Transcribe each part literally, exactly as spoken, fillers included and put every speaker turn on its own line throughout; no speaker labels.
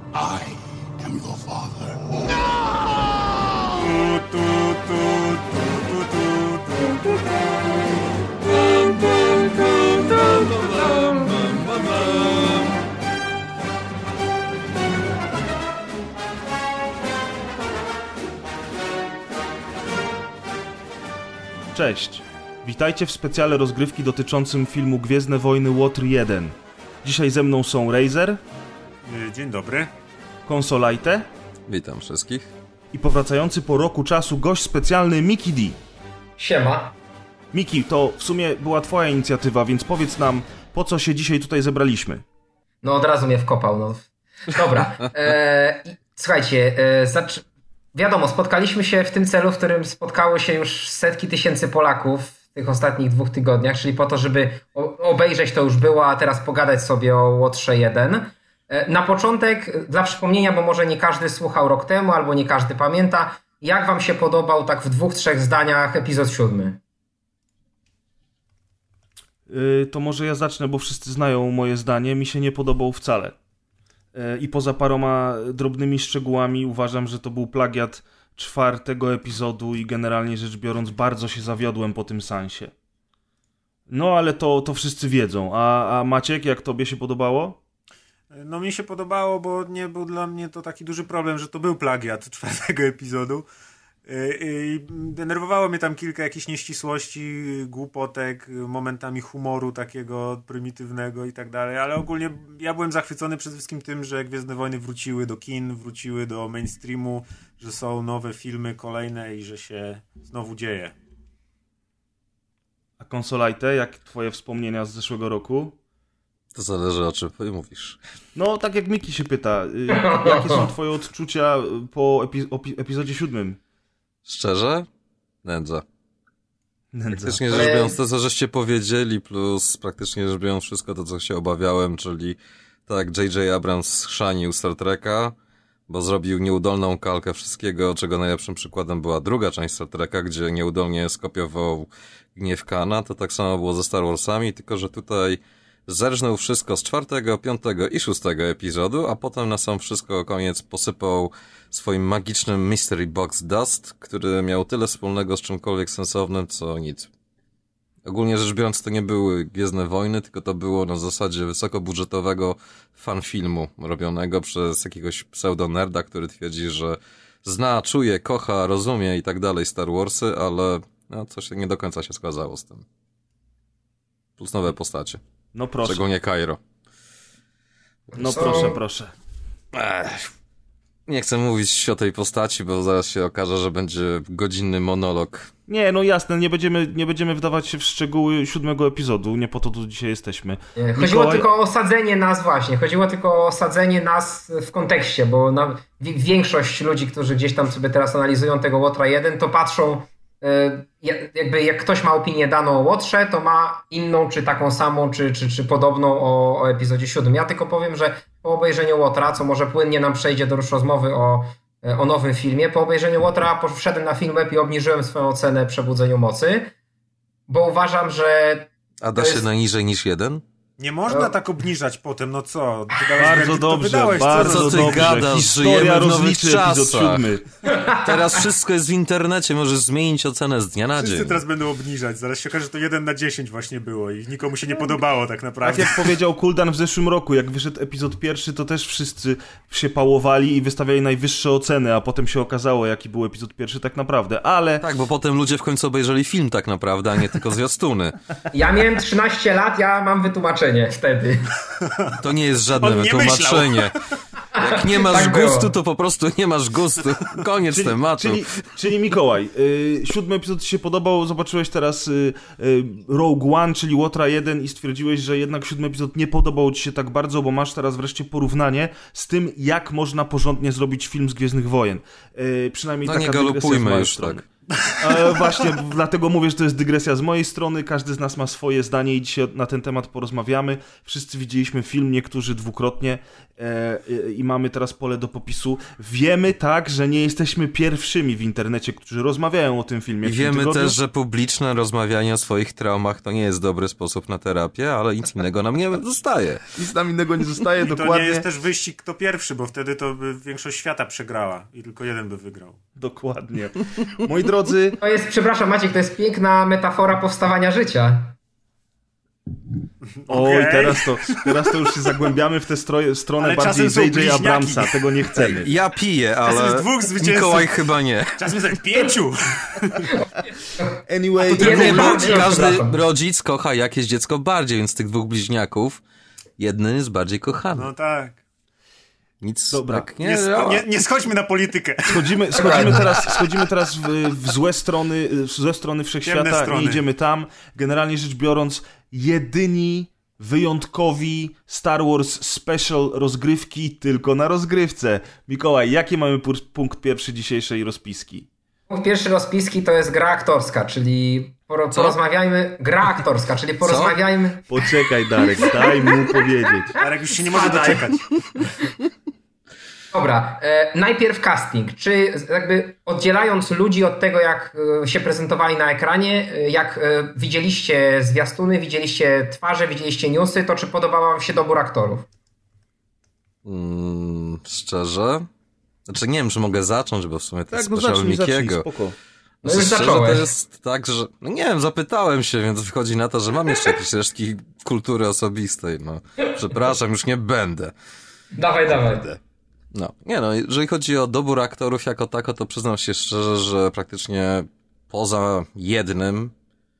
I am your father.
Cześć, witajcie w specjale rozgrywki dotyczącym filmu Gwiezdne Wojny Łotr jeden. Dzisiaj ze mną są Razer.
Dzień dobry.
Konsolajte.
Witam wszystkich.
I powracający po roku czasu gość specjalny Miki D.
Siema.
Miki, to w sumie była twoja inicjatywa, więc powiedz nam, po co się dzisiaj tutaj zebraliśmy?
No od razu mnie wkopał, no. Dobra. E, słuchajcie, e, zacz... wiadomo, spotkaliśmy się w tym celu, w którym spotkały się już setki tysięcy Polaków w tych ostatnich dwóch tygodniach, czyli po to, żeby obejrzeć to już było, a teraz pogadać sobie o Łotrze jeden. Na początek, dla przypomnienia, bo może nie każdy słuchał rok temu, albo nie każdy pamięta, jak wam się podobał tak w dwóch, trzech zdaniach epizod siódmy?
Yy, to może ja zacznę, bo wszyscy znają moje zdanie. Mi się nie podobał wcale. Yy, I poza paroma drobnymi szczegółami uważam, że to był plagiat czwartego epizodu i generalnie rzecz biorąc bardzo się zawiodłem po tym seansie. No ale to, to wszyscy wiedzą. A, a Maciek, jak tobie się podobało?
No mi się podobało, bo nie był dla mnie to taki duży problem, że to był plagiat czwartego epizodu. I denerwowało mnie tam kilka jakichś nieścisłości, głupotek, momentami humoru takiego prymitywnego i tak dalej, ale ogólnie ja byłem zachwycony przede wszystkim tym, że Gwiezdne Wojny wróciły do kin, wróciły do mainstreamu, że są nowe filmy kolejne i że się znowu dzieje.
A Konsolajte, jak twoje wspomnienia z zeszłego roku?
To zależy, o czym mówisz.
No, tak jak Miki się pyta, jakie są twoje odczucia po epi- opi- epizodzie siódmym?
Szczerze? Nędza.
Nędza.
Praktycznie rzecz biorąc to, co żeście powiedzieli, plus praktycznie rzecz biorąc wszystko to, co się obawiałem, czyli tak, J J Abrams chrzanił Star Treka, bo zrobił nieudolną kalkę wszystkiego, czego najlepszym przykładem była druga część Star Treka, gdzie nieudolnie skopiował Gniew Kana, to tak samo było ze Star Warsami, tylko że tutaj zerżnął wszystko z czwartego, piątego i szóstego epizodu, a potem na sam wszystko koniec posypał swoim magicznym Mystery Box Dust, który miał tyle wspólnego z czymkolwiek sensownym, co nic. Ogólnie rzecz biorąc, to nie były Gwiezdne Wojny, tylko to było na zasadzie wysokobudżetowego fanfilmu robionego przez jakiegoś pseudo-nerda, który twierdzi, że zna, czuje, kocha, rozumie i tak dalej Star Warsy, ale no, coś nie do końca się zgadzało z tym. Plus nowe postacie.
No proszę.
Szczególnie Cairo.
No
Co?
proszę, proszę.
Ech. Nie chcę mówić o tej postaci, bo zaraz się okaże, że będzie godzinny monolog.
Nie, no jasne, nie będziemy, nie będziemy wdawać się w szczegóły siódmego epizodu, nie po to tu dzisiaj jesteśmy.
Nie, chodziło
Mikołaj...
tylko o osadzenie nas właśnie, chodziło tylko o osadzenie nas w kontekście, bo na, w, większość ludzi, którzy gdzieś tam sobie teraz analizują tego Łotra jeden, to patrzą, y, jakby jak ktoś ma opinię daną o Łotrze, to ma inną, czy taką samą, czy, czy, czy podobną o, o epizodzie siódmym. Ja tylko powiem, że po obejrzeniu Łotra, co może płynnie nam przejdzie do już rozmowy o, o nowym filmie, po obejrzeniu Łotra poszedłem na Filmweb i obniżyłem swoją ocenę Przebudzeniu Mocy, bo uważam, że...
A da
to
się
jest...
na niżej niż jeden?
Nie można tak obniżać potem, no co? Wydałeś
Bardzo
werdykt, to
dobrze,
wydałeś,
bardzo
Co ty
dobrze.
gadasz?
Historia
Żyjemy w nowych
rozliczy epizod
czasach.
siódmy.
Teraz wszystko jest w internecie, możesz zmienić ocenę z dnia na
Wszyscy
dzień.
teraz będą obniżać, zaraz się okaże, że to jeden na dziesięć właśnie było i nikomu się nie podobało tak
Tak
naprawdę.
jak powiedział Kuldan w zeszłym roku, jak wyszedł epizod pierwszy, to też wszyscy się pałowali i wystawiali najwyższe oceny, a potem się okazało, jaki był epizod pierwszy tak naprawdę, ale...
Tak, bo potem ludzie w końcu obejrzeli film tak naprawdę, a nie tylko zwiastuny.
Ja miałem trzynaście lat, ja mam wytłumaczenie wtedy.
To nie jest żadne
On nie
wytłumaczenie. Jak nie masz
Tak było.
gustu, to po prostu nie masz gustu. Koniec
Czyli,
tematu.
czyli, czyli Mikołaj, y, siódmy epizod ci się podobał, zobaczyłeś teraz y, y, Rogue One, czyli Łotra jeden i stwierdziłeś, że jednak siódmy epizod nie podobał ci się tak bardzo, bo masz teraz wreszcie porównanie z tym, jak można porządnie zrobić film z Gwiezdnych Wojen. Y, przynajmniej
No
taka
nie
dygresja z
galopujmy
mojej
już
strony.
tak.
E, właśnie, dlatego mówię, że to jest dygresja z mojej strony. Każdy z nas ma swoje zdanie i dzisiaj na ten temat porozmawiamy. Wszyscy widzieliśmy film, niektórzy dwukrotnie e, i mamy teraz pole do popisu. Wiemy tak, że nie jesteśmy pierwszymi w internecie, którzy rozmawiają o tym filmie.
I wiemy też, że publiczne rozmawianie o swoich traumach to nie jest dobry sposób na terapię, ale nic innego nam nie zostaje.
Nic nam innego nie zostaje,
I to
dokładnie.
nie jest też wyścig kto pierwszy, bo wtedy to by większość świata przegrała i tylko jeden by wygrał.
Dokładnie. Moi drodzy...
To jest, przepraszam Maciek, to jest piękna metafora powstawania życia.
Oj,
Okay.
teraz to, teraz to już się zagłębiamy w tę stroje, stronę
Ale
bardziej
czasem są
J J
bliźniaki.
Abramsa. Tego nie chcemy.
Ja piję,
Czasem
ale
jest dwóch zwycięzców.
Mikołaj chyba nie.
Czasem jest pięciu!
Anyway,
to jeden
no,
bardziej,
Każdy
przepraszam.
rodzic kocha jakieś dziecko bardziej, więc z tych dwóch bliźniaków jeden jest bardziej kochany.
No tak.
Nic
Dobra.
tak
Nie,
nie
sk- nie, nie schodźmy na politykę.
Schodzimy, schodzimy teraz, schodzimy teraz w, w złe strony, w złe strony
Ciemne
wszechświata,
strony.
nie idziemy tam. Generalnie rzecz biorąc, jedyni wyjątkowi Star Wars Special rozgrywki tylko na rozgrywce. Mikołaj, jaki mamy pu- punkt pierwszy dzisiejszej rozpiski?
Punkt pierwszy rozpiski to jest gra aktorska, czyli poro-
Co?
porozmawiajmy... Gra aktorska, czyli porozmawiajmy...
Poczekaj, Darek, daj mu powiedzieć.
Arek już się nie może
Spadaj.
doczekać.
Dobra, e, najpierw casting. Czy jakby oddzielając ludzi od tego, jak e, się prezentowali na ekranie, e, jak e, widzieliście zwiastuny, widzieliście twarze, widzieliście newsy, to czy podobał wam się dobór aktorów?
Mm, szczerze? Znaczy nie wiem, czy mogę zacząć, bo w sumie to jest
Tak, no
special
zacznij, zacznij,
Mikiego.
spoko.
No już
Szczerze,
zacząłeś.
to jest tak, że... No nie wiem, zapytałem się, więc wychodzi na to, że mam jeszcze jakieś resztki kultury osobistej, no. Przepraszam, już nie będę.
Dawaj, dawaj.
No, nie no, jeżeli chodzi o dobór aktorów jako tako, to przyznam się szczerze, że praktycznie poza jednym,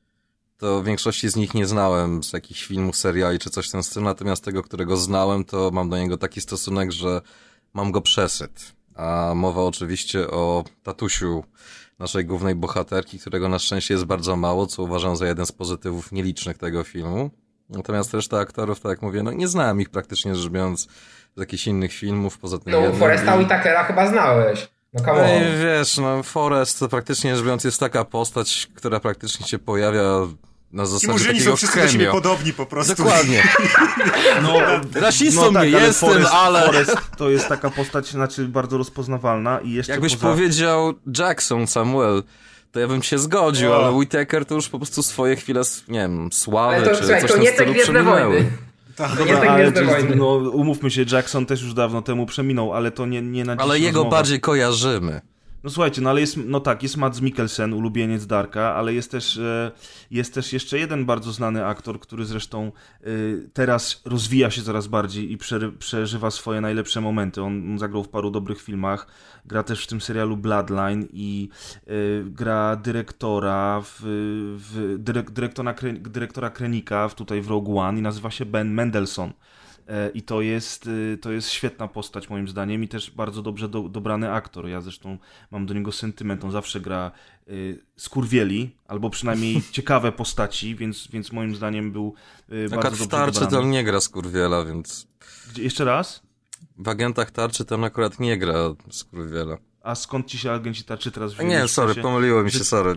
to większości z nich nie znałem z jakichś filmów, seriali czy coś w tym stylu, natomiast tego, którego znałem, to mam do niego taki stosunek, że mam go przesyt. A mowa oczywiście o tatusiu naszej głównej bohaterki, którego na szczęście jest bardzo mało, co uważam za jeden z pozytywów nielicznych tego filmu. Natomiast reszta aktorów, tak jak mówię, no nie znałem ich praktycznie rzecz biorąc z jakichś innych filmów, poza tym
No
jednym.
Foresta
I-
Whitakera chyba znałeś. No come on.
Ej, wiesz, no Forrest to praktycznie rzecz biorąc jest taka postać, która praktycznie się pojawia na
Ci
zasadzie
murzyni
takiego
są wszyscy do siebie
cameo.
podobni po prostu.
Dokładnie.
No,
Rasistą nie jestem,
Forrest,
ale-
Forrest to jest taka postać, znaczy bardzo rozpoznawalna i jeszcze
Jakbyś
poza...
powiedział Jackson Samuel, to ja bym się zgodził,
O.
ale Whittaker to już po prostu swoje chwile, nie wiem, sławy
Ale to,
czy
słuchaj,
coś
to
w tym
nie te
stylu
Gwiezdne
przeminęły.
Wojny. To nie
Dobra,
te
ale
Gwiezdne
to jest,
Wojny.
no, umówmy się, Jackson też już dawno temu przeminął, ale to nie, nie na dziś
Ale jego
rozmowa.
bardziej kojarzymy.
No słuchajcie, no ale jest, no tak, jest Mads Mikkelsen, ulubieniec Darka, ale jest też, e, jest też jeszcze jeden bardzo znany aktor, który zresztą e, teraz rozwija się coraz bardziej i przery, przeżywa swoje najlepsze momenty. On, on zagrał w paru dobrych filmach, gra też w tym serialu Bloodline i e, gra dyrektora, w, w, dyrek, dyrektora, dyrektora Krenika w, tutaj w Rogue One i nazywa się Ben Mendelsohn. I to jest, to jest świetna postać moim zdaniem i też bardzo dobrze do, dobrany aktor. Ja zresztą mam do niego sentyment. On zawsze gra y, skurwieli, albo przynajmniej ciekawe postaci, więc, więc moim zdaniem był y, bardzo
Akurat w
dobrze
Tarczy
dobrany.
to on nie gra skurwiela, więc
Gdzie, jeszcze raz?
w Agentach Tarczy to on akurat nie gra skurwiela.
A skąd ci się agenci tarczy teraz wzięli?
Nie,
W
sorry,
sensie,
pomyliło mi się,
że-
sorry.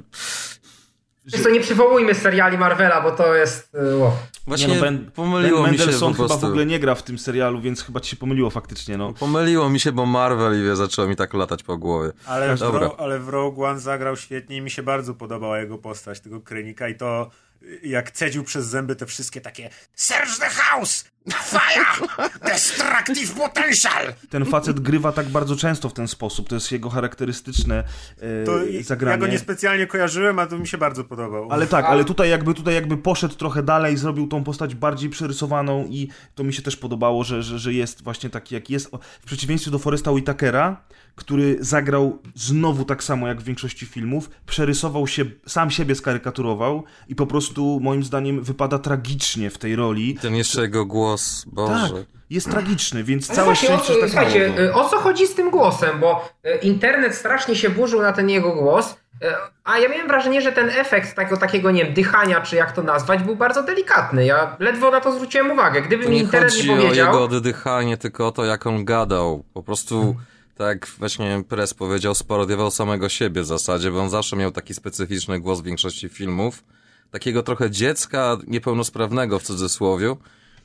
Wiesz co, nie przywołujmy seriali Marvela, bo to jest... y, O.
Właśnie
Nie no, Ben,
pomyliło
ben
mi się
Mendelsohn
po prostu.
chyba w ogóle nie gra w tym serialu, więc chyba ci się pomyliło faktycznie, no.
Pomyliło mi się, bo Marvel i wie, zaczęło mi tak latać po głowie.
Ale w,
Dobra.
Ro- ale w Rogue One zagrał świetnie i mi się bardzo podobała jego postać, tego Krenika i to jak cedził przez zęby te wszystkie takie Search the house! Fire! Destructive potential!
Ten facet grywa tak bardzo często w ten sposób, to jest jego charakterystyczne e,
To
zagranie.
ja go niespecjalnie kojarzyłem, a to mi się bardzo podobał.
Ale tak, ale tutaj jakby, tutaj jakby poszedł trochę dalej, zrobił tą postać bardziej przerysowaną i to mi się też podobało, że, że, że jest właśnie taki jak jest. W przeciwieństwie do Foresta Whitakera, który zagrał znowu tak samo jak w większości filmów, przerysował się, sam siebie skarykaturował i po prostu moim zdaniem wypada tragicznie w tej roli.
Ten jeszcze jego głos,
Tak,
Boże.
jest tragiczny, więc
Ale
całe
właśnie,
szczęście,
o,
że tak
słuchajcie,
mało.
y, o co chodzi z tym głosem? Bo y, internet strasznie się burzył na ten jego głos, y, a ja miałem wrażenie, że ten efekt tego takiego, nie wiem, dychania, czy jak to nazwać, był bardzo delikatny. Ja ledwo na to zwróciłem uwagę. Gdyby
To
mi
nie
internet
chodzi
nie
o
powiedział...
jego oddychanie, tylko o to, jak on gadał. Po prostu tak właśnie Press powiedział, sparodiował samego siebie w zasadzie, bo on zawsze miał taki specyficzny głos w większości filmów. Takiego trochę dziecka, niepełnosprawnego w cudzysłowiu.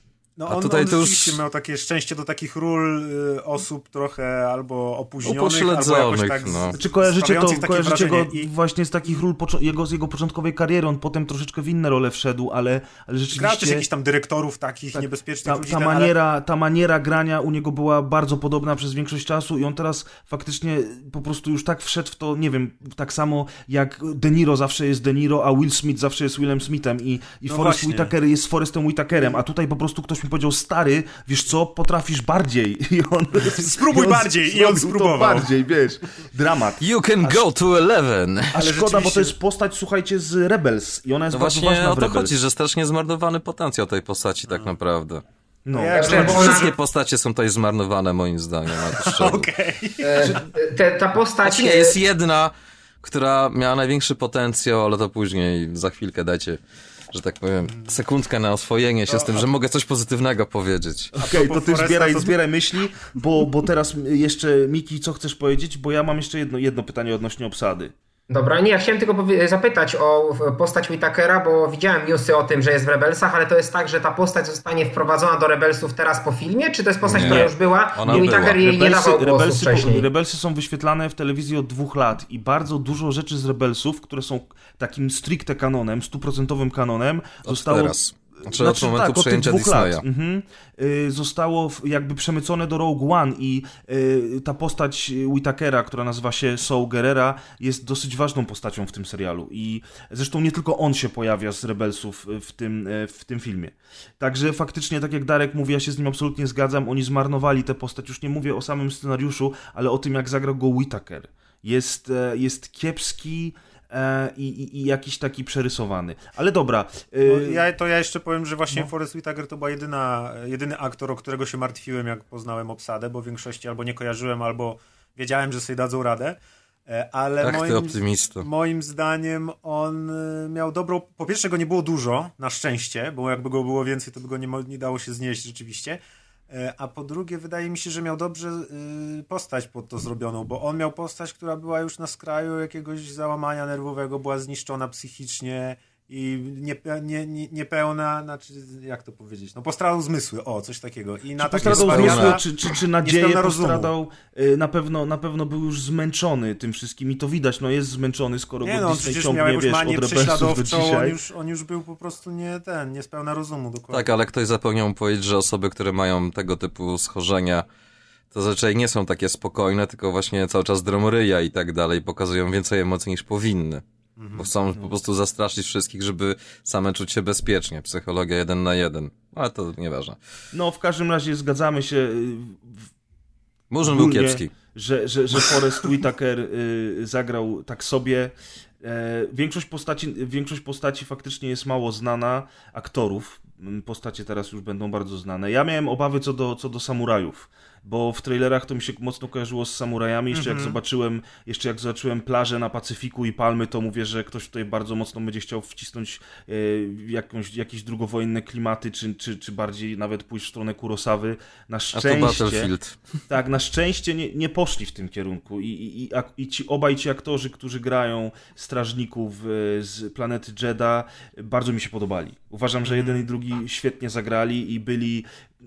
No
A
on,
tutaj
on
to już...
rzeczywiście miał takie szczęście do takich ról y, osób trochę albo opóźnionych,
Upośledzonych,
albo jakoś tak
no.
z,
Czy kojarzycie to,
sprawiających takie
kojarzycie go
wrażenie. I
właśnie z takich ról, poczo- jego, z jego początkowej kariery, on potem troszeczkę w inne role wszedł, ale, ale rzeczywiście...
grał też jakichś tam dyrektorów takich
Tak,
niebezpiecznych
ta,
ludzi.
ta,
ten, ale-
maniera, ta maniera grania u niego była bardzo podobna przez większość czasu i on teraz faktycznie po prostu już tak wszedł w to, nie wiem, tak samo jak De Niro zawsze jest De Niro, a Will Smith zawsze jest Willem Smithem i, i
No
Forrest
właśnie.
Whitaker jest Forrestem Whitakerem, a tutaj po prostu ktoś mi powiedział, stary, wiesz co, potrafisz bardziej. I on,
Spróbuj
i on
bardziej. I on
zrobił to
spróbował.
bardziej, wiesz, dramat.
You can go to eleven.
A
Ale
szkoda, bo to
rzeczywiście-
jest postać, słuchajcie, z Rebels i ona jest
No
bardzo
właśnie
ważna
o
w
to
Rebels.
chodzi, że strasznie zmarnowany potencjał tej postaci tak naprawdę.
No.
Jak
Znaczy, bo ona-
Wszystkie postacie są tutaj zmarnowane moim zdaniem. ale to szczerze.
Okej.
E, te, ta postać...
Znaczy nie, jest jedna, która miała największy potencjał, ale to później, za chwilkę dajcie, że tak powiem, sekundkę na oswojenie się z tym, że mogę coś pozytywnego powiedzieć.
Okej, to
propos
ty
Foresta,
zbieraj,
to-
zbieraj myśli, bo, bo teraz jeszcze, Miki, co chcesz powiedzieć? Bo ja mam jeszcze jedno, jedno pytanie odnośnie obsady.
Dobra, nie, ja chciałem tylko powie- zapytać o postać Whitakera, bo widziałem newsy o tym, że jest w Rebelsach, ale to jest tak, że ta postać zostanie wprowadzona do Rebelsów teraz po filmie, czy to jest postać,
Nie.
która już była
Ona
i Whitaker
była.
jej nie dawał głosu
Rebelsy,
wcześniej?
Rebelsy są wyświetlane w telewizji od dwóch lat i bardzo dużo rzeczy z Rebelsów, które są takim stricte kanonem, stuprocentowym kanonem,
Od
zostało...
teraz. Znaczy, od momentu
tak, od tych
przejęcia
dwóch
Disneya.
lat. Mhm. Y, zostało w- jakby przemycone do Rogue One i y, ta postać Whitakera, która nazywa się Saw Gerrera, jest dosyć ważną postacią w tym serialu i zresztą nie tylko on się pojawia z Rebelsów w tym, y, w tym filmie. Także faktycznie, tak jak Darek mówi, ja się z nim absolutnie zgadzam, oni zmarnowali tę postać, już nie mówię o samym scenariuszu, ale o tym, jak zagrał go Whitaker. Jest, e, jest kiepski e, i, i, i jakiś taki przerysowany. Ale dobra. y,
No, ja, to ja jeszcze powiem, że właśnie Forrest Whitaker to była jedyna, jedyny aktor, o którego się martwiłem, jak poznałem obsadę, bo w większości albo nie kojarzyłem, albo wiedziałem, że sobie dadzą radę. E, Ale
Ach, ty
moim,
optymisto.
moim zdaniem on y, miał dobrą... Po pierwsze, go nie było dużo, na szczęście, bo jakby go było więcej, to by go nie, mo- nie dało się znieść rzeczywiście. E, A po drugie, wydaje mi się, że miał dobrze y, postać pod to zrobioną, bo on miał postać, która była już na skraju jakiegoś załamania nerwowego, była zniszczona psychicznie i niepe, nie, nie, niepełna, znaczy, jak to powiedzieć, no postradał zmysły, o, coś takiego. I na takie
Postradał
spełna-
zmysły, czy, czy, czy nadzieję
niespełna rozumu.
postradał, y, na pewno, na pewno był już zmęczony tym wszystkim i to widać, no jest zmęczony, skoro
Nie
go
no, on
Disney
przecież miał
ciągnie,
jakąś
wiesz,
manię
od Rebelsów do
prześladowczą, on
dzisiaj.
już, on już był po prostu nie ten, niespełna rozumu, dokładnie.
Tak, ale ktoś zapomniał mu powiedzieć, że osoby, które mają tego typu schorzenia, to zazwyczaj nie są takie spokojne, tylko właśnie cały czas dromryja i tak dalej, pokazują więcej emocji niż powinny. Bo chcą po prostu zastraszyć wszystkich, żeby same czuć się bezpiecznie. Psychologia jeden na jeden. Ale to nieważne.
No, w każdym razie zgadzamy się, y, w-
Murzyn był
ogólnie,
kiepski.
że, że, że Forrest Whitaker y, zagrał tak sobie. E, większość, postaci, większość postaci faktycznie jest mało znana, aktorów. Mm, Postacie teraz już będą bardzo znane. Ja miałem obawy co do, co do samurajów, bo w trailerach to mi się mocno kojarzyło z samurajami. Jeszcze jak zobaczyłem, jeszcze jak zobaczyłem plażę na Pacyfiku i palmy, to mówię, że ktoś tutaj bardzo mocno będzie chciał wcisnąć e, jakąś, jakieś drugowojenne klimaty, czy, czy, czy bardziej nawet pójść w stronę Kurosawy. Na
A to
szczęście...
Battlefield.
Tak, na szczęście nie, nie poszli w tym kierunku I, i, i, ak- i ci obaj ci aktorzy, którzy grają strażników e, z planety Jedha, bardzo mi się podobali. Uważam, że jeden i drugi świetnie zagrali i byli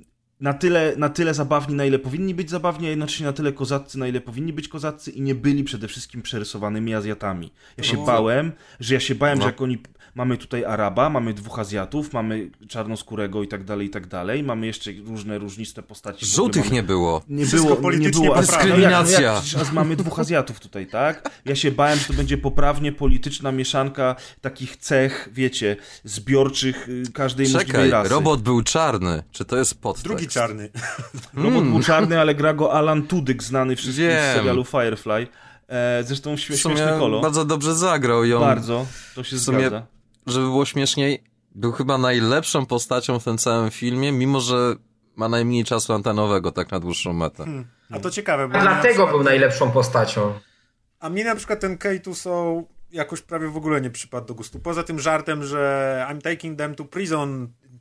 na tyle, na tyle zabawni, na ile powinni być zabawni, a jednocześnie na tyle kozaccy, na ile powinni być kozaccy i nie byli przede wszystkim przerysowanymi Azjatami. Ja się
No.
bałem, że ja się bałem,
No.
że jak oni... Mamy tutaj Araba, mamy dwóch Azjatów, mamy czarnoskórego i tak dalej, i tak dalej. Mamy jeszcze różne różniste postaci. W ogóle
Żółtych
mamy...
nie było.
Nie
Wszystko
było, nie
politycznie
było
poprawne.
Dyskryminacja.
No jak, no jak, przecież mamy dwóch Azjatów tutaj, tak? Ja się bałem, że to będzie poprawnie polityczna mieszanka takich cech, wiecie, zbiorczych y, każdej możliwej
Czekaj,
rasy.
robot był czarny. Czy to jest podtekst?
Drugi czarny.
Robot był czarny, ale gra go Alan Tudyk, znany wszystkim
Wiem.
z serialu Firefly. E, zresztą
W
śmie-
sumie
śmieszny kolo.
bardzo dobrze zagrał i on,
Bardzo, to się
w sumie-
zgadza.
żeby było śmieszniej, był chyba najlepszą postacią w tym całym filmie, mimo że ma najmniej czasu antenowego, tak na dłuższą metę.
Hmm. A to ciekawe, bo
A
mnie na
dlatego
przykład-
był najlepszą postacią.
A mnie na przykład ten K two są jakoś prawie w ogóle nie przypadł do gustu. Poza tym żartem, że I'm taking them to prison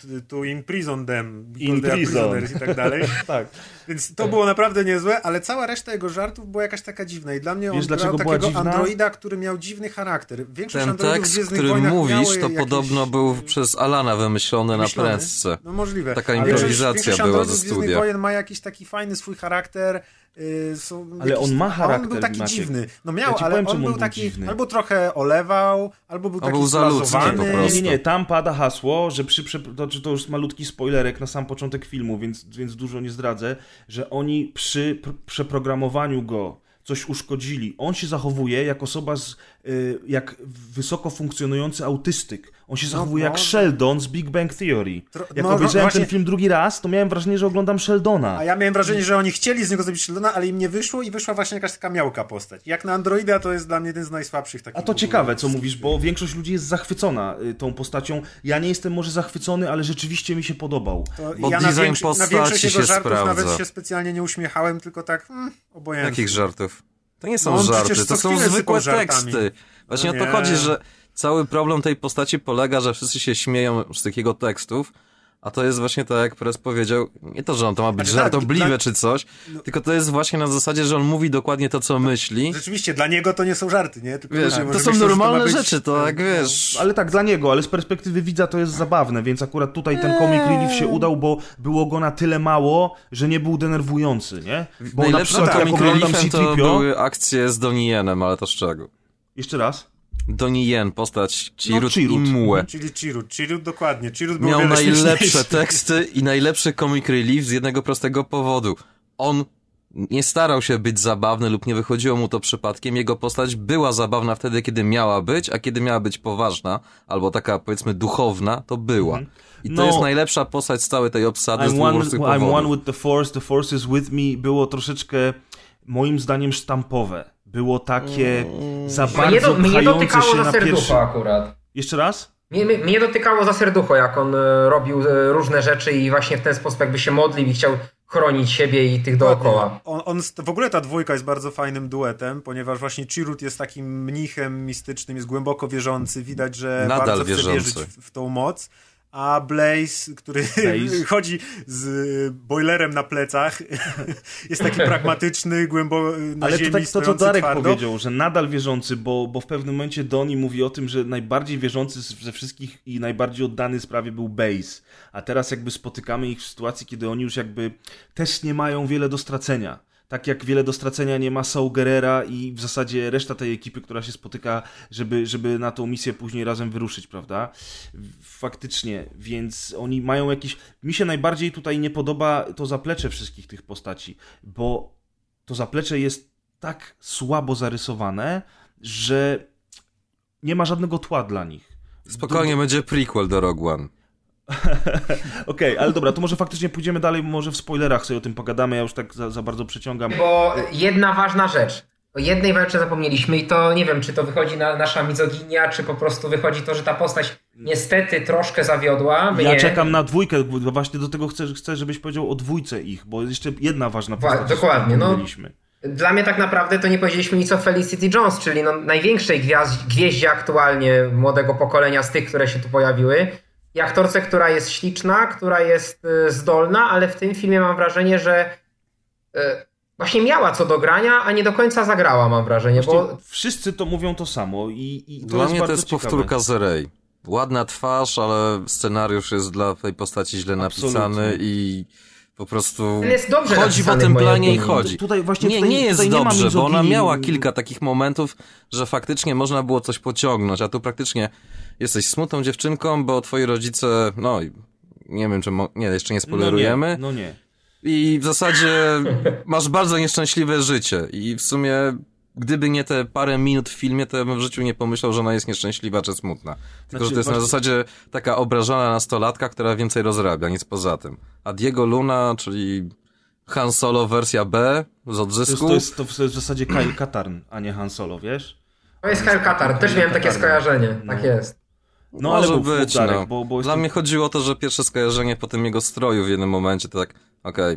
to imprison them,
In prison.
i tak dalej.
Tak.
Więc to było naprawdę niezłe, ale cała reszta jego żartów była jakaś taka dziwna i dla mnie
Wiesz,
on grał
była
takiego
dziwna?
androida, który miał dziwny charakter. Większość
Ten
androidów w
tekst,
Gwiezdnych
który
Wojnach
mówisz,
miały
to
jakieś...
podobno był przez Alana wymyślony,
Wymyślony?
na prędce.
No możliwe.
Taka
Ale
improwizacja
większość
była
androidów
ze
z Gwiezdnych
studia.
Wojen ma jakiś taki fajny swój charakter. Yy, są
Ale
jakiś,
on ma
a
charakter,
on był taki
Maciek.
dziwny. No miał,
Ja ci
ale
powiem,
on
czemu
był
on był
taki,
dziwny.
albo trochę olewał, albo był
On
taki
był za ludzki
zblazowany.
po prostu.
Nie, nie, nie, tam pada hasło, że przy, to, to już malutki spoilerek na sam początek filmu, więc, więc dużo nie zdradzę, że oni przy pr- przeprogramowaniu go coś uszkodzili. On się zachowuje jak osoba z, y, jak wysoko funkcjonujący autystyk. On się zachowuje jak
może.
Sheldon z Big Bang Theory.
Tro-
Jak
no,
obejrzałem
właśnie-
ten film drugi raz, to miałem wrażenie, że oglądam Sheldona.
A ja miałem wrażenie, że oni chcieli z niego zrobić Sheldona, ale im nie wyszło i wyszła właśnie jakaś taka miałka postać. Jak na androida to jest dla mnie jeden z najsłabszych takich.
A to ciekawe, co mówisz, bo większość ludzi jest zachwycona y, tą postacią. Ja nie jestem może zachwycony, ale rzeczywiście mi się podobał.
To
Bo
ja na,
design
większo- na
postaci
większość jego
się
żartów
sprawdza.
nawet się specjalnie nie uśmiechałem, tylko tak mm, obojętnie.
Jakich żartów? To nie są
No on
żarty,
przecież
to
co
są
chwilę
zwykłe
sypał żartami.
teksty. Właśnie
No
o to
nie.
chodzi, że cały problem tej postaci polega, że wszyscy się śmieją z tych jego tekstów, a to jest właśnie tak, jak Press powiedział, nie to, że on to ma być
Znaczy tak,
żartobliwe
dla-
czy coś, tylko to jest właśnie na zasadzie, że on mówi dokładnie to, co myśli.
Rzeczywiście, dla niego to nie są żarty, nie? Tylko
Wiesz,
ludzie
to
może
są
myślą, że
normalne
ma być-
rzeczy, to jak wiesz...
Ale tak, dla niego, ale z perspektywy widza to jest zabawne, więc akurat tutaj ten comic relief się udał, bo było go na tyle mało, że nie był denerwujący, nie? Bo na
Najlepszym
przykład jak
comic
oglądam
reliefem to
C-trzypio...
były akcje z Donnie Yenem, ale to z czego?
Jeszcze raz?
Donnie Yen, postać Chirrut
No, Chirrut.
i Mue.
Czyli Chirrut. Chirrut dokładnie. Chirrut był
Miał
wiele
najlepsze
śmieszniejszy.
teksty i najlepszy comic relief z jednego prostego powodu. On nie starał się być zabawny lub nie wychodziło mu to przypadkiem. Jego postać była zabawna wtedy, kiedy miała być, a kiedy miała być poważna, albo taka powiedzmy duchowna, to była. I to
No.
jest najlepsza postać z całej tej obsady z
I'm
dwóch
one,
prostych
I'm
powodów.
one with the force, the force is with me było troszeczkę, moim zdaniem, sztampowe. Było takie za
Mnie,
bardzo
do, mnie
pchające
dotykało
się
za
na
serducho
pierwszy...
akurat.
Jeszcze raz?
Mnie, mnie, mnie dotykało za serducho, jak on e, robił e, różne rzeczy i właśnie w ten sposób jakby się modlił i chciał chronić siebie i tych dookoła.
On, on, w ogóle ta dwójka jest bardzo fajnym duetem, ponieważ właśnie Chirrut jest takim mnichem mistycznym, jest głęboko wierzący, widać, że
Nadal
bardzo
wierzący.
chce wierzyć w, w tą moc. A Blaze, który
Blaze.
chodzi z boilerem na plecach, jest taki pragmatyczny, głęboko na
Ale
ziemi,
to tak to, co
stojący
Darek
twardo.
powiedział, że nadal wierzący, bo, bo w pewnym momencie Donnie mówi o tym, że najbardziej wierzący z- ze wszystkich i najbardziej oddany sprawie był Base. A teraz jakby spotykamy ich w sytuacji, kiedy oni już jakby też nie mają wiele do stracenia. Tak jak wiele do stracenia nie ma Saul Gerrera i w zasadzie reszta tej ekipy, która się spotyka, żeby, żeby na tą misję później razem wyruszyć, prawda? Faktycznie, więc oni mają jakiś... Mi się najbardziej tutaj nie podoba to zaplecze wszystkich tych postaci, bo to zaplecze jest tak słabo zarysowane, że nie ma żadnego tła dla nich.
Spokojnie, będzie prequel do Rogue One.
Okej, ale dobra, to może faktycznie pójdziemy dalej, może w spoilerach sobie o tym pogadamy, ja już tak za, za bardzo przeciągam.
Bo jedna ważna rzecz. O jednej rzeczy zapomnieliśmy i to nie wiem, czy to wychodzi na nasza mizoginia, czy po prostu wychodzi to, że ta postać niestety troszkę zawiodła mnie.
Ja czekam na dwójkę, bo właśnie do tego chcę, chcę, żebyś powiedział o dwójce ich, bo jest jeszcze jedna ważna
Wa-
postać.
dokładnie, no.
Zapomnieliśmy.
Dla mnie tak naprawdę to nie powiedzieliśmy nic o Felicity Jones, czyli no największej gwiazd, gwieździe aktualnie młodego pokolenia z tych, które się tu pojawiły. I aktorce, która jest śliczna, która jest y, zdolna, ale w tym filmie mam wrażenie, że y, właśnie miała co do grania, a nie do końca zagrała, mam wrażenie,
Właśnie
bo
wszyscy to mówią to samo i, i to
Dla
jest
mnie to
bardzo
jest
ciekawe.
powtórka z Rey. Ładna twarz, ale scenariusz jest dla tej postaci źle
Absolutnie.
napisany i po prostu
Ten jest dobrze
chodzi po
napisany
tym
w mojej
planie i
opinii.
chodzi.
Tutaj właśnie
nie,
tutaj,
nie jest
tutaj nie ma
dobrze, bo ona
mizoginii.
miała kilka takich momentów, że faktycznie można było coś pociągnąć, a tu praktycznie jesteś smutną dziewczynką, bo twoi rodzice, no nie wiem, czy mo- nie, jeszcze nie spoilerujemy.
No nie, no nie.
I w zasadzie masz bardzo nieszczęśliwe życie i w sumie gdyby nie te parę minut w filmie, to ja bym w życiu nie pomyślał, że ona jest nieszczęśliwa czy smutna. Tylko,
Znaczy,
że to jest
właśnie-
na zasadzie taka obrażona nastolatka, która więcej rozrabia, nic poza tym. A Diego Luna, czyli Han Solo wersja B z
To jest,
odzysku,
to, jest, to jest w zasadzie Kyle Katarn, a nie Han Solo, wiesz?
to jest Kyle Katarn. Też miałem takie skojarzenie.
No.
Tak jest.
No
może
ale mów,
być,
mów, Darek,
no.
bo, bo
Dla
jestem...
mnie chodziło o to, że pierwsze skojarzenie po tym jego stroju w jednym momencie to tak, okej,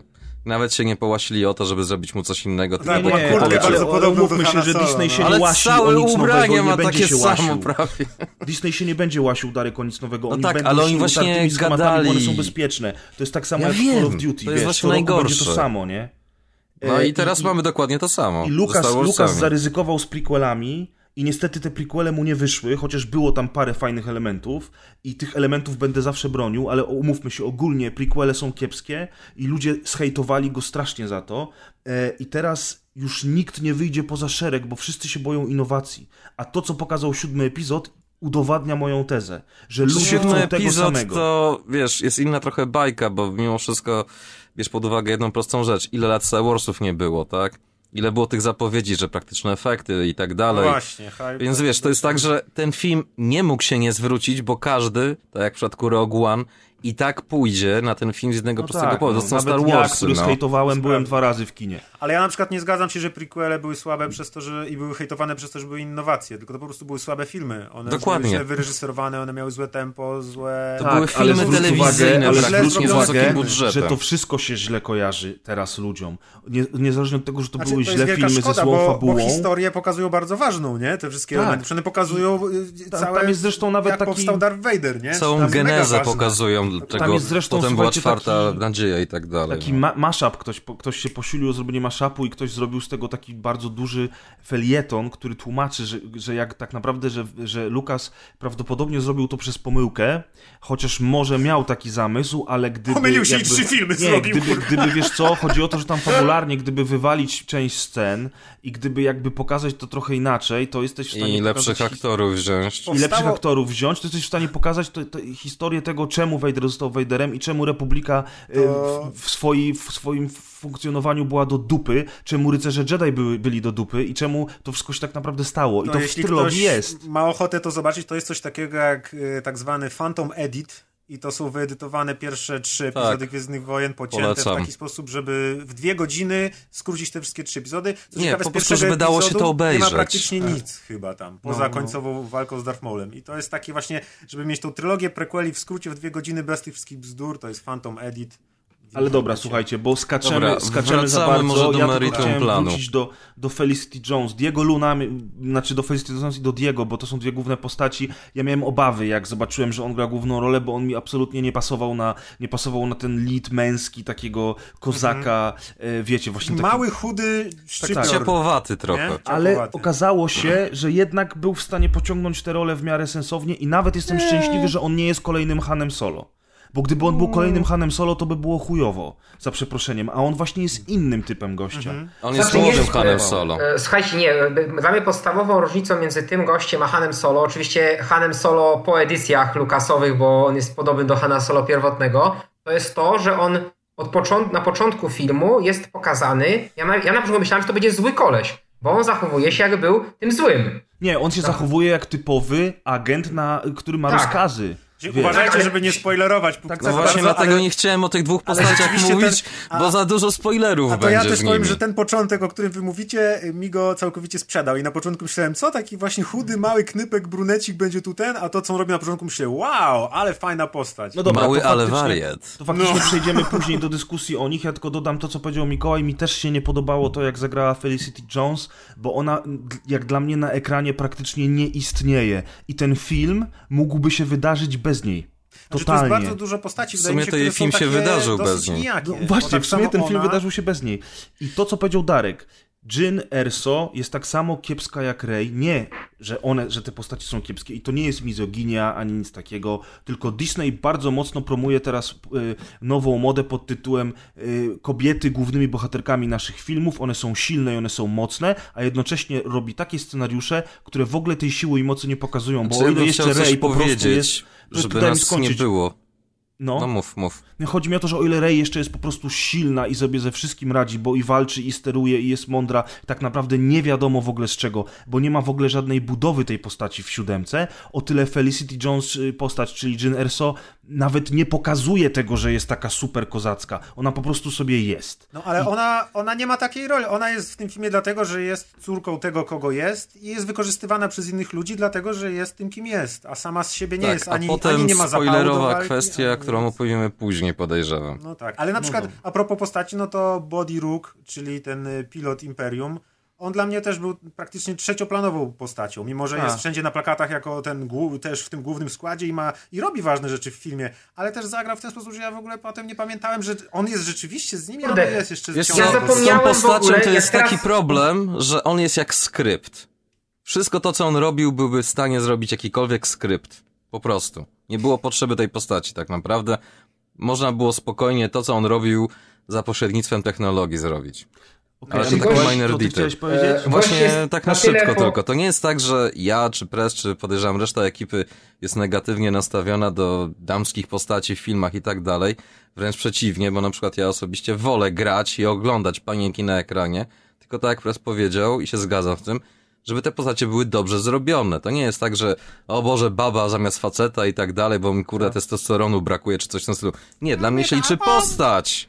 Nawet się nie połasili o to, żeby zrobić mu coś innego.
Tak,
tylko
bo
takie
kurtkę
poleciło.
bardzo podobną
umówmy
do
się,
Hanna
że
Solo,
Disney
no.
się nie
Ale
łasi o
całe
nic
ubranie
nowego, nie
ma
będzie
takie
się
samo
łasił.
prawie.
Disney się nie będzie łasił, Darek, o nic nowego.
No
Oni
tak,
będą
ale oni
szli
właśnie
utartymi schematami, bo one są
gadali.
bezpieczne. To jest tak samo
Ja
jak
wiem,
Call of Duty,
to jest
wiesz,
właśnie
co roku
najgorsze.
będzie to samo, nie?
No
E,
i teraz mamy dokładnie to samo.
I
ze
Lucas,
Star
Lucas
Warsami.
zaryzykował z prequelami i niestety te prequele mu nie wyszły, chociaż było tam parę fajnych elementów i tych elementów będę zawsze bronił, ale umówmy się, ogólnie prequele są kiepskie i ludzie zhejtowali go strasznie za to e, i teraz już nikt nie wyjdzie poza szereg, bo wszyscy się boją innowacji, a to, co pokazał siódmy epizod, udowadnia moją tezę, że ludzie
Siódmy
chcą tego
epizod
samego.
to, wiesz, jest inna trochę bajka, bo mimo wszystko bierz pod uwagę jedną prostą rzecz. Ile lat Star Warsów nie było, tak? Ile było tych zapowiedzi, że praktyczne efekty i tak
No
dalej.
właśnie. Hype,
Więc wiesz, to jest tak, że ten film nie mógł się nie zwrócić, bo każdy, tak jak w przypadku Rogue One, i tak pójdzie na ten film z jednego
No
prostego
tak,
powodu.
no,
To są
nawet
Star
ja,
Warsy,
który
no.
zhejtowałem, byłem
prawda.
dwa razy w kinie.
Ale ja na przykład nie zgadzam się, że prequele były słabe przez to, że i były hejtowane przez to, że były innowacje, tylko to po prostu były słabe filmy. One
Dokładnie.
były źle wyreżyserowane, one miały złe tempo, złe...
To
Tak,
były
ale
filmy
zwróć
telewizyjne,
uwagę, ale
praktycznie
zwróć
z wysokim
uwagę,
budżetem.
że to wszystko się źle kojarzy teraz ludziom. Nie, niezależnie od tego, że to
Znaczy,
były
to jest
źle
wielka
filmy
szkoda,
ze złą
bo,
fabułą.
bo historię pokazują bardzo ważną, nie? Te wszystkie
Tak.
elementy. Przecież one pokazują y,
Tam-
całe...
tam jest zresztą nawet
jak
taki-
powstał Darth Vader, nie?
Całą
Tam jest mega
genezę
ważne.
pokazują,
Tam
dlaczego
jest zresztą,
potem była
słuchajcie,
czwarta
taki-
nadzieja i tak dalej.
Taki
no.
ma- mashup, ktoś, po- ktoś się posilił o zrobienie mashupu i ktoś zrobił z tego taki bardzo duży felieton, który tłumaczy, że, że jak tak naprawdę, że, że Lucas prawdopodobnie zrobił to przez pomyłkę, chociaż może miał taki zamysł, ale gdyby...
Pomylił się i
jakby,
trzy filmy
nie,
zrobił.
Gdyby, gdyby, wiesz co, chodzi o to, że tam fabularnie, gdyby wywalić część scen i gdyby jakby pokazać to trochę inaczej, to jesteś w stanie
I lepszych
pokazać his-
aktorów wziąć.
i lepszych
Powstało-
aktorów wziąć, to jesteś w stanie pokazać to, to, historię tego, czemu Vader został Vaderem i czemu Republika y,
To-
w, w, swoi, w swoim funkcjonowaniu była do dupy, czemu rycerze Jedi były, byli do dupy i czemu to wszystko się tak naprawdę stało. I to w
jeśli
trylogii
ktoś
jest.
ma ochotę to zobaczyć, to jest coś takiego jak y, tak zwany Phantom Edit i to są wyedytowane pierwsze trzy epizody
Tak.
Gwiezdnych Wojen, pocięte
Polecam.
w taki sposób, żeby w dwie godziny skrócić te wszystkie trzy epizody. Co
Nie,
ciekawe,
po
z
prostu,
pierwszego
żeby dało się
epizodu
to
Nie
obejrzeć.
ma praktycznie nic chyba tam, poza
No, no.
końcową walką z Darth Maulem. I to jest takie właśnie, żeby mieć tą trylogię prequeli w skrócie w dwie godziny bez tych wszystkich bzdur, to jest Phantom Edit.
Ale dobra, słuchajcie, bo skaczemy,
Dobra,
skaczemy za
wracamy
bardzo.
może do
ja
meritum
tylko chciałem
planu.
wrócić do, do Felicity Jones. Diego Luna, znaczy do Felicity Jones i do Diego, bo to są dwie główne postaci. Ja miałem obawy, jak zobaczyłem, że on gra główną rolę, bo on mi absolutnie nie pasował na, nie pasował na ten lead męski, takiego kozaka, e, wiecie, właśnie taki...
Mały, chudy szczypior.
tak.
Ciepłowaty trochę.
Nie?
Ale
Ciepłowaty.
okazało się, że jednak był w stanie pociągnąć tę rolę w miarę sensownie i nawet jestem szczęśliwy, że on nie jest kolejnym Hanem Solo. Bo gdyby on był kolejnym Hanem Solo, to by było chujowo, za przeproszeniem, a on właśnie jest innym typem gościa.
On jest
Znaczy,
młodym
jest-
Hanem Solo.
E, Słuchajcie, nie, e, dla mnie podstawową różnicą między tym gościem a Hanem Solo, oczywiście Hanem Solo po edycjach Lukasowych, bo on jest podobny do Hana Solo pierwotnego, to jest to, że on od począt- na początku filmu jest pokazany, ja na, ja na początku myślałem, że to będzie zły koleś, bo on zachowuje się jakby był tym złym.
Nie, on się zachowuje jak typowy agent, na, który ma
Tak.
rozkazy. Wiesz.
Uważajcie,
Ale-
żeby nie spoilerować.
Tak,
No
tak
właśnie
bardzo,
dlatego
ale-
nie chciałem o tych dwóch postaciach
rzeczywiście
mówić,
ten- a-
bo za dużo spoilerów
A to
będzie
ja też
z
powiem,
nimi.
że ten początek, o którym wy mówicie, mi go całkowicie sprzedał. I na początku myślałem, co taki właśnie chudy, mały knypek, brunecik będzie tu ten, a to, co on robi na początku, myślę, wow, ale fajna postać.
No dobra,
Mały,
to
ale
faktycznie-
wariat.
To faktycznie przejdziemy później do dyskusji o nich. Ja tylko dodam to, co powiedział Mikołaj. Mi też się nie podobało to, jak zagrała Felicity Jones, bo ona, jak dla mnie, na ekranie praktycznie nie istnieje. I ten film mógłby się wydarzyć bez niej.
Znaczy, to jest
Totalnie.
bardzo dużo postaci,
W
wydaje mi
sumie
się,
to jej
które
film
są
się
takie
wydarzył
dosyć
bez niej.
nijakie.
No
Bo
właśnie,
tak
w sumie
samo
ten film
ona-
wydarzył się bez niej. I to, co powiedział Darek, Jyn Erso jest tak samo kiepska jak Rey. Nie, że one, że te postaci są kiepskie i to nie jest mizoginia ani nic takiego, tylko Disney bardzo mocno promuje teraz y, nową modę pod tytułem y, kobiety głównymi bohaterkami naszych filmów. One są silne i one są mocne, a jednocześnie robi takie scenariusze, które w ogóle tej siły i mocy nie pokazują, bo
Czy
o
ja
ile
bym
jeszcze
chciał coś
Rey po prostu
powiedzieć,
jest...
żeby
daj mi
nas nie
skończyć.
było.
No.
No mów, mów.
Chodzi mi o to, że o ile Rey jeszcze jest po prostu silna i sobie ze wszystkim radzi, bo i walczy, i steruje, i jest mądra, tak naprawdę nie wiadomo w ogóle z czego, bo nie ma w ogóle żadnej budowy tej postaci w siódemce, o tyle Felicity Jones y, postać, czyli Jyn Erso, nawet nie pokazuje tego, że jest taka super kozacka. Ona po prostu sobie jest.
No ale ona, ona nie ma takiej roli. Ona jest w tym filmie dlatego, że jest córką tego, kogo jest i jest wykorzystywana przez innych ludzi dlatego, że jest tym, kim jest. A sama z siebie nie
Tak,
jest.
a
Ani,
potem
ani nie ma zapału do
spoilerowa
walki,
kwestia,
ani...
którą którą opowiemy później, podejrzewam.
No tak, ale na przykład a propos postaci, no to Body Rook, czyli ten pilot Imperium, on dla mnie też był praktycznie trzecioplanową postacią, mimo że a. jest wszędzie na plakatach jako ten też w tym głównym składzie i ma i robi ważne rzeczy w filmie, ale też zagrał w ten sposób, że ja w ogóle potem nie pamiętałem, że on jest rzeczywiście z nimi, ale jest jeszcze
Wiesz,
z
ja z tą postacią to jest teraz... taki problem, że on jest jak skrypt. Wszystko to, co on robił, byłby w stanie zrobić jakikolwiek skrypt. Po prostu. Nie było potrzeby tej postaci tak naprawdę. Można było spokojnie to, co on robił za pośrednictwem technologii zrobić.
Okay,
ale to taki minor detail.
E,
Właśnie tak na szybko po... tylko. To nie jest tak, że ja, czy Press, czy podejrzewam reszta ekipy jest negatywnie nastawiona do damskich postaci w filmach i tak dalej. Wręcz przeciwnie, bo na przykład ja osobiście wolę grać i oglądać panienki na ekranie. Tylko tak jak Press powiedział i się zgadzam w tym, żeby te postacie były dobrze zrobione. To nie jest tak, że o Boże, baba zamiast faceta i tak dalej, bo mi kurde testosteronu brakuje, czy coś w tym stylu. Nie, dla mnie się liczy postać.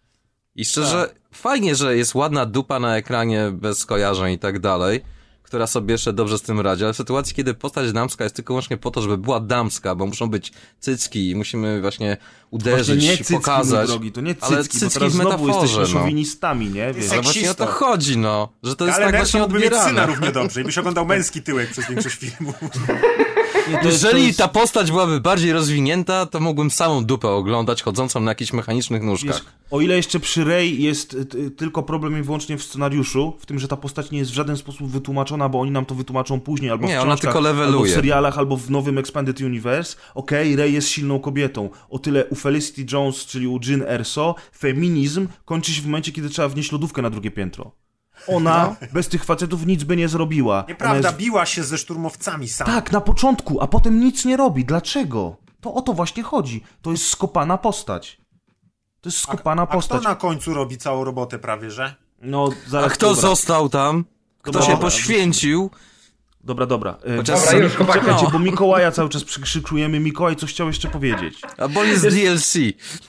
I szczerze, tak. Fajnie, że jest ładna dupa na ekranie bez skojarzeń i tak dalej, która sobie jeszcze dobrze z tym radzi, ale w sytuacji, kiedy postać damska jest tylko wyłącznie po to, żeby była damska, bo muszą być cycki i musimy właśnie uderzyć,
właśnie nie cycki,
pokazać.
Drogi, to nie cycki,
ale cycki
bo
w metaforze,
jesteśmy
no.
szowinistami, nie? Wiesz.
Ale właśnie o to chodzi, no. Że to jest
ale
tak właśnie odbierane. Ale
syna równie dobrze i byś oglądał męski tyłek przez większość filmu.
Nie, to
Jeżeli
jest, jest...
ta postać byłaby bardziej rozwinięta, to mógłbym samą dupę oglądać, chodzącą na jakichś mechanicznych nóżkach.
Wiesz, o ile jeszcze przy Rey jest t- tylko problem i wyłącznie w scenariuszu, w tym, że ta postać nie jest w żaden sposób wytłumaczona, bo oni nam to wytłumaczą później, albo
nie,
w
ona tylko leveluje.
albo w serialach, albo w nowym Expanded Universe. Okej, okay, Rey jest silną kobietą. O tyle u Felicity Jones, czyli u Jyn Erso, feminizm kończy się w momencie, kiedy trzeba wnieść lodówkę na drugie piętro. Ona no. bez tych facetów nic by nie zrobiła.
Nieprawda,
jest...
biła się ze szturmowcami sama.
Tak, na początku, a potem nic nie robi. Dlaczego? To o to właśnie chodzi. To jest skopana postać. To jest skopana
a,
postać.
A kto na końcu robi całą robotę prawie, że?
No, zaraz
a kto dobra. został tam? Kto dobra, się dobra. poświęcił?
Dobra, dobra.
Chociaż dobra, już
czekajcie, no. bo Mikołaja cały czas przykrzykujemy. Mikołaj, co chciał jeszcze powiedzieć?
A bo jest D L C.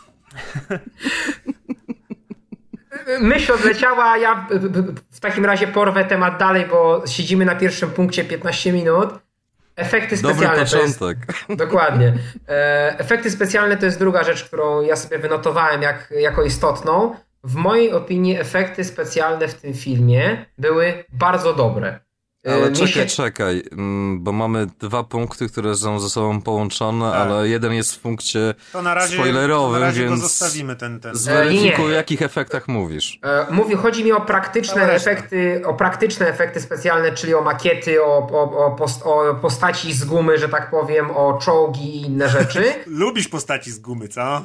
Myśl odleciała, ja w takim razie porwę temat dalej, bo siedzimy na pierwszym punkcie piętnaście minut. Efekty specjalne.
Dobry początek.
To jest, dokładnie. Efekty specjalne to jest druga rzecz, którą ja sobie wynotowałem jak, jako istotną. W mojej opinii efekty specjalne w tym filmie były bardzo dobre.
Ale czekaj,
się...
czekaj, bo mamy dwa punkty, które są ze sobą połączone, tak. ale jeden jest w punkcie
to na razie,
spoilerowym,
to na razie
więc
go zostawimy ten, ten.
zweryfikuj, o jakich efektach mówisz.
Mówi, chodzi mi o praktyczne efekty, o praktyczne efekty specjalne, czyli o makiety, o, o, o, post, o postaci z gumy, że tak powiem, o czołgi i inne rzeczy.
Lubisz postaci z gumy, co?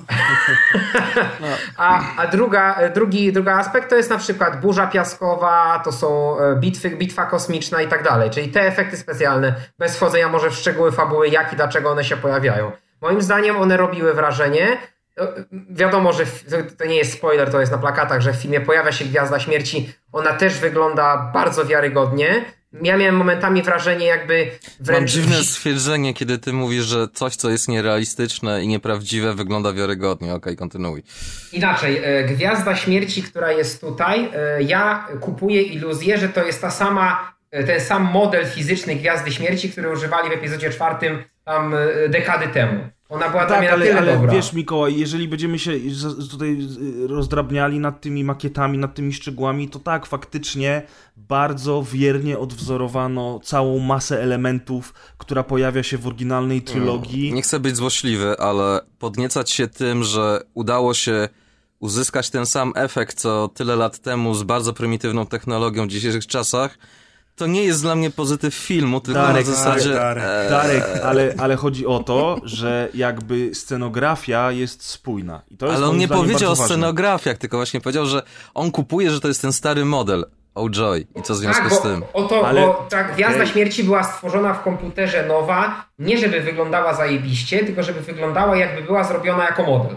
a a druga, drugi, drugi aspekt to jest na przykład burza piaskowa, to są bitwy, bitwa kosmiczna i tak dalej, czyli te efekty specjalne, bez wchodzenia może w szczegóły fabuły, jak i dlaczego one się pojawiają. Moim zdaniem one robiły wrażenie. Wiadomo, że to nie jest spoiler, to jest na plakatach, że w filmie pojawia się Gwiazda Śmierci, ona też wygląda bardzo wiarygodnie. Ja miałem momentami wrażenie, jakby wręcz...
Mam dziwne stwierdzenie, kiedy ty mówisz, że coś, co jest nierealistyczne i nieprawdziwe, wygląda wiarygodnie. Okej, okay, kontynuuj.
Inaczej, Gwiazda Śmierci, która jest tutaj, ja kupuję iluzję, że to jest ta sama ten sam model fizyczny Gwiazdy Śmierci, który używali w epizodzie czwartym tam dekady temu. Ona była
tak,
dla mnie
ale,
na tyle
ale
dobra.
Wiesz, Mikołaj, jeżeli będziemy się tutaj rozdrabniali nad tymi makietami, nad tymi szczegółami, to tak, faktycznie bardzo wiernie odwzorowano całą masę elementów, która pojawia się w oryginalnej trylogii.
Nie chcę być złośliwy, ale podniecać się tym, że udało się uzyskać ten sam efekt, co tyle lat temu z bardzo prymitywną technologią w dzisiejszych czasach, to nie jest dla mnie pozytyw filmu, tylko
Darek,
na zasadzie...
Darek,
Darek, Darek ale, ale chodzi o to, że jakby scenografia jest spójna. I to jest
ale on nie powiedział o
ważne.
scenografiach, tylko właśnie powiedział, że on kupuje, że to jest ten stary model. Oh Joy. I co w związku
tak,
z tym?
O to,
ale...
bo ta Gwiazda
okay.
Śmierci była stworzona w komputerze nowa, nie żeby wyglądała zajebiście, tylko żeby wyglądała jakby była zrobiona jako model.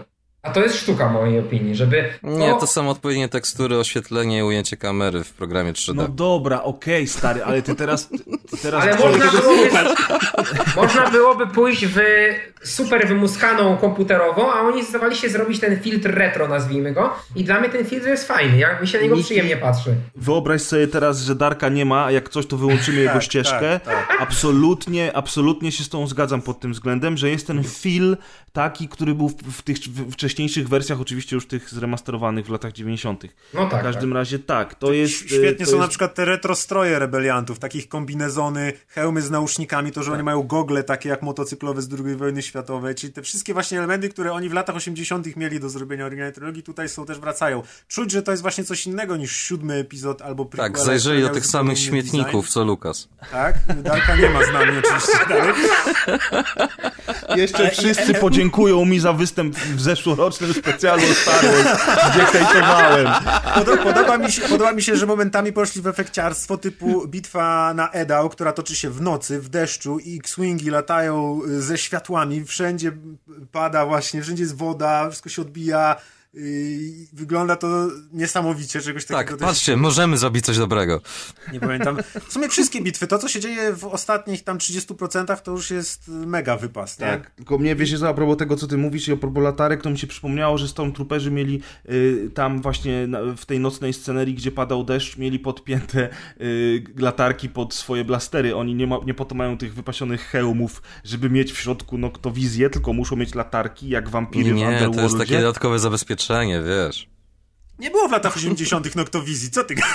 A to jest sztuka w mojej opinii, żeby...
Nie, to są odpowiednie tekstury, oświetlenie i ujęcie kamery w programie trzy D.
No dobra, okej, okay, stary, ale ty teraz... Ty teraz
ale można byłoby, można byłoby pójść w super wymuskaną komputerową, a oni zdawali się zrobić ten filtr retro, nazwijmy go. I dla mnie ten filtr jest fajny, jak mi się na niego
Niki,
przyjemnie patrzy.
Wyobraź sobie teraz, że Darka nie ma, a jak coś to wyłączymy jego
tak,
ścieżkę.
tak, tak.
Absolutnie, absolutnie się z tą zgadzam pod tym względem, że jest ten feel taki, który był w, w tych w wcześniejszych wersjach, oczywiście już tych zremasterowanych w latach dziewięćdziesiątych.
No tak,
W każdym
tak.
razie tak, to jest...
Świetnie
to
są
jest...
na przykład te retro stroje rebeliantów, takich kombinezony, hełmy z nausznikami, to, że oni mają gogle takie jak motocyklowe z drugiej wojny światowej, czyli te wszystkie właśnie elementy, które oni w latach osiemdziesiątych mieli do zrobienia oryginalnej trylogii, tutaj są też wracają. Czuć, że to jest właśnie coś innego niż siódmy epizod albo prequel.
Tak, zajrzeli do tych samych śmietników, co Lukas.
Tak, Darka nie ma z nami oczywiście dalej.
Jeszcze wszyscy podziękują mi za występ w zeszłorocznym specjalu Star Wars, gdzie hejtowałem.
Podoba, podoba, mi się, podoba mi się, że momentami poszli w efekciarstwo typu bitwa na Edau, która toczy się w nocy, w deszczu i X-Wingi latają ze światłami, wszędzie pada właśnie, wszędzie jest woda, wszystko się odbija. Yy, wygląda to niesamowicie, czegoś takiego.
Tak,
też...
patrzcie, możemy zrobić coś dobrego.
Nie pamiętam. W sumie wszystkie bitwy, to co się dzieje w ostatnich tam trzydziestu procentach to już jest mega wypas, tak?
Tak, tylko mnie, wiesz, a propos tego, co ty mówisz i a propos latarek, to mi się przypomniało, że Stormtrooperzy mieli y, tam właśnie na, w tej nocnej scenerii, gdzie padał deszcz, mieli podpięte y, latarki pod swoje blastery. Oni nie, ma, nie po to mają tych wypasionych hełmów, żeby mieć w środku noktowizję, tylko muszą mieć latarki, jak wampiry w
Nie,
Underworldzie.
to jest takie dodatkowe zabezpieczenie, wiesz.
Nie było w latach osiemdziesiątych noktowizji, co ty?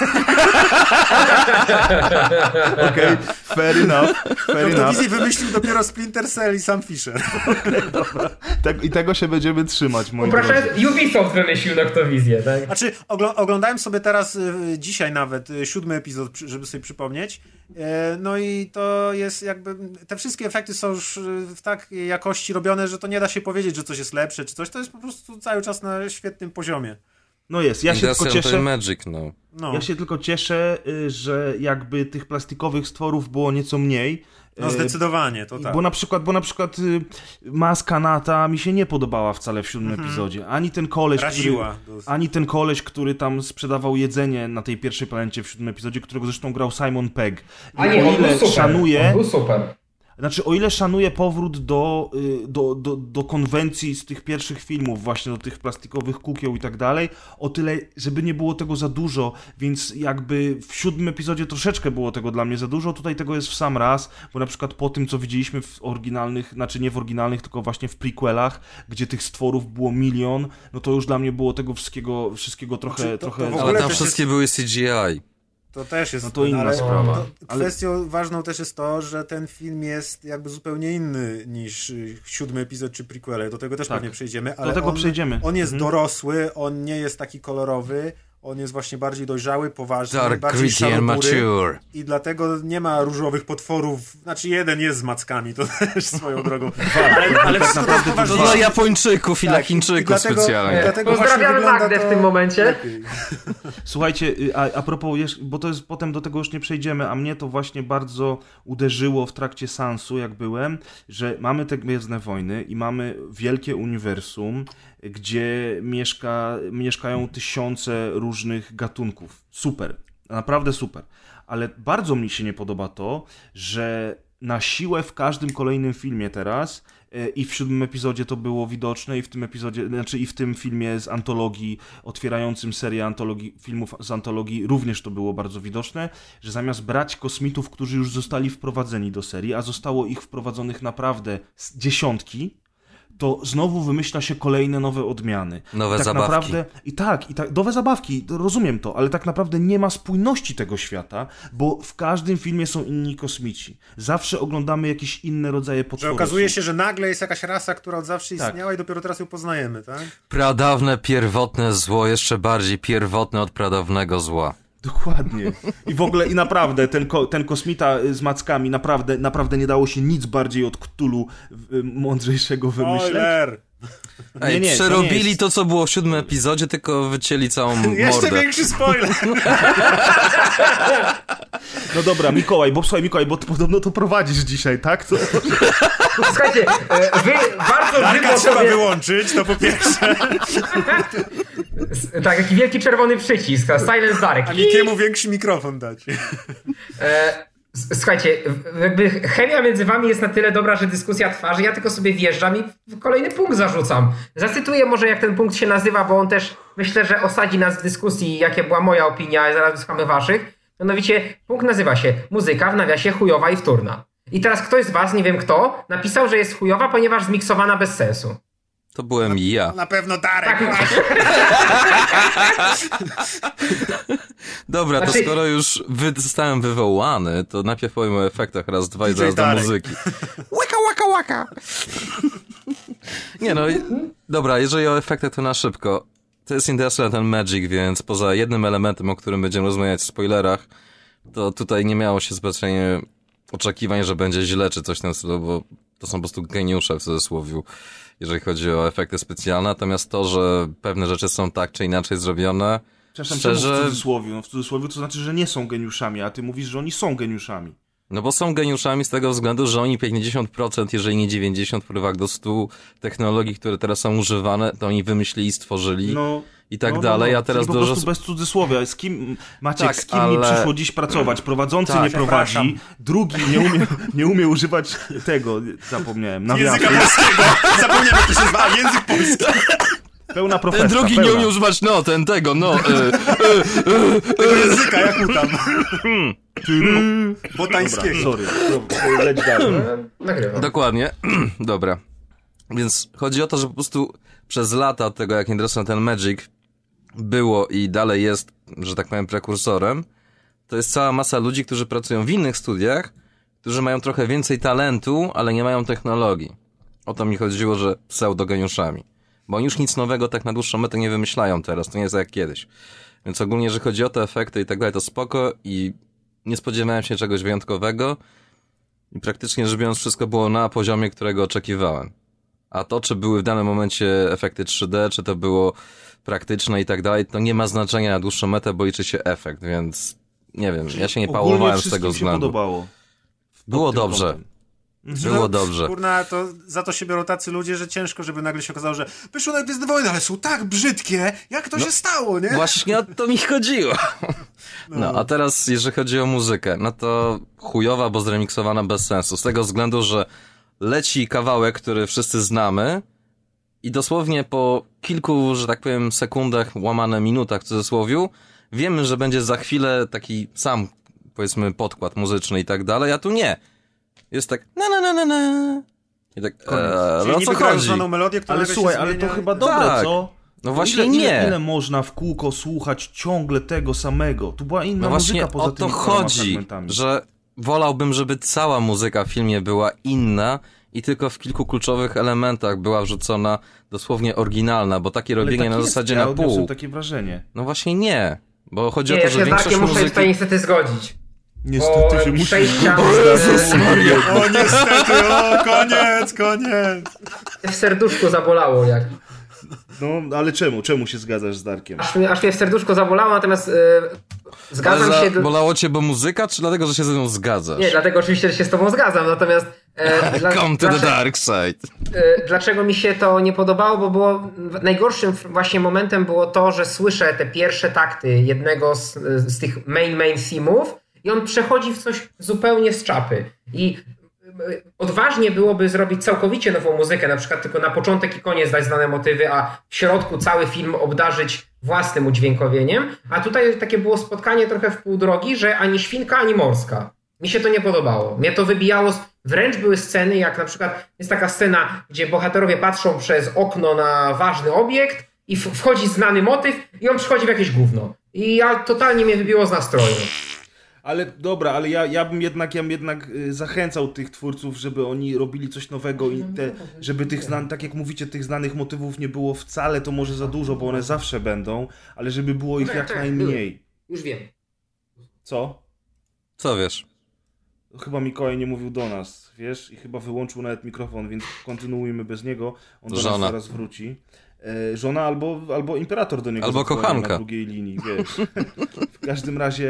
Okej, okay, fair enough, fair enough.
Noktowizję wymyślił dopiero Splinter Cell i Sam Fisher.
Okay, dobra. Tak, i tego się będziemy trzymać, moi
Proszę,
drodzy.
Ubisoft wymyślił noktowizję, tak?
Znaczy, ogl- oglądałem sobie teraz y, dzisiaj nawet y, siódmy epizod, przy, żeby sobie przypomnieć. Y, no i to jest jakby, te wszystkie efekty są już y, w takiej jakości robione, że to nie da się powiedzieć, że coś jest lepsze czy coś. To jest po prostu cały czas na świetnym poziomie.
No jest, ja się tylko cieszę.
Magic, no.
No.
Ja się tylko cieszę, y, że jakby tych plastikowych stworów było nieco mniej.
No zdecydowanie, to tak.
Bo na przykład, bo na przykład y, maska Nata mi się nie podobała wcale w siódmym
Mhm.
epizodzie. Ani ten koleś,
Raziła.
który, ani ten koleś, który tam sprzedawał jedzenie na tej pierwszej planecie w siódmym epizodzie, którego zresztą grał Simon Pegg.
A nie, on był super.
Szanuję,
on był super.
Znaczy, o ile szanuję powrót do, do, do, do konwencji z tych pierwszych filmów, właśnie do tych plastikowych kukieł i tak dalej, o tyle, żeby nie było tego za dużo, więc jakby w siódmym epizodzie troszeczkę było tego dla mnie za dużo, tutaj tego jest w sam raz, bo na przykład po tym, co widzieliśmy w oryginalnych, znaczy nie w oryginalnych, tylko właśnie w prequelach, gdzie tych stworów było milion, no to już dla mnie było tego wszystkiego, wszystkiego trochę...
Znaczy, to- to
trochę
w ogóle
Ale tam
też
wszystkie
jest-
były C G I.
To też jest...
No to inna
ale
sprawa.
To,
Ale-
kwestią ważną też jest to, że ten film jest jakby zupełnie inny niż y, siódmy epizod czy prequele. Do tego też
Tak.
pewnie przejdziemy. Ale
Do tego
on,
przejdziemy.
On jest
Mhm.
dorosły, on nie jest taki kolorowy, on jest właśnie bardziej dojrzały, poważny,
Dark,
bardziej
gritty and
szalobury.
mature.
I dlatego nie ma różowych potworów. Znaczy jeden jest z mackami, to też swoją drogą. Ale, ale wszystko to jest
To
poważniejsze.
dla Japończyków i dla
Tak, i
Chińczyków
dlatego-
specjalnie.
dlatego
Pozdrawiamy
właśnie wygląda
Magdę w
to
tym momencie.
lepiej.
Słuchajcie, y, a, a propos, jeż- bo to jest, potem do tego już nie przejdziemy, a mnie to właśnie bardzo uderzyło w trakcie seansu, jak byłem, że mamy te Gwiezdne Wojny i mamy wielkie uniwersum, gdzie mieszka, mieszkają tysiące różnych gatunków. Super, naprawdę super. Ale bardzo mi się nie podoba to, że na siłę w każdym kolejnym filmie teraz e, i w siódmym epizodzie to było widoczne i w tym epizodzie, znaczy i w tym filmie z antologii, otwierającym serię antologii, filmów z antologii również to było bardzo widoczne, że zamiast brać kosmitów, którzy już zostali wprowadzeni do serii, a zostało ich wprowadzonych naprawdę z dziesiątki, to znowu wymyśla się kolejne nowe odmiany.
Nowe
I tak
zabawki.
Naprawdę, I tak, i tak, nowe zabawki, rozumiem to, ale tak naprawdę nie ma spójności tego świata, bo w każdym filmie są inni kosmici. Zawsze oglądamy jakieś inne rodzaje
Że
potworów.
okazuje się, że nagle jest jakaś rasa, która od zawsze
Tak.
istniała i dopiero teraz ją poznajemy, tak?
Pradawne, pierwotne zło, jeszcze bardziej pierwotne od pradawnego zła.
Dokładnie. I w ogóle, i naprawdę, ten, ko, ten kosmita z mackami, naprawdę, naprawdę nie dało się nic bardziej od Cthulhu y, mądrzejszego wymyśleć.
Spoiler!
Ej,
Nie, nie, to
przerobili
nie jest-
to, co było w siódmym epizodzie, tylko wycięli całą
Jeszcze
mordę.
większy spoiler!
No dobra, Mikołaj, bo słuchaj, Mikołaj, bo ty podobno to prowadzisz dzisiaj, tak? To...
Słuchajcie, wy bardzo
Darka
żywo
trzeba
sobie...
wyłączyć, to po pierwsze.
Tak, jaki wielki czerwony przycisk, Silence Darek.
A Mikiemu większy mikrofon dać.
E, słuchajcie, jakby chemia między wami jest na tyle dobra, że dyskusja trwa, że ja tylko sobie wjeżdżam i kolejny punkt zarzucam. Zacytuję może, jak ten punkt się nazywa, bo on też myślę, że osadzi nas w dyskusji, jakie była moja opinia, i zaraz wysłuchamy waszych. Mianowicie punkt nazywa się Muzyka w nawiasie chujowa i wtórna. I teraz ktoś z was, nie wiem kto, napisał, że jest chujowa, ponieważ zmiksowana bez sensu.
To byłem ja.
Na pewno Darek.
Tak,
Dobra, to
Znaczy-
skoro już wy, zostałem wywołany, to najpierw powiem o efektach raz, dwa i
D J
zaraz do
Darek.
muzyki. Łaka, łaka, łaka! Nie no, i- dobra, jeżeli o efektach, to na szybko. To jest Industrial and Magic, więc poza jednym elementem, o którym będziemy rozmawiać w spoilerach, to tutaj nie miało się specjalnie oczekiwań, że będzie źle czy coś w tym stylu, bo to są po prostu geniusze w cudzysłowie, jeżeli chodzi o efekty specjalne, natomiast to, że pewne rzeczy są tak czy inaczej zrobione,
Przepraszam,
szczerze...
czemu w cudzysłowie? No w cudzysłowie to znaczy, że nie są geniuszami, a ty mówisz, że oni są geniuszami.
No bo są geniuszami z tego względu, że oni pięćdziesiąt procent, jeżeli nie dziewięćdziesiąt procent, w do stu technologii, które teraz są używane, to oni wymyślili, stworzyli
No,
i tak
no, no,
dalej,
no.
a teraz
Czyli po
dużo...
prostu bez cudzysłowia. Z kim, Maciek,
Tak,
z kim
ale-
mi przyszło dziś pracować? Prowadzący
Tak,
nie prowadzi,
przepraszam.
drugi nie umie, nie umie używać tego, zapomniałem, nawiasu.
Języka polskiego. Zapomniałem, jak to się nazywa. Język polski.
Pełna profeska,
Ten drugi
pełna.
nie umie używać, no, ten tego, no. E,
Tego języka, jak mu tam. Botańskiego.
Sorry, no, leć dalej.
nagrywam.
dokładnie. Dobra. Więc chodzi o to, że po prostu przez lata tego, jak Industrial ten Magic było i dalej jest, że tak powiem, prekursorem, to jest cała masa ludzi, którzy pracują w innych studiach, którzy mają trochę więcej talentu, ale nie mają technologii. O to mi chodziło, że pseudogeniuszami. Bo oni już nic nowego tak na dłuższą metę nie wymyślają teraz, to nie jest jak kiedyś. Więc ogólnie, jeżeli chodzi o te efekty i tak dalej, to spoko i nie spodziewałem się czegoś wyjątkowego i praktycznie rzecz biorąc wszystko było na poziomie, którego oczekiwałem. A to, czy były w danym momencie efekty trzy D, czy to było praktyczne i tak dalej, to nie ma znaczenia na dłuższą metę, bo liczy się efekt, więc nie wiem, ja się nie
Ogólnie
pałowałem z
wszystkim
tego
się
względu.
podobało.
Było
Pod tym
dobrze.
kątem.
Było dobrze.
Kurna, to za to się biorą tacy ludzie, że ciężko, żeby nagle się okazało, że wyszło na Gwiezdne Wojny, ale są tak brzydkie. Jak to się stało, nie?
Właśnie o to mi chodziło. No, a teraz jeżeli chodzi o muzykę, no to chujowa, bo zremiksowana bez sensu. Z tego względu, że leci kawałek, który wszyscy znamy i dosłownie po kilku, że tak powiem, sekundach, łamane minutach w cudzysłowiu, wiemy, że będzie za chwilę taki sam, powiedzmy, podkład muzyczny i tak dalej, a tu nie. Jest tak na na na na na. I tak,
Koniec.
eee,
Czyli
no o
niby
co
grają
chodzi?
znaną melodię, która
Ale
nagle
słuchaj,
się
ale
zmienia.
to chyba dobre,
Tak.
co?
No właśnie
ile,
nie.
Ile, ile można w kółko słuchać ciągle tego samego? Tu była inna
No właśnie
muzyka poza
o to
tymi paroma
chodzi,
fragmentami.
że wolałbym, żeby cała muzyka w filmie była inna i tylko w kilku kluczowych elementach była wrzucona dosłownie oryginalna, bo takie
Ale
robienie
tak
na
jest,
zasadzie
ja
na pół.
odniosłem takie wrażenie.
No właśnie nie, bo chodzi
Nie,
o to,
ja
że
się z
większość
Darkiem muszę
muzyki...
tutaj niestety zgodzić.
Niestety
Bo
się musi...
przejścia
O niestety, o koniec, koniec.
w serduszku zabolało, jak.
No, ale czemu? Czemu się zgadzasz z Darkiem?
Aż, mnie- aż mnie w serduszku zabolało, natomiast e, zgadzam
Ale za-
się... do-
Bolało cię, bo muzyka, czy dlatego, że się ze mną zgadzasz?
Nie, dlatego oczywiście że się z tobą zgadzam, natomiast... E, dla,
Come to the
dlaczego-
dark side.
e, Dlaczego mi się to nie podobało? Bo było najgorszym właśnie momentem było to, że słyszę te pierwsze takty jednego z, z tych main main themów i on przechodzi w coś zupełnie z czapy. I e, odważnie byłoby zrobić całkowicie nową muzykę, na przykład tylko na początek i koniec dać znane motywy, a w środku cały film obdarzyć własnym udźwiękowieniem. A tutaj takie było spotkanie trochę w pół drogi, że ani świnka, ani morska. Mi się to nie podobało. Mnie to wybijało. Z... Wręcz były sceny, jak na przykład jest taka scena, gdzie bohaterowie patrzą przez okno na ważny obiekt i w- wchodzi znany motyw i on przychodzi w jakieś gówno. I ja totalnie mnie wybiło z nastroju.
Ale dobra, ale ja, ja bym jednak, ja bym jednak y, zachęcał tych twórców, żeby oni robili coś nowego i te, żeby tych znan, tak jak mówicie, tych znanych motywów nie było wcale, to może za dużo, bo one zawsze będą, ale żeby było ich
Tak,
jak
tak,
najmniej.
Już wiem.
Co?
Co wiesz?
Chyba Mikołaj nie mówił do nas, wiesz, i chyba wyłączył nawet mikrofon, więc kontynuujmy bez niego. On do
Żona.
nas zaraz wróci. E, żona albo, albo imperator do niego
Albo
zadzwoni
kochanka.
na drugiej linii, wiesz. W każdym razie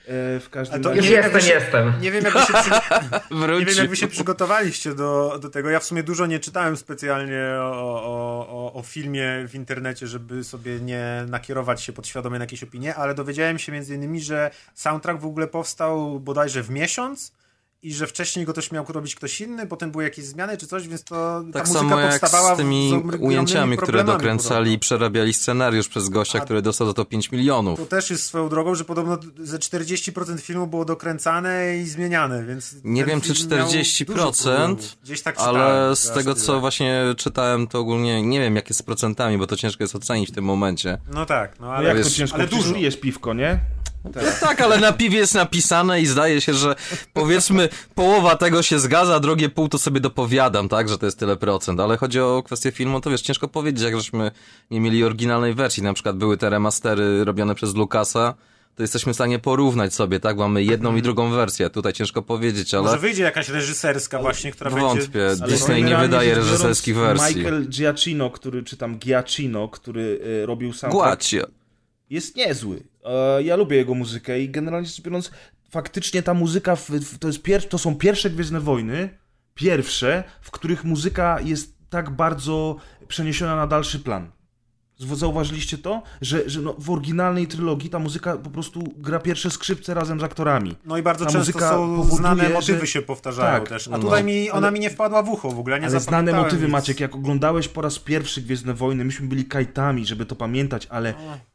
w każdym
to
razie...
Już
nie,
jestem,
się,
jestem.
Nie wiem, jak wy się, przy... nie wiem, jak wy się
Wrócił.
przygotowaliście do, do tego. Ja w sumie dużo nie czytałem specjalnie o, o, o, o filmie w internecie, żeby sobie nie nakierować się podświadomie na jakieś opinie, ale dowiedziałem się między innymi, że soundtrack w ogóle powstał bodajże w miesiąc i że wcześniej go też miał robić ktoś inny, potem były jakieś zmiany czy coś, więc to ta
Tak
muzyka
samo jak
powstawała
z tymi
z ogromnymi
ujęciami, które
problemami
dokręcali i
podobno.
przerabiali scenariusz przez gościa,
A-
który dostał za to pięć milionów.
To też jest swoją drogą, że podobno ze czterdzieści procent filmu było dokręcane i zmieniane, więc...
Nie
ten
wiem, czy
film miał
czterdzieści
dużo
procent,
problemów. Gdzieś tak czytałem,
ale
że
z
aż
tego,
tyle.
co właśnie czytałem, to ogólnie nie wiem, jak jest z procentami, bo to ciężko jest ocenić w tym momencie.
No tak, no
No
ale...
jak to
wiesz,
ciężko,
ale
przecież
dużo.
pijesz piwko, nie?
No tak, ale na piwie jest napisane i zdaje się, że powiedzmy połowa tego się zgadza, a drugie pół to sobie dopowiadam, tak, że to jest tyle procent, ale chodzi o kwestię filmu, to wiesz, ciężko powiedzieć, jak żeśmy nie mieli oryginalnej wersji, na przykład były te remastery robione przez Lucasa, to jesteśmy w stanie porównać sobie, tak, mamy jedną i drugą wersję, tutaj ciężko powiedzieć, ale
Może wyjdzie jakaś reżyserska właśnie, która
wątpię,
będzie...
Ale
Disney nie
generalnie
wydaje
rzecz biorąc,
reżyserskich wersji.
Michael Giacchino, który, czy tam Giacchino, który y, robił soundtrack,
Głacie.
jest niezły. E, ja lubię jego muzykę i generalnie rzecz biorąc, faktycznie ta muzyka, w, w, to, jest pier, to są pierwsze Gwiezdne Wojny, pierwsze, w których muzyka jest tak bardzo przeniesiona na dalszy plan. Zw- Zauważyliście to? Że, że no, w oryginalnej trylogii ta muzyka po prostu gra pierwsze skrzypce razem z aktorami.
No i bardzo
Ta
często
muzyka
są
powoduje,
znane motywy
że-
się powtarzają
Tak,
też. A
no.
tutaj mi, ona
Ale-
mi nie wpadła w ucho w ogóle, nie
Ale znane
zapamiętałem
motywy,
nic.
Maciek, jak oglądałeś po raz pierwszy Gwiezdne Wojny, myśmy byli kajtami, żeby to pamiętać, ale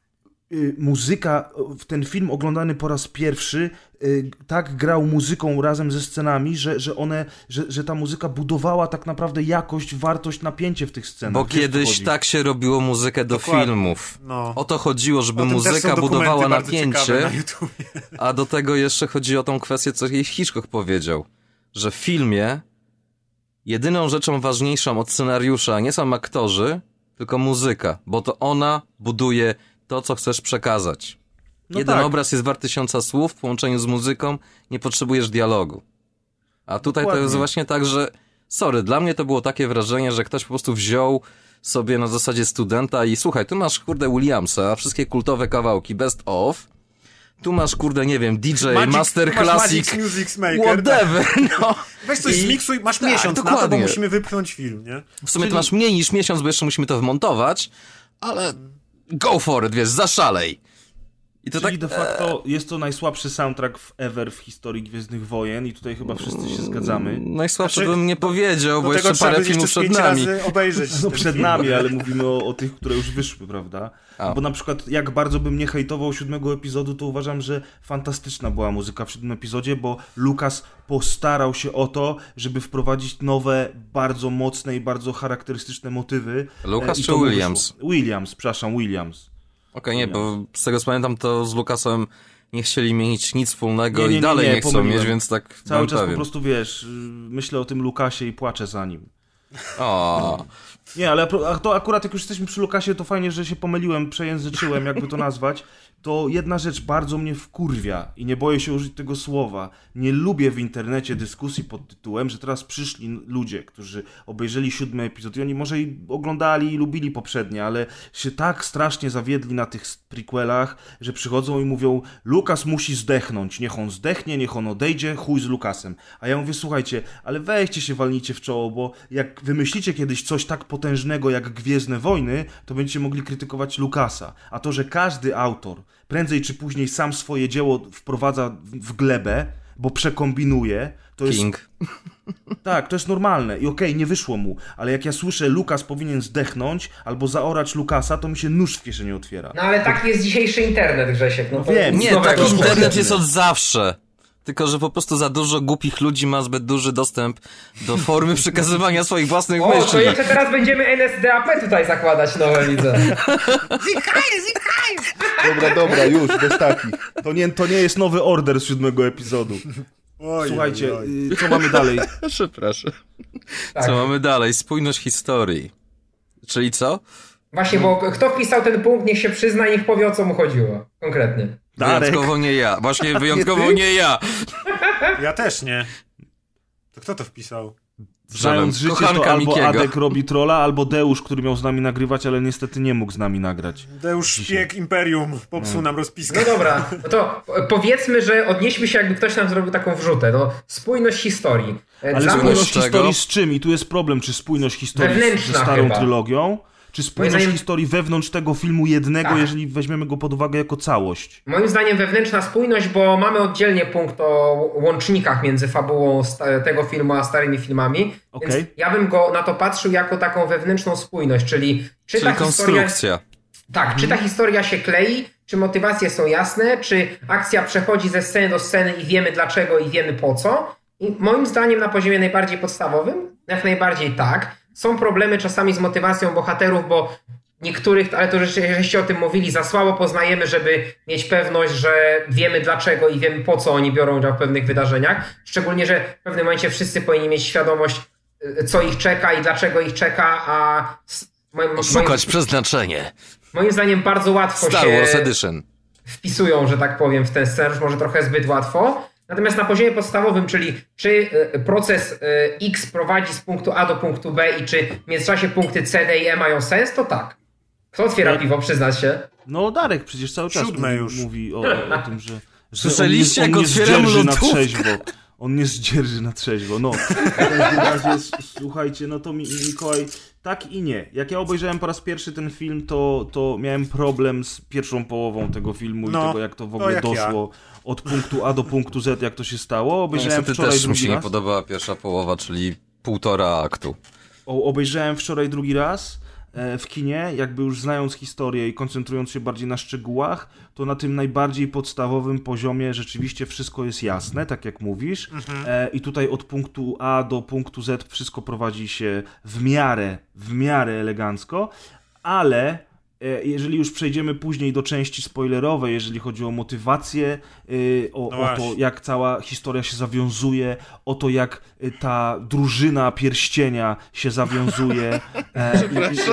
y, muzyka, w ten film oglądany po raz pierwszy y, tak grał muzyką razem ze scenami, że, że one, że, że ta muzyka budowała tak naprawdę jakość, wartość, napięcie w tych scenach.
Bo
Wiesz, o co
kiedyś
chodzi?
tak się robiło muzykę do
Dokładnie.
filmów.
No.
O to chodziło, żeby
O tym też są
muzyka
dokumenty
budowała
bardzo ciekawe
napięcie,
na YouTubie.
a do tego jeszcze chodzi o tą kwestię, co jej Hitchcock powiedział, że w filmie jedyną rzeczą ważniejszą od scenariusza nie są aktorzy, tylko muzyka, bo to ona buduje to, co chcesz przekazać.
No
Jeden
tak.
obraz jest wart tysiąca słów, w połączeniu z muzyką nie potrzebujesz dialogu. A tutaj
Dokładnie.
to jest właśnie tak, że sorry, dla mnie to było takie wrażenie, że ktoś po prostu wziął sobie na zasadzie studenta i słuchaj, tu masz kurde Williamsa, wszystkie kultowe kawałki, best of, tu masz kurde, nie wiem, D J,
Magic-
Master
masz
Classic,
Magic Music Maker,
whatever, no.
Weź coś
I-
zmiksuj, masz
tak,
miesiąc na to, bo
dokładnie.
musimy wypchnąć film, nie?
W sumie
Czyli-
to masz mniej niż miesiąc, bo jeszcze musimy to wmontować, ale go for it, wiesz, zaszalej. I to
Czyli
tak,
de facto jest to najsłabszy soundtrack w ever w historii Gwiezdnych Wojen i tutaj chyba wszyscy się zgadzamy.
najsłabsze
Znaczy,
bym nie powiedział,
Do
bo
tego
jeszcze
trzeba
parę
będzie
filmów
jeszcze z
przed
pięć
nami.
razy obejrzeć.
No
ten
przed
film.
nami, ale mówimy o, o tych, które już wyszły, prawda?
A.
Bo na przykład jak bardzo bym nie hejtował siódmego epizodu, to uważam, że fantastyczna była muzyka w siódmym epizodzie, bo Lucas postarał się o to, żeby wprowadzić nowe, bardzo mocne i bardzo charakterystyczne motywy.
Lucas
E, i
czy
to mu
Williams?
wyszło. Williams, przepraszam, Williams.
Okej, nie, bo z tego co pamiętam, to z Lucasem nie chcieli mieć nic wspólnego
Nie, nie,
i
nie,
dalej
nie,
nie chcą
pomyliłem.
mieć, więc tak
Cały
byłem
czas
pewien.
po prostu, wiesz, y, myślę o tym Lucasie i płaczę za nim.
O,
Nie, ale a to akurat jak już jesteśmy przy Lukasie, to fajnie, że się pomyliłem, przejęzyczyłem, jakby to nazwać. To jedna rzecz bardzo mnie wkurwia i nie boję się użyć tego słowa. Nie lubię w internecie dyskusji pod tytułem, że teraz przyszli ludzie, którzy obejrzeli siódmy epizod i oni może i oglądali i lubili poprzednie, ale się tak strasznie zawiedli na tych prequelach, że przychodzą i mówią: Lukas musi zdechnąć, niech on zdechnie, niech on odejdzie, chuj z Lukasem. A ja mówię: słuchajcie, ale weźcie się, walnijcie w czoło, bo jak wymyślicie kiedyś coś tak potężnego jak Gwiezdne Wojny, to będziecie mogli krytykować Lukasa. A to, że każdy autor prędzej czy później sam swoje dzieło wprowadza w glebę, bo przekombinuje, to jest...
King.
Tak, to jest normalne i okej, nie wyszło mu, ale jak ja słyszę, Lukas powinien zdechnąć albo zaorać Lukasa, to mi się nóż w kieszeni otwiera.
No ale taki jest dzisiejszy internet, Grzesiek. No to
Wiem.
nic
Nie,
nowego.
taki internet
powiedzmy.
jest od zawsze. Tylko, że po prostu za dużo głupich ludzi ma zbyt duży dostęp do formy przekazywania swoich własnych
O, to
myśli.
jeszcze teraz będziemy N S D A P tutaj zakładać nowe, widzę.
Dobra, dobra, już, bez takich. To nie, to nie jest nowy order z siódmego epizodu.
Oj,
Słuchajcie,
oj, oj.
y, co mamy dalej?
Przepraszam.
Tak.
Co mamy dalej? Spójność historii. Czyli co?
Właśnie, bo kto wpisał ten punkt, niech się przyzna i niech powie, o co mu chodziło. Konkretnie.
Darek.
Wyjątkowo nie ja. Właśnie wyjątkowo
ty?
nie ja.
Ja też nie. To kto to wpisał?
Znając życie,
Kochanka
to albo
Mikiego.
Adek robi trolla, albo Deusz, który miał z nami nagrywać, ale niestety nie mógł z nami nagrać.
Deusz Szpieg Imperium popsuł nam rozpiskę.
No dobra, no to powiedzmy, że odnieśmy się, jakby ktoś nam zrobił taką wrzutę. No, spójność historii.
Ale
Dla mnie-
spójność
czego?
historii z czym? I tu jest problem, czy spójność historii
Wewnętrzna
ze starą
chyba.
trylogią, czy spójność
zdaniem-
historii wewnątrz tego filmu jednego,
Tak.
jeżeli weźmiemy go pod uwagę jako całość.
Moim zdaniem wewnętrzna spójność, bo mamy oddzielnie punkt o łącznikach między fabułą sta- tego filmu a starymi filmami.
Okej.
Więc ja bym go na to patrzył jako taką wewnętrzną spójność, czyli czy
Czyli
ta historia...
konstrukcja.
Tak, czy ta historia się klei, czy motywacje są jasne, czy akcja przechodzi ze sceny do sceny i wiemy dlaczego i wiemy po co. I moim zdaniem na poziomie najbardziej podstawowym, jak najbardziej tak. Są problemy czasami z motywacją bohaterów, bo niektórych, ale to żeście o tym mówili, za słabo poznajemy, żeby mieć pewność, że wiemy dlaczego i wiemy po co oni biorą udział w pewnych wydarzeniach. Szczególnie, że w pewnym momencie wszyscy powinni mieć świadomość, co ich czeka i dlaczego ich czeka, a s- moim, moim,
Szukać przeznaczenie.
moim zdaniem bardzo łatwo
Star
się
Wars Edition.
wpisują, że tak powiem, w ten scenariusz, może trochę zbyt łatwo. Natomiast na poziomie podstawowym, czyli czy y, proces y, X prowadzi z punktu A do punktu B i czy w międzyczasie punkty C, D i E mają sens, to tak. Kto otwiera piwo, przyznać się?
No Darek przecież cały czas
Siódme
mówi,
już.
mówi o, o tym, że, że
Słyszeliście,
on nie,
jak
on nie
otwieram
zdzierży na
lodówkę?
trzeźwo. On nie zdzierży na trzeźwo. No, w każdym razie, s- słuchajcie, no to Mi- Mikołaj, tak i nie. Jak ja obejrzałem po raz pierwszy ten film, to, to miałem problem z pierwszą połową tego filmu
No,
i tego, jak to w
to
ogóle
jak
doszło od punktu A do punktu Z, jak to się stało.
No,
Obejrzałem
niestety
wczoraj
też mi
drugi
się nie
raz.
podobała pierwsza połowa, czyli półtora aktu.
O, obejrzałem wczoraj drugi raz e, w kinie, jakby już znając historię i koncentrując się bardziej na szczegółach, to na tym najbardziej podstawowym poziomie rzeczywiście wszystko jest jasne, tak jak mówisz. E, I tutaj od punktu A do punktu Z wszystko prowadzi się w miarę, w miarę elegancko, ale e, jeżeli już przejdziemy później do części spoilerowej, jeżeli chodzi o motywację, y, o,
No
o to,
właśnie.
jak cała historia się zawiązuje, o to, jak y, ta drużyna pierścienia się zawiązuje. E, i, i,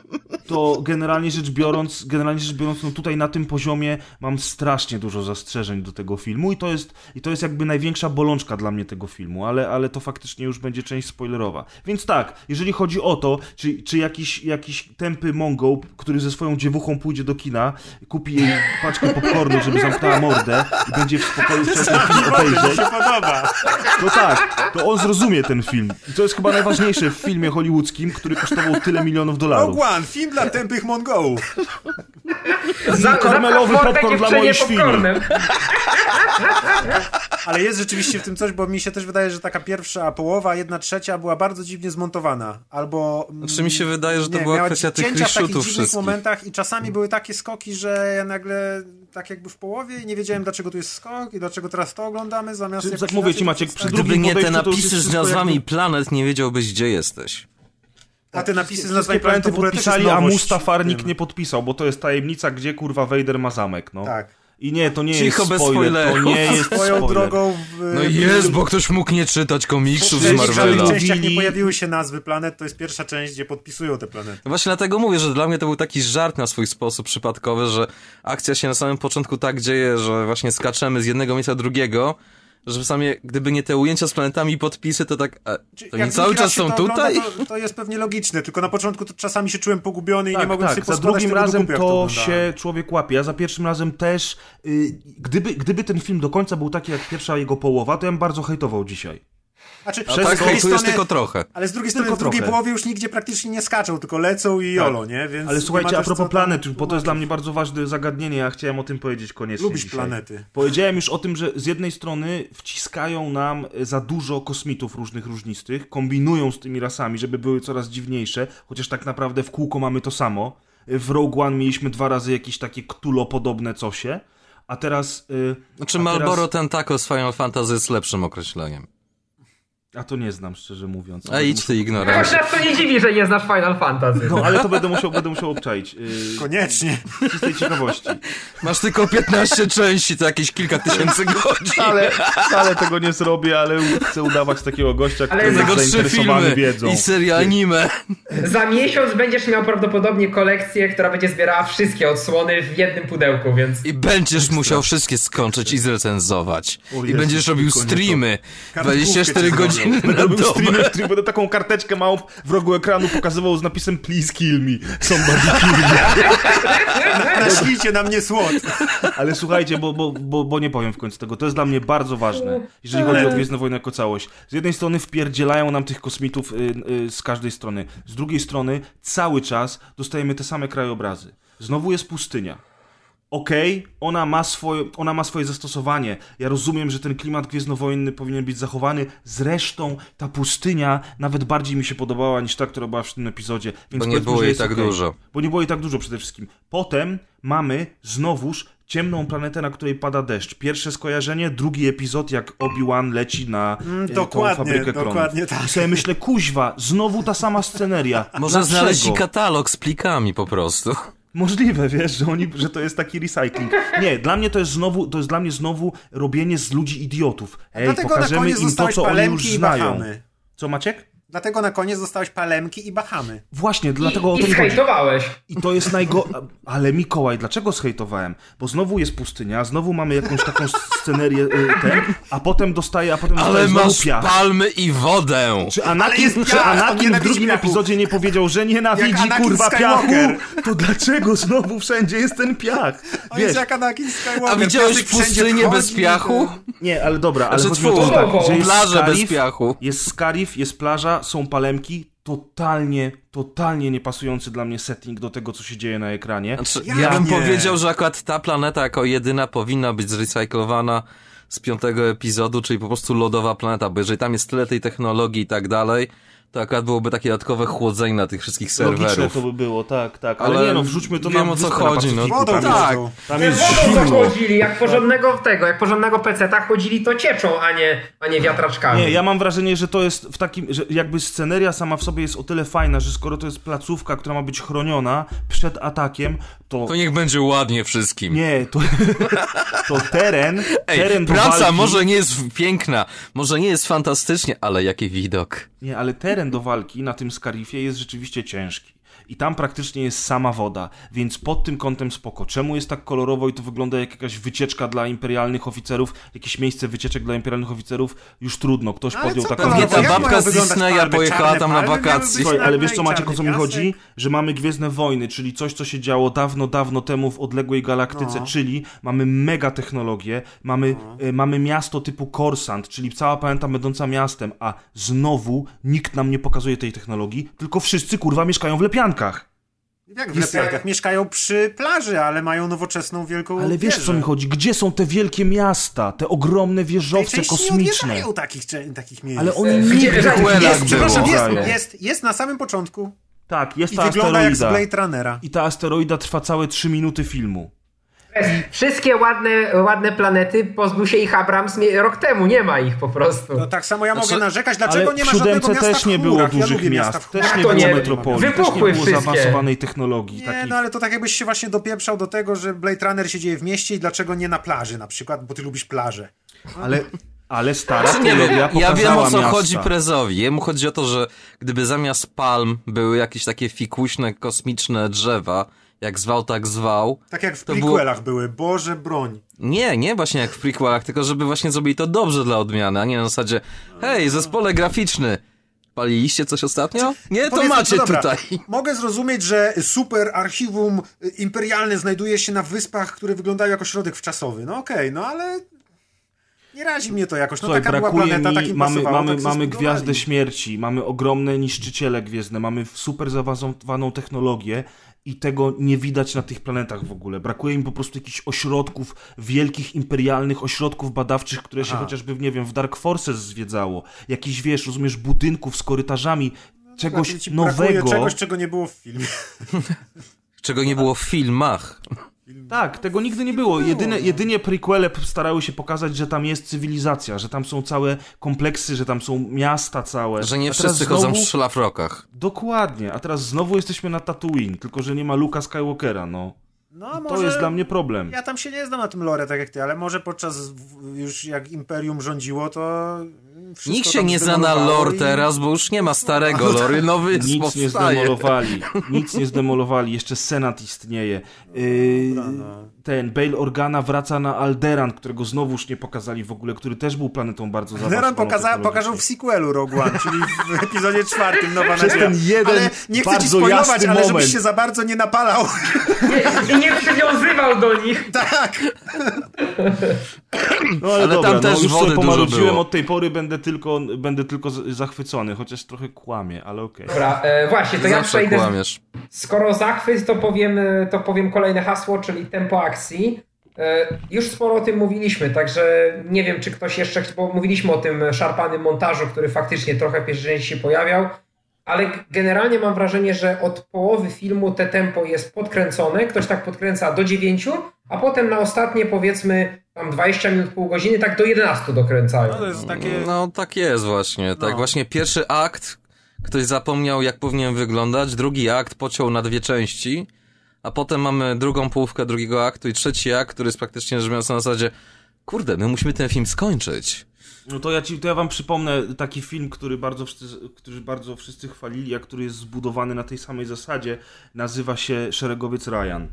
to generalnie rzecz biorąc, generalnie rzecz biorąc, no tutaj na tym poziomie mam strasznie dużo zastrzeżeń do tego filmu i to jest, i to jest jakby największa bolączka dla mnie tego filmu, ale, ale to faktycznie już będzie część spoilerowa. Więc tak, jeżeli chodzi o to, czy, czy jakiś, jakiś tępy Mongol, który ze swoją dziewuchą pójdzie do kina, kupi jej paczkę popcornu, żeby zamknęła mordę i będzie w spokoju chciał ten film
Mi
obejrzeć,
się podoba.
to tak, to on zrozumie ten film. I to jest chyba najważniejsze w filmie hollywoodzkim, który kosztował tyle milionów dolarów.
Rogue One, film dla tępych Mongołów.
Za,
karmelowy
zapchać mordę
popcorn dla
dziewczynie
mojej świni.
popcornem.
Ale jest rzeczywiście w tym coś, bo mi się też wydaje, że taka pierwsza połowa, jedna trzecia była bardzo dziwnie zmontowana. Albo... mm,
Znaczy mi się wydaje, że to była
miała
kwestia tych
cięcia w takich
reshootów
dziwnych
wszystkich.
momentach i czasami były takie skoki, że ja nagle tak jakby w połowie i nie wiedziałem, dlaczego tu jest skok i dlaczego teraz to oglądamy, zamiast...
Czy-
jakoś
tak mówię
inaczej
ci,
to
Maciek, przy
przedstawić.
Gdyby
drugim
nie te
podejściu to już
napisy
jest
z
wszystko
nazwami
jakby-
planet, nie wiedziałbyś, gdzie jesteś.
A te napisy z
Wszystkie
nazwami
planety
to w ogóle też jest
podpisali, a
nowość
Mustafar
w
nikt
tym.
nie podpisał, bo to jest tajemnica, gdzie kurwa Vader ma zamek, no.
Tak.
I nie, to nie
Cicho,
jest
bez
spoiler, to
spoilerów.
nie jest
Swoją
spoiler.
drogą w...
No jest, bo ktoś mógł nie czytać komiksów z
w żadnych
Marvela.
częściach nie
Mówili-
pojawiły się nazwy planet, to jest pierwsza część, gdzie podpisują te planety.
No właśnie dlatego mówię, że dla mnie to był taki żart na swój sposób przypadkowy, że akcja się na samym początku tak dzieje, że właśnie skaczemy z jednego miejsca do drugiego, że w sumie gdyby nie te ujęcia z planetami i podpisy, to tak... A,
Czy-
to
jak
nie cały
drugi raz
czas
się
są
to ogląda,
tutaj?
To, to jest pewnie logiczne, tylko na początku to czasami się czułem pogubiony i nie
Tak,
mogłem
tak,
sobie
za
poskładać
drugim
tego do
razem
kupy, jak
to
oglądałem.
się człowiek łapie. Ja za pierwszym razem też, y, gdyby, gdyby ten film do końca był taki jak pierwsza jego połowa, to ja bym bardzo hejtował dzisiaj.
Znaczy,
A
Przez
tak,
to-
z drugiej
tu jest
strony-
tylko trochę.
Ale z drugiej
Tylko
strony w drugiej
trochę.
połowie już nigdzie praktycznie nie skaczą, tylko lecą i jolo, nie? Więc
Ale
nie
słuchajcie,
ma
a
też
propos
co
planet,
tam
bo to jest dla
tłumaczyć.
mnie bardzo ważne zagadnienie, ja chciałem o tym powiedzieć koniecznie
Lubisz
dzisiaj.
planety.
Powiedziałem już o tym, że z jednej strony wciskają nam za dużo kosmitów różnych różnistych, kombinują z tymi rasami, żeby były coraz dziwniejsze, chociaż tak naprawdę w kółko mamy to samo. W Rogue One mieliśmy dwa razy jakieś takie Cthulhu-podobne cosie, a teraz... Yy,
Znaczy
a
Marlboro
teraz...
Tentacle z Final Fantasy jest lepszym określeniem.
A to nie znam, szczerze mówiąc.
A idź ty,
Jakoś
ignorancie.
nas to nie dziwi, że nie znasz Final Fantasy.
No, ale to będę musiał, będę musiał obczaić. Yy,
Koniecznie.
z czystej ciekawości.
Masz tylko piętnaście części, to jakieś kilka tysięcy godzin.
Wcale, wcale tego nie zrobię, ale chcę udawać takiego gościa,
Ale
który jest
Tego trzy
zainteresowany
filmy
wiedzą.
i seria anime.
Za miesiąc będziesz miał prawdopodobnie kolekcję, która będzie zbierała wszystkie odsłony w jednym pudełku, więc...
I będziesz musiał wszystkie skończyć i zrecenzować.
O
I
Jezu,
będziesz robił
tylko nie to.
streamy.
Kartkówkę
dwadzieścia cztery
ci
godziny
obejrzał.
Będę robił streamy, w którym będę taką karteczkę małą w rogu ekranu pokazywał z napisem please kill me, somebody kill me.
Naślijcie na mnie słod.
Ale słuchajcie, bo, bo, bo, bo nie powiem w końcu tego, to jest dla mnie bardzo ważne, jeżeli chodzi o Gwiezdne Wojny jako całość. Z jednej strony wpierdzielają nam tych kosmitów y, y, z każdej strony, z drugiej strony cały czas dostajemy te same krajobrazy. Znowu jest pustynia. Okej, okay, ona ma swoje, ona ma swoje zastosowanie. Ja rozumiem, że ten klimat gwiezdnowojenny powinien być zachowany. Zresztą ta pustynia nawet bardziej mi się podobała niż ta, która była w tym epizodzie. Więc
bo nie było jej tak
okay.
dużo.
Bo nie było jej tak dużo przede wszystkim. Potem mamy znowuż ciemną planetę, na której pada deszcz. Pierwsze skojarzenie, drugi epizod, jak Obi-Wan leci na mm, tą
dokładnie,
fabrykę klonów.
Dokładnie tak.
I sobie myślę, kuźwa, znowu ta sama sceneria.
Może
Dlaczego?
znaleźć katalog z plikami po prostu.
Możliwe, wiesz, że, oni, że to jest taki recycling. Nie, dla mnie to jest znowu, to jest dla mnie znowu robienie z ludzi idiotów. Ej,
Dlatego
pokażemy im to, co oni już znają.
Bahamy.
Co, Maciek?
Dlatego na koniec dostałeś Palemki i Bahamy.
Właśnie, dlatego
I,
o to
i
mi chodzi.
zhejtowałeś.
I to jest najgo... Ale Mikołaj, dlaczego zhejtowałem? Bo znowu jest pustynia, znowu mamy jakąś taką scenerię, ten, a potem dostaję, a potem
Ale
dostaję znowu
masz
piach.
palmy i wodę!
Czy
Ale
Anakin,
jest
czy
piach, on
Anakin w
nienawidzi
drugim
piachu.
epizodzie nie powiedział, że nienawidzi
Jak Anakin
kurwa piachu?
Skywalker.
To dlaczego znowu wszędzie jest ten piach?
On
Wiesz,
jest jak Anakin Skywalker.
A widziałeś
Piasek wszędzie
pustynię bez
wchodzi,
piachu?
nie, ale dobra, ale
Znaczy,
chodzi mi o to,
tfu,
że, tak, że jest
plaże
Scarif,
bez piachu.
jest Scarif, jest plaża, są Palemki, totalnie, totalnie niepasujący dla mnie setting do tego, co się dzieje na ekranie.
Znaczy,
Jak
ja bym
nie?
powiedział, że akurat ta planeta jako jedyna powinna być zrecyklowana z piątego epizodu, czyli po prostu lodowa planeta, bo jeżeli tam jest tyle tej technologii i tak dalej, to akurat byłoby takie dodatkowe chłodzenie na tych wszystkich serwerów.
Logiczne to by było, tak, tak. Ale,
Ale
nie no, wrzućmy to
wiem,
na
o co
wyspę na
chodzi, no.
Pacyfiku,
Wodą
tam,
tak.
wodą.
tam
Nie
jest
wodą
zimno.
zachodzili, jak porządnego tego, jak porządnego peceta chodzili, to cieczą, a nie, a nie wiatraczkami.
Nie, ja mam wrażenie, że to jest w takim, że jakby sceneria sama w sobie jest o tyle fajna, że skoro to jest placówka, która ma być chroniona przed atakiem, to...
To niech będzie ładnie wszystkim.
Nie, to, to teren,
Ej,
teren do
praca
walki...
może nie jest piękna, może nie jest fantastycznie, ale jaki widok.
Nie, ale teren do walki na tym Scarifie jest rzeczywiście ciężki. I tam praktycznie jest sama woda, więc pod tym kątem spoko. Czemu jest tak kolorowo i to wygląda jak jakaś wycieczka dla imperialnych oficerów, jakieś miejsce wycieczek dla imperialnych oficerów? Już trudno, ktoś
Ale
podjął
co
taką...
Pewnie
kolorowo?
ta
Jak
babka
mają
z
wyglądać
Disneya
farby?
pojechała
Czarne
tam na
farby miały
wakacje.
być
Słuchaj, ale wiesz
i
co, Maciek, o co mi
czarny
chodzi?
piasek?
Że mamy Gwiezdne Wojny, czyli coś, co się działo dawno, dawno temu w odległej galaktyce,
No.
czyli mamy mega technologię, mamy,
No.
e, mamy miasto typu Coruscant, czyli cała planeta będąca miastem, a znowu nikt nam nie pokazuje tej technologii, tylko wszyscy kurwa mieszkają w lepiankach.
Jak w lepiankach? Mieszkają przy plaży, ale mają nowoczesną wielką
Ale wiesz,
wieżę.
co mi chodzi? Gdzie są te wielkie miasta, te ogromne wieżowce
Części nie
kosmiczne?
odwiedzają takich, cze- takich miejsc.
Ale oni
Gdzie-
nigdy
że-
takich
jest,
miejsc nie
Przepraszam, jest,
odwiedzają.
jest, jest na samym początku
Tak, jest
i
ta
wygląda jak z
asteroida.
Blade Runnera.
I ta asteroida trwa całe trzy minuty filmu.
Wszystkie ładne, ładne planety pozbył się ich Abrams mie- rok temu, nie ma ich po prostu.
No tak samo ja
Znaczy,
mogę narzekać, dlaczego
Ale
nie
w
ma żadnego
siódemce
miasta
też nie
w
było
chmurach. Ja
dużych
lubię miasta
miast,
w
też
chmurach.
nie
to
było
nie-
metropolii, też nie
wybuchły
było
wszystkie.
zaawansowanej technologii.
Nie,
takich...
no ale to tak jakbyś się właśnie dopieprzał do tego, że Blade Runner się dzieje w mieście i dlaczego nie na plaży na przykład, bo ty lubisz plażę.
Ale, ale stara
Znaczy, nie
teoria
wiem, ja wiem o co
pokazała
chodzi
miasta.
Prezowi. Jemu chodzi o to, że gdyby zamiast palm były jakieś takie fikuśne, kosmiczne drzewa, jak zwał, tak zwał.
Tak jak w
To
prequelach były, Boże broń.
Nie, nie właśnie jak w prequelach, tylko żeby właśnie zrobili to dobrze dla odmiany, a nie na zasadzie hej, zespole graficzny, paliliście coś ostatnio? Nie, to
Powiedzmy,
macie
dobra,
tutaj.
Mogę zrozumieć, że super archiwum imperialne znajduje się na wyspach, które wyglądają jako środek wczasowy. No okej, no ale nie razi mnie to jakoś. No
Słuchaj,
taka była
brakuje
planeta,
mi,
tak im
mamy,
pasowało,
mamy,
tak
mamy
zbudowali.
Gwiazdę Śmierci, mamy ogromne niszczyciele gwiezdne, mamy super zaawansowaną technologię i tego nie widać na tych planetach w ogóle. Brakuje im po prostu jakichś ośrodków, wielkich, imperialnych ośrodków badawczych, które się
Aha.
chociażby, nie wiem, w Dark Forces zwiedzało. Jakiś, wiesz, rozumiesz, budynków z korytarzami, czegoś
Ci brakuje
nowego.
czegoś, czego nie było w filmie.
Czego nie było w filmach.
Tak, tego nigdy nie było. Jedyne, jedynie prequele starały się pokazać, że tam jest cywilizacja, że tam są całe kompleksy, że tam są miasta całe.
Że nie
A teraz
wszyscy chodzą
znowu-
w szlafrokach.
Dokładnie, a teraz znowu jesteśmy na Tatooine, tylko że nie ma Luka Skywalkera, no.
No,
To jest dla mnie problem.
Ja tam się nie znam na tym lore, tak jak ty, ale może podczas w- już jak Imperium rządziło, to wszystko
Nikt się
tam
nie zna na
zdemolowało
lore
i-
teraz, bo już nie ma starego lore, nowy
Nic nie
powstaje.
zdemolowali, nic nie zdemolowali, jeszcze Senat istnieje. Yy,
Dobra, no.
ten Bail Organa wraca na Alderaan, którego znowuż nie pokazali w ogóle, który też był planetą bardzo zaawansowaną.
Alderaan pokażą w sequelu Rogue One, czyli w epizodzie czwartym Nowa
Przez
Nadzieja.
ten jeden
Ale nie chcę ci
bardzo
spoilować,
jasny
ale
moment.
żebyś się za bardzo nie napalał.
I nie przywiązywał do nich.
Tak.
No ale,
Ale
dobra,
tam też
no, już
wody
sobie
dużo
pomarudziłem,
było.
od tej pory będę tylko, będę tylko z- zachwycony, chociaż trochę kłamie, ale okej.
Dobra, e, właśnie, to ja
Zawsze
przejdę...
kłamiesz.
Skoro zachwyt, to powiem, to powiem kolejne hasło, czyli tempo akcji. E, Już sporo o tym mówiliśmy, także nie wiem, czy ktoś jeszcze, bo mówiliśmy o tym szarpanym montażu, który faktycznie trochę w pierwszej części się pojawiał, ale generalnie mam wrażenie, że od połowy filmu te tempo jest podkręcone, ktoś tak podkręca do dziewięciu, a potem na ostatnie powiedzmy tam dwadzieścia minut, pół godziny, tak do jedenastu dokręcają.
No to jest takie...
No tak jest właśnie. Tak
No.
właśnie pierwszy akt ktoś zapomniał jak powinien wyglądać, drugi akt pociął na dwie części, a potem mamy drugą połówkę drugiego aktu i trzeci akt, który jest praktycznie rzecz biorąc na zasadzie kurde, my musimy ten film skończyć.
No to ja ci, to ja wam przypomnę taki film, który bardzo wszyscy, który bardzo wszyscy chwalili, a który jest zbudowany na tej samej zasadzie. Nazywa się Szeregowiec Ryan.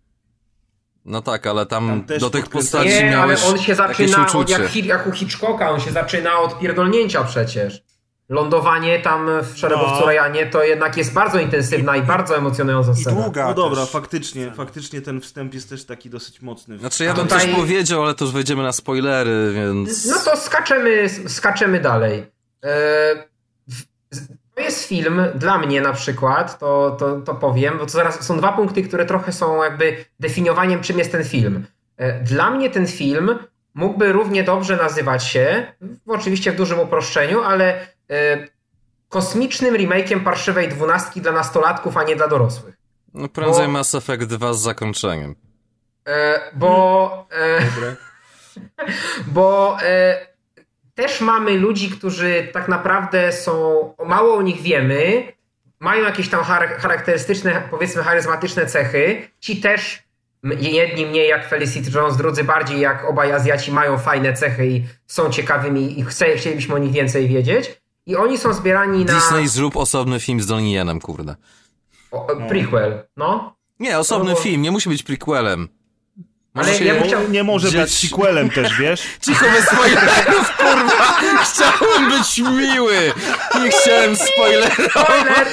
No tak, ale tam,
Tam też
do tych
podkręcali-
postaci
Nie, ale
miałeś
on się
jakieś
zaczyna od,
uczucie.
jak, Hi- jak u Hitchcocka, on się zaczyna od pierdolnięcia przecież. Lądowanie tam w Szeregowcu
No.
Ryanie to jednak jest bardzo intensywna i bardzo emocjonująca
I
scena.
długa
No dobra,
też.
faktycznie, faktycznie ten wstęp jest też taki dosyć mocny.
Znaczy ja
A
bym
tutaj-
też powiedział, ale to już wejdziemy na spoilery, więc...
No to skaczemy, skaczemy dalej. E, w- To jest film, dla mnie na przykład, to, to, to powiem, bo to zaraz są dwa punkty, które trochę są jakby definiowaniem, czym jest ten film. E, Dla mnie ten film mógłby równie dobrze nazywać się, w- oczywiście w dużym uproszczeniu, ale e, kosmicznym remake'iem Parszywej Dwunastki dla nastolatków, a nie dla dorosłych.
No prędzej
Bo-
Mass Effect dwa z zakończeniem.
E, Bo... e,
Dobre.
Bo e, też mamy ludzi, którzy tak naprawdę są, mało o nich wiemy, mają jakieś tam char- charakterystyczne, powiedzmy charyzmatyczne cechy. Ci też, m- jedni mniej jak Felicity Jones, drudzy bardziej jak obaj Azjaci, mają fajne cechy i są ciekawymi i chce, chcielibyśmy o nich więcej wiedzieć. I oni są zbierani na
Disney zrób osobny film z Donnie Yenem, kurde.
o, o, prequel, no.
Nie, osobny
No bo-
film, nie musi być prequelem.
Ale
Może się-
ja bym chciał...
Nie, nie może
Dziać-
być sequelem też, wiesz?
Cicho bez spoilerów, kurwa! Chciałem być miły! Nie chciałem spoilerować!
Spoiler!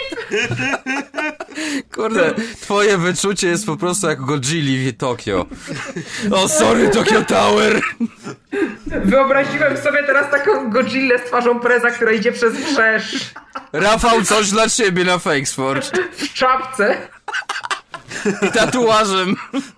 Kurde, twoje wyczucie jest po prostu jak Godzilli w Tokio. O, sorry, Tokyo Tower!
Wyobraziłem sobie teraz taką Godzillę z twarzą Preza, która idzie przez brzeż
Rafał, coś dla ciebie na Fakesforge.
w czapce.
I tatuażem.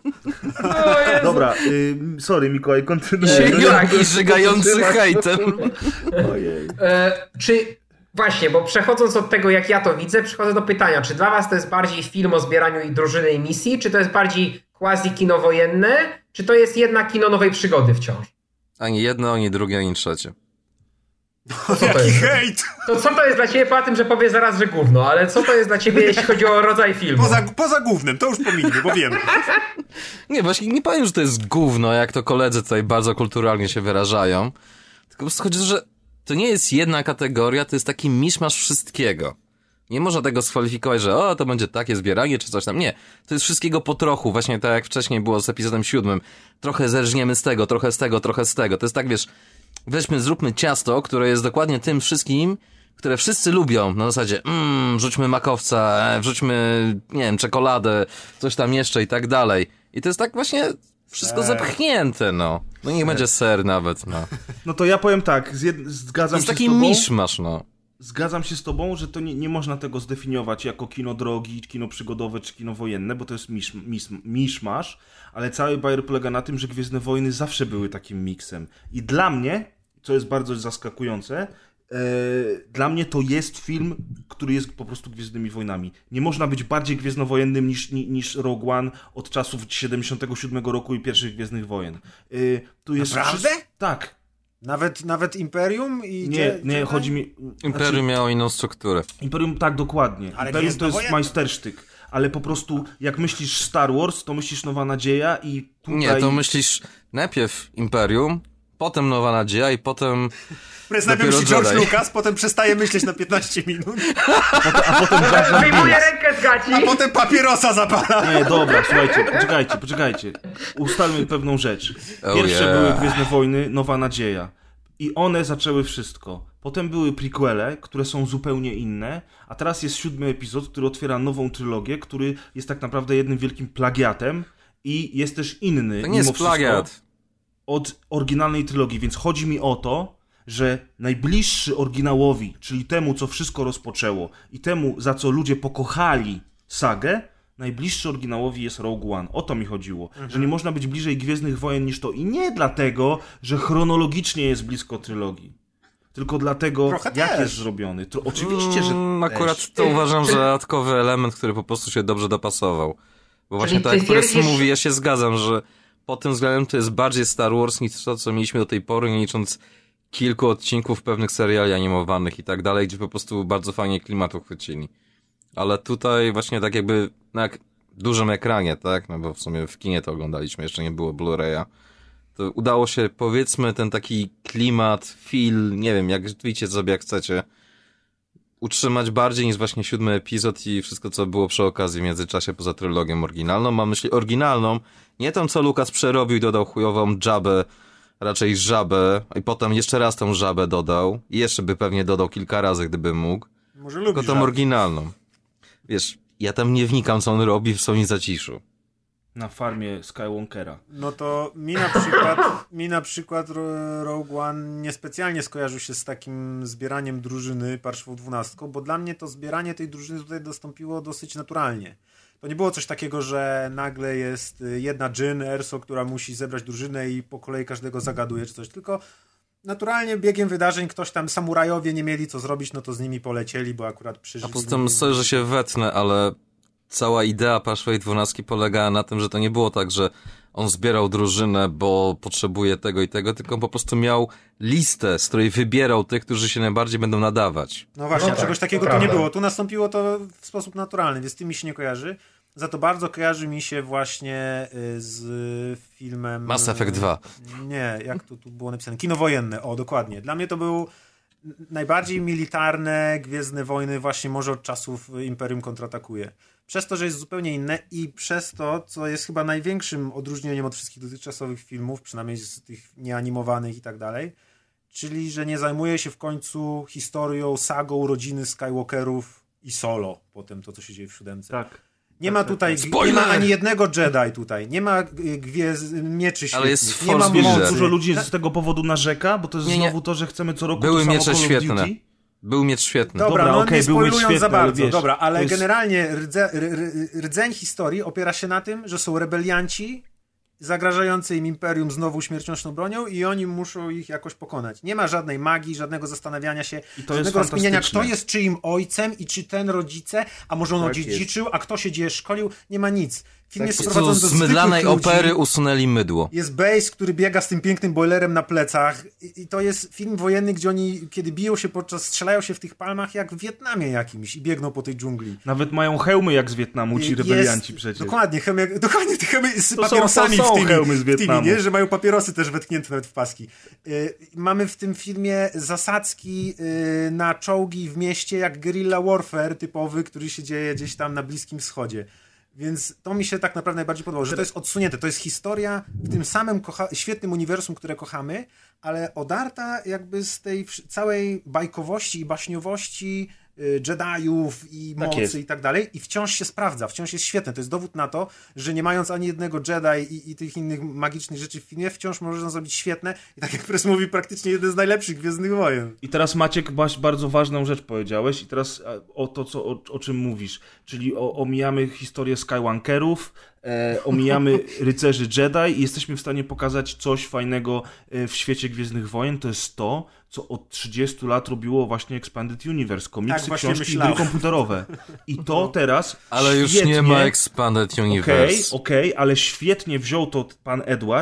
O Jezu.
Dobra, y, sorry Mikołaj, kontynuuj.
Sięgający
tak,
i żygający
powstrzymać,
hejtem.
Ojej.
E, czy właśnie, bo przechodząc od tego, jak ja to widzę, przechodzę do pytania, czy dla was to jest bardziej film o zbieraniu i drużyny i misji, czy to jest bardziej quasi kino wojenne, czy to jest jednak kino nowej przygody wciąż?
Ani jedno, ani drugie, ani trzecie.
To co to
Jaki
jest?
hejt!
To co to jest dla ciebie, poza tym, że powie zaraz, że gówno, ale co to jest dla ciebie, jeśli chodzi o rodzaj filmu?
Poza, poza głównym, to już pomińmy, bo wiemy.
Nie, właśnie nie powiem, że to jest gówno, jak to koledzy tutaj bardzo kulturalnie się wyrażają. Tylko po prostu chodzi o to, że to nie jest jedna kategoria, to jest taki miszmasz wszystkiego. Nie można tego skwalifikować, że o, to będzie takie zbieranie, czy coś tam. Nie. To jest wszystkiego po trochu, właśnie tak jak wcześniej było z epizodem siódmym. Trochę zerżniemy z tego, trochę z tego, trochę z tego. To jest tak, wiesz, weźmy, zróbmy ciasto, które jest dokładnie tym wszystkim, które wszyscy lubią. Na zasadzie, mmm, wrzućmy makowca, e, wrzućmy, nie wiem, czekoladę, coś tam jeszcze i tak dalej. I to jest tak właśnie wszystko
Ser.
zepchnięte, no. No niech będzie ser nawet, no.
No to ja powiem tak, zjed... zgadzam
To jest
się
taki
z tobą.
miszmasz, no.
Zgadzam się z tobą, że to nie, nie można tego zdefiniować jako kino drogi, kino przygodowe czy kino wojenne, bo to jest misz, misz, miszmasz, ale cały bajer polega na tym, że Gwiezdne Wojny zawsze były takim miksem. I dla mnie, co jest bardzo zaskakujące, e, dla mnie to jest film, który jest po prostu Gwiezdnymi Wojnami. Nie można być bardziej gwiezdnowojennym niż, ni, niż Rogue One od czasów siedemdziesiątego siódmego roku i pierwszych Gwiezdnych Wojen. E, tu jest
Naprawdę?
wszy- Tak.
Nawet, nawet Imperium i...
Nie,
Dzie-
nie,
Jedi?
chodzi mi...
Imperium
znaczy,
miało inną strukturę.
Imperium, tak, dokładnie.
Ale
Imperium to jest
gwiezdnowojenne.
majstersztyk, ale po prostu jak myślisz Star Wars, to myślisz Nowa Nadzieja i tutaj...
Nie, to myślisz najpierw Imperium, potem Nowa Nadzieja i potem
Prez najpierw
dopiero
myśli George
Jedi.
Lucas, potem przestaje myśleć na piętnaście minut,
A potem Jar Jar
Wyjmuję
Binks.
rękę z gaci.
a potem papierosa zapala.
Nie, dobra, słuchajcie, poczekajcie, poczekajcie. Ustalmy pewną rzecz.
Oh
Pierwsze
yeah.
były Gwiezdne Wojny, Nowa Nadzieja. I one zaczęły wszystko. Potem były prequele, które są zupełnie inne, a teraz jest siódmy epizod, który otwiera nową trylogię, który jest tak naprawdę jednym wielkim plagiatem i jest też inny.
To nie jest
mimo wszystko,
plagiat.
od oryginalnej trylogii, więc chodzi mi o to, że najbliższy oryginałowi, czyli temu, co wszystko rozpoczęło i temu, za co ludzie pokochali sagę, najbliższy oryginałowi jest Rogue One. O to mi chodziło.
Mhm.
Że nie można być bliżej Gwiezdnych Wojen niż to. I nie dlatego, że chronologicznie jest blisko trylogii. Tylko dlatego,
Trochę
jak
też.
jest zrobiony. To oczywiście, że
Mm, akurat
też.
to uważam, że dodatkowy element, który po prostu się dobrze dopasował. Bo właśnie tak
ty
jak Press
twierdzisz-
mówi, ja się zgadzam, że pod tym względem to jest bardziej Star Wars niż to, co mieliśmy do tej pory, nie licząc kilku odcinków pewnych seriali animowanych i tak dalej, gdzie po prostu bardzo fajnie klimat uchwycili. Ale tutaj właśnie tak jakby na jak dużym ekranie, tak? No bo w sumie w kinie to oglądaliśmy, jeszcze nie było Blu-raya. To udało się, powiedzmy, ten taki klimat, feel, nie wiem, jak widzicie sobie jak chcecie, utrzymać bardziej niż właśnie siódmy epizod i wszystko, co było przy okazji w międzyczasie poza trylogią oryginalną. Mam myśli oryginalną, nie tą, co Lucas przerobił i dodał chujową dżabę, raczej żabę, i potem jeszcze raz tą żabę dodał i jeszcze by pewnie dodał kilka razy, gdyby mógł.
Może
Tylko
lubisz
tą
żart.
oryginalną. Wiesz, ja tam nie wnikam, co on robi w swoim zaciszu.
Na farmie Skywalkera.
No to mi na przykład, mi na przykład Ro- Rogue One niespecjalnie skojarzył się z takim zbieraniem drużyny parszywą dwunastką, bo dla mnie to zbieranie tej drużyny tutaj dostąpiło dosyć naturalnie. To nie było coś takiego, że nagle jest jedna Jyn Erso, która musi zebrać drużynę i po kolei każdego zagaduje czy coś, tylko naturalnie biegiem wydarzeń ktoś tam, samurajowie nie mieli co zrobić, no to z nimi polecieli, bo akurat
A
przeżyli.
poza tym, sorry, że się wetnę, ale cała idea Parszwej Dwunastki polegała na tym, że to nie było tak, że on zbierał drużynę, bo potrzebuje tego i tego, tylko po prostu miał listę, z której wybierał tych, którzy się najbardziej będą nadawać.
No właśnie,
No tak,
czegoś
to
takiego tu
prawda.
nie było. Tu nastąpiło to w sposób naturalny, więc tym mi się nie kojarzy. Za to bardzo kojarzy mi się właśnie y, z filmem...
Mass Effect dwa.
Nie, jak to tu było napisane? Kino wojenne, o dokładnie. Dla mnie to był najbardziej militarne Gwiezdne Wojny właśnie może od czasów Imperium kontratakuje. Przez to, że jest zupełnie inne i przez to, co jest chyba największym odróżnieniem od wszystkich dotychczasowych filmów, przynajmniej z tych nieanimowanych i tak dalej, czyli, że nie zajmuje się w końcu historią, sagą rodziny Skywalkerów i Solo, potem to, co się dzieje w siódemce.
Tak.
Nie ma tutaj,
Spoiler!
nie ma ani jednego Jedi tutaj, nie ma g- gwiezd, mieczy świetnych,
jest
nie ma
Force
mocy.
Builder.
Dużo ludzi z tego powodu narzeka, bo to jest
Nie, nie.
znowu to, że chcemy co roku
Były
to samo
miecze
Call of
świetne.
Duty.
Był miecz świetny.
Dobra,
Dobra,
no
okej,
nie
był miecz
spoilując za
świetny, ale
bardzo,
wiesz,
dobra, ale
to jest-
generalnie rdze, r, r, rdzeń historii opiera się na tym, że są rebelianci zagrażający im Imperium znowu śmiercionośną bronią i oni muszą ich jakoś pokonać. Nie ma żadnej magii, żadnego zastanawiania się,
I to jest
żadnego rozkminiania,
fantastyczne.
kto jest czyim ojcem i czy ten rodzice, a może on
Tak
odziedziczył, a kto się gdzie szkolił, nie ma nic. Film
Tak
jest
Po
sprowadzony
prostu
do
z mydlanej
zwykłych ludzi.
opery usunęli mydło.
Jest Base, który biega z tym pięknym boilerem na plecach i, i to jest film wojenny, gdzie oni, kiedy biją się podczas, strzelają się w tych palmach jak w Wietnamie jakimś i biegną po tej dżungli.
Nawet mają hełmy jak z Wietnamu, ci
Jest-
rebelianci przecież.
Dokładnie, hełmy, jak- dokładnie te hełmy z
To są-
papierosami
to są
w tymi,
hełmy z
w tymi,
Wietnamu.
nie? Że mają papierosy też wetknięte nawet w paski. Y, mamy w tym filmie zasadzki y, na czołgi w mieście, jak guerrilla warfare typowy, który się dzieje gdzieś tam na Bliskim Wschodzie. Więc to mi się tak naprawdę najbardziej podobało, że to jest odsunięte. To jest historia w tym samym kocha- świetnym uniwersum, które kochamy, ale odarta jakby z tej wsz- całej bajkowości i baśniowości y, Jediów i
Tak
mocy
jest.
i tak dalej i wciąż się sprawdza, wciąż jest świetne. To jest dowód na to, że nie mając ani jednego Jedi i, i tych innych magicznych rzeczy w filmie, wciąż można zrobić świetne i tak jak Press mówi, praktycznie jeden z najlepszych Gwiezdnych Wojen.
I teraz Maciek, baś- bardzo ważną rzecz powiedziałeś i teraz e, o to, co, o, o czym mówisz, czyli o, omijamy historię Skywalkerów, e, omijamy rycerzy Jedi i jesteśmy w stanie pokazać coś fajnego e, w świecie Gwiezdnych Wojen, to jest to, co od trzydziestu lat robiło właśnie Expanded Universe, komiksy,
Tak, właśnie
książki i
myślałem.
gry komputerowe. I to teraz
Ale już
świetnie,
nie ma Expanded
Okej,
Universe.
okej, ale świetnie wziął to pan Edwards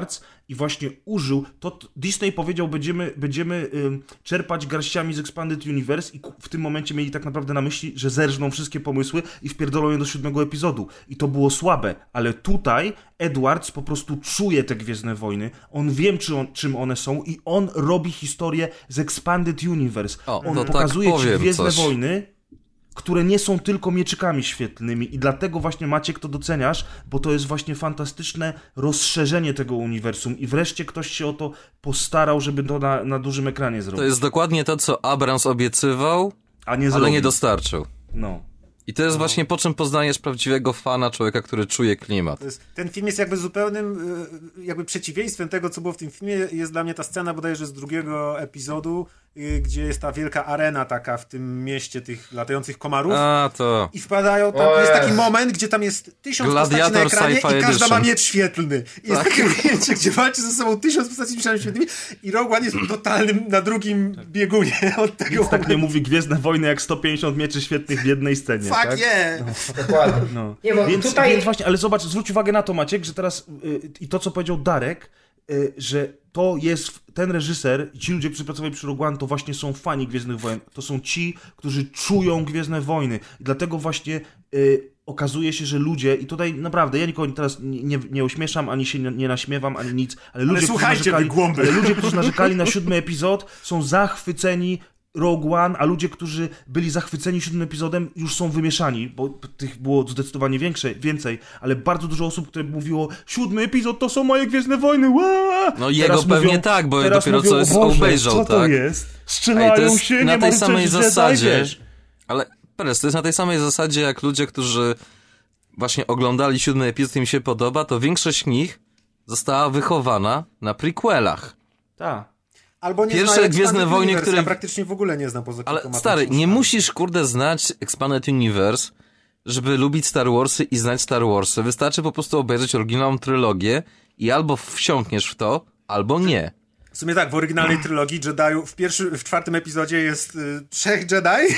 i właśnie użył, to Disney powiedział, będziemy, będziemy y, czerpać garściami z Expanded Universe i w tym momencie mieli tak naprawdę na myśli, że zerżną wszystkie pomysły i wpierdolą je do siódmego epizodu. I to było słabe, ale tutaj Edwards po prostu czuje te Gwiezdne Wojny, on wie, czy on, czym one są i on robi historię z Expanded Universe.
O,
on
no
pokazuje
tak
ci Gwiezdne
coś.
Wojny, które nie są tylko mieczykami świetlnymi i dlatego właśnie, Maciek, to doceniasz, bo to jest właśnie fantastyczne rozszerzenie tego uniwersum i wreszcie ktoś się o to postarał, żeby to na, na dużym ekranie zrobić.
To jest dokładnie to, co Abrams obiecywał,
A nie
ale
zrobił.
nie dostarczył.
No.
I to jest właśnie po czym poznajesz prawdziwego fana, człowieka, który czuje klimat.
To jest, ten film jest jakby zupełnym y, jakby przeciwieństwem tego, co było w tym filmie. Jest dla mnie ta scena bodajże z drugiego epizodu, y, gdzie jest ta wielka arena taka w tym mieście tych latających komarów.
A, to...
I wpadają tam,
O
jest
Jezu.
taki moment, gdzie tam jest tysiąc
Gladiator
postaci na ekranie
Sci-Fi
i każda ma
Edition.
miecz świetlny. I jest takie ujęcie, gdzie walczy ze sobą tysiąc postaci mieczami świetlnymi i Rogue One jest totalnym na drugim biegunie od tego
Nic tak nie
momentu.
mówi Gwiezdne Wojny jak sto pięćdziesiąt mieczy świetnych w jednej scenie.
Fuck
tak?
yeah!
Dokładnie.
No.
Nie, bo
Więc,
tutaj...
więc właśnie, ale zobacz, zwróć uwagę na to, Maciek, że teraz y, i to, co powiedział Darek, y, że to jest ten reżyser i ci ludzie, którzy pracowali przy Rogue One, to właśnie są fani Gwiezdnych Wojen. To są ci, którzy czują Gwiezdne Wojny. I dlatego właśnie y, okazuje się, że ludzie, i tutaj naprawdę, ja nikogo teraz nie, nie, nie ośmieszam, ani się nie, nie naśmiewam, ani nic, ale ludzie, którzy
słuchajcie,
narzekali,
wy głąby.
ale ludzie, którzy narzekali na siódmy epizod, są zachwyceni Rogue One, a ludzie, którzy byli zachwyceni siódmym epizodem, już są wymieszani, bo tych było zdecydowanie większe, więcej, ale bardzo dużo osób, które mówiło, siódmy epizod to są moje Gwiezdne Wojny, Ła!
No jego pewnie tak, bo dopiero
mówią,
co jest
o Boże,
obejrzał,
co to
tak?
jest? Strzelają
Ej, to jest
się,
na
nie
tej
ma
samej
rycerzy,
zasadzie,
wiesz.
ale Perez, to jest na tej samej zasadzie, jak ludzie, którzy właśnie oglądali siódmy epizod i im się podoba, to większość nich została wychowana na prequelach.
Tak.
Albo nie
Pierwsze
znają
Gwiezdne
Expanded
Wojny,
Universe.
które-
Ja praktycznie w ogóle nie znam poza
Ale
kilkoma
stary,
tam
nie
książkami.
musisz, kurde, znać Expanded Universe, żeby lubić Star Warsy i znać Star Warsy. Wystarczy po prostu obejrzeć oryginalną trylogię i albo wsiąkniesz w to, albo nie.
W sumie tak, w oryginalnej trylogii Jediów, w pierwszym, w czwartym epizodzie jest y, trzech Jedi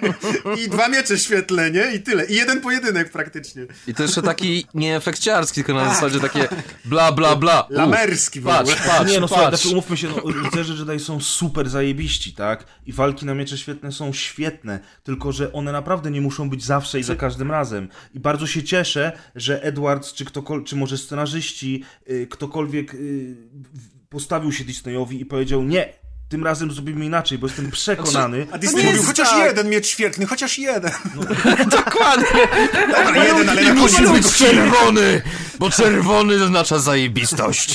i dwa miecze świetlne, nie? I tyle. I jeden pojedynek praktycznie.
I to jeszcze taki nie efekciarski, tylko na zasadzie takie bla, bla, bla. U,
Lamerski w ogóle.
Patrz, patrz,
Nie, no słuchaj,
patrz.
znaczy umówmy się, no, rycerze Jedi są super zajebiści, tak? I walki na miecze świetne są świetne, tylko że one naprawdę nie muszą być zawsze i za każdym razem. I bardzo się cieszę, że Edwards, czy ktokolwiek, czy może scenarzyści, y, ktokolwiek y, postawił się Disneyowi i powiedział, nie, tym razem zrobimy inaczej, bo jestem przekonany.
A Disney mówił, chociaż
tak.
jeden miecz świetlny, chociaż jeden.
Dokładnie.
Dobra, jeden, ale na
Musi
koniec
być czerwony, bo czerwony oznacza zajebistość.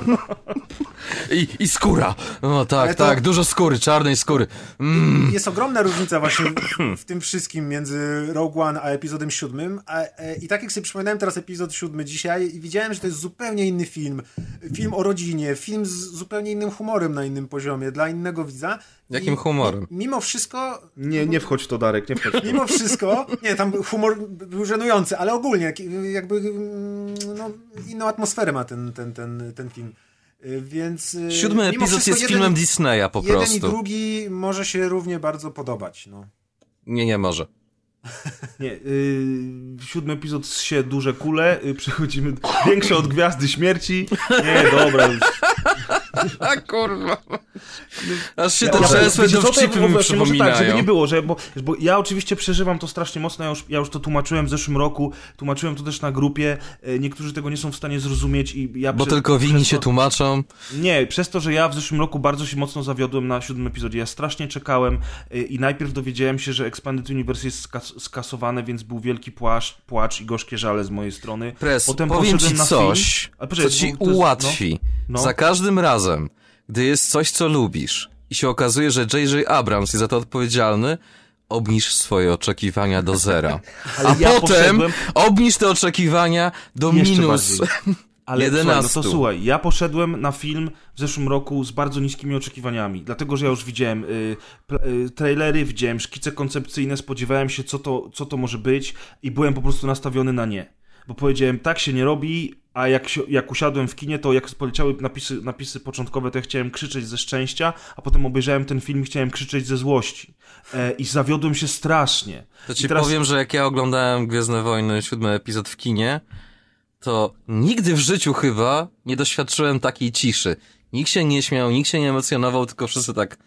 I, i skóra. O tak,
Ale to-
tak, dużo skóry, czarnej skóry. Mm.
Jest ogromna różnica właśnie w, w tym wszystkim między Rogue One a epizodem siódmym. A, e, I tak jak sobie przypominałem teraz epizod siódmy dzisiaj i widziałem, że to jest zupełnie inny film. Film o rodzinie, film z zupełnie innym humorem na innym poziomie, dla innego widza.
Jakim
I,
humorem?
i Mimo wszystko...
Nie, nie wchodź w to, Darek, nie wchodź w to.
Mimo wszystko, nie, tam humor był żenujący, ale ogólnie jak- jakby mm, no, inną atmosferę ma ten, ten, ten, ten film. Y, Więc y,
Siódmy
mimo
epizod
wszystko
jest
jeden,
filmem Disneya po
jeden
prostu.
i drugi może się równie bardzo podobać. No.
Nie, nie może.
Nie, yy, siódmy epizod zsie duże kule, yy, przechodzimy większe od Gwiazdy Śmierci. Nie, dobra już.
A kurwa. Aż się te
Ja-
przesłe
wiecie co, to ja
dowcipy mi
właśnie, może tak, żeby
przypominają.
nie było, że, bo, bo ja oczywiście przeżywam to strasznie mocno, ja już, ja już to tłumaczyłem w zeszłym roku, tłumaczyłem to też na grupie, yy, niektórzy tego nie są w stanie zrozumieć i ja...
Bo
prze-
tylko winni
przez
się
to-
tłumaczą.
Nie, przez to, że ja w zeszłym roku bardzo się mocno zawiodłem na siódmym epizodzie. Ja strasznie czekałem y, i najpierw dowiedziałem się, że Expanded Universe jest skas- skasowane, więc był wielki płaszcz, płacz i gorzkie żale z mojej strony.
Pres,
Potem
powiem
poszedłem
ci
na
coś,
film. Ale
co
poczekaj,
ci
bo to jest-
ułatwi.
no, no.
Za każdym razem, gdy jest coś, co lubisz i się okazuje, że J J. Abrams jest za to odpowiedzialny, obniż swoje oczekiwania do zera.
Ale
A
ja
potem
poszedłem-
obniż te oczekiwania do
Jeszcze
minus
bardziej. Ale
jedenastu.
Słuchaj, no to słuchaj, ja poszedłem na film w zeszłym roku z bardzo niskimi oczekiwaniami, dlatego, że ja już widziałem y, pl- y, trailery, widziałem szkice koncepcyjne, spodziewałem się, co to, co to może być i byłem po prostu nastawiony na nie. Bo powiedziałem, tak się nie robi, a jak, się, jak usiadłem w kinie, to jak poleciały napisy, napisy początkowe, to ja chciałem krzyczeć ze szczęścia, a potem obejrzałem ten film i chciałem krzyczeć ze złości. E, I zawiodłem się strasznie.
To
I
ci
teraz-
powiem, że jak ja oglądałem Gwiezdne Wojny, siódmy epizod w kinie, to nigdy w życiu chyba nie doświadczyłem takiej ciszy. Nikt się nie śmiał, nikt się nie emocjonował, tylko wszyscy tak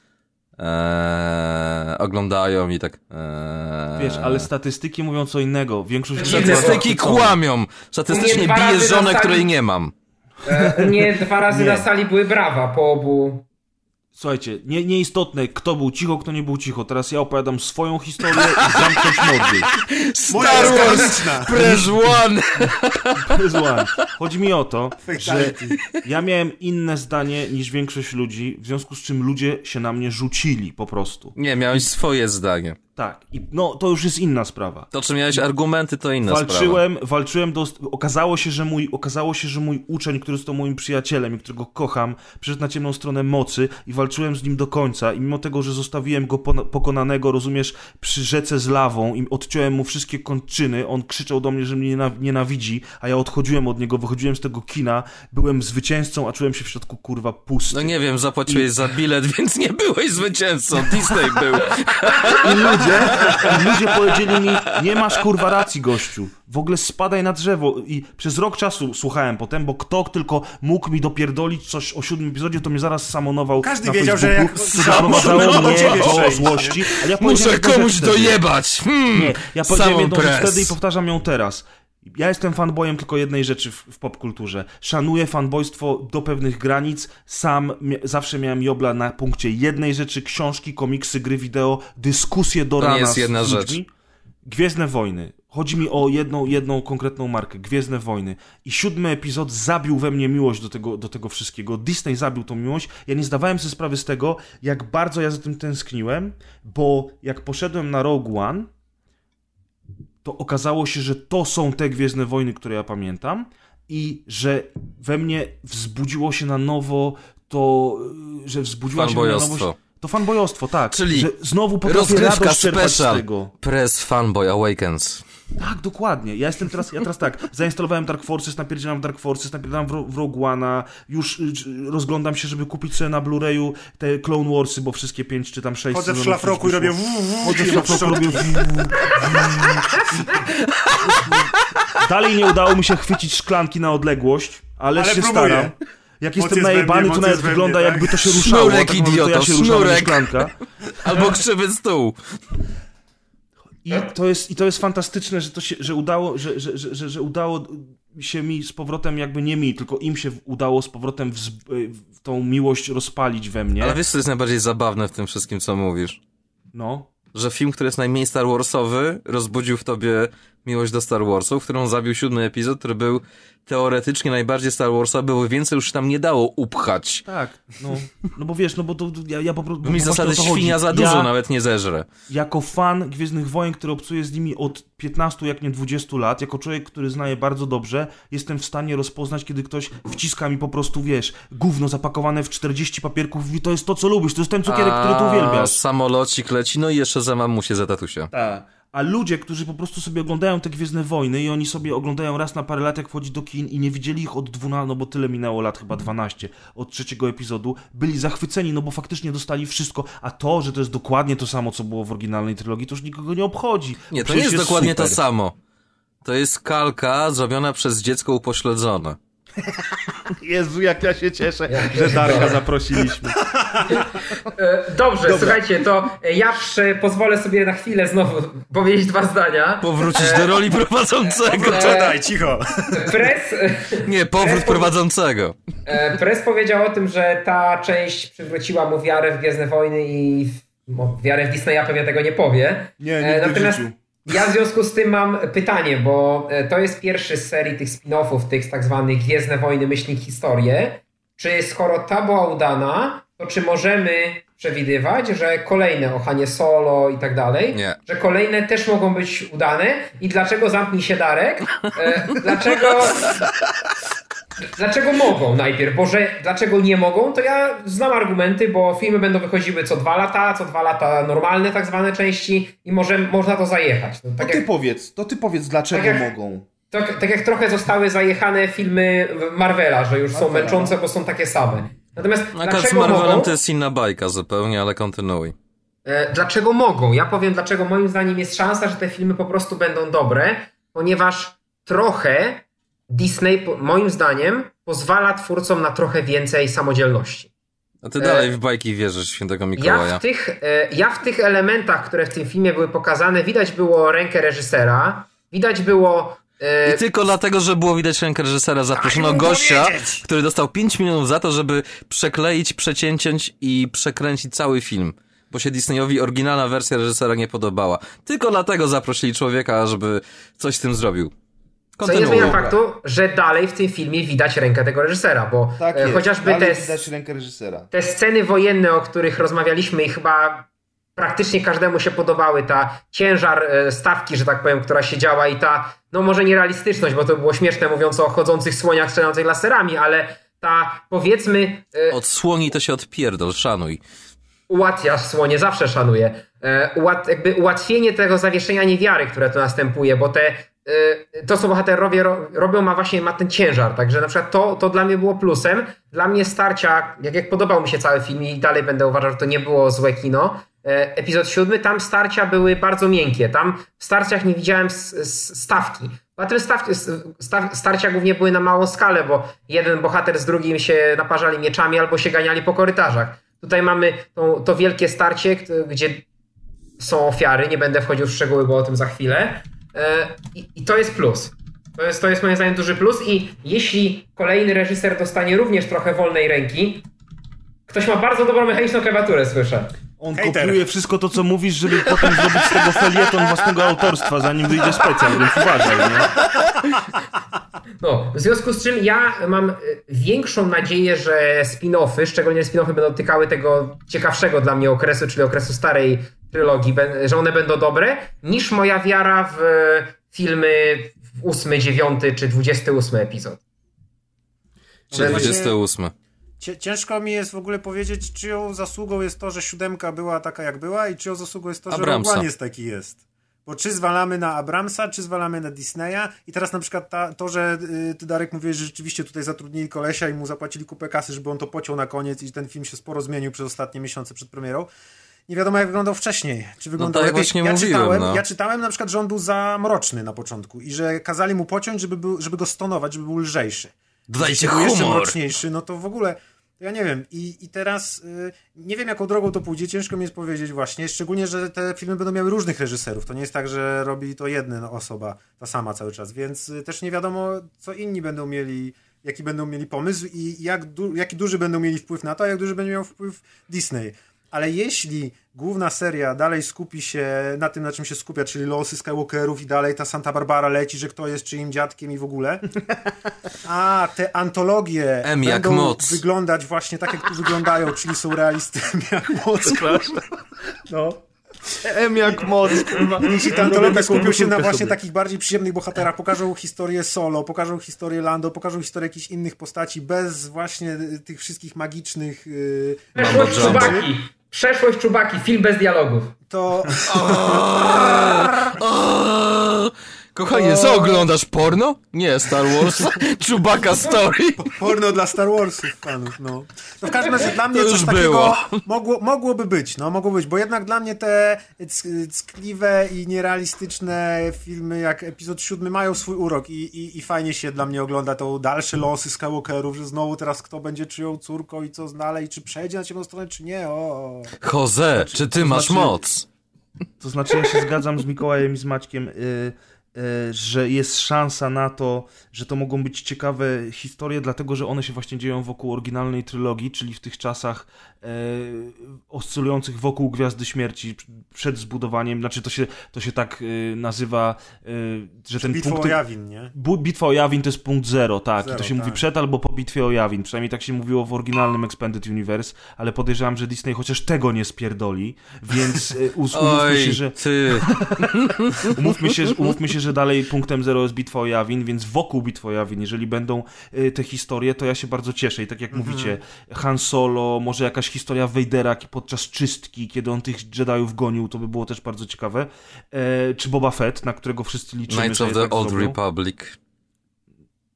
Eee, oglądają i tak eee...
Wiesz, ale statystyki mówią co innego. Większość
Statystyki kłamią. Statystycznie biję żonę, której nie mam.
E, u mnie dwa razy
Nie.
na sali były brawa po obu.
Słuchajcie, nie, nieistotne, kto był cicho, kto nie był cicho. Teraz ja opowiadam swoją historię i zamknąć mordy.
Moja jest kanoniczna.
Press one!
Zła. Chodzi mi o to, że
Fatality.
ja miałem inne zdanie niż większość ludzi, w związku z czym ludzie się na mnie rzucili po prostu.
Nie, miałeś swoje zdanie.
Tak, i no to już jest inna sprawa.
To, czy miałeś argumenty, to inna
Walczyłem,
sprawa.
walczyłem do... Okazało się, że mój, okazało się, że mój uczeń, który jest moim przyjacielem i którego kocham, przyszedł na ciemną stronę mocy i walczyłem z nim do końca i mimo tego, że zostawiłem go pona- pokonanego, rozumiesz, przy rzece z lawą i odciąłem mu wszystkie kończyny, on krzyczał do mnie, że mnie nienaw- nienawidzi, a ja odchodziłem od niego, wychodziłem z tego kina, byłem zwycięzcą, a czułem się w środku, kurwa, pusty.
No nie wiem, zapłaciłeś I... za bilet, więc nie byłeś zwycięzcą. Disney był.
I ludzie, i ludzie powiedzieli mi, nie masz kurwa racji, gościu. W ogóle spadaj na drzewo. I przez rok czasu słuchałem potem, bo kto tylko mógł mi dopierdolić coś o siódmym epizodzie, to mnie zaraz samonował
Każdy
na
wiedział, że
Facebooku,
jak
co doprowadzało
do
mnie
ciebie
do
przejść,
złości. Ale ja
Muszę
powiedziałem jedną
komuś
rzecz wtedy.
dojebać. Hmm,
Nie, ja powiedziałem jedną rzecz
press.
wtedy i powtarzam ją teraz. Ja jestem fanboyem tylko jednej rzeczy w, w popkulturze. Szanuję fanboystwo do pewnych granic. Sam mia- zawsze miałem jobla na punkcie jednej rzeczy: książki, komiksy, gry wideo, dyskusje do
To nie
rana
jest
z
jedna
ludźmi.
rzecz.
Gwiezdne Wojny. Chodzi mi o jedną, jedną konkretną markę. Gwiezdne Wojny. I siódmy epizod zabił we mnie miłość do tego, do tego wszystkiego. Disney zabił tą miłość. Ja nie zdawałem sobie sprawy z tego, jak bardzo ja za tym tęskniłem, bo jak poszedłem na Rogue One, to okazało się, że to są te Gwiezdne Wojny, które ja pamiętam i że we mnie wzbudziło się na nowo to, że wzbudziło się na
Fanbojostwo.
nowo... To fanbojostwo, tak.
Czyli
że znowu potrafię
rozgrywka
radość czerpać z
special.
tego.
Press Fanboy Awakens.
Tak, dokładnie. Ja jestem teraz, ja teraz tak, zainstalowałem Dark Forces, napierdzielam w Dark Forces, napierdzielam w, Ro- w Rogue One'a, już y, rozglądam się, żeby kupić sobie na Blu-rayu te Clone Warsy, bo wszystkie pięć czy tam sześć
Chodzę w
sezonów
szlafroku
już
i robię
wyszło.
wuuu.
Chodzę w szlafroku, robię Dalej nie udało mi się chwycić szklanki na odległość, ale,
Ale
się
próbuję.
staram. Jak
Moc
jestem
jest we
najebany,
mnie,
to
moc
nawet
jest we
wygląda
mnie, tak?
jakby to się ruszało.
Sznurek,
tak naprawdę to ja
idioto,
się ruszam, a nie
sznurek.
szklanka.
Albo krzywy stół.
I to jest, i to jest fantastyczne, że to się, że udało, że, że, że, że, że udało się mi z powrotem, jakby nie mi, tylko im się udało z powrotem w, w tą miłość rozpalić we mnie.
Ale wiesz, co jest najbardziej zabawne w tym wszystkim, co mówisz?
No.
Że film, który jest najmniej Star Warsowy, rozbudził w tobie miłość do Star Warsów, którą zabił siódmy epizod, który był teoretycznie najbardziej Star Warsowy, bo więcej już tam nie dało upchać.
Tak, no, no bo wiesz, no bo to ja, ja po prostu...
Bo mi
po
zasady
prostu o to chodzi.
świnia za dużo
ja,
nawet nie zeżre.
Jako fan Gwiezdnych Wojen, który obcuje z nimi od piętnastu, jak nie dwudziestu lat, jako człowiek, który zna je bardzo dobrze, jestem w stanie rozpoznać, kiedy ktoś wciska mi po prostu, wiesz, gówno zapakowane w czterdzieści papierków i mówi, to jest to, co lubisz, to jest ten cukierek, który ty uwielbiasz.
Samolocik leci, no i jeszcze za mamusię, za tatusia.
Tak. A ludzie, którzy po prostu sobie oglądają te Gwiezdne Wojny i oni sobie oglądają raz na parę lat, jak wchodzi do kin i nie widzieli ich od dwunastu, no bo tyle minęło lat, chyba dwanaście, od trzeciego epizodu, byli zachwyceni, no bo faktycznie dostali wszystko, a to, że to jest dokładnie to samo, co było w oryginalnej trylogii, to już nikogo nie obchodzi.
Nie, to
Przecież
nie jest dokładnie
super.
to samo. To jest kalka zrobiona przez dziecko upośledzone.
Jezu, jak ja się cieszę, że Darka zaprosiliśmy.
E, Dobrze, słuchajcie, to ja przy, pozwolę sobie na chwilę znowu powiedzieć dwa zdania.
Powrócić do roli prowadzącego.
Czekaj, cicho.
Press,
Nie, powrót
Press
prowadzącego.
e, Press powiedział o tym, że ta część przywróciła mu wiarę w Gwiezdne Wojny i w, no, wiarę w Disneya pewnie tego nie powie.
Nie,
E,
nigdy
Natomiast
w życiu.
ja w związku z tym mam pytanie, bo e, to jest pierwszy z serii tych spin-offów, tych tak zwanych Gwiezdne Wojny, myślnik historie. Czy skoro ta była udana, to czy możemy przewidywać, że kolejne o Hanie Solo i tak dalej,
Nie.
że kolejne też mogą być udane? I dlaczego, zamknij się Darek, e, dlaczego... Dlaczego mogą najpierw? Bo że dlaczego nie mogą, to ja znam argumenty, bo filmy będą wychodziły co dwa lata, co dwa lata normalne tak zwane części i może, można to zajechać. No, tak
To ty
jak,
powiedz, to ty powiedz, dlaczego
Tak jak-
mogą.
tak, tak jak trochę zostały zajechane filmy Marvela, że już są
Marvela,
męczące, bo są takie same. Natomiast
No, akurat z
dlaczego
Marvelem
mogą?
to jest inna bajka zupełnie, ale kontynuuj.
E, Dlaczego mogą? Ja powiem, dlaczego moim zdaniem jest szansa, że te filmy po prostu będą dobre, ponieważ trochę Disney moim zdaniem pozwala twórcom na trochę więcej samodzielności.
A ty dalej w bajki wierzysz Świętego Mikołaja.
Ja w, tych, ja w tych elementach, które w tym filmie były pokazane, widać było rękę reżysera, widać było...
I tylko dlatego, że było widać rękę reżysera, zaproszono gościa, powiedzieć. który dostał pięć milionów za to, żeby przekleić, przecięcić i przekręcić cały film. Bo się Disneyowi oryginalna wersja reżysera nie podobała. Tylko dlatego zaprosili człowieka, żeby coś z tym zrobił.
Co nie zmienia faktu, że dalej w tym filmie widać rękę tego reżysera, bo
tak jest,
chociażby te,
widać rękę reżysera.
te sceny wojenne, o których rozmawialiśmy i chyba praktycznie każdemu się podobały, ta ciężar stawki, że tak powiem, która się działa i ta, no może nierealistyczność, bo to było śmieszne mówiąc o chodzących słoniach strzelających laserami, ale ta powiedzmy...
Od słoni to się odpierdol, szanuj.
Ułatwiasz słonie, zawsze szanuję. Ułat, jakby ułatwienie tego zawieszenia niewiary, które tu następuje, bo te to, co bohaterowie robią, ma właśnie ma ten ciężar. Także na przykład to, to dla mnie było plusem. Dla mnie starcia, jak, jak podobał mi się cały film i dalej będę uważał, że to nie było złe kino. Epizod siódmy, tam starcia były bardzo miękkie. Tam w starciach nie widziałem stawki. Battle stawki, starcia głównie były na małą skalę, bo jeden bohater z drugim się naparzali mieczami albo się ganiali po korytarzach. Tutaj mamy to, to wielkie starcie, gdzie są ofiary. Nie będę wchodził w szczegóły, bo o tym za chwilę. I, I to jest plus. To jest, to jest moim zdaniem duży plus i jeśli kolejny reżyser dostanie również trochę wolnej ręki, ktoś ma bardzo dobrą mechaniczną klawiaturę, słyszę.
On Hater. kopiuje wszystko to, co mówisz, żeby potem zrobić z tego felieton własnego autorstwa, zanim wyjdzie specjal, więc uważaj, nie?
No, w związku z czym ja mam większą nadzieję, że spin-offy, szczególnie spin-offy będą dotykały tego ciekawszego dla mnie okresu, czyli okresu starej trylogii, że one będą dobre, niż moja wiara w filmy w ósmy, dziewiąty czy dwudziesty ósmy epizod.
Czy dwudziesty ósmy.
Ciężko mi jest w ogóle powiedzieć, czyją zasługą jest to, że siódemka była taka jak była i czyją zasługą jest to, że Rogue One jest taki jest. Bo czy zwalamy na Abramsa, czy zwalamy na Disneya i teraz na przykład ta, to, że y, ty Darek mówisz, że rzeczywiście tutaj zatrudnili kolesia i mu zapłacili kupę kasy, żeby on to pociął na koniec i ten film się sporo zmienił przez ostatnie miesiące przed premierą. Nie wiadomo jak wyglądał wcześniej. Czy wyglądał
no tak
lepiej.
właśnie
ja,
mówiłem,
czytałem,
no.
ja czytałem na przykład, że on był za mroczny na początku i że kazali mu pociąć, żeby, był, żeby go stonować, żeby był lżejszy.
Dodajcie
humor. Jeśli był jeszcze mroczniejszy, no to w ogóle... Ja nie wiem. I, i teraz y, nie wiem, jaką drogą to pójdzie. Ciężko mi jest powiedzieć właśnie. Szczególnie, że te filmy będą miały różnych reżyserów. To nie jest tak, że robi to jedna osoba, ta sama cały czas. Więc y, też nie wiadomo, co inni będą mieli, jaki będą mieli pomysł i jak du- jaki duży będą mieli wpływ na to, a jak duży będzie miał wpływ Disney. Ale jeśli główna seria dalej skupi się na tym, na czym się skupia, czyli losy Skywalkerów i dalej ta Santa Barbara leci, że kto jest czyim dziadkiem i w ogóle, a te antologie
M jak
będą
moc.
wyglądać właśnie tak, jak tu wyglądają, czyli są realistami jak moc.
No. M jak moc.
Jeśli te antologie skupią się na właśnie takich bardziej przyjemnych bohaterach, pokażą historię Solo, pokażą historię Lando, pokażą historię jakichś innych postaci, bez właśnie tych wszystkich magicznych yy,
Przeszłość Czubaki. Przeszłość Czubaki, film bez dialogów.
To...
Kochanie, co oglądasz? Porno? Nie, Star Wars. Chewbacca Story.
Porno dla Star Warsów fanów, no. No w każdym razie dla mnie
to
coś
już
takiego
było.
Mogło, mogłoby być, no mogło być, bo jednak dla mnie te ckliwe i nierealistyczne filmy jak epizod siódmy mają swój urok i, i, i fajnie się dla mnie ogląda to dalsze losy Skywalkerów, że znowu teraz kto będzie czyją córką i co dalej, czy przejdzie na ciemną stronę, czy nie, o.
Jose, czy ty masz
znaczy,
moc?
To znaczy ja się zgadzam z Mikołajem i z Maćkiem, yy, że jest szansa na to, że to mogą być ciekawe historie, dlatego że one się właśnie dzieją wokół oryginalnej trylogii, czyli w tych czasach e, oscylujących wokół Gwiazdy Śmierci przed zbudowaniem, znaczy to się, to się tak e, nazywa, e, że ten
Bitwa
punkt...
o Yavin, nie?
Bu, bitwa o Yavin to jest punkt zero, tak,
zero,
i to się
tak.
mówi przed albo po bitwie o Yavin, przynajmniej tak się mówiło w oryginalnym Expanded Universe, ale podejrzewam, że Disney chociaż tego nie spierdoli, więc e, us, umówmy
Oj,
się, że...
ty...
umówmy się, umówmy się, że dalej punktem zero jest bitwa o Yavin, więc wokół bitwy o Yavin, jeżeli będą y, te historie, to ja się bardzo cieszę i tak jak mm-hmm. mówicie, Han Solo, może jakaś historia Vadera podczas czystki, kiedy on tych Jediów gonił, to by było też bardzo ciekawe, e, czy Boba Fett, na którego wszyscy liczymy,
Knights
że
of the
tak
Old
zrobią.
Republic.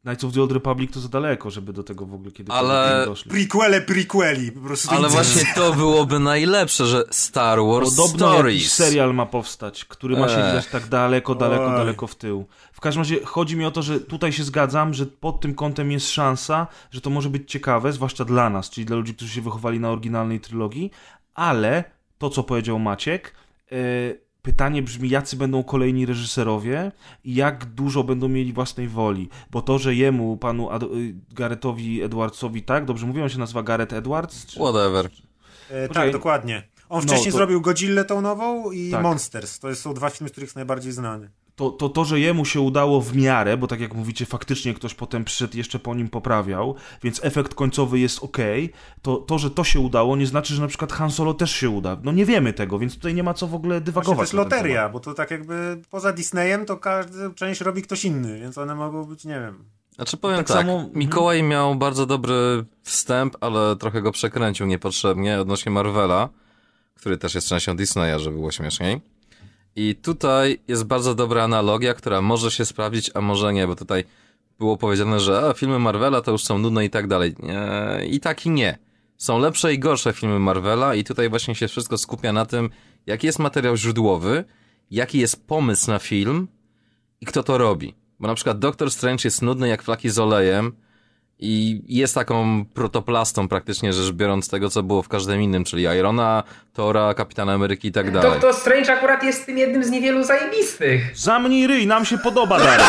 Knights of the Old Republic to za daleko, żeby do tego w ogóle kiedykolwiek
Ale...
doszli.
Prequele, prequeli. Po prostu
Ale
nic.
właśnie to byłoby najlepsze, że Star Wars
Podobno jakiś
Stories.
serial ma powstać, który ma się
Ech.
widać tak daleko, daleko,
Oj.
daleko w tył. W każdym razie chodzi mi o to, że tutaj się zgadzam, że pod tym kątem jest szansa, że to może być ciekawe, zwłaszcza dla nas, czyli dla ludzi, którzy się wychowali na oryginalnej trylogii, ale to, co powiedział Maciek, yy, pytanie brzmi, jacy będą kolejni reżyserowie i jak dużo będą mieli własnej woli. Bo to, że jemu, panu Ad- Garethowi Edwardsowi, tak? Dobrze mówię, on się nazywa Gareth Edwards? Czy...
Whatever.
E,
Poczekaj.
tak, dokładnie. On
No,
wcześniej
to-
zrobił Godzillę tą nową i
Tak.
Monsters. To są dwa filmy, z których jest najbardziej znany.
To, to, to, że jemu się udało w miarę, bo tak jak mówicie, faktycznie ktoś potem przyszedł i jeszcze po nim poprawiał, więc efekt końcowy jest okej, to, to, że to się udało, nie znaczy, że na przykład Han Solo też się uda. No nie wiemy tego, więc tutaj nie ma co w ogóle
Właśnie
dywagować.
to jest
na ten
loteria,
temat.
bo to tak jakby poza Disneyem to każda część robi ktoś inny, więc one mogą być, nie wiem...
Znaczy powiem
Tak
tak,
samo-
Mikołaj miał bardzo dobry wstęp, ale trochę go przekręcił niepotrzebnie odnośnie Marvela, który też jest częścią Disneya, żeby było śmieszniej. I tutaj jest bardzo dobra analogia, która może się sprawdzić, a może nie, bo tutaj było powiedziane, że a, filmy Marvela to już są nudne i tak dalej. Nie, i tak i nie. Są lepsze i gorsze filmy Marvela i tutaj właśnie się wszystko skupia na tym, jaki jest materiał źródłowy, jaki jest pomysł na film i kto to robi. Bo na przykład Doctor Strange jest nudny jak flaki z olejem i jest taką protoplastą praktycznie rzecz biorąc tego, co było w każdym innym, czyli Irona, Thora, Kapitana Ameryki i tak dalej.
Doctor Strange akurat jest tym jednym z niewielu zajebistych.
Zamknij ryj, nam się podoba, Darek.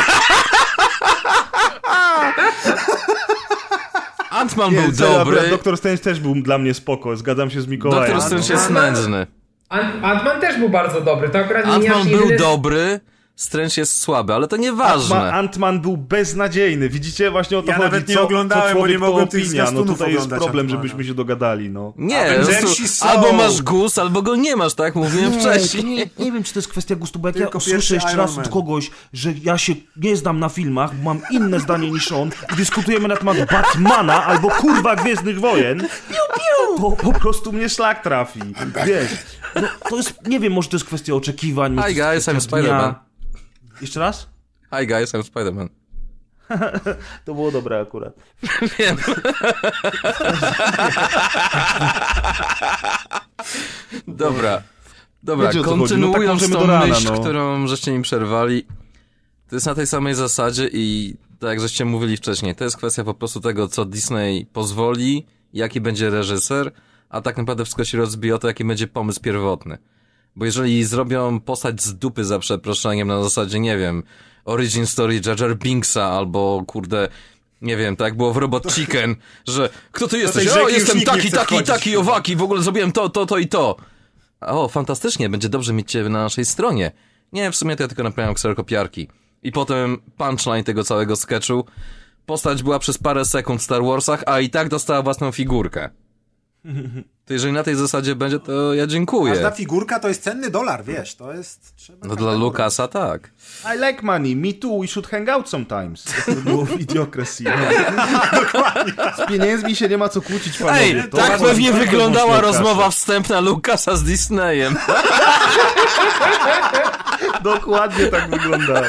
Ant-Man
Nie,
był
serio,
dobry,
akurat Doktor Strange też był dla mnie spoko, zgadzam się z Mikołajem.
Doctor Strange
no.
jest nędzny.
Ant- Ant-Man też był bardzo dobry. To akurat nie
Ant-Man
aż
był
jedyny...
dobry, Strange jest słaby, ale to nieważne.
Ant-Man, Ant-Man był beznadziejny, widzicie? Właśnie o to
Ja
chodzi.
nawet nie
co,
oglądałem,
co
bo
człowiek,
nie mogłem
to
tych
opinia. No
zwiastunów
tutaj jest
oglądać
problem,
Ant-Mana.
żebyśmy się dogadali, no.
Nie,
Avengersi
po prostu
są.
albo masz gust, albo go nie masz, tak jak mówiłem
Nie,
wcześniej.
Nie, nie wiem, czy to jest kwestia gustu, bo jak
Tylko
ja
pierwszy
słyszę jeszcze
Iron
raz
Man.
od kogoś, że ja się nie znam na filmach, bo mam inne zdanie niż on i dyskutujemy na temat Batmana albo kurwa Gwiezdnych Wojen, to po prostu mnie szlak trafi. Wiesz, no, to jest, nie wiem, może to jest kwestia oczekiwań. może
Hi
to jest
guys, I'm
kwestia dnia.
Spider-Man.
Jeszcze raz?
Hi guys, I'm Spider-Man.
To było dobre akurat.
Wiem. Dobra. Dobra,
Wiecie, o co chodzi. No tak
kontynuując
możemy
tą
do rana,
myśl,
no.
którą żeście mi przerwali, to jest na tej samej zasadzie i tak jak żeście mówili wcześniej, to jest kwestia po prostu tego, co Disney pozwoli, jaki będzie reżyser, a tak naprawdę wszystko się rozbije o to, jaki będzie pomysł pierwotny. Bo jeżeli zrobią postać z dupy za przeproszeniem na zasadzie, nie wiem, origin story Jar Jar Binksa albo kurde, nie wiem, tak jak było w Robot Chicken, że kto ty jesteś?
tej
O,
rzeki już
jestem
nikt nie
taki,
chce
taki,
wchodzić.
taki, owaki, w ogóle zrobiłem to, to, to i to. O, fantastycznie, będzie dobrze mieć cię na naszej stronie. Nie, w sumie to ja tylko naprawiam kserokopiarki. I potem punchline tego całego sketchu. Postać była przez parę sekund w Star Warsach, a i tak dostała własną figurkę. To jeżeli na tej zasadzie będzie, to ja dziękuję.
Każda figurka to jest cenny dolar, wiesz, to jest... Trzeba
No
tak
dla
tak
Lucasa tak.
I like money, me too, we should hang out sometimes. To było w Idiocracy. No. Z pieniędzmi się nie ma co kłócić, panowie.
Ej,
To
tak
chodzi
pewnie
tylko
wyglądała
wyłącznie o
rozmowa
kasę.
wstępna Lucasa z Disneyem.
Dokładnie tak wyglądała.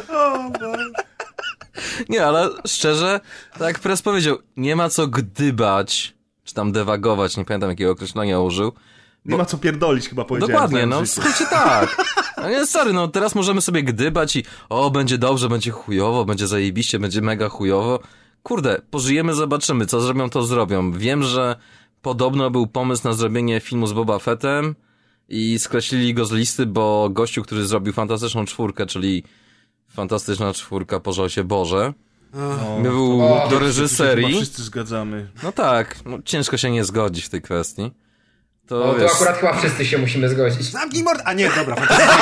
Nie, ale szczerze, tak jak Press powiedział, nie ma co gdybać, czy tam dewagować, nie pamiętam jakiego określenia użył.
Nie ma co pierdolić, chyba powiedziałem.
Dokładnie,
całym
no w
życiu.
skrócie tak. No nie, sorry, no teraz możemy sobie gdybać i o, będzie dobrze, będzie chujowo, będzie zajebiście, będzie mega chujowo. Kurde, pożyjemy, zobaczymy, co zrobią, to zrobią. Wiem, że podobno był pomysł na zrobienie filmu z Boba Fettem i skreślili go z listy, bo gościu, który zrobił Fantastyczną Czwórkę, czyli Fantastyczna Czwórka, pożal się Boże,
No,
był
O,
do
chyba
reżyserii.
wszyscy zgadzamy.
No tak, no, ciężko się nie zgodzić w tej kwestii. To,
O, to
wiesz,
akurat chyba wszyscy się musimy zgodzić.
Zamknij mord... A nie, dobra, fantastyczna.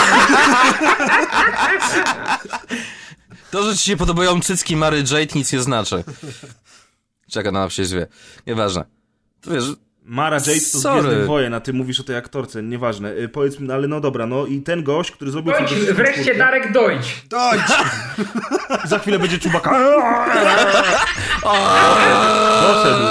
to, że ci się podobają cycki Mary Jade, nic nie znaczy. Czeka na się zwie. Nieważne. To wiesz,
Mara Jade to z
Sorry.
Gwiezdnych Wojen, a ty mówisz o tej aktorce, nieważne. Y, powiedz mi, ale no dobra, no i ten gość, który zrobił...
Dojdź,
Fantastyczną
wreszcie
Czwórkę,
Darek, dojdź!
Dojdź!
Za chwilę będzie Czubaka. Doszedł.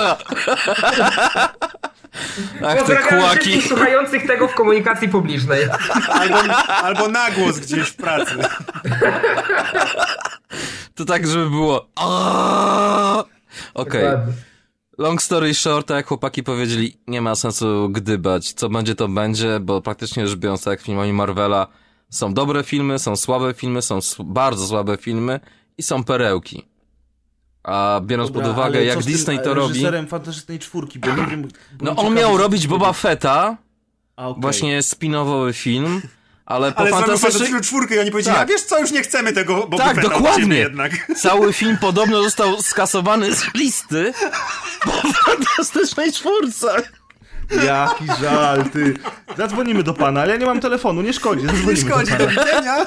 ach te
Pozdrawiam
kłaki.
wszystkich słuchających tego w komunikacji publicznej.
Albo, albo na głos gdzieś w pracy.
To tak, żeby było aaaa. Okej. Okay. Long story short, tak jak chłopaki powiedzieli, nie ma sensu gdybać. Co będzie, to będzie, bo praktycznie rzecz biorąc, tak jak filmami Marvela, są dobre filmy, są słabe filmy, są s- bardzo słabe filmy i są perełki. A biorąc
Dobra,
pod uwagę, jak Disney to robi...
reżyserem Fantastycznej Czwórki, bo nie wiem...
No on miał robić Boba Fetta,
A, okay.
właśnie spin-offowy film, ale po
Ale zrobił
fantastycznej...
Fantastyczną Czwórkę i oni powiedzieli,
Tak.
a wiesz co, już nie chcemy tego Boba
Tak,
Fetta od
dokładnie.
ciebie jednak.
Cały film podobno został skasowany z listy po Fantastycznej Czwórce.
Jaki żal, ty. Zadzwonimy do pana, ale ja nie mam telefonu, nie szkodzi.
Nie
Zadzwonimy
szkodzi,
do
do
pana.
widzenia.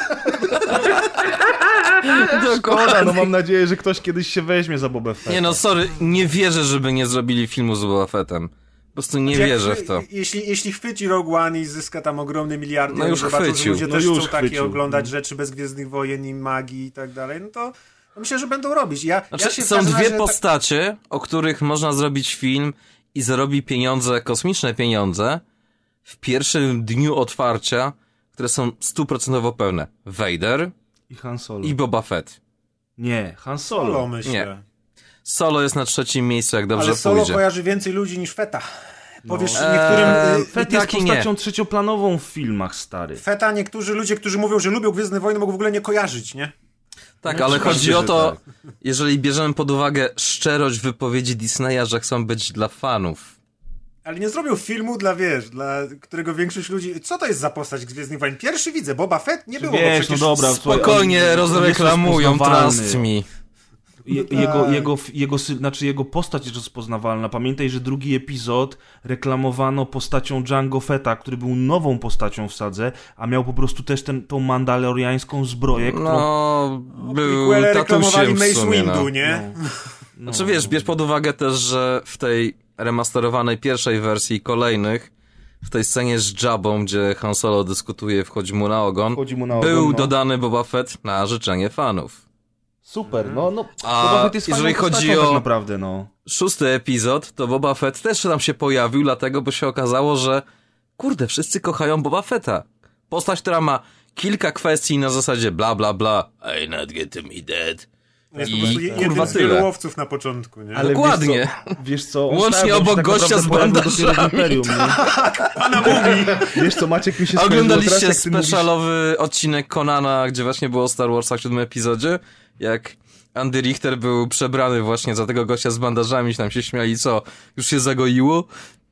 Szkoda, no mam nadzieję, że ktoś kiedyś się weźmie za Boba Fetta.
Nie no, sorry, nie wierzę, żeby nie zrobili filmu z Boba Fettem. Po prostu nie
Jak
wierzę
chwy-
w to.
Jeśli, jeśli chwyci Rogue One i zyska tam ogromny miliard,
No już
zobaczą,
chwycił.
że ludzie
No
też
już
chcą takie
chwycił.
oglądać rzeczy bez Gwiezdnych Wojen i magii i tak dalej, no to no myślę, że będą robić. Ja,
Znaczy,
ja się w
są
każdym
dwie
razie
postacie, o których można zrobić film i zarobi pieniądze, kosmiczne pieniądze w pierwszym dniu otwarcia, które są stuprocentowo pełne. Vader
I Han Solo.
i Boba Fett.
Nie, Han
Tak, Solo,
Solo.
myślę.
Nie. Solo jest na trzecim miejscu, jak dobrze
Ale Solo
pójdzie.
kojarzy więcej ludzi niż Feta. Powiesz
Eee,
niektórym... y,
Fett
I
jest
tak i nie.
postacią trzecioplanową w filmach, stary.
Feta niektórzy ludzie, którzy mówią, że lubią Gwiezdne Wojny, mogą w ogóle nie kojarzyć, nie?
Tak,
No
ale
oczywiście,
chodzi o
że
to,
tak.
jeżeli bierzemy pod uwagę szczerość wypowiedzi Disneya, że chcą być dla fanów.
Ale nie zrobił filmu dla, wiesz, dla którego większość ludzi... Co to jest za postać Gwiezdnych Wojen? Pierwszy widzę, Boba Fett nie było, bo
Wiesz,
przecież...
no dobra, słuchaj,
Spokojnie
on- on jest
rozreklamują,
rozpoznawalny.
trust me.
Je, jego, jego, jego, sy- znaczy jego postać jest rozpoznawalna. Pamiętaj, że drugi epizod reklamowano postacią Jango Fetta, który był nową postacią w sadze, a miał po prostu też ten, tą mandaloriańską zbroję, którą...
No, był
Prequele reklamowali
tatusiem w
Mace
sumie,
Windu,
no.
nie?
No.
Znaczy wiesz, bierz pod uwagę też, że w tej remasterowanej pierwszej wersji i kolejnych, w tej scenie z Jabbą, gdzie Han Solo dyskutuje, wchodzi mu na ogon,
Wchodzi mu na ogon,
był
no.
dodany Boba Fett na życzenie fanów.
Super, no, no.
A
Boba Fett jest
jeżeli
fajną
chodzi
postacią
o-
tak naprawdę, no.
Szósty epizod, to Boba Fett też tam się pojawił, dlatego, bo się okazało, że kurde, wszyscy kochają Boba Fetta. Postać, która ma kilka kwestii na zasadzie bla bla bla, I not get to me dead.
Jest
I
po prostu je-
kurwa
jednym z
tyle.
wielu łowców na początku, nie?
Ale
Dokładnie.
Wiesz co, wiesz co on
Łącznie
tak, on się
obok
tak
gościa
naprawdę
z
pojawił dopiero w
bandażami.
Imperium, nie?
Pana mówi!
Wiesz co, Maciek mi się
A
skojarzyło teraz,
oglądaliście
jak ty mówisz-
specialowy odcinek Conana, gdzie właśnie było o Star Warsach w siódmym epizodzie? Jak Andy Richter był przebrany właśnie za tego gościa z bandażami, tam się śmiali, co? Już się zagoiło?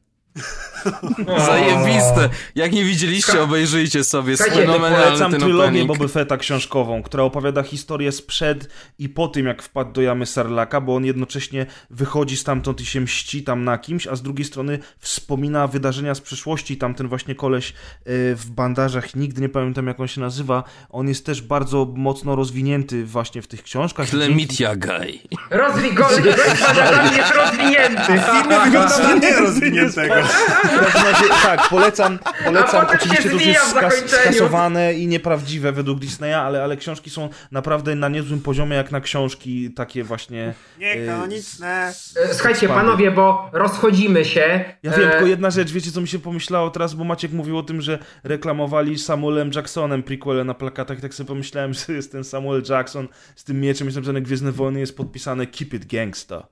Zajebiste! Jak nie widzieliście, obejrzyjcie sobie, jest
Słuchajcie,
fenomenalny
Polecam
ten
trylogię
opening.
Boba Fetta książkową, która opowiada historię sprzed i po tym, jak wpadł do jamy Sarlaka, bo on jednocześnie wychodzi stamtąd i się mści tam na kimś, a z drugiej strony wspomina wydarzenia z przeszłości. Tam ten właśnie koleś y, w bandażach, nigdy nie pamiętam jak on się nazywa, on jest też bardzo mocno rozwinięty właśnie w tych książkach.
Klemitia guy.
Rozwij go, gość badażami jest rozwinięty.
Filmy wygląda na nierozwiniętego.
W każdym razie, tak, polecam, polecam.
A potem
Oczywiście
się
to już
zmienia
jest
w
skas-
zakończeniu.
skasowane i nieprawdziwe według Disneya, ale, ale książki są naprawdę na niezłym poziomie, jak na książki takie właśnie...
Niekanoniczne.
E, Słuchajcie,
Spamy.
panowie, bo rozchodzimy się.
Ja wiem,
E,
tylko jedna rzecz, wiecie co mi się pomyślało teraz, bo Maciek mówił o tym, że reklamowali Samuelem Jacksonem prequele na plakatach i tak sobie pomyślałem, że jest ten Samuel Jackson z tym mieczem, jest napisane Gwiezdne Wojny, jest podpisane Keep It Gangsta.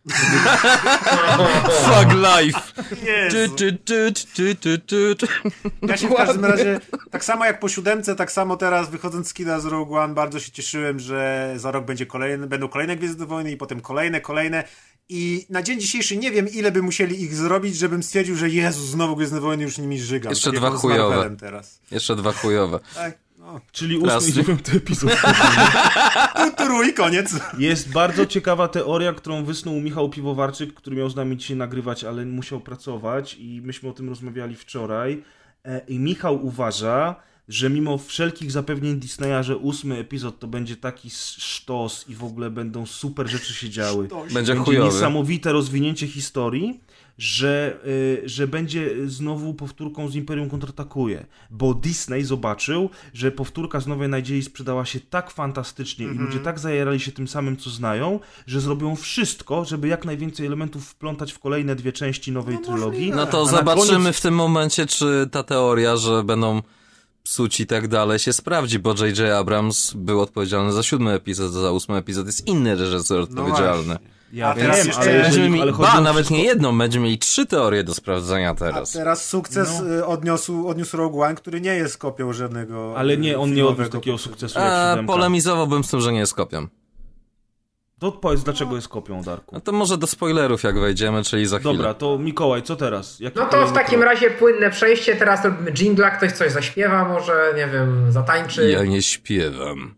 Fuck life.
Jezu.
Tu, tu, tu, tu, tu, tu.
Ja się w każdym razie, tak samo jak po siódemce, tak samo teraz wychodząc z kina z Rogue One, bardzo się cieszyłem, że za rok będzie kolejny, będą kolejne Gwiezdne Wojny i potem kolejne, kolejne. I na dzień dzisiejszy nie wiem, ile by musieli ich zrobić, żebym stwierdził, że Jezu, znowu Gwiezdne Wojny, już nimi żygam.
Jeszcze
Tak
dwa
jak z
chujowe.
Marvelem teraz.
Jeszcze dwa chujowe.
Tak, no.
Czyli
Teraz
ósmy i
nie.
dziewiąty epizod.
Turu i koniec.
Jest bardzo ciekawa teoria, którą wysnuł Michał Piwowarczyk, który miał z nami dzisiaj nagrywać, ale musiał pracować i myśmy o tym rozmawiali wczoraj. E, I Michał uważa, że mimo wszelkich zapewnień Disneya, że ósmy epizod to będzie taki sztos i w ogóle będą super rzeczy się działy.
Sztos.
Będzie
Będzie
chujowy.
niesamowite rozwinięcie historii, że, y, że będzie znowu powtórką z Imperium kontratakuje. Bo Disney zobaczył, że powtórka z Nowej Nadziei sprzedała się tak fantastycznie i ludzie tak zajarali się tym samym, co znają, że zrobią wszystko, żeby jak najwięcej elementów wplątać w kolejne dwie części nowej trylogii.
No to
A na
zobaczymy
koniec-
w tym momencie, czy ta teoria, że będą psuć i tak dalej się sprawdzi, bo J J Abrams był odpowiedzialny za siódmy epizod, za ósmy epizod jest inny reżyser odpowiedzialny.
No
Ja
A teraz
wiem,
jeszcze-
ale
Będziemy
jeżeli,
mieli,
ale
ba,
chodzi o
nawet
wszystko-
nie jedną, będziemy mieli trzy teorie do sprawdzenia
A
teraz.
teraz sukces
No.
y, odniósł, odniósł Rogue One, który nie jest kopią żadnego
Ale nie, on nie
filmowego
odniósł takiego
poprzedniego.
sukcesu jak
A,
siódemka.
polemizowałbym z tym, że nie jest kopią.
To powiedz, dlaczego jest kopią, Darku.
No to może do spoilerów jak wejdziemy, czyli za chwilę.
Dobra, to Mikołaj, co teraz? Jaki
No to w
kolejny
takim
krok?
razie płynne przejście, teraz robimy jingla, ktoś coś zaśpiewa może, nie wiem, zatańczy.
Ja nie śpiewam.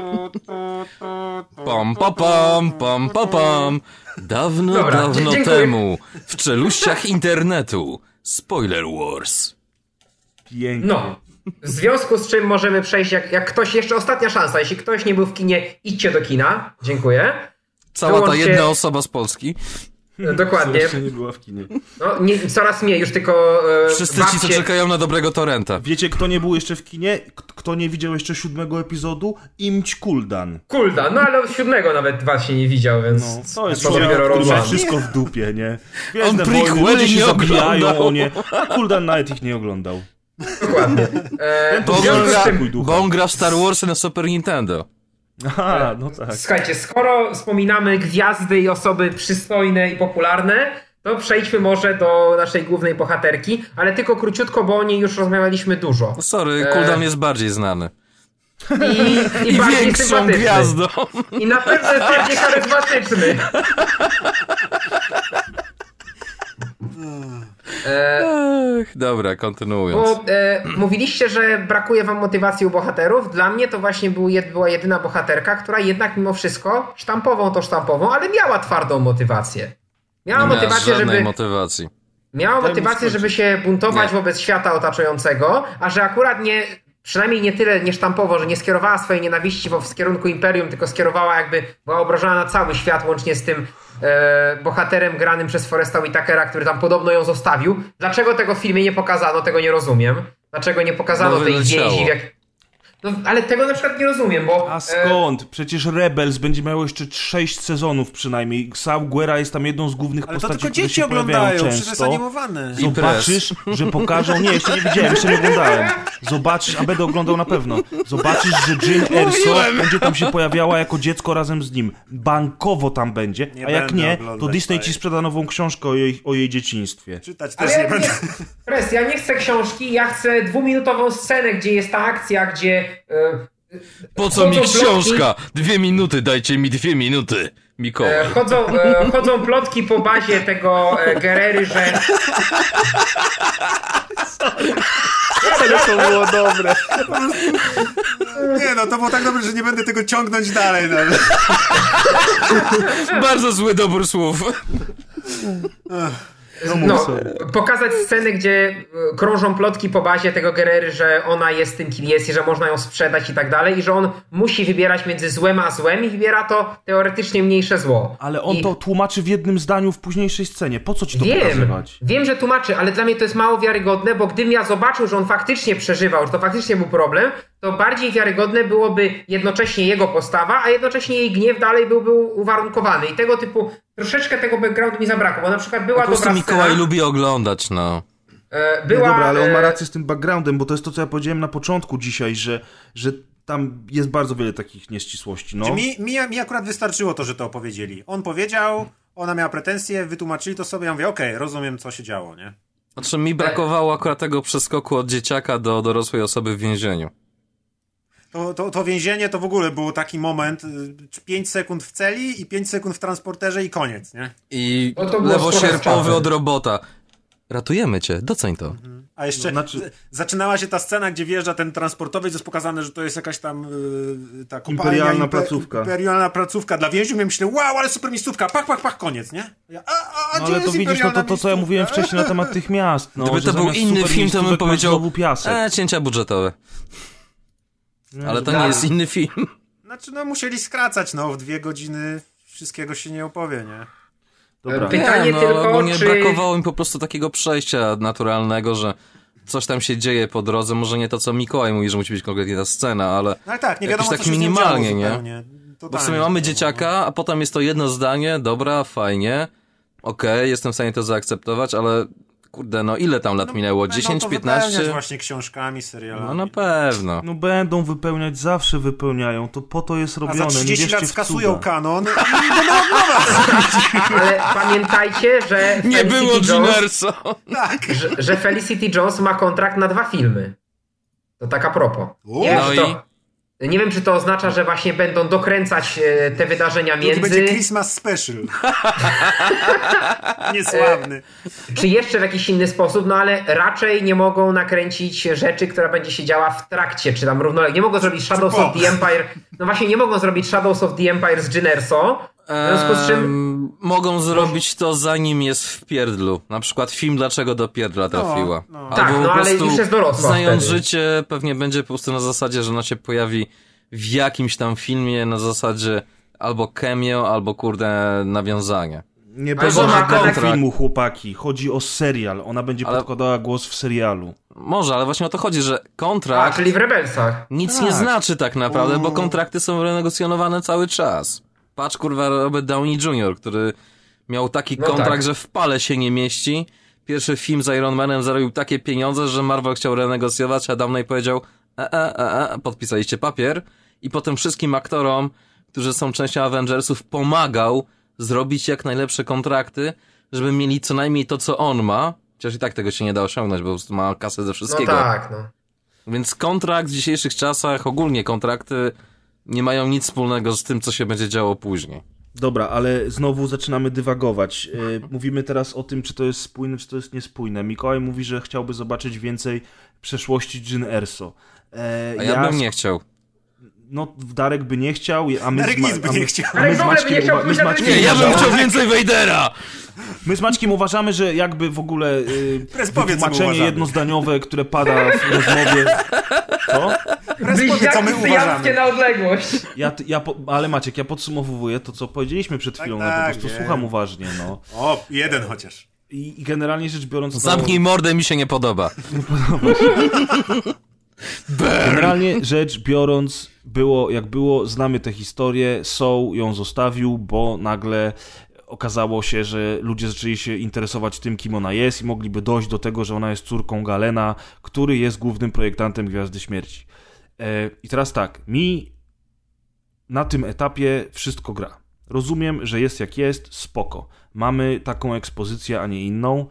Pom, pom, pom, pom, pom, pom. Dawno,
Dobra,
dawno
dzie- dziękuję.
temu, w czeluściach internetu, Spoiler Wars.
Pięknie.
No, w związku z czym możemy przejść, jak, jak ktoś, jeszcze ostatnia szansa, jeśli ktoś nie był w kinie, idźcie do kina, dziękuję.
Cała ta
Wyłączcie-
jedna osoba z Polski.
Dokładnie.
Jeszcze nie była w kinie.
No, nie, coraz mniej, już tylko e,
Wszyscy ci, co
babcie-
czekają na dobrego torrenta.
Wiecie, kto nie był jeszcze w kinie? K- Kto nie widział jeszcze siódmego epizodu? Imć Kuldan.
Kulda, no ale od siódmego nawet właśnie nie widział, więc
No, to jest
to
człowiek,
dopiero
który
Rogue
ma
One.
wszystko w dupie, nie?
On
Gwiezdne wojny,
prequeli
ludzie się
nie
zabijają
oglądał.
o nie, a Kuldan nawet ich nie oglądał.
Dokładnie. E,
Ten to
w
Bo
związku
on,
z
gra,
tym,
Spokój ducha.
bo on gra w Star Warsy na Super Nintendo.
Aha, no tak.
Słuchajcie, skoro wspominamy gwiazdy i osoby przystojne i popularne, to przejdźmy może do naszej głównej bohaterki, ale tylko króciutko, bo o niej już rozmawialiśmy dużo.
No sorry,
E.
Kuldan jest bardziej znany.
I, i,
I
bardziej
większą
sympatyczny.
gwiazdą.
I na pewno jest bardziej charyzmatyczny. E,
Ech, dobra, kontynuując.
Bo e, mówiliście, że brakuje wam motywacji u bohaterów. Dla mnie to właśnie był, jed, była jedyna bohaterka, która jednak mimo wszystko, sztampową to sztampową, ale miała twardą motywację. Miała
Nie miała
motywację,
żadnej
żeby...
motywacji.
Miała
Daj mi
motywację,
skończyć.
żeby się buntować
Nie.
wobec świata otaczającego, a że akurat nie, przynajmniej nie tyle niesztampowo, że nie skierowała swojej nienawiści w, w kierunku Imperium, tylko skierowała jakby, była obrażona na cały świat, łącznie z tym e, bohaterem granym przez Foresta Whitakera, który tam podobno ją zostawił. Dlaczego tego w filmie nie pokazano, tego nie rozumiem. Dlaczego nie pokazano
Bo
tej
wyleciało.
więzi, w jak... No, ale tego na przykład nie rozumiem, bo...
A
e,
skąd? Przecież Rebels będzie miało jeszcze sześć sezonów przynajmniej. Saw Guerra jest tam jedną z głównych
Ale to
postaci,
tylko
które
dzieci
się pojawiają
oglądają, przecież jest
często.
animowane.
I
Zobaczysz, że pokażą... Nie, jeszcze nie widziałem, jeszcze nie oglądałem. Zobaczysz, a będę oglądał na pewno. Zobaczysz, że Jyn Erso będzie tam się pojawiała jako dziecko razem z nim. Bankowo tam będzie,
Nie
a jak
będę
nie,
oglądać,
to Disney
tak.
ci sprzeda nową książkę o jej, o jej dzieciństwie.
Czytać
Ale
też nie
ja
będę.
nie, Pres, ja nie chcę książki, ja chcę dwuminutową scenę, gdzie jest ta akcja, gdzie... E,
Po co mi
chodzą plotki-
książka? Dwie minuty, dajcie mi dwie minuty. Mikołaj.
E, chodzą, e, chodzą plotki po bazie tego e, Gerery, że
Ale to było dobre.
Nie no, to było tak dobre, że nie będę tego ciągnąć dalej nawet.
Bardzo zły dobór słów.
No, mów
no,
sobie.
pokazać scenę, gdzie e, krążą plotki po bazie tego Gerery, że ona jest tym, kim jest i że można ją sprzedać i tak dalej i że on musi wybierać między złem a złem i wybiera to teoretycznie mniejsze zło.
Ale on
I
to tłumaczy w jednym zdaniu w późniejszej scenie. Po co ci to
Wiem,
pokazywać?
wiem, że tłumaczy, ale dla mnie to jest mało wiarygodne, bo gdybym ja zobaczył, że on faktycznie przeżywał, że to faktycznie był problem, to bardziej wiarygodne byłoby jednocześnie jego postawa, a jednocześnie jej gniew dalej byłby uwarunkowany. I tego typu, troszeczkę tego backgroundu mi zabrakło, bo na przykład była
Po prostu
dobra
Mikołaj
scena,
lubi oglądać, no.
e,
Nie,
była,
dobra, ale on ma
e,
rację z tym backgroundem, bo to jest to, co ja powiedziałem na początku dzisiaj, że, że tam jest bardzo wiele takich nieścisłości. No.
Mi, mi, mi akurat wystarczyło to, że to opowiedzieli. On powiedział, ona miała pretensje, wytłumaczyli to sobie, ja mówię, okej, rozumiem, co się działo, nie?
Znaczy mi brakowało akurat tego przeskoku od dzieciaka do dorosłej osoby w więzieniu.
To, to, to więzienie to w ogóle był taki moment, pięć sekund w celi i pięć sekund w transporterze i koniec, nie?
I
No to było
lewosierpowy
trochę
od robota. Ratujemy cię, doceń to.
A jeszcze
No, znaczy-
z- zaczynała się ta scena, gdzie wjeżdża ten transportowiec, jest pokazane, że to jest jakaś tam yy, ta kopalnia,
Imperialna
impe-
placówka.
Imperialna placówka dla więźniów. Ja myślę, wow, ale super miejscówka, pach, pach, pach, koniec, nie? Ja, a, a, a
No
gdzie
ale to
jest
widzisz, no to,
imperialna
to co ja mówiłem
miejscówka?
wcześniej na temat tych miast. No,
Gdyby
że
to był
zamiast
inny
super
film, to bym
miejscówek masz
powiedział,
znowu piasek.
e, cięcia budżetowe. Ale to nie
tak.
jest inny film.
Znaczy, no musieli skracać, no w dwie godziny wszystkiego się nie opowie, nie?
Dobra.
Pytanie
nie, no,
tylko,
bo nie
czy-
brakowało mi po prostu takiego przejścia naturalnego, że coś tam się dzieje po drodze. Może nie to, co Mikołaj mówi, że musi być konkretnie ta scena, ale
No ale tak, nie
Jakoś
wiadomo,
tak
co się z nim
minimalnie,
działo
nie?
zupełnie.
bo w
Totalnie
sumie mamy
nie wiadomo.
dzieciaka, a potem jest to jedno zdanie, dobra, fajnie, okej, jestem w stanie to zaakceptować, ale kurde, no ile tam lat
no,
minęło? dziesięć piętnaście?
właśnie książkami, serialami.
No na pewno.
No będą wypełniać, zawsze wypełniają, to po to jest robione.
A za trzydzieści
nie wierzcie
lat
w
skasują
cuda.
kanon i będą od nowa.
Ale pamiętajcie, że
Nie
Felicity
było
Jones,
Ginerso.
Tak.
że, że Felicity Jones ma kontrakt na dwa filmy. To tak a propos. Nie wiem,
No
czy to, nie wiem, czy to oznacza, że właśnie będą dokręcać e, te wydarzenia
To będzie
między...
Christmas Special. Niesławny.
Czy jeszcze w jakiś inny sposób, no ale raczej nie mogą nakręcić rzeczy, która będzie się działa w trakcie, czy tam równolegle. Nie mogą zrobić Shadows of the Empire. No właśnie, nie mogą zrobić Shadows of the Empire z Jyn Erso. W związku z czym...
Ehm, mogą zrobić to zanim jest w pierdlu. Na przykład film Dlaczego do pierdla trafiła.
no.
Albo
Tak,
po
no ale
prostu,
już jest dorosła
znając
wtedy.
życie, pewnie będzie po prostu na zasadzie, że ona się pojawi w jakimś tam filmie na zasadzie albo cameo, albo kurde nawiązanie.
Nie
Albo
będzie
ma
żadnego
kontrakt.
filmu, chłopaki. Chodzi o serial. Ona będzie
Ale-
podkładała głos w serialu.
Może, ale właśnie o to chodzi, że
A,
kontrakt
czyli w Rebelsach.
nic
Tak.
nie znaczy tak naprawdę, bo kontrakty są renegocjonowane cały czas. Patrz kurwa Robert Downey junior, który miał taki
No
kontrakt,
tak.
że w pale się nie mieści. Pierwszy film z Iron Manem zarobił takie pieniądze, że Marvel chciał renegocjować, a Downey powiedział e, e, e, e, podpisaliście papier i potem wszystkim aktorom, którzy są częścią Avengersów, pomagał zrobić jak najlepsze kontrakty, żeby mieli co najmniej to, co on ma, chociaż i tak tego się nie da osiągnąć, bo po prostu ma kasę ze
No
wszystkiego.
tak, no.
Więc kontrakt w dzisiejszych czasach, ogólnie kontrakty nie mają nic wspólnego z tym, co się będzie działo później.
Dobra, ale znowu zaczynamy dywagować. Yy, mówimy teraz o tym, czy to jest spójne, czy to jest niespójne. Mikołaj mówi, że chciałby zobaczyć więcej przeszłości Jyn Erso. E,
A ja bym nie chciał.
No, Darek by nie chciał, a my
Darek
z, Ma-
nic by
a my,
nie chciał.
a my
Darek
z
w ogóle by
Maćkiem,
nie chciał
uwa- my z
pójść na
Maćkiem
ten
Nie, ja bym
uważamy-
chciał więcej Vadera!
My z Maćkiem uważamy, że jakby w ogóle yy,
Prez powie, co my
wytłumaczenie
uważamy.
jednozdaniowe, które pada w rozmowie... Co?
Prez powie, co my uważamy.
na odległość.
Ja, ja po, ale Maciek, ja podsumowuję to, co powiedzieliśmy przed chwilą,
tak,
no, po prostu
wiem.
słucham uważnie, no.
O, jeden chociaż.
I, i generalnie rzecz biorąc...
Zamknij mordę, mi się nie podoba.
Generalnie rzecz biorąc, było jak było, znamy tę historię, Saul ją zostawił, bo nagle okazało się, że ludzie zaczęli się interesować tym, kim ona jest i mogliby dojść do tego, że ona jest córką Galena, który jest głównym projektantem Gwiazdy Śmierci. E, I teraz tak, mi na tym etapie wszystko gra. Rozumiem, że jest jak jest, spoko. Mamy taką ekspozycję, a nie inną.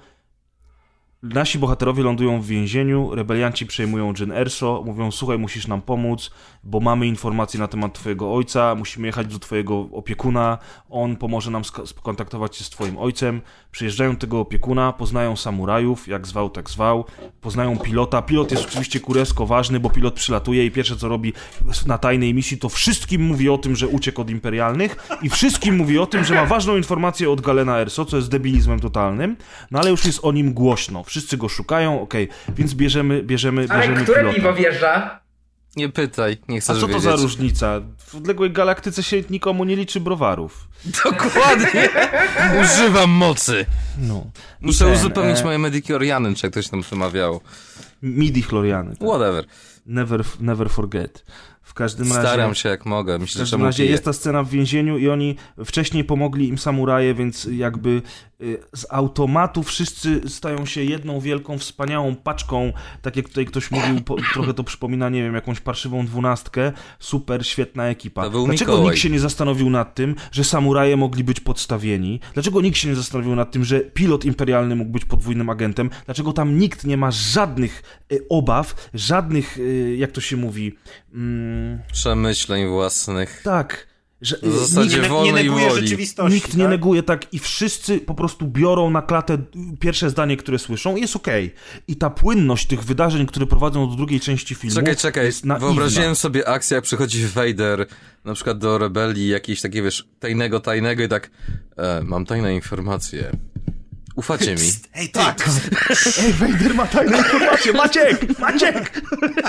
Nasi bohaterowie lądują w więzieniu, rebelianci przejmują Jyn Erso, mówią: słuchaj, musisz nam pomóc, bo mamy informacje na temat twojego ojca, musimy jechać do twojego opiekuna, on pomoże nam sk- skontaktować się z twoim ojcem. Przyjeżdżają do tego opiekuna, poznają samurajów, jak zwał, tak zwał, poznają pilota. Pilot jest oczywiście kurewsko ważny, bo pilot przylatuje i pierwsze co robi na tajnej misji, to wszystkim mówi o tym, że uciekł od imperialnych i wszystkim mówi o tym, że ma ważną informację od Galena Erso, co jest debilizmem totalnym, no ale już jest o nim głośno. Wszyscy go szukają, okej, więc bierzemy, bierzemy,
Ale
bierzemy
które
pilota.
piwo wjeżdża?
Nie pytaj, nie
A
chcesz
co to
wiedzieć.
za różnica? W odległej galaktyce się nikomu nie liczy browarów.
Dokładnie! Używam mocy!
No. I
Muszę
ten,
uzupełnić
e,
moje Medichloriany, czy jak ktoś tam przemawiało.
Midi-chloriany. Tak.
Whatever.
Never, never forget. W każdym razie...
Staram się jak mogę.
W
Myślę, że
każdym
czemu
razie
piję.
jest ta scena w więzieniu i oni wcześniej pomogli im samuraje, więc jakby y, z automatu wszyscy stają się jedną wielką, wspaniałą paczką, tak jak tutaj ktoś mówił, po, trochę to przypomina, nie wiem, jakąś parszywą dwunastkę, super, świetna ekipa.
To był
Dlaczego
Mikołaj.
nikt się nie zastanowił nad tym, że samuraje mogli być podstawieni? Dlaczego nikt się nie zastanowił nad tym, że pilot imperialny mógł być podwójnym agentem? Dlaczego tam nikt nie ma żadnych y, obaw, żadnych, y, jak to się mówi... Mm,
Przemyśleń własnych.
tak, że
W zasadzie
nikt,
Nie, nie
wolnej
neguje
woli.
rzeczywistości.
nikt nie
tak?
neguje tak i wszyscy po prostu biorą na klatę pierwsze zdanie, które słyszą i jest okej. I ta płynność tych wydarzeń, które prowadzą do drugiej części filmu
Czekaj, czekaj,
jest naiwna.
wyobraziłem sobie akcję, jak przychodzi Vader na przykład do rebelii jakiejś takiego, wiesz, tajnego, tajnego i tak e, mam tajne informacje. Ufacie mi?
Hej, ty,
Tak. Ej, Vader ma tajne informacje, Maciek! Maciek!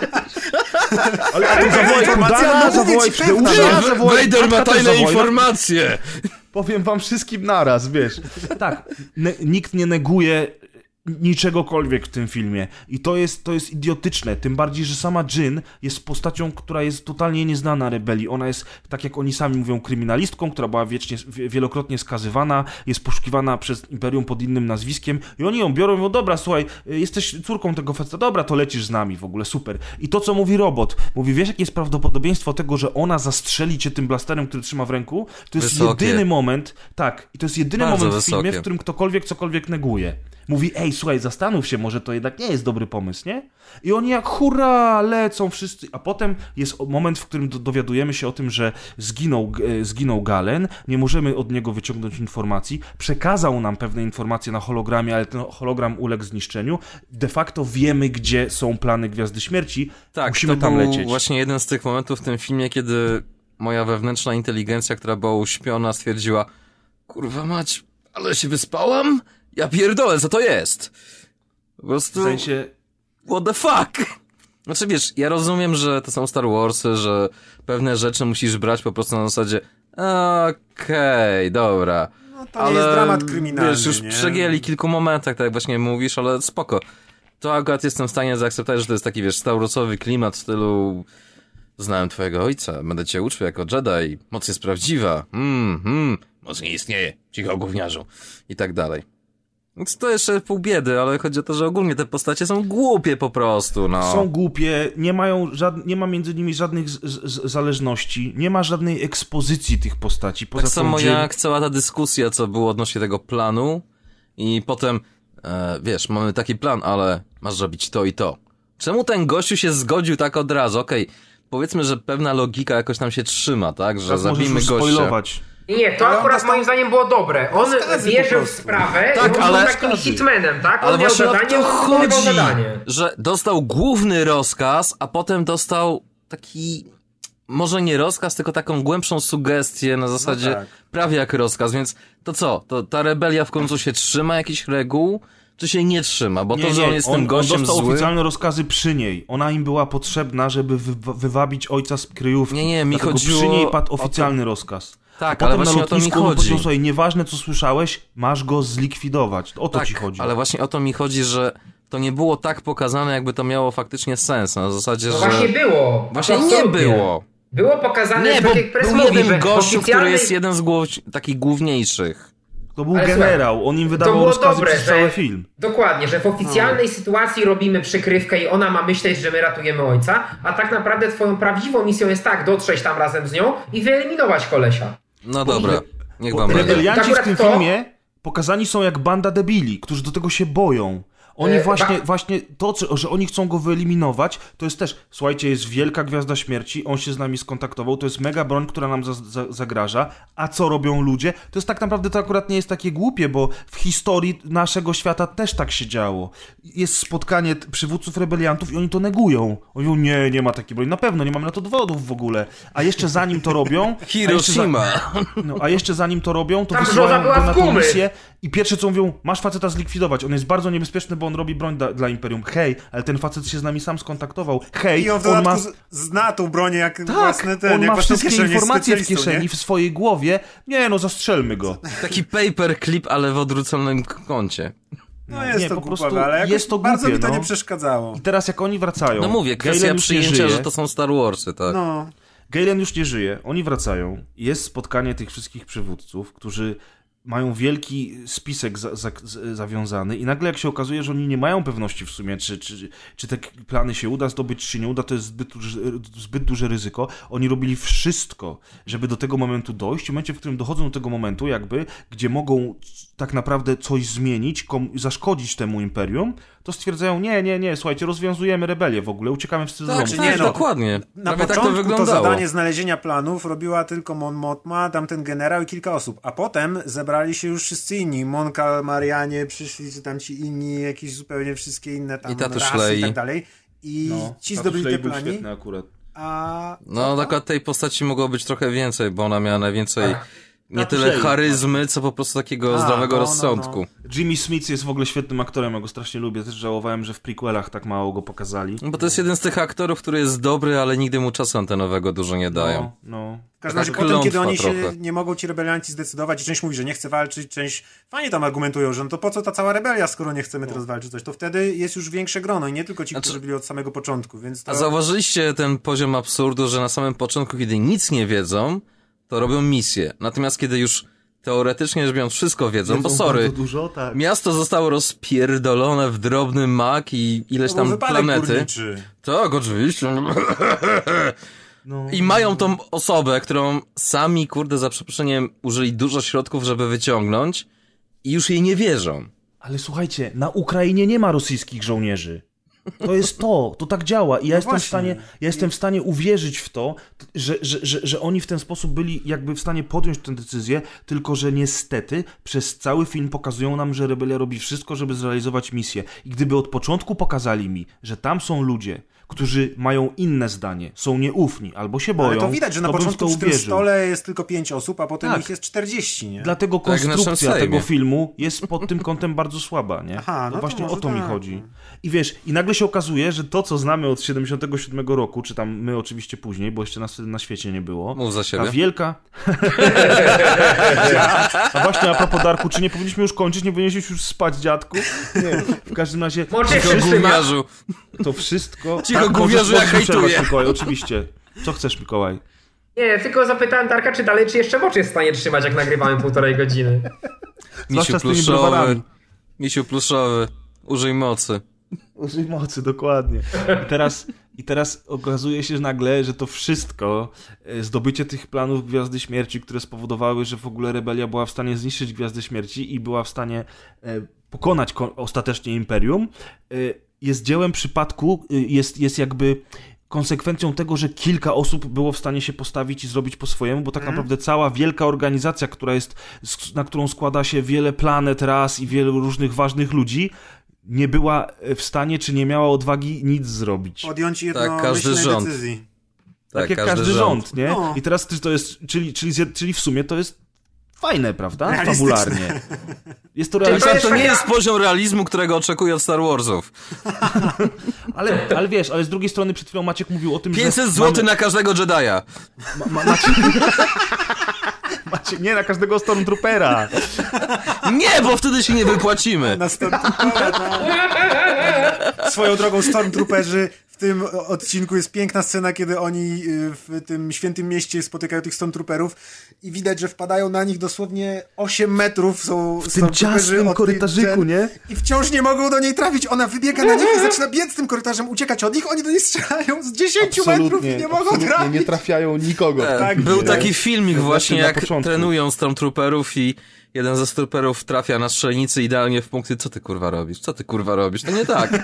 Ale ale zawołaj
informacja,
Kudana,
no
zawołaj
mówię ci, pewna.
Fdeusza,
W-
zawołaj...
Vader ma
Arka też
tajne
zawołaj.
informacje!
Powiem wam wszystkim naraz, wiesz. Tak, ne- nikt nie neguje niczegokolwiek w tym filmie. I to jest, to jest idiotyczne, tym bardziej, że sama Jyn jest postacią, która jest totalnie nieznana rebelii. Ona jest, tak jak oni sami mówią, kryminalistką, która była wiecznie, wielokrotnie skazywana, jest poszukiwana przez Imperium pod innym nazwiskiem i oni ją biorą i mówią, dobra, słuchaj, jesteś córką tego faceta, dobra, to lecisz z nami w ogóle, super. I to, co mówi robot, mówi, wiesz, jakie jest prawdopodobieństwo tego, że ona zastrzeli cię tym blasterem, który trzyma w ręku? To jest
Wysokie.
jedyny moment, tak, i to jest jedyny
Bardzo
moment w filmie,
wysokie.
w którym ktokolwiek cokolwiek neguje. Mówi, ej, słuchaj, zastanów się, może to jednak nie jest dobry pomysł, nie? I oni jak hurra, lecą wszyscy, a potem jest moment, w którym do- dowiadujemy się o tym, że zginął, e, zginął Galen, nie możemy od niego wyciągnąć informacji, przekazał nam pewne informacje na hologramie, ale ten hologram uległ zniszczeniu. De facto wiemy, gdzie są plany Gwiazdy Śmierci,
Tak,
musimy
to
tam
był
lecieć.
właśnie jeden z tych momentów w tym filmie, kiedy moja wewnętrzna inteligencja, która była uśpiona, stwierdziła, kurwa mać, ale się wyspałam? Ja pierdolę, co to jest? Po prostu,
W sensie,
what the fuck? Znaczy wiesz, ja rozumiem, że to są Star Warsy, że pewne rzeczy musisz brać po prostu na zasadzie okej, dobra.
No to nie jest dramat kryminalny,
wiesz, już
nie?
przegięli kilku momentach, tak jak właśnie mówisz, ale spoko. To akurat jestem w stanie zaakceptować, że to jest taki, wiesz, Star Warsowy klimat w stylu znałem twojego ojca, będę cię uczył jako Jedi, moc jest prawdziwa, mm, mm, moc nie istnieje, cicho gówniarzu i tak dalej. Więc to jeszcze pół biedy, ale chodzi o to, że ogólnie te postacie są głupie po prostu, no.
są głupie, nie mają żad... nie ma między nimi żadnych z- z- zależności, nie ma żadnej ekspozycji tych postaci. Poza
Tak samo
tą Jyn-
jak cała ta dyskusja, co było odnośnie tego planu i potem, e, wiesz, mamy taki plan, ale masz robić to i to. Czemu ten gościu się zgodził tak od razu? Okej, powiedzmy, że pewna logika jakoś tam się trzyma, tak? Że
Teraz możesz
zabijmy
już
gościa.
spoilować.
Nie, to
Ale on
akurat
dostał
moim zdaniem było dobre. On
rozkazy po
wierzył w
prostu.
sprawę
Tak,
i on
ale-
był takim hitmanem, tak?
Ale
On miał
właśnie o
zadanie,
to
on wykonywał
chodzi,
zadanie.
że dostał główny rozkaz, a potem dostał taki, może nie rozkaz, tylko taką głębszą sugestię na zasadzie
No tak.
prawie jak rozkaz, więc to co? To ta rebelia w końcu się trzyma jakichś reguł, czy się nie trzyma? Bo
Nie,
to, że
nie,
on jest
on,
tym gościem
on dostał
złym...
oficjalne rozkazy przy niej. Ona im była potrzebna, żeby wy, wywabić ojca z kryjówki.
Nie, nie, mi
Dlatego
chodziło
przy niej
o
padł
to-
oficjalny rozkaz.
Tak,
A
ale
potem
właśnie
na
o to mi
lotnisku on
chodzi.
powiedział, słuchaj, nieważne co słyszałeś, masz go zlikwidować. O to
Tak,
ci chodzi.
ale właśnie o to mi chodzi, że to nie było tak pokazane, jakby to miało faktycznie sens, na zasadzie,
No
że...
właśnie było.
Właśnie nie
Absolutnie.
było.
Było pokazane,
Nie,
tak
bo
jak Press
był
mówi,
jeden
że w
gościu, który
oficjalnej-
jest jeden z głów... takich główniejszych.
To był
Ale
generał, on im
To
wydawał
było
rozkazy
dobre,
przez
że...
cały film.
Dokładnie, że w oficjalnej sytuacji robimy przykrywkę i ona ma myśleć, że my ratujemy ojca, a tak naprawdę twoją prawdziwą misją jest tak, dotrzeć tam razem z nią i wyeliminować kolesia.
No dobra, niech
Bo
wam będzie.
rebelianci w
Akurat
tym
to-
filmie pokazani są jak banda debili, którzy do tego się boją. Oni
E,
właśnie,
ba-
właśnie to, co- że oni chcą go wyeliminować, to jest też, słuchajcie, jest wielka Gwiazda Śmierci, on się z nami skontaktował, to jest mega broń, która nam za, za, zagraża, a co robią ludzie? To jest tak naprawdę, to akurat nie jest takie głupie, bo w historii naszego świata też tak się działo. Jest spotkanie t- przywódców rebeliantów i oni to negują. Oni mówią, nie, nie ma takiej broni, na pewno, nie mamy na to dowodów w ogóle. A jeszcze zanim to robią... a jeszcze za-
Hiroshima.
No, a jeszcze zanim to robią, to
Tam
wysyłają
brzoza była
go na
z
tą
gumy.
misję i pierwsze co mówią, masz faceta zlikwidować, on jest bardzo niebezpieczny, bo on robi broń da, dla Imperium. Hej, ale ten facet się z nami sam skontaktował. Hej,
I on w
on
dodatku
ma...
z- zna tą bronię jak
Tak,
własny ten,
on
jak
ma
własną
wszystkie
kieszeń, jest
informacje w
specjalistą,
kieszeni,
nie?
w swojej głowie. Nie no, zastrzelmy go.
Taki paperclip, ale w odwróconym k- kącie.
No jest
nie,
to
po
głupawe,
prostu
ale jakoś
jest to
bardzo
głupie,
mi to
no.
nie przeszkadzało.
I teraz jak oni wracają...
No mówię, kwestia
Galen już nie
przyjęcia,
żyje.
że to są Star Warsy, tak.
No.
Galen już nie żyje, oni wracają, jest spotkanie tych wszystkich przywódców, którzy mają wielki spisek za, za, z- zawiązany i nagle jak się okazuje, że oni nie mają pewności w sumie, czy, czy, czy te plany się uda zdobyć, czy się nie uda, to jest zbyt, duży- zbyt duże ryzyko. Oni robili wszystko, żeby do tego momentu dojść. W momencie, w którym dochodzą do tego momentu jakby, gdzie mogą tak naprawdę coś zmienić, kom- zaszkodzić temu imperium, to stwierdzają, nie, nie, nie, słuchajcie, rozwiązujemy rebelię w ogóle, uciekamy wszyscy z
Tak,
domu.
czy
tak,
nie, no,
dokładnie.
Na
Prawie tak to
początku to,
wyglądało.
zadanie znalezienia planów robiła tylko Mon Mothma, tamten generał i kilka osób, a potem zebrali się już wszyscy inni. Mon Calamarianie przyszli, czy tam ci inni, jakieś zupełnie wszystkie inne tam
I Tatuś
rasy
Lei.
i tak dalej. I
No,
ci
Tatuś
zdobyli
Lei
te
był
plany,
świetny akurat.
a...
No, tak tej postaci mogło być trochę więcej, bo ona miała najwięcej nie
Tak,
tyle
Shea.
charyzmy, co po prostu takiego
A,
zdrowego
no, no,
rozsądku.
Jimmy Smith jest w ogóle świetnym aktorem, ja go strasznie lubię. Też żałowałem, że w prequelach tak mało go pokazali.
No bo to jest jeden z tych aktorów, który jest dobry, ale nigdy mu czasu antenowego dużo nie dają.
No, no.
W każdym razie
Taka
potem, kiedy oni
klątwa
się
trochę.
nie mogą ci rebelianci zdecydować i część mówi, że nie chce walczyć, część fajnie tam argumentują, że no to po co ta cała rebelia, skoro nie chcemy teraz walczyć coś, to wtedy jest już większe grono i nie tylko ci,
Znaczy-
którzy byli od samego początku, więc to...
A zauważyliście ten poziom absurdu, że na samym początku, kiedy nic nie wiedzą, to robią misję. Natomiast kiedy już teoretycznie rzecz biorąc wszystko wiedzą, bo sorry,
Bardzo dużo, tak.
miasto zostało rozpierdolone w drobny mak i ileś
To był
tam
wypadek
planety.
górniczy.
Tak, oczywiście.
No.
I mają tą osobę, którą sami, kurde, za przeproszeniem, użyli dużo środków, żeby wyciągnąć i już jej nie wierzą.
Ale słuchajcie, na Ukrainie nie ma rosyjskich żołnierzy. To jest to, to tak działa i ja,
No
jestem, w
właśnie.
stanie, ja jestem w stanie uwierzyć w to, że, że, że, że oni w ten sposób byli jakby w stanie podjąć tę decyzję, tylko że niestety przez cały film pokazują nam, że rebelia robi wszystko, żeby zrealizować misję. I gdyby od początku pokazali mi, że tam są ludzie, którzy mają inne zdanie, są nieufni albo się boją,
Ale to widać, że na
to bym w
początku
to
przy tym
uwierzył.
stole jest tylko pięć osób, a potem
Tak.
ich jest czterdzieści, nie?
Dlatego
Tak, w naszym
konstrukcja
Sejmie.
tego filmu jest pod tym kątem bardzo słaba, nie?
Aha, no
to
to
właśnie
może
o to mi
tak.
chodzi. I wiesz, i nagle się okazuje, że to, co znamy od siedemdziesiątego siódmego roku, czy tam my oczywiście później, bo jeszcze nas wtedy na świecie nie było.
Mów za siebie.
Ta wielka... A właśnie, a propos Darku, czy nie powinniśmy już kończyć? Nie powinieneś już spać, dziadku? Nie, w każdym razie...
Może
Cicho,
się trzyma.
gówniarzu.
To wszystko...
Cicho,
możesz-
gówniarzu, ja
możesz mi przerwać,
hejtuję.
Mikołaj, oczywiście. Co chcesz, Mikołaj?
Nie, tylko zapytałem Darka, czy dalej, czy jeszcze moczy jest w stanie trzymać, jak nagrywamy półtorej godziny.
Zwłaszcza
Misiu
z tymi
pluszowy.
browarami.
Misiu pluszowy. Użyj mocy.
Użyj mocy, dokładnie. I teraz, I teraz okazuje się nagle, że to wszystko, e, zdobycie tych planów Gwiazdy Śmierci, które spowodowały, że w ogóle rebelia była w stanie zniszczyć Gwiazdę Śmierci i była w stanie e, pokonać ko- ostatecznie Imperium, e, jest dziełem przypadku, e, jest, jest jakby konsekwencją tego, że kilka osób było w stanie się postawić i zrobić po swojemu, bo tak naprawdę cała wielka organizacja, która jest, na którą składa się wiele planet, ras i wielu różnych ważnych ludzi, nie była w stanie, czy nie miała odwagi nic zrobić.
Podjąć
Tak, każdy
jednomyślnej
rząd.
decyzji.
Tak, jak każdy, rząd, rząd nie?
No.
I teraz to jest, czyli, czyli, czyli w sumie to jest fajne, prawda?
Realistyczne.
Fabularnie. Jest to
Czyli
Tak,
realistyczne,
to nie
taka-
jest poziom realizmu, którego oczekuję od Star Warsów.
ale, ale wiesz, ale z drugiej strony przed chwilą Maciek mówił o tym,
pięćset
że...
złotych
mamy-
na każdego Jedi'a.
Ma, ma, Maciek... Maciek, nie, na każdego Stormtroopera.
Nie, bo wtedy się nie wypłacimy.
Na Stormtroopera, tak. Swoją drogą Stormtrooperzy w tym odcinku jest piękna scena, kiedy oni w tym świętym mieście spotykają tych Stormtrooperów i widać, że wpadają na nich dosłownie osiem metrów. Są
W tym ciasnym korytarzyku, nie?
I wciąż nie mogą do niej trafić. Ona wybiega na nich i zaczyna biec tym korytarzem, uciekać od nich. Oni do niej strzelają z dziesięciu metrów i nie mogą trafić.
nie trafiają nikogo.
Tak,
Był
widać.
taki filmik
To
właśnie,
znaczy na
jak
początku.
trenują Stormtrooperów i jeden ze Stormtrooperów trafia na strzelnicy idealnie w punkty. Co ty kurwa robisz? Co ty kurwa robisz? To nie tak.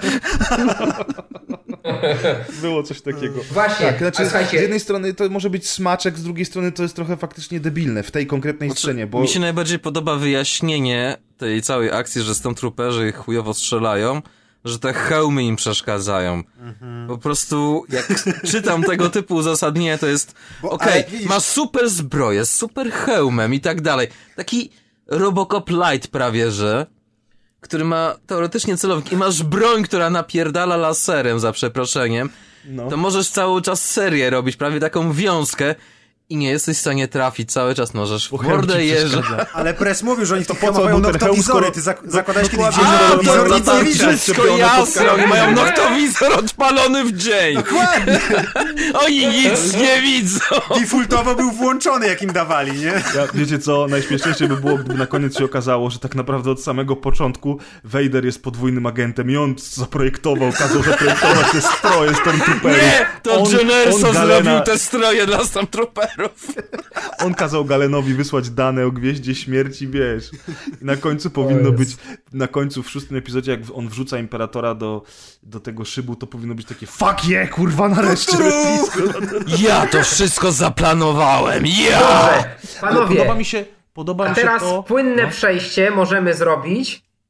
Było coś takiego.
Właśnie,
Tak, znaczy,
a słuchajcie-
z jednej strony to może być smaczek, z drugiej strony to jest trochę faktycznie debilne w tej konkretnej scenie, bo...
Mi się najbardziej podoba wyjaśnienie tej całej akcji, że Stormtrooperzy chujowo strzelają, że te hełmy im przeszkadzają. Po prostu jak czytam tego typu uzasadnienie, to jest
Bo-
okej,
ale widzisz-
masz super zbroję, z super hełmem i tak dalej. Taki Robocop Light prawie, że który ma teoretycznie celownik i masz broń, która napierdala laserem, za przeproszeniem,
No.
to możesz cały czas serię robić, prawie taką wiązkę i nie jesteś w stanie trafić cały czas, możesz w
Bo hełm
mordę
ci
jeżdżać.
przeszkadza.
Ale Press mówił, że oni to
po co
mają
był ten hełm,
noktowizory.
skoro-
Ty zak- zakładałeś kiedyś
dokładnie.
dzienny
A,
noktowizor
to,
i
to
nic nie
tak
widać.
wszystko
Szczepione
jasne,
pod
oni mają noktowizor odpalony w dzień.
Dokładnie.
Oni nic nie widzą.
Defaultowo był włączony, jak im dawali, nie?
Ja, wiecie co, najśmieszniejsze by było, gdyby na koniec się okazało, że tak naprawdę od samego początku Vader jest podwójnym agentem i on zaprojektował, kazał zaprojektować te stroje Stormtrooperów.
Nie, to
On-
Generso
on Galena-
zrobił te stroje dla Stormtrooperów.
On kazał Galenowi wysłać dane o Gwieździe Śmierci, wiesz. I na końcu powinno być, na końcu w szóstym epizodzie, jak on wrzuca Imperatora do, do tego szybu, to powinno być takie fuck yeah, kurwa, nareszcie lotnisko.
Ja to wszystko zaplanowałem, ja!
Dobrze,
Ale
panowie,
podoba mi się, podoba
a
mi się
teraz
to...
płynne
no.
przejście możemy zrobić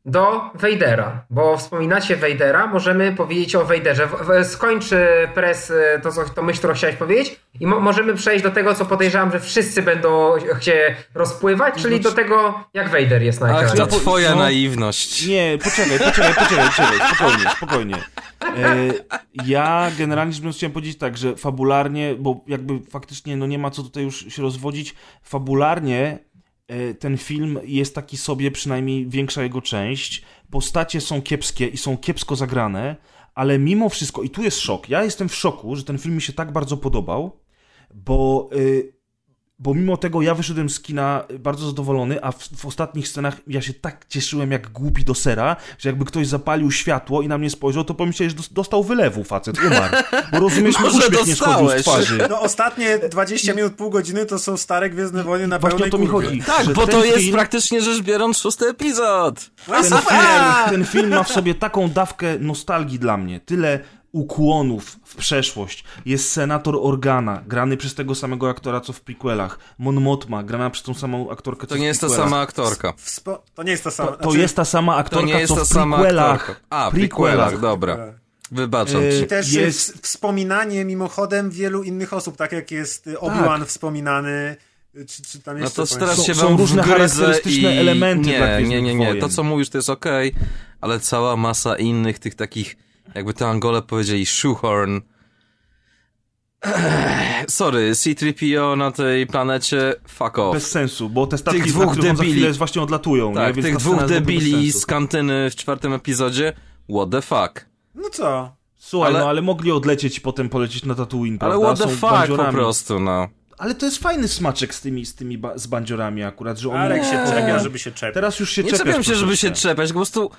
do Vadera, bo wspominacie Vadera, możemy powiedzieć o Vaderze. W, w, skończy Press to, co, to myśl, którą chciałeś powiedzieć i mo, możemy przejść do tego, co podejrzewam, że wszyscy będą się rozpływać, czyli do tego, jak Vader jest na
Ach,
ekranie.
to twoja
no,
naiwność.
Nie, poczekaj, poczekaj, poczekaj, poczekaj, spokojnie, spokojnie. E, ja generalnie rzecz biorąc chciałem powiedzieć tak, że fabularnie, bo jakby faktycznie no nie ma co tutaj już się rozwodzić, fabularnie e, ten film jest taki sobie, przynajmniej większa jego część, postacie są kiepskie i są kiepsko zagrane, ale mimo wszystko, i tu jest szok, ja jestem w szoku, że ten film mi się tak bardzo podobał, bo... E, Bo mimo tego ja wyszedłem z kina bardzo zadowolony, a w, w ostatnich scenach ja się tak cieszyłem jak głupi do sera, że jakby ktoś zapalił światło i na mnie spojrzał, to pomyślałeś, że dostał wylewu facet, umarł. Bo rozumiesz,
Może
uśmiech nie schodził z twarzy.
No ostatnie dwadzieścia minut, pół godziny to są stare Gwiezdne Wojny na
Właśnie
pełnej
o to mi
kurwie.
chodzi.
Tak,
że
bo
ten
to jest
film,
praktycznie rzecz biorąc szósty epizod.
ten, film, ten film ma w sobie taką dawkę nostalgii dla mnie. Tyle ukłonów w przeszłość. Jest senator Organa, grany przez tego samego aktora, co w prequelach. Mon Mothma, grana przez tą samą aktorkę, co
To nie
w
jest ta
prequelach.
sama aktorka.
Wspo- to nie jest ta sama.
To, to jest ta sama aktorka,
To nie jest
co
ta
w
sama
prequelach.
aktorka. A, prequelach, dobra. Wybaczam
Yy,
ci.
I też
jest-
jest wspominanie mimochodem wielu innych osób, tak jak jest Obi-Wan wspominany, czy, czy tam
No
jeszcze...
to teraz
Są-
się
są
wam
różne
wgryzę
charakterystyczne
i...
elementy dla
Nie,
Gwiezdnych
nie, nie, nie.
Wojen.
To, co mówisz, to jest okej, ale cała masa innych tych takich, jakby to Angole powiedzieli, shoehorn. Sorry, C trzy P O na tej planecie, fuck off.
Bez sensu, bo te statki,
Tych
na
dwóch
których on za
debili-
chwilę właśnie odlatują.
Tak,
nie? Więc
tych
ta
dwóch
scena jest bez
debili
sensu.
z kantyny w czwartym epizodzie, what the fuck.
No co?
Słuchaj,
ale-
no ale mogli odlecieć i potem polecieć na Tatooine,
Ale
prawda?
what the
Są
fuck
bandziorami.
po prostu, no.
Ale to jest fajny smaczek z tymi, z tymi ba- z bandziorami akurat, że oni...
Alek się
Nie.
czepia, żeby się czepiać.
Teraz już się
Nie
czepiasz
czepiam się, żeby się
troszeczkę.
czepiać, po prostu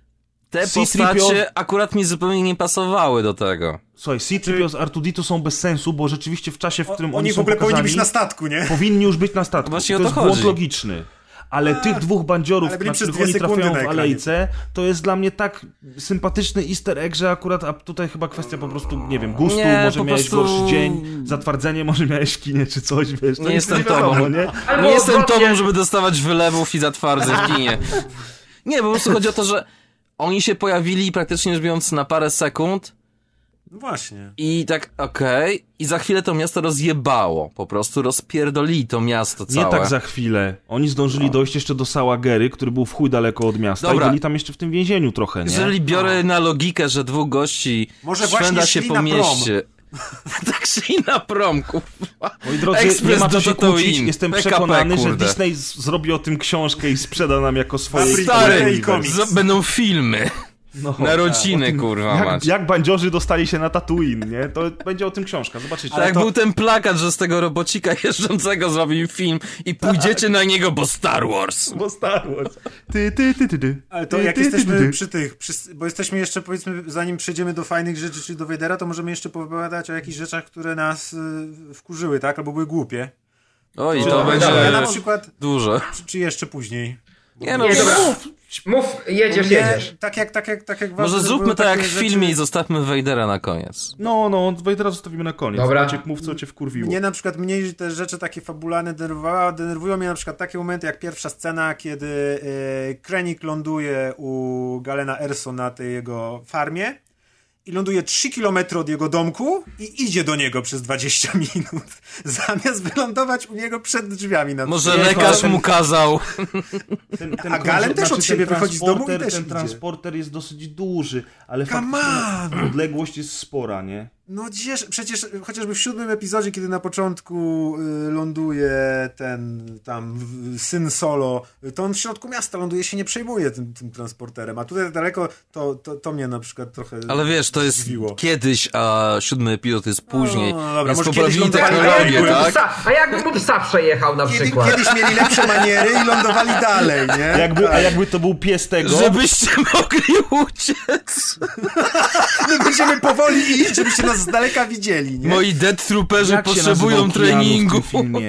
te
C trzy P O
postacie akurat mi zupełnie nie pasowały do tego.
Słuchaj, C trzy P O z R dwa D to są bez sensu, bo rzeczywiście w czasie, w którym
O,
oni
oni w
są
ogóle
pokazani,
powinni być na statku, nie?
powinni już być na statku.
Właśnie
to
o to
jest błąd
chodzi.
logiczny. Ale tych dwóch bandziorów,
Ale byli
na
przez
których
dwie
oni
sekundy
trafiają
na
w
ekranie.
alejce, to jest dla mnie tak sympatyczny easter egg, że akurat, a tutaj chyba kwestia po prostu, nie wiem, gustu,
Nie,
może
po
miałeś
prostu-
gorszy dzień, zatwardzenie może miałeś w kinie czy coś, wiesz. To
Nie
nic
jestem
wiadomo,
tobą.
nie?
Albo
Nie jestem
odwrotnie.
tobą, żeby dostawać wylewów i zatwardzeń w kinie. Nie, po prostu chodzi o to, że oni się pojawili praktycznie rzecz biorąc na parę sekund
No właśnie.
i tak okej, i za chwilę to miasto rozjebało. Po prostu rozpierdolili to miasto całe.
Nie tak za chwilę. Oni zdążyli dojść jeszcze do Sałagery, który był w chuj daleko od miasta
Dobra.
i byli tam jeszcze w tym więzieniu trochę, nie?
Jeżeli biorę na logikę, że dwóch gości
Może właśnie
szwenda się
szli
po
na prom.
mieście. Tak szli na prom, kurwa.
Moi drodzy,
Ekspres
nie ma
do
co się
Tatooine.
kłócić. Jestem
P K P,
przekonany, że
kurde.
Disney z- zrobi o tym książkę i sprzeda nam jako swoje
Stary,
Stary,
i komiks.
Z- będą filmy.
no,
Narodziny, kurwa,
jak,
mać.
jak bandziorzy dostali się na Tatooine, nie? To będzie o tym książka, zobaczycie.
Tak,
to-
był ten plakat, że z tego robocika jeżdżącego zrobił film i pójdziecie na niego, bo Star Wars.
Bo Star Wars. Ty, ty, ty, ty, ty.
Ale to
Ty,
jak
ty, ty,
jesteśmy
ty.
przy tych, przy, bo jesteśmy jeszcze, powiedzmy, zanim przejdziemy do fajnych rzeczy, czyli do Vadera, to możemy jeszcze opowiadać o jakichś rzeczach, które nas y, wkurzyły, tak? Albo były głupie.
Oj,
To
to będzie
Ja na przykład,
duże.
czy, czy jeszcze później.
Nie no,
Nie,
to-
dobra. Mów, jedziesz,
Mnie,
jedziesz.
Tak jak, tak jak, tak jak
może
ważne
zróbmy
były
to jak
takie
w
rzeczy-
filmie i zostawmy Vadera na koniec.
No, no, Vadera zostawimy na koniec.
Dobra.
Maciek, mów, co cię wkurwiło.
Mnie na przykład mniej te rzeczy takie fabularne denerwowały. Denerwują mnie na przykład takie momenty, jak pierwsza scena, kiedy e, Krennic ląduje u Galena Erso na tej jego farmie i ląduje trzy kilometry od jego domku i idzie do niego przez dwadzieścia minut, zamiast wylądować u niego przed drzwiami. Na
Może
Nie,
lekarz
ten-
mu kazał.
Ten, ten
A Galen też od
ten
siebie wychodzi z domu i
transporter-
też
Ten
idzie.
transporter jest dosyć duży, ale
Come
faktycznie odległość jest spora, nie?
No gdzież, przecież chociażby w siódmym epizodzie, kiedy na początku y, ląduje ten tam w- syn Solo, to on w środku miasta ląduje, się nie przejmuje tym, tym transporterem, a tutaj tak daleko to, to, to mnie na przykład trochę
Ale wiesz, to jest
zdziwiło.
kiedyś, a siódmy epizod jest później.
No, dobra,
Więc
może
poprawili
kiedyś lądowali
technologię,
dalej,
tak?
Psa, a jakby mu psa przejechał na
Kiedy,
przykład?
kiedyś mieli lepsze maniery i lądowali dalej, nie?
Jakby, a jakby to był pies tego...
Żebyście mogli uciec.
My będziemy powoli iść, żebyście nas z daleka widzieli, nie?
Moi dead trooperzy
Jak się
potrzebują
nazywał Keanu
treningu.
w tym filmie?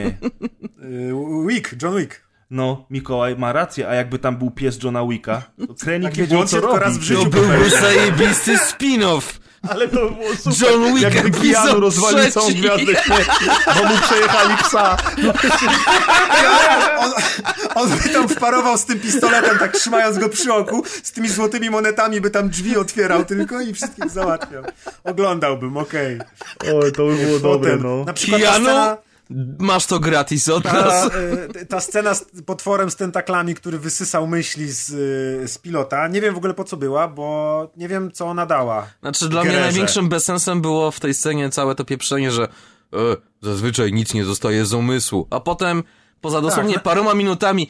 Y, Wick, John Wick.
No, Mikołaj ma rację, a jakby tam był pies Johna Wicka, to Krennic
Taki
wiedział,
błąd
co
się tylko
robi.
raz w
To
życiu
byłby
popełnia.
zajebisty spin-off.
Ale to było super.
John Wick
Jakby
epizod
Keanu rozwalił całą
trzeci.
Gwiazdę Śmierci, bo mu przejechali psa. No,
On, on by tam wparował z tym pistoletem, tak trzymając go przy oku, z tymi złotymi monetami by tam drzwi otwierał tylko i wszystkich załatwiał. Oglądałbym, okej.
o, to by było dobre,
Potem,
no.
na przykład ta
Keanu,
scena,
masz to gratis od
ta,
nas.
e, ta scena z potworem z tentaklami, który wysysał myśli z, e, z pilota, nie wiem w ogóle po co była, bo nie wiem co ona dała.
Znaczy dla mnie
Gererze.
największym bezsensem było w tej scenie całe to pieprzenie, że e, zazwyczaj nic nie zostaje z umysłu, a potem poza dosłownie
Tak,
paroma minutami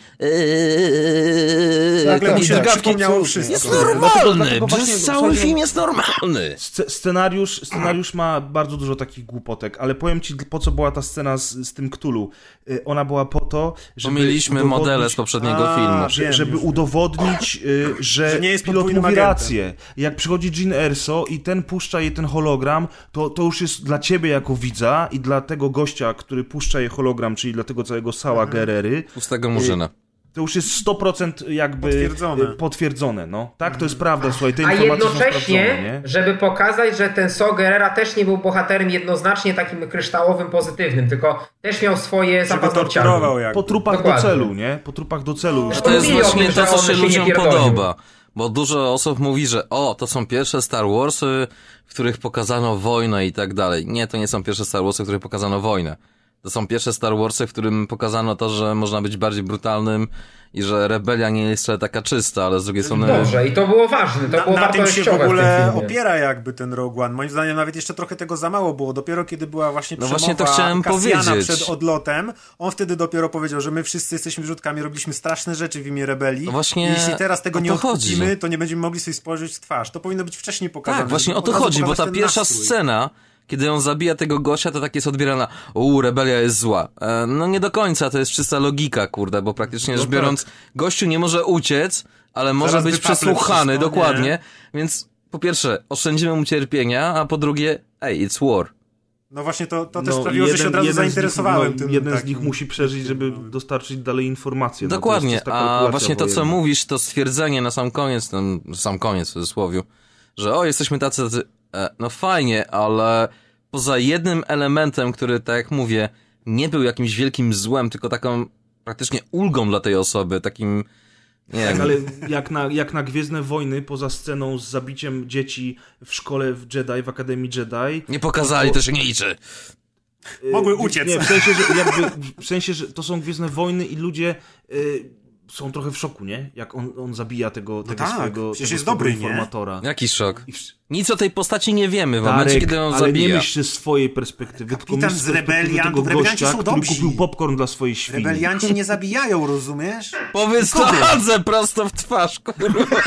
eee,
Nagle mu się
drgawki,
przypomniało wszystko.
jest
Dlatego-
normalny,
dlatego
przez
właśnie-
cały
słuchajcie,
film jest normalny.
Sce- Scenariusz, scenariusz ma bardzo dużo takich głupotek, ale powiem ci, po co była ta scena z, z tym Cthulhu. Y, Ona była po to, żeby
Pomyliliśmy
udowodnić-
modele z poprzedniego
A,
filmu.
wiem.
żeby
już.
udowodnić, y, że,
Że nie jest
pilot
podwójnym
mówi
agentem.
rację. Jak przychodzi Jean Erso i ten puszcza jej ten hologram, to, to już jest dla ciebie jako widza i dla tego gościa, który puszcza jej hologram, czyli dla tego całego Sała
Mhm.
Gerery,
Pustego murzyna.
to już jest sto procent jakby
Potwierdzone.
y, potwierdzone, no. Tak, to jest prawda, słuchaj, te
A
informacje są sprawdzone,
jednocześnie,
nie?
żeby pokazać, że ten Saw Gerrera też nie był bohaterem jednoznacznie takim kryształowym, pozytywnym, tylko też miał swoje
Że go
zapaznokciarne.
torturował jak.
Po trupach
Dokładnie.
do celu, nie? Po trupach do celu. już.
A to jest
Mówili o
właśnie
tym,
to,
że
co
on
się
się nie
ludziom
pierdolił.
podoba. Bo dużo osób mówi, że o, to są pierwsze Star Warsy, w których pokazano wojnę i tak dalej. Nie, to nie są pierwsze Star Warsy, w których pokazano wojnę. To są pierwsze Star Warsy, w którym pokazano to, że można być bardziej brutalnym i że rebelia nie jest wcale taka czysta, ale z drugiej strony...
Dobrze, i to było ważne, to
Na,
było
na tym się w
wartościowe w,
ogóle
tym filmie.
opiera jakby ten Rogue One. Moim zdaniem nawet jeszcze trochę tego za mało było. Dopiero kiedy była właśnie
No
przemowa
właśnie to chciałem
Cassiana
powiedzieć.
przed odlotem, on wtedy dopiero powiedział, że my wszyscy jesteśmy wrzutkami, robiliśmy straszne rzeczy w imię rebelii.
No właśnie
I jeśli teraz tego
o
nie
to
odkupimy,
chodzi.
to nie będziemy mogli sobie spojrzeć w twarz. To powinno być wcześniej pokazane.
Tak, właśnie
żeby
o to
od razu
chodzi, bo
pokazać
ta
ten
pierwsza
nastrój.
scena, kiedy on zabija tego gościa, to tak jest odbierana, uuu, rebelia jest zła. E, no nie do końca, to jest czysta logika, kurde, bo praktycznie
No
rzecz biorąc, gościu nie może uciec, ale może
Zaraz
być
wypaple
przesłuchany,
wszystko,
dokładnie.
nie?
Więc po pierwsze, oszczędzimy mu cierpienia, a po drugie, ej, it's war.
No właśnie to, to też
No,
sprawiło, że się od razu zainteresowałem
z nich, no,
tym.
jeden z
takim-
nich musi przeżyć, żeby dostarczyć dalej informacje.
Dokładnie,
no, to jest czysta
a
kalkulacja
właśnie to, co
wojenna.
mówisz, to stwierdzenie na sam koniec, ten sam koniec w cudzysłowie, że o, jesteśmy tacy, tacy, e, no fajnie, ale poza jednym elementem, który, tak jak mówię, nie był jakimś wielkim złem, tylko taką praktycznie ulgą dla tej osoby, takim, nie
Tak,
wiem,
ale jak na, jak na Gwiezdne Wojny, poza sceną z zabiciem dzieci w szkole w Jedi, w Akademii Jedi...
nie pokazali, to się nie liczy.
y,
Mogły uciec.
Nie, w sensie, że jakby, w sensie, że to są Gwiezdne Wojny i ludzie y, są trochę w szoku, nie? Jak on, on zabija tego, tego
tak,
swojego,
przecież
tego
jest
swojego
dobry, nie?
informatora.
Jaki szok.
I w,
Nic o tej postaci nie wiemy w momencie,
Darek,
kiedy ją
ale
zabija.
nie myśl ze swojej perspektywy, tylko
Kapitan
myśl z
z
perspektywy
rebeliantów.
tego
Rebelianci
gościa,
są
który
dobrzy.
kupił popcorn dla swojej świni.
Rebelianci nie zabijają, rozumiesz?
Powiedz to Hadze prosto w twarz, kurwa.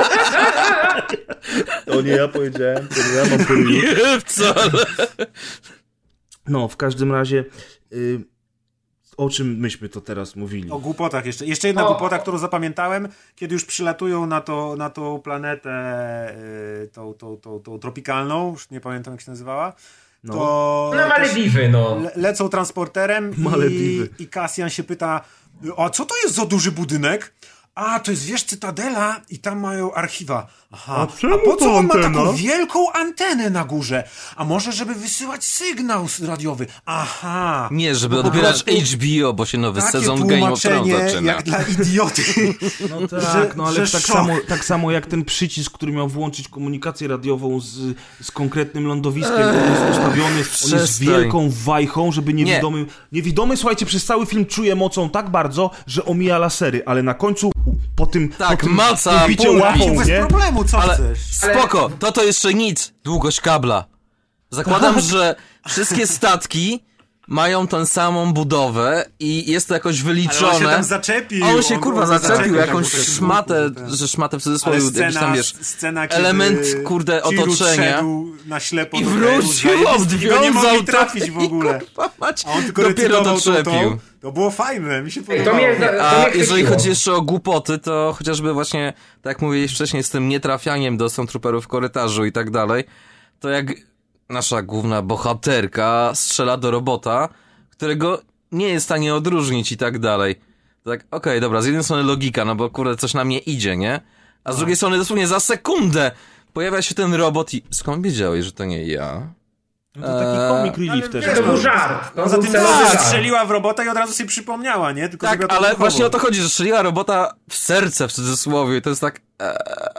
To nie ja powiedziałem, to nie ja mam powiedzieć.
Nie, wcale.
No, w każdym razie, y, o czym myśmy to teraz mówili?
O głupotach jeszcze. Jeszcze jedna
O.
głupota, którą zapamiętałem, kiedy już przylatują na, to, na tą planetę yy, tą, tą, tą, tą tropikalną, już nie pamiętam jak się nazywała,
No.
to
Na Malediwy, no.
le, lecą transporterem
Malediwy.
i, i Cassian się pyta, a co to jest za duży budynek? A, to jest, wiesz, Cytadela i tam mają archiwa. Aha,
A
a,
czemu
po co
to
on ma
antena?
taką wielką antenę na górze? A może, żeby wysyłać sygnał radiowy? Aha.
Nie, żeby
No po
odbierać
prostu
H B O, bo się nowy
takie
sezon Game of Thrones
tłumaczenie
zaczyna.
jak dla idioty.
No tak,
że-
no ale
że
tak
szok.
samo, tak samo jak ten przycisk, który miał włączyć komunikację radiową z, z konkretnym lądowiskiem, on jest ustawiony, on jest
przestań.
wielką wajchą, żeby niewidomy, niewidomy, słuchajcie, przez cały film czuje mocą tak bardzo, że omija lasery, ale na końcu po tym,
Tak,
po tym
maca,
ubicie
pulpi.
łapą,
Bez
nie?
problemu, co
Ale
chcesz?
spoko, to to jeszcze nic. Długość kabla. Zakładam,
Tak.
że wszystkie statki mają tę samą budowę i jest to jakoś wyliczone.
Ale on się tam zaczepił.
A on się kurwa
on
zaczepił,
zaczepił
jakąś
tak,
szmatę,
tak.
że szmatę w
Ale
cudzysłowie, jakiś tam
scena,
wiesz,
scena kiedy
element, kurde,
Chirrut
otoczenia.
szedł na ślepo
I
do
wrócił,
Reju,
odwiązał
go nie mogli
to
trafić w ogóle.
I, kurwa, mać,
A on tylko
dopiero
recytował tą,
doczepił.
tą. To było fajne, mi się
Ej,
podobało.
to mnie, to mnie
A
chwyciło.
jeżeli chodzi jeszcze o głupoty, to chociażby właśnie, tak jak mówiłeś wcześniej, z tym nietrafianiem do Stormtrooperów w korytarzu i tak dalej, to jak nasza główna bohaterka strzela do robota, którego nie jest w stanie odróżnić i tak dalej. To tak, okej, dobra, z jednej strony logika, no bo kurde, coś na mnie idzie, nie? A z drugiej strony dosłownie za sekundę pojawia się ten robot i skąd wiedziałeś, że to nie ja?
No to taki comic relief
ale
też.
wiesz,
To był
no,
żart. To
Poza
był
tym
celowy
że
żart.
strzeliła w robota i od razu sobie przypomniała, nie? Tylko
Tak,
zrobiła to
ale
duchowo.
właśnie o to chodzi, że strzeliła robota w serce w cudzysłowie i to jest tak eee,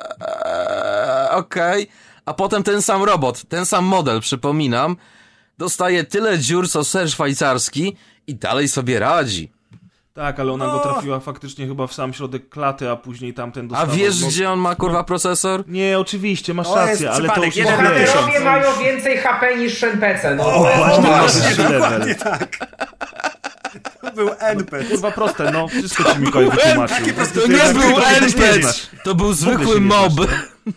okej, okay. A potem ten sam robot, ten sam model, przypominam, dostaje tyle dziur co ser szwajcarski i dalej sobie radzi.
Tak, ale ona go
O!
trafiła faktycznie chyba w sam środek klaty, a później tamten
A
dostawał...
wiesz,
no,
gdzie on ma kurwa procesor?
Nie, oczywiście, masz
To jest
rację, ale to
przypadek,
już jest
jeden na
wiesz.
tysiąc.
Bohaterowie mają więcej H P niż Shenpece. No.
O, właśnie,
O,
to
właśnie,
jest level.
dokładnie tak. To był N P C.
Kurwa proste, no, wszystko ci Mikołaj wytłumaczył.
Takie proste
To
Ty
nie
na
był
zwykłym
N
też nie
P C,
znasz.
to był
się
zwykły
nie
mob.
znasz,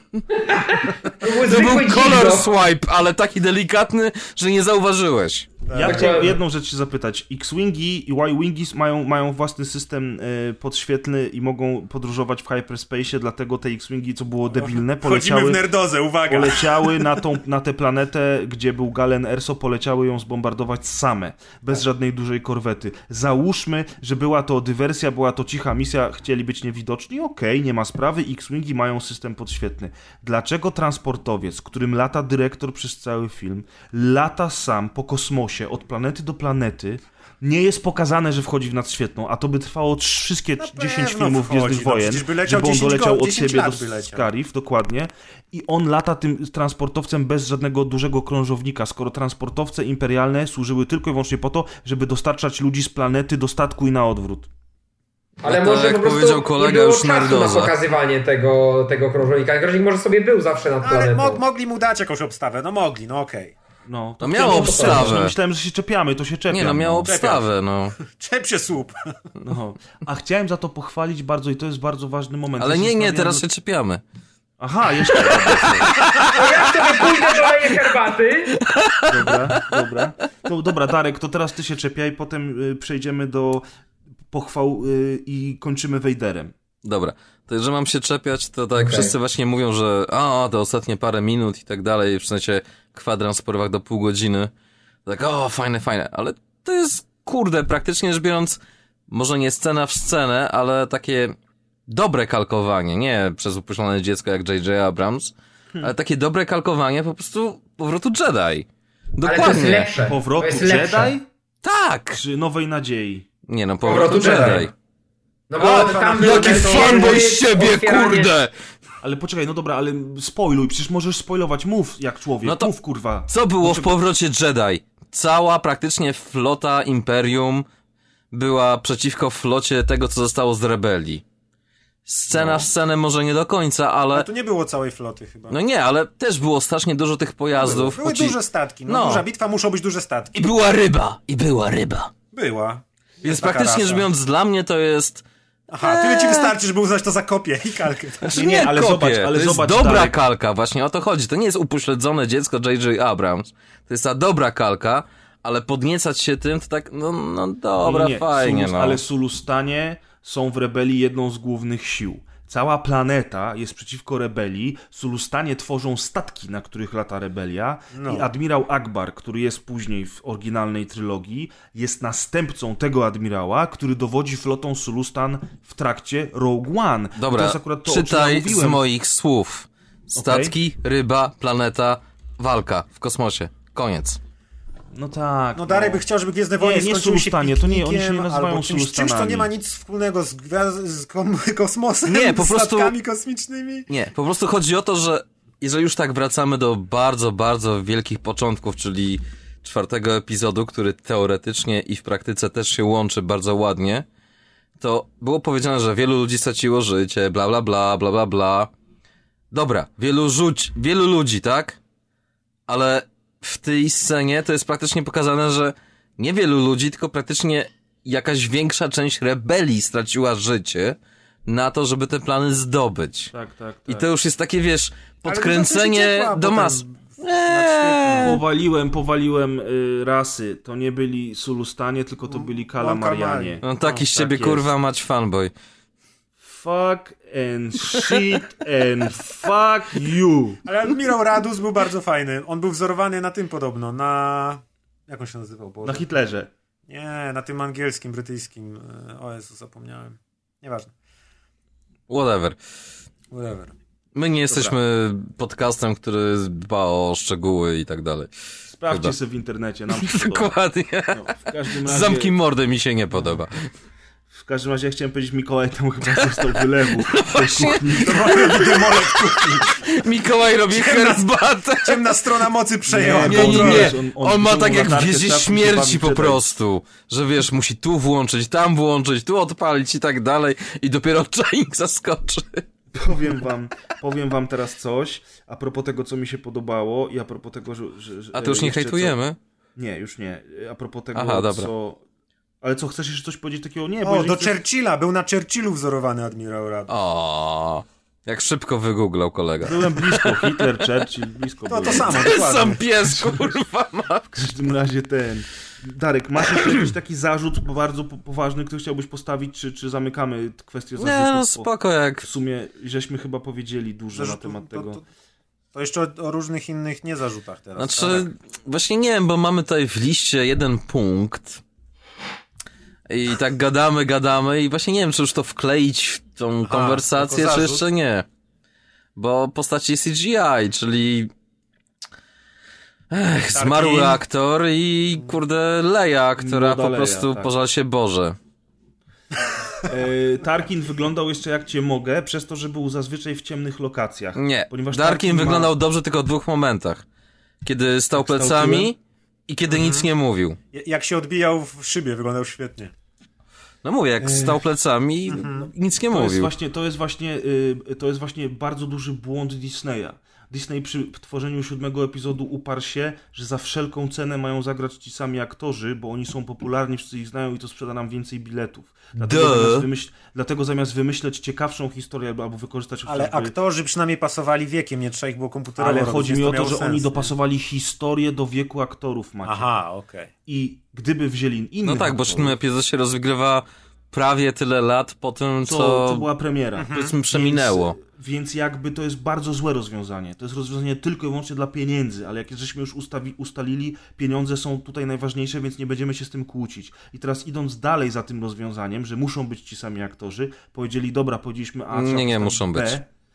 To był
To
zwykły
był color
dziwko.
swipe, ale taki delikatny, że nie zauważyłeś.
Ja
Tak.
chciałem jedną rzecz się zapytać. X-Wingi i Y-Wingis mają, mają własny system y, podświetlny i mogą podróżować w hyperspace, dlatego te X-Wingi, co było debilne,
Wchodzimy
poleciały,
w nerdozę, uwaga.
poleciały na, tą, na tę planetę, gdzie był Galen Erso, poleciały ją zbombardować same, bez żadnej dużej korwety. Załóżmy, że była to dywersja, była to cicha misja, chcieli być niewidoczni, okej, nie ma sprawy, X-Wingi mają system podświetny. Dlaczego transportowiec, którym lata dyrektor przez cały film, lata sam po kosmosie, od planety do planety, nie jest pokazane, że wchodzi w nadświetlną, a to by trwało trz- wszystkie
Na
dziesięć
pewno
filmów
wchodzi,
Gwiezdnych
no
Wojen,
przecież by leciał
żeby on
dziesięć
doleciał
go-
od
dziesięć
siebie do
lat by leciał.
Scarif, dokładnie, i on lata tym transportowcem bez żadnego dużego krążownika, skoro transportowce imperialne służyły tylko i wyłącznie po to, żeby dostarczać ludzi z planety do statku i na odwrót.
Ale
No to
może
jak
po prostu
powiedział
nie
kolega,
było
już
czasu na
nerdoza.
pokazywanie tego, tego krążownika. Krążownik może sobie był zawsze nad
Ale
planetą.
mo- mogli mu dać jakąś obstawę, no mogli, no okej.
No,
To miało
no,
obstawę.
no, myślałem, że się czepiamy, to się czepiam.
Nie no, miało
no.
obstawę, no.
Czep się słup.
No. A chciałem za to pochwalić bardzo i to jest bardzo ważny moment.
Ale
Ja się
nie, nie,
zastanawiałem,
teraz
że-
się czepiamy.
Aha, jeszcze.
To ja sobie pójdę doleję herbaty.
Dobra, dobra. To, dobra, Darek, to teraz ty się czepiaj, potem y, przejdziemy do pochwał y, i kończymy Wejderem.
Dobra, to jeżeli mam się czepiać, to tak
Okej.
wszyscy właśnie mówią, że a, to ostatnie parę minut i tak dalej, w sensie kwadrans w porywach do pół godziny. Tak, o, fajne, fajne, ale to jest, kurde, praktycznie rzecz biorąc, może nie scena w scenę, ale takie dobre kalkowanie, nie przez upoślone dziecko jak J J Abrams,
Hmm.
ale takie dobre kalkowanie po prostu powrotu Jedi.
Ale to jest
Dokładnie.
lepsze.
Powrotu
to jest lepsze.
Jedi
Tak!
czy Nowej Nadziei?
Nie no, powrotu,
Powrotu
Jedi.
Jedi. No bo
A,
tam
jaki
był
Jaki
ten
fanboy
pierwszy
z ciebie,
otwieranie-
kurde!
Ale poczekaj, no dobra, ale spoiluj, przecież możesz spoilować, mów jak człowiek,
No to-
mów kurwa.
Co było w powrocie Jedi? Cała praktycznie flota Imperium była przeciwko flocie tego, co zostało z rebelii. Scena
No.
w scenę może nie do końca, ale...
Ale tu nie było całej floty chyba.
No nie, ale też było strasznie dużo tych pojazdów.
Były
choć i-
duże statki, no,
No.
duża bitwa, muszą być duże statki.
I była ryba, i była ryba.
Była.
Więc
taka
praktycznie
rasa.
rzecz biorąc, dla mnie to jest...
Aha, tyle ci wystarczy, żeby uznać to za kopię i kalkę.
Znaczy
Nie,
nie,
nie, ale
kopię,
zobacz, ale
to jest
zobacz,
dobra
Darek.
kalka, właśnie o to chodzi. To nie jest upośledzone dziecko J J Abrams. To jest ta dobra kalka, ale podniecać się tym, to tak, no, no dobra,
Nie, nie,
fajnie,
Sulus-
no.
Ale Sulustanie są w rebelii jedną z głównych sił. Cała planeta jest przeciwko rebelii. Sulustanie tworzą statki, na których lata rebelia.
No.
I admirał Akbar, który jest później w oryginalnej trylogii, jest następcą tego admirała, który dowodzi flotą Sulustan w trakcie Rogue One. I to
Dobra,
jest akurat to, o czym ja
czytaj z
mówiłem.
moich słów. Statki, ryba, planeta, walka w kosmosie. Koniec.
No tak.
No Darek by chciał, żeby Gwiezdne
Nie,
Wojny
nie
skończyły się
Sulustanie, to nie, oni się nie
piknikiem
nazywają
albo czymś, czymś, co
Sulustanami.
nie ma nic wspólnego z, gwiaz- z kom- kosmosem,
Nie, po
z
prostu-
statkami kosmicznymi.
Nie, po prostu chodzi o to, że jeżeli już tak wracamy do bardzo, bardzo wielkich początków, czyli czwartego epizodu, który teoretycznie i w praktyce też się łączy bardzo ładnie, to było powiedziane, że wielu ludzi straciło życie, bla bla bla, bla bla bla. Dobra, wielu rzuć, wielu ludzi, tak? Ale w tej scenie to jest praktycznie pokazane, że niewielu ludzi, tylko praktycznie jakaś większa część rebelii straciła życie na to, żeby te plany zdobyć.
Tak, tak, tak.
I to już jest takie, wiesz,
Ale
podkręcenie
to się ciepła
do
potem
mas.
nadświetlą.
Powaliłem, powaliłem y, rasy. To nie byli Sulustanie, tylko to byli Kalamarianie.
No taki z
tak
ciebie
jest.
kurwa mać fanboy.
Fuck and shit and fuck you.
Ale Admirał Radus był bardzo fajny. On był wzorowany na tym podobno, na... Jak on się nazywał? Boże?
Na Hitlerze.
Nie, na tym angielskim, brytyjskim. O Jezu, zapomniałem. Nieważne.
Whatever.
Whatever.
My nie jesteśmy Dobra. podcastem, który dba o szczegóły i tak dalej.
Sprawdźcie Chyba. sobie w internecie, nam się
Dokładnie. No, w każdym razie... Zamknij mordę, mi się nie podoba.
W każdym razie ja chciałem powiedzieć, Mikołaj tam chyba został wylewu.
No właśnie. Mikołaj robi herbatę.
Ciemna strona mocy przejęła.
Nie, nie, nie. nie. On, on, on ma tak jak w Gwieździe Śmierci po prostu. Że wiesz, musi tu włączyć, tam włączyć, tu odpalić i tak dalej. I dopiero czajnik zaskoczy.
Powiem wam, powiem wam teraz coś a propos tego, co mi się podobało i a propos tego, że... że
a to już nie hejtujemy?
Co... Nie, już nie. A propos tego,
Aha, dobra.
co... Ale co, chcesz jeszcze coś powiedzieć takiego? Nie, bo
O, do
chcesz...
Churchilla, był na Churchillu wzorowany admirał Radd.
O, jak szybko wygooglał kolega.
Byłem blisko, Hitler, Churchill, blisko
No
byłem.
to samo,
dokładnie. Sam pies, kurwa ma.
W każdym razie ten... Darek, masz jeszcze jakiś taki zarzut bardzo poważny, który chciałbyś postawić, czy, czy zamykamy kwestię zarzutów?
Nie, no spoko, jak...
W sumie, żeśmy chyba powiedzieli dużo Zarzut, na temat tego.
To, to, to jeszcze o, o różnych innych niezarzutach teraz.
Znaczy, tak? Właśnie nie wiem, bo mamy tutaj w liście jeden punkt i tak gadamy, gadamy i właśnie nie wiem, czy już to wkleić w tą Aha, konwersację, czy jeszcze nie. Bo postaci C G I, czyli... Ech, zmarły aktor i kurde Leia, która Młoda po Leia, prostu tak. pożal się Boże.
E, Tarkin wyglądał jeszcze jak cię mogę, przez to, że był zazwyczaj w ciemnych lokacjach.
Nie,
ponieważ
Tarkin, Tarkin wyglądał
ma...
dobrze tylko w dwóch momentach. Kiedy stał tak plecami stał i kiedy mhm. nic nie mówił.
Jak się odbijał w szybie, wyglądał świetnie.
No mówię, jak stał plecami i mhm. nic nie
to
mówił.
Jest właśnie, to, jest właśnie, yy, to jest właśnie bardzo duży błąd Disneya. Disney przy tworzeniu siódmego epizodu uparł się, że za wszelką cenę mają zagrać ci sami aktorzy, bo oni są popularni, wszyscy ich znają i to sprzeda nam więcej biletów. Dlatego, zamiast, wymyśl, dlatego zamiast wymyśleć ciekawszą historię albo, albo wykorzystać...
Ale chociażby... aktorzy przynajmniej pasowali wiekiem, nie trzeba ich było komputerowo
Ale
robić,
chodzi mi o to,
to
że
sens,
oni
nie?
dopasowali historię do wieku aktorów, Maciek.
Aha, okej. Okay.
I gdyby wzięli innych
No tak,
aktorów,
bo siódmy epizod się rozgrywa prawie tyle lat po tym, co...
co, co była premiera.
Mhm. Powiedzmy przeminęło.
Więc, więc jakby to jest bardzo złe rozwiązanie. To jest rozwiązanie tylko i wyłącznie dla pieniędzy, ale jak żeśmy już ustawi, ustalili, pieniądze są tutaj najważniejsze, więc nie będziemy się z tym kłócić. I teraz idąc dalej za tym rozwiązaniem, że muszą być ci sami aktorzy, powiedzieli, dobra, powiedzieliśmy A,
nie, nie muszą
B.
być.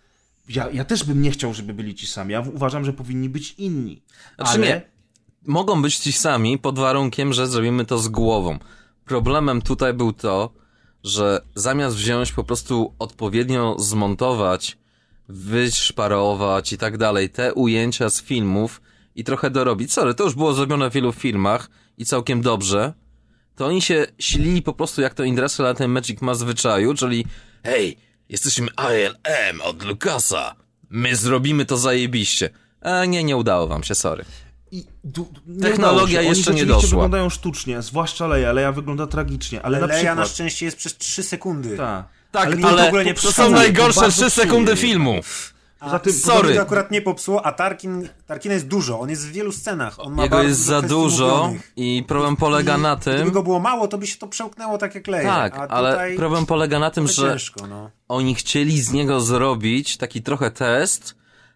Ja, ja też bym nie chciał, żeby byli ci sami. Ja uważam, że powinni być inni.
Znaczy
ale...
nie. Mogą być ci sami pod warunkiem, że zrobimy to z głową. Problemem tutaj był to, że zamiast wziąć po prostu odpowiednio zmontować, wyszparować i tak dalej te ujęcia z filmów i trochę dorobić, sorry, to już było zrobione w wielu filmach i całkiem dobrze, to oni się silili po prostu jak to Industrial Light and Magic ma zwyczaju, czyli hej, jesteśmy I L M od Lucasa, my zrobimy to zajebiście. A nie, nie udało wam się, sorry.
I du, du,
Technologia jeszcze nie doszła.
Wyglądają sztucznie, zwłaszcza Leia. Leia wygląda tragicznie, ale, ale na
Leia
przykład...
na szczęście jest przez trzy sekundy.
Ta.
Tak,
ale,
ale
w ogóle nie
to są najgorsze trzy sekundy filmu.
A, Zatem, sorry. To akurat nie popsuło, a Tarkin, Tarkina jest dużo, on jest w wielu scenach. On ma
Jego jest za dużo mówionych. I problem polega
I,
na tym...
Gdyby go było mało, to by się to przełknęło tak jak Leia.
Tak,
a
ale problem polega na tym, że
ciężko, no.
oni chcieli z niego zrobić taki trochę test,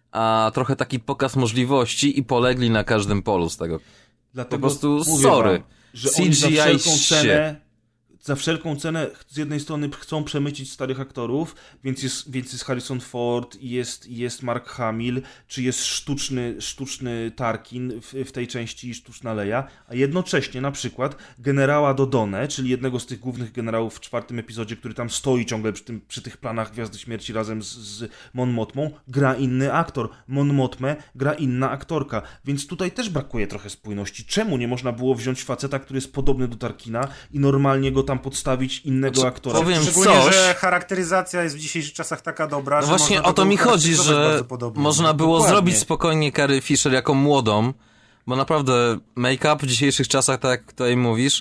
a trochę taki pokaz możliwości i polegli na każdym polu z tego.
Dlatego
po prostu sorry.
Wam, że
C G I
oni za wszelką
się...
cenę za wszelką cenę z jednej strony chcą przemycić starych aktorów, więc jest, więc jest Harrison Ford, jest, jest Mark Hamill, czy jest sztuczny, sztuczny Tarkin w, w tej części i sztuczna Leia, a jednocześnie na przykład generała Dodonę, czyli jednego z tych głównych generałów w czwartym epizodzie, który tam stoi ciągle przy, tym, przy tych planach Gwiazdy Śmierci razem z, z Mon Mothmą, gra inny aktor. Mon Mothmę gra inna aktorka, więc tutaj też brakuje trochę spójności. Czemu nie można było wziąć faceta, który jest podobny do Tarkina i normalnie go tam podstawić innego znaczy, aktora?
Powiem
Szczególnie,
coś,
że charakteryzacja jest w dzisiejszych czasach taka dobra,
no
że
właśnie
można
o to mi chodzi, że można było
Dokładnie.
zrobić spokojnie Carrie Fisher jako młodą, bo naprawdę make-up w dzisiejszych czasach, tak jak tutaj mówisz,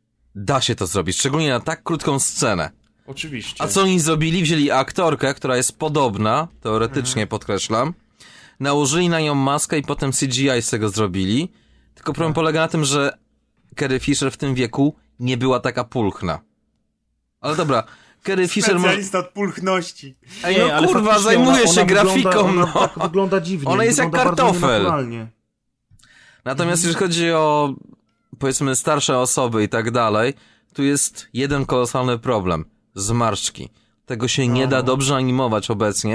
da się to zrobić, szczególnie na tak krótką scenę.
Oczywiście.
A co oni zrobili? Wzięli aktorkę, która jest podobna, teoretycznie mhm. podkreślam, nałożyli na nią maskę i potem C G I z tego zrobili, tylko problem polega na tym, że Carrie Fisher w tym wieku nie była taka pulchna. Ale dobra, Carrie Fisher...
Specjalista może... od pulchności.
Ej, no nie, kurwa, zajmuje się
ona
grafiką,
wygląda,
no.
Ona tak wygląda dziwnie.
Ona jest jak kartofel. Natomiast
mhm.
jeżeli chodzi o, powiedzmy, starsze osoby i tak dalej, tu jest jeden kolosalny problem. Zmarszczki. Tego się nie da dobrze animować obecnie,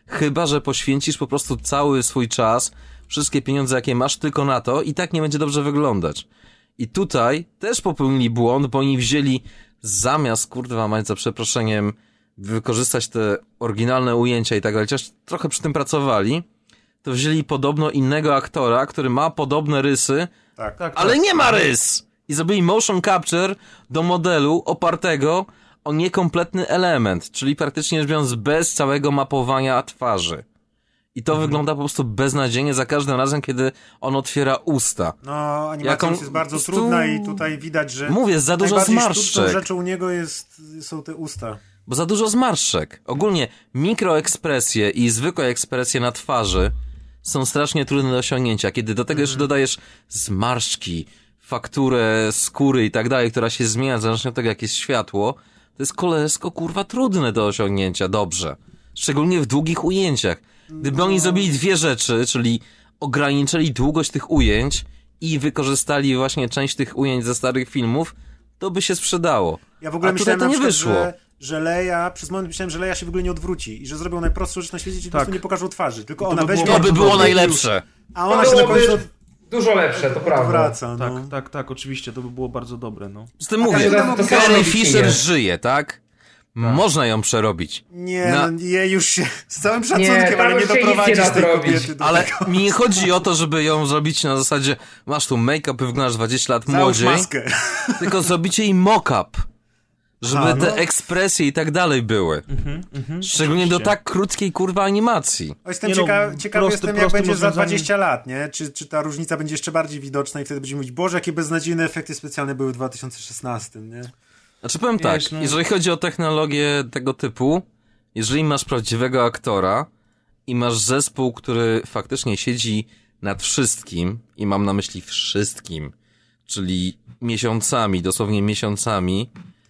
chyba że poświęcisz po prostu cały swój czas, wszystkie pieniądze jakie masz tylko na to i tak nie będzie dobrze wyglądać. I tutaj też popełnili błąd, bo oni wzięli zamiast, kurwa mać, za przeproszeniem, wykorzystać te oryginalne ujęcia i tak dalej, chociaż trochę przy tym pracowali, to wzięli podobno innego aktora, który ma podobne rysy,
Tak,
Tak,
ale
tak.
nie ma rys! I zrobili motion capture do modelu opartego o niekompletny element, czyli praktycznie rzecz biorąc bez całego mapowania twarzy. I to
Mhm.
wygląda po prostu beznadziejnie za każdym razem, kiedy on otwiera usta.
No, animacja
Jaką-
jest bardzo
po prostu-
trudna i tutaj widać, że
Mówię, za dużo
najbardziej
zmarszczek.
sztuczną rzeczą u niego jest, są te usta.
Bo za dużo zmarszczek. Ogólnie mikroekspresje i zwykłe ekspresje na twarzy są strasznie trudne do osiągnięcia. Kiedy do tego jeszcze dodajesz zmarszczki, fakturę skóry i tak dalej, która się zmienia zależnie od tego, jak jest światło, to jest kolesko kurwa trudne do osiągnięcia dobrze. Szczególnie w długich ujęciach. Gdyby oni zrobili dwie rzeczy, czyli ograniczyli długość tych ujęć i wykorzystali właśnie część tych ujęć ze starych filmów, to by się sprzedało.
Ja w ogóle
A tutaj
myślałem
to
na
nie
przykład,
wyszło.
że, że Leia, przez moment myślałem, że Leia się w ogóle nie odwróci i że zrobią najprostszą rzecz na świecie, czyli po
Tak.
prostu nie pokażą twarzy, tylko
To
ona
by
weźmie...
było-
To by było
odwróci i
najlepsze.
już. A
To
ona się na
byłoby
końcu
dużo lepsze, to prawda.
odwraca,
Tak,
no.
tak, tak, oczywiście, to by było bardzo dobre, no.
Z tym
A
mówię,
każdemu
to
Carrie
Carrie
Fisher
Fisher
żyje, tak? Można ją przerobić.
Nie,
Na-
no jej już się, z całym
Nie,
szacunkiem,
tam
ale nie
już się nic nie
doprowadzisz
da
tej
zrobić.
kobiety do
Ale
tego.
mi nie chodzi o to, żeby ją zrobić na zasadzie masz tu make-up i wyglądasz dwadzieścia lat
Załóż
młodziej,
maskę.
tylko zrobicie jej mock-up. Żeby
Aha,
te
no.
ekspresje i tak dalej były. Szczególnie do
oczywiście.
tak krótkiej kurwa animacji.
O, jestem
Nie no,
ciekaw, ciekawy
prosty-
jestem, jak
prostym
będzie za
rozwiązaniem-
dwadzieścia lat, nie? Czy, czy ta różnica będzie jeszcze bardziej widoczna i wtedy będziemy mówić, Boże, jakie beznadziejne efekty specjalne były w dwa tysiące szesnastym, nie?
Znaczy powiem
Wiesz,
tak,
no.
jeżeli chodzi o technologię tego typu, jeżeli masz prawdziwego aktora i masz zespół, który faktycznie siedzi nad wszystkim, i mam na myśli wszystkim, czyli miesiącami, dosłownie miesiącami,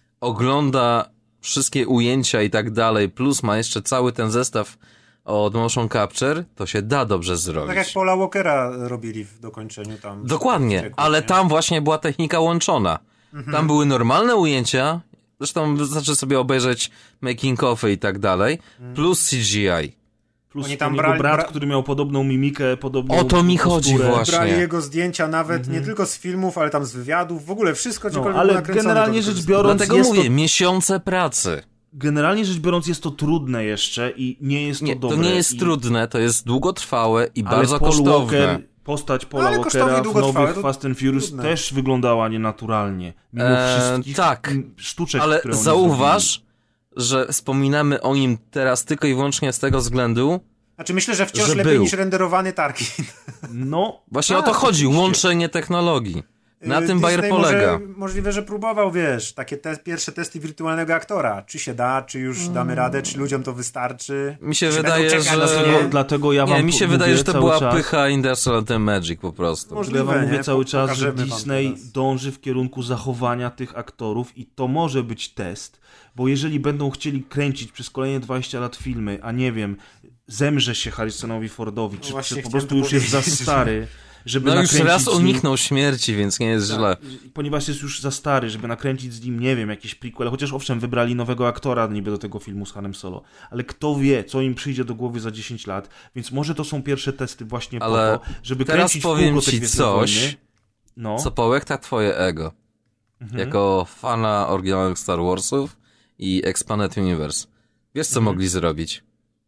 ogląda wszystkie ujęcia i tak dalej, plus ma jeszcze cały ten zestaw od motion capture, to się da dobrze zrobić.
Tak jak Paula Walkera robili w dokończeniu tam.
Dokładnie,
Wściekłych,
ale
nie?
tam właśnie była technika łączona. Tam były normalne ujęcia, zresztą wystarczy sobie obejrzeć making ofy i tak dalej, plus C G I.
Plus
Oni
tam
tam
jego
brali-
brat,
bra-
który miał podobną mimikę, podobną
O to mi chodzi
posturę.
właśnie.
Brali jego zdjęcia nawet nie tylko z filmów, ale tam z wywiadów, w ogóle wszystko,
No,
gdziekolwiek
ale
było nakręcone,
generalnie
to
rzecz
wykorzystali.
biorąc,
Dlatego
jest
mówię,
to,
miesiące pracy.
generalnie rzecz biorąc jest to trudne jeszcze i nie jest to
Nie, to
dobre.
nie jest
I,
trudne, to jest długotrwałe i
ale
bardzo
Paul
kosztowne.
Walker, postać Paula
ale kosztowne i
Walkera w
długotrwałe,
nowych
to
Fast and Furious
trudne.
też wyglądała nienaturalnie. Mimo
Eee,
wszystkich
tak.
m, sztuczek,
Ale
które oni
zauważ, że wspominamy o nim teraz tylko i wyłącznie z tego względu,
Znaczy myślę, że wciąż
że
lepiej
był.
niż renderowany Tarkin.
zrobili. No,
właśnie
tak,
o to chodzi,
oczywiście.
łączenie technologii. Na tym
Disney
bajer polega.
Może, możliwe, że próbował, wiesz, takie te pierwsze testy wirtualnego aktora. Czy się da, czy już damy radę, czy ludziom to wystarczy.
Mi się
Czy
wydaje,
będą czekać,
że-
czy
Dlatego,
nie?
dlatego ja wam
Nie, mi się
mówię
wydaje, że to
cały
była
czas,
pycha Industrial Light and Magic po prostu.
Możliwe,
Ja wam mówię
nie?
cały
Po-
czas, że
pokażemy wam
Disney
teraz.
dąży w kierunku zachowania tych aktorów i to może być test, bo jeżeli będą chcieli kręcić przez kolejne dwadzieścia lat filmy, a nie wiem, zemrze się Harrisonowi Fordowi, czy,
właśnie
czy po
chciałem
prostu
to
już jest za
powiedzieć,
stary, żeby
No już
nakręcić
raz
z nim-
uniknął śmierci, więc nie jest źle.
ponieważ jest już za stary, żeby nakręcić z nim, nie wiem, jakiś prequel, chociaż owszem, wybrali nowego aktora niby do tego filmu z Han Solo, ale kto wie, co im przyjdzie do głowy za dziesięć lat, więc może to są pierwsze testy właśnie
Ale
po to, żeby
teraz
kręcić w
powiem
kółko te
ci
Gwiezdne
coś,
Wojny. No.
co połechta twoje ego.
Mhm.
Jako fana oryginalnych Star Warsów i Expanded Universe. Wiesz, co
Mhm.
mogli zrobić?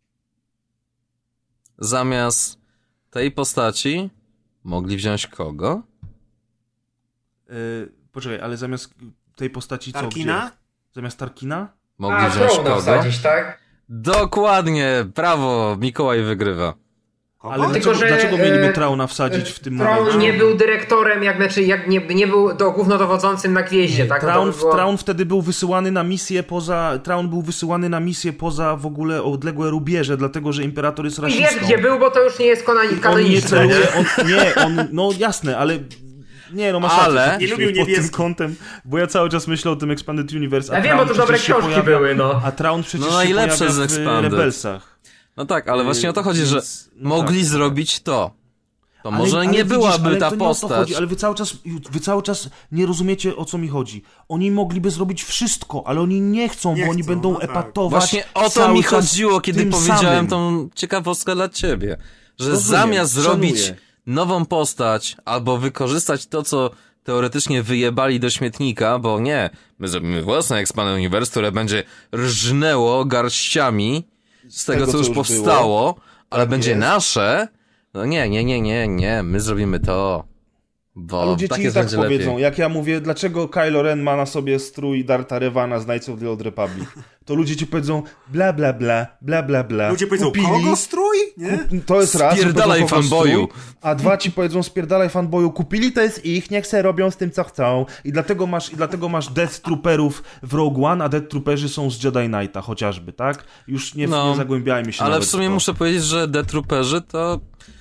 Zamiast tej postaci mogli wziąć kogo?
Yy, poczekaj, ale zamiast tej postaci co?
Tarkina?
Gdzie? Zamiast Tarkina?
Mogli
A,
wziąć
Throna
kogo?
wsadzić, tak?
Dokładnie, brawo, Mikołaj wygrywa.
Kogo?
Ale
Tylko,
dlaczego,
że,
dlaczego mieliby
e,
Trauna wsadzić w tym
Traun
momencie?
nie był dyrektorem, jak znaczy, jak nie, nie był do, głównodowodzącym na gwieździe, tak? No to
Traun,
by było-
Traun wtedy był wysyłany na misję poza... Traun był wysyłany na misję poza w ogóle odległe rubieże, dlatego że Imperator jest
I
rasistą.
wiesz, gdzie był, bo to już nie jest kanoni-
On nie
kanoniczne.
celuje, on, nie, on, no jasne, ale... Nie, no masz
Ale-
rację,
Nie lubił
pod tym
niebieski.
kątem, bo ja cały czas myślę o tym Expanded Universe, a
Ja wiem,
Traun
bo to dobre
przecież się
książki
pojawia,
były, no.
A Traun przecież
No
się
najlepsze
pojawia
z
w
Expanded.
Rebelsach.
No tak, ale właśnie o to chodzi,
Więc-
że
no
mogli
tak.
zrobić to. to
Ale-
może
ale
nie
widzisz,
byłaby
ale
ta
to nie o to
postać.
chodzi, ale wy cały czas, wy cały czas nie rozumiecie, o co mi chodzi. Oni mogliby zrobić wszystko, ale oni nie chcą,
Nie
bo oni
chcą,
będą
no tak.
epatować.
Właśnie o to
cały
mi
czas
chodziło, kiedy
tym
powiedziałem
samym.
tą ciekawostkę dla ciebie. Że
Rozumiem,
zamiast zrobić
szanuję.
nową postać, albo wykorzystać to, co teoretycznie wyjebali do śmietnika, bo nie, my zrobimy własne Expanded Universe, które będzie rżnęło garściami z tego,
tego,
co
co
już
już
powstało, ale
Tak
będzie
jest.
nasze. No nie, nie, nie, nie, nie, my zrobimy to. Bo
A ludzie
tak
ci i
jest
tak
będzie
powiedzą,
lepiej.
jak ja mówię, dlaczego Kylo Ren ma na sobie strój Dartha Revana z Knights of the Old Republic, to ludzie ci powiedzą bla bla bla, bla bla bla.
Ludzie powiedzą,
Kupili,
kogo strój? Nie?
kup- To jest raz, że
Spierdalaj,
powiedzą, kogo
fanboyu.
strój, a dwa ci powiedzą spierdalaj fanboyu, kupili, to jest ich, niech se robią z tym, co chcą. I dlatego masz, i dlatego masz Death Trooperów w Rogue One, a Death Trooperzy są z Jedi Knighta chociażby, tak? Już nie,
No,
nie zagłębiajmy się
Ale
nawet
w sumie
to.
muszę powiedzieć, że Death Trooperzy to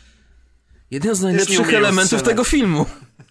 jeden z najlepszych
umieją
elementów
strzelać.
tego filmu.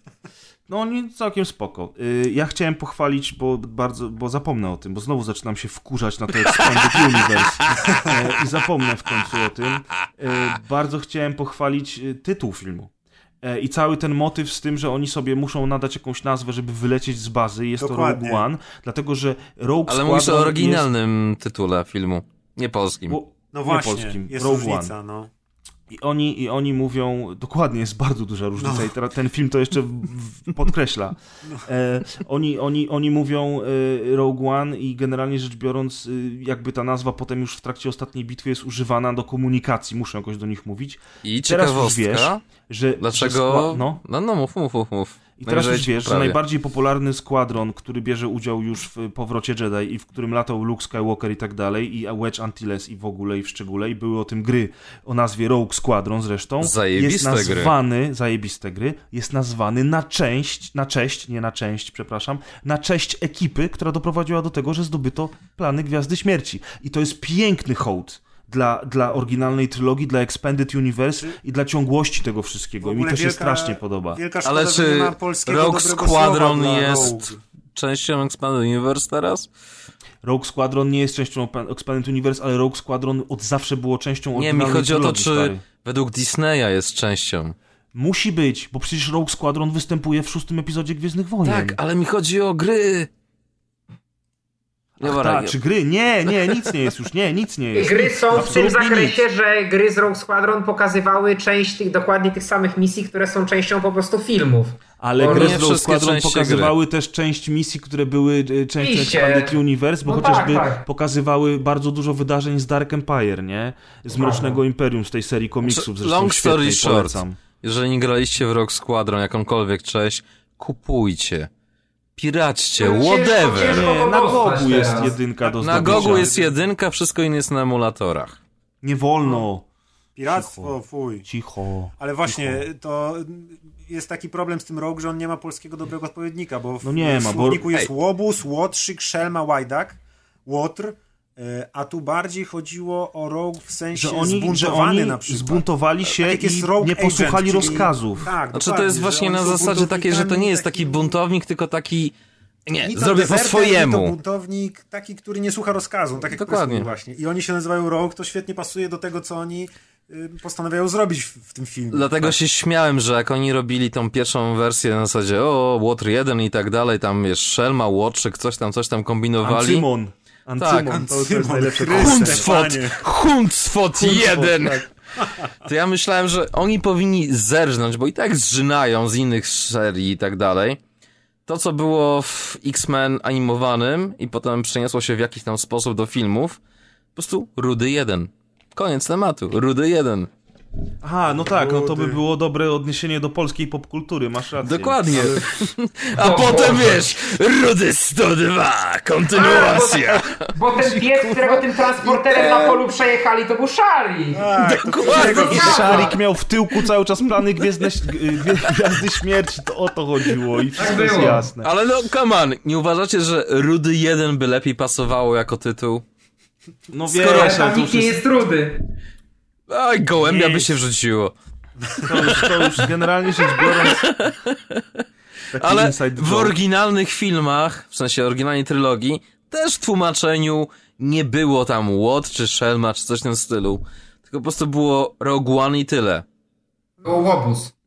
No oni całkiem spoko. Y, Ja chciałem pochwalić, bo bardzo, bo zapomnę o tym, bo znowu zaczynam się wkurzać na to Expanded Universe E, i zapomnę w końcu o tym. E, Bardzo chciałem pochwalić y, tytuł filmu. E, I cały ten motyw z tym, że oni sobie muszą nadać jakąś nazwę, żeby wylecieć z bazy. Jest
Dokładnie.
to Rogue One, dlatego że Rogue
Ale
Squadron
mówisz o
jest...
oryginalnym tytule filmu, nie polskim.
Bo,
No
nie
właśnie,
polskim,
jest
Rogue
różnica,
One.
no.
I oni, I oni mówią, dokładnie, jest bardzo duża różnica
No.
i teraz ten film to jeszcze w, w, podkreśla. E, oni, oni, oni mówią e, Rogue One i generalnie rzecz biorąc, e, jakby ta nazwa potem już w trakcie ostatniej bitwy jest używana do komunikacji, muszę jakoś do nich mówić.
I
Teraz już
ciekawostka,
wiesz, że...
dlaczego...
Że skła... no.
no, no, mów, mów, mów, mów.
I teraz
Najwyżej
już
ci
wiesz, że
poprawię.
najbardziej popularny składron, który bierze udział już w powrocie Jedi i w którym latał Luke Skywalker i tak dalej, i Wedge Antilles i w ogóle i w szczególe, i były o tym gry o nazwie Rogue Squadron zresztą,
Zajebiste
jest
gry.
nazwany, zajebiste gry, jest nazwany na część, na cześć, nie na część, przepraszam, na cześć ekipy, która doprowadziła do tego, że zdobyto plany Gwiazdy Śmierci. I to jest piękny hołd dla, dla oryginalnej trylogii, dla Expanded Universe i dla ciągłości tego wszystkiego. I mi to się strasznie podoba.
Wielka szkoda,
Ale
że nie
czy
ma polskiego
Rogue
dobrego
Squadron
słowa dla
jest
Rogue.
częścią Expanded Universe teraz?
Rogue Squadron nie jest częścią Expanded Universe, ale Rogue Squadron od zawsze było częścią
Nie,
oryginalnej
mi chodzi o to,
trylogii,
czy
stary.
według Disneya jest częścią.
Musi być, bo przecież Rogue Squadron występuje w szóstym epizodzie Gwiezdnych Wojen.
Tak, ale mi chodzi o gry. Nie
Ach,
ma
tak, czy gry? Nie, nie, nic nie jest już, nie, nic nie jest.
Gry są w tym
Absolutnie
zakresie,
nic.
że gry z Rogue Squadron pokazywały część tych, dokładnie tych samych misji, które są częścią po prostu filmów.
Ale
Bo
gry
nie
z Rogue
wszystkie
Squadron
części
pokazywały też część misji, które były e, częścią
Oczywiście.
Expanded Universe, bo
No
chociażby
tak, tak.
pokazywały bardzo dużo wydarzeń z Dark Empire, nie? Z Mrocznego Imperium, z tej serii komiksów, zresztą
Long story
świetnej,
short,
polecam.
jeżeli nie graliście w Rogue Squadron jakąkolwiek część, kupujcie. Piraćcie,
No, ciężko,
whatever.
ciężko.
Nie, na
dostać
Gogu jest
teraz.
jedynka do
Na
zdobycia.
Gogu jest jedynka, wszystko inne jest na emulatorach.
Nie wolno.
Piractwo,
Cicho.
fuj.
Cicho.
Ale właśnie,
Cicho.
to jest taki problem z tym Rogue, że on nie ma polskiego dobrego odpowiednika, bo w,
No nie
w
ma, bo-
słowniku jest
Ej.
łobuz, łotrzyk, szelma, łajdak, łotr, e, a tu bardziej chodziło o Rogue w sensie
Że oni, że
zbuntowany
oni
na przykład.
zbuntowali się
Tak jak jest
i
Rogue
nie posłuchali
Agent, czyli-
rozkazów.
Tak,
Znaczy to
dokładnie,
jest
że
właśnie
oni
na
są
zasadzie takiej, że to nie jest taki
buntownikami,
buntownik, tylko taki... Nie,
ni to
zrobię po
dezerter, ni to
swojemu.
buntownik taki, który nie słucha rozkazu, tak jak
Dokładnie.
Dokładnie. właśnie. I oni się nazywają Rogue, to świetnie pasuje do tego, co oni y, postanawiają zrobić w, w tym filmie.
Dlatego się śmiałem, że jak oni robili tą pierwszą wersję na zasadzie o, Łotr jeden i tak dalej, tam jest Szelma, Łotrzyk, coś tam, coś tam kombinowali.
Ancymon. Ancymon,
Tak,
to, to jest
Ancymon,
najlepsze.
Chryste,
Huncfot!
panie.
Huncfot jeden!
tak.
To ja myślałem, że oni powinni zerżnąć, bo i tak zżynają z innych serii i tak dalej. To, co było w X-Men animowanym i potem przeniosło się w jakiś tam sposób do filmów, po prostu Rudy jeden. Koniec tematu. Rudy jeden.
Aha, no tak, no to by
Rudy.
było dobre odniesienie do polskiej popkultury, masz rację.
Dokładnie. A potem wiesz, Rudy sto dwa, kontynuacja.
Bo ten pies, którego tym transporterem na polu przejechali, to był Shari.
Tak, to
Dokładnie.
tego
I Szarik miał w tyłku cały czas plany Gwiezdne, Gwie- Gwiazdy Śmierci, to o to chodziło i wszystko jest
było.
jasne.
Ale no, come on, nie uważacie, że Rudy jeden by lepiej pasowało jako tytuł?
No
Skoro-
wiesz,
Ale
ale
tam
to już
nikt nie
jest,
jest rudy.
Oj, gołębia by
Jest.
się wrzuciło.
to już, to już generalnie rzecz biorąc taki
Ale
inside
w
joke.
oryginalnych filmach, w sensie oryginalnej trylogii, też w tłumaczeniu nie było tam Łot, czy Szelma, czy coś w tym stylu. Tylko po prostu było Rogue One i tyle.
Był łobuz.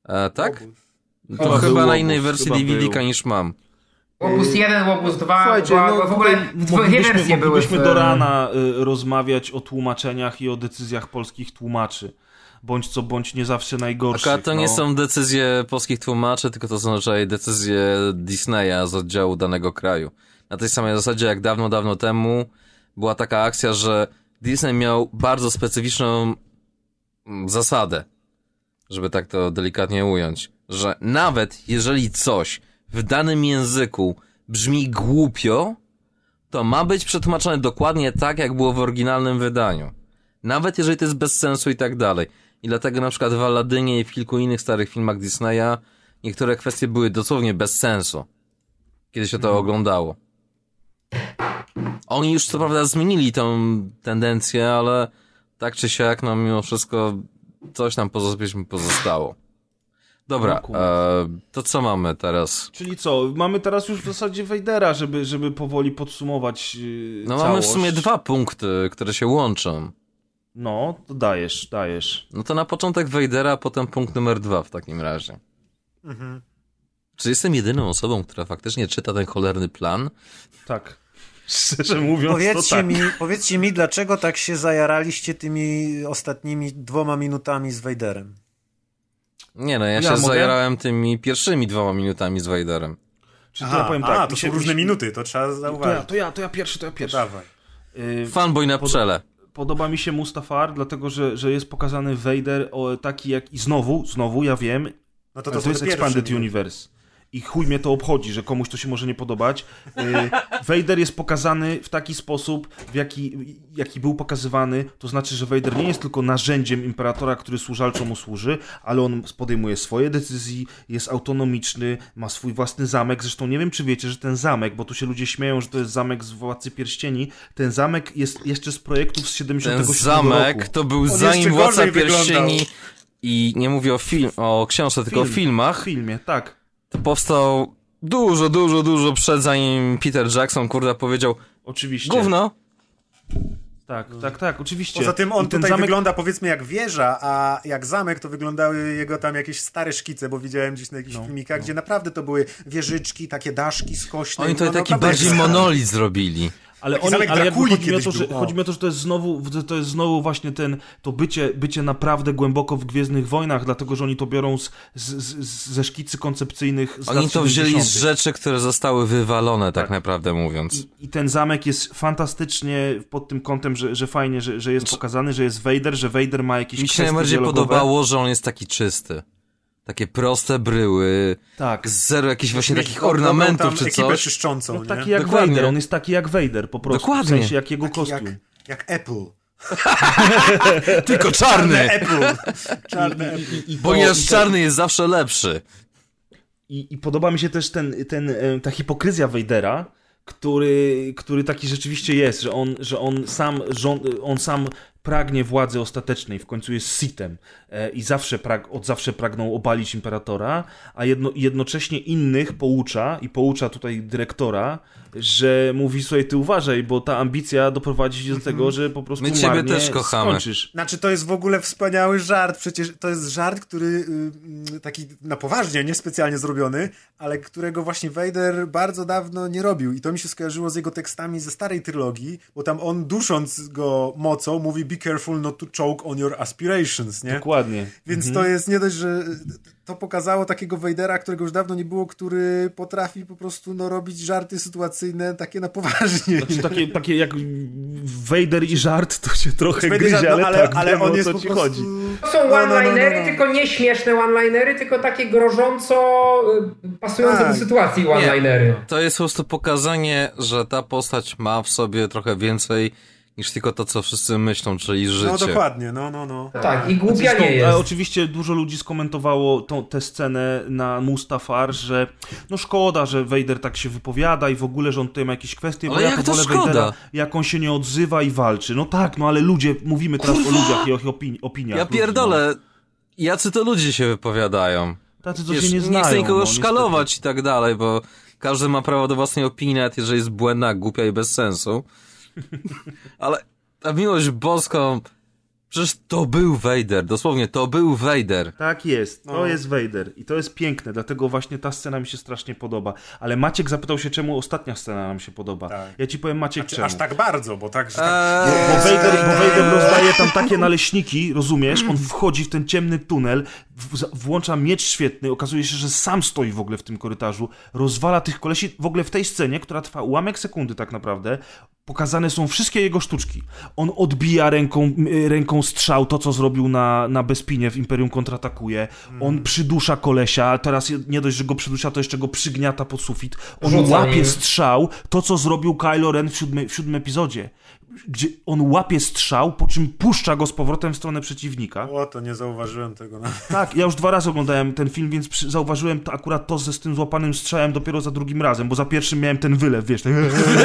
E, tak? To
Chyba
chyba
był
na
Łobuz,
innej wersji
chyba
D V D-ka
był.
niż mam.
Łobuz jeden, Łobuz dwa,
Słuchajcie,
była,
no
w ogóle dwie
moglibyśmy,
wersje były.
moglibyśmy
w-
do rana y, rozmawiać o tłumaczeniach i o decyzjach polskich tłumaczy. Bądź co bądź nie zawsze najgorszych.
Akurat to nie
no.
są decyzje polskich tłumaczy, tylko to są raczej decyzje Disneya z oddziału danego kraju. Na tej samej zasadzie jak dawno, dawno temu była taka akcja, że Disney miał bardzo specyficzną mm, zasadę, żeby tak to delikatnie ująć, że nawet jeżeli coś w danym języku brzmi głupio, to ma być przetłumaczone dokładnie tak, jak było w oryginalnym wydaniu. Nawet jeżeli to jest bez sensu i tak dalej. I dlatego na przykład w Aladynie i w kilku innych starych filmach Disneya niektóre kwestie były dosłownie bez sensu, kiedy się to
Mhm.
oglądało. Oni już co prawda zmienili tą tendencję, ale tak czy siak, no mimo wszystko coś tam pozostało. pozostało. Dobra,
No, kurde.
e, to co mamy teraz?
Czyli co, mamy teraz już w zasadzie Vadera, żeby, żeby powoli podsumować yy,
No
całość.
mamy w sumie dwa punkty, które się łączą.
No, to dajesz, dajesz.
No to na początek Vadera, a potem punkt numer dwa w takim razie.
Mhm.
Czy jestem jedyną osobą, która faktycznie czyta ten cholerny plan?
Tak. Szczerze mówiąc,
Powiedzcie,
to tak.
mi, powiedzcie mi, dlaczego tak się zajaraliście tymi ostatnimi dwoma minutami z Vaderem?
Nie no, ja,
Ja
się
mogę?
zajarałem tymi pierwszymi dwoma minutami z Vaderem.
Czyli to ja powiem tak.
a,
mi
to
się-
są
mi
różne
się-
minuty, to trzeba
To ja,
zauważyć.
to ja, to ja pierwszy, to ja pierwszy.
Dawaj.
Yy,
Fanboy na
Pod-
pszczele.
Podoba mi się Mustafar, dlatego że, że jest pokazany Vader o, taki jak... I znowu, znowu, ja wiem,
No to,
to,
to,
to
są
jest
te pierwsze
Expanded
minuty.
Universe. I chuj mnie to obchodzi, że komuś to się może nie podobać. Yy, Vader jest pokazany w taki sposób, w jaki, jaki był pokazywany. To znaczy, że Vader nie jest tylko narzędziem Imperatora, który służalczo mu służy, ale on podejmuje swoje decyzje, jest autonomiczny, ma swój własny zamek. Zresztą nie wiem, czy wiecie, że ten zamek, bo tu się ludzie śmieją, że to jest zamek z Władcy Pierścieni, ten zamek jest jeszcze z projektów z siedemdziesiątego
Ten
siódmego
zamek
roku.
to był
jeszcze
zanim Władca
gorzej wyglądał.
Pierścieni i nie mówię o, film, o książce, tylko o
Film.
filmach.
W filmie, tak.
Powstał dużo, dużo, dużo przed zanim Peter Jackson, kurde, powiedział
Oczywiście.
gówno.
Tak, tak, tak, oczywiście.
Poza tym on
I ten
tutaj
zamek...
wygląda powiedzmy jak wieża, a jak zamek to wyglądały jego tam jakieś stare szkice, bo widziałem gdzieś na jakichś
No,
filmikach,
no.
gdzie naprawdę to były wieżyczki, takie daszki skośne.
Oni
i
to
no,
taki
naprawdę
bardziej
jak zamek.
monolit zrobili.
Ale,
Taki
oni,
zamek
ale jakby
Drakuli
chodzi mi, o to,
kiedyś
że,
był, o.
chodzi mi o to, że to jest znowu, że to jest znowu właśnie ten, to bycie, bycie naprawdę głęboko w Gwiezdnych Wojnach, dlatego, że oni to biorą z, z, z, ze szkicy koncepcyjnych z
Oni
lat
to wzięli z
siedemdziesiątych.
rzeczy, które zostały wywalone, tak,
Tak.
naprawdę mówiąc.
I, I ten zamek jest fantastycznie pod tym kątem, że, że fajnie, że, że jest pokazany, że jest Vader, że Vader ma jakieś
Mi się
kwestie
najbardziej
dialogowe.
podobało, że on jest taki czysty. Takie proste bryły,
Tak.
zero jakichś właśnie
Mieć
takich
dobrą
ornamentów
tam
czy
ekipę
coś.
czyszczącą,
No
nie?
taki jak
Dokładnie.
Vader, on jest taki jak Vader po prostu,
Dokładnie.
w sensie jak jego
Taki
kostium.
jak, jak Apple.
Tylko czarny!
Apple. Czarny Apple.
I, i, i to-
Ponieważ
i to-
czarny jest zawsze lepszy.
I, I podoba mi się też ten, ten, e, ta hipokryzja Vadera, który, który taki rzeczywiście jest, że on, że on sam rząd, on sam pragnie władzy ostatecznej, w końcu jest Sithem e, i zawsze prag, od zawsze pragnął obalić Imperatora, a jedno, jednocześnie innych poucza i poucza tutaj dyrektora, że mówi sobie, ty uważaj, bo ta ambicja doprowadzi cię do tego, że po prostu
My ciebie
marnie
też kochamy.
skończysz.
Znaczy to jest w ogóle wspaniały żart, przecież to jest żart, który y, taki na poważnie, niespecjalnie zrobiony, ale którego właśnie Vader bardzo dawno nie robił i to mi się skojarzyło z jego tekstami ze starej trylogii, bo tam on dusząc go mocą mówi be careful not to choke on your aspirations, nie?
Dokładnie.
Więc
Mhm.
to jest nie dość, że to pokazało takiego Vadera, którego już dawno nie było, który potrafi po prostu no, robić żarty sytuacyjne takie na poważnie.
Znaczy, takie, takie jak Vader i żart, to się trochę
Vader,
gryzie,
no,
ale,
ale,
tak,
ale
wiemy,
on
o
jest
co
po
ci
prostu...
chodzi.
To są
No, no, no,
one-linery,
no, no.
tylko nie śmieszne one-linery, tylko takie grożąco y, pasujące
Tak.
do sytuacji one-linery.
To jest po prostu pokazanie, że ta postać ma w sobie trochę więcej niż tylko to, co wszyscy myślą, czyli życie.
No dokładnie, no, no, no.
Tak, i głupia
Zresztą,
nie
a
jest.
oczywiście dużo ludzi skomentowało tą, tę scenę na Mustafar, że no szkoda, że Vader tak się wypowiada i w ogóle, że on tutaj ma jakieś kwestie, bo
Ale
ja
jak
to
to
wolę
szkoda?
Vadera, jak on się nie odzywa i walczy. No tak, no ale ludzie, mówimy teraz o ludziach i o ich opini- opiniach.
Ja
ludzi,
pierdolę, jacy to ludzie się wypowiadają.
No. Tacy, co
Wiesz,
się nie znają.
chcę nikogo
no,
szkalować i tak dalej, bo każdy ma prawo do własnej opinii, nawet jeżeli jest błędna, głupia i bez sensu. Ale ta miłość boską, Przecież to był Vader, dosłownie, to był Vader.
Tak jest, to
No.
jest Vader i to jest piękne, dlatego właśnie ta scena mi się strasznie podoba. Ale Maciek zapytał się, czemu ostatnia scena nam się podoba.
Tak.
Ja ci powiem, Maciek,
Znaczy,
czemu.
aż tak bardzo, bo tak, że tak...
Eee,
Bo Vader, bo Vader rozdaje tam takie naleśniki, rozumiesz? On wchodzi w ten ciemny tunel, w, włącza miecz świetny, okazuje się, że sam stoi w ogóle w tym korytarzu, rozwala tych kolesi. W ogóle w tej scenie, która trwa ułamek sekundy tak naprawdę, pokazane są wszystkie jego sztuczki. On odbija ręką, ręką strzał, to co zrobił na, na Bespinie w Imperium Kontratakuje. On przydusza kolesia, a teraz nie dość, że go przydusza, to jeszcze go przygniata pod sufit. On
Rzuca
łapie
nim.
strzał, to co zrobił Kylo Ren w siódmym, w siódmym epizodzie. Gdzie on łapie strzał, po czym puszcza go z powrotem w stronę przeciwnika.
O, to nie zauważyłem tego. No.
Tak, ja już dwa razy oglądałem ten film, więc przy, zauważyłem to, akurat to ze z tym złapanym strzałem dopiero za drugim razem, bo za pierwszym miałem ten wylew, wiesz. Tak...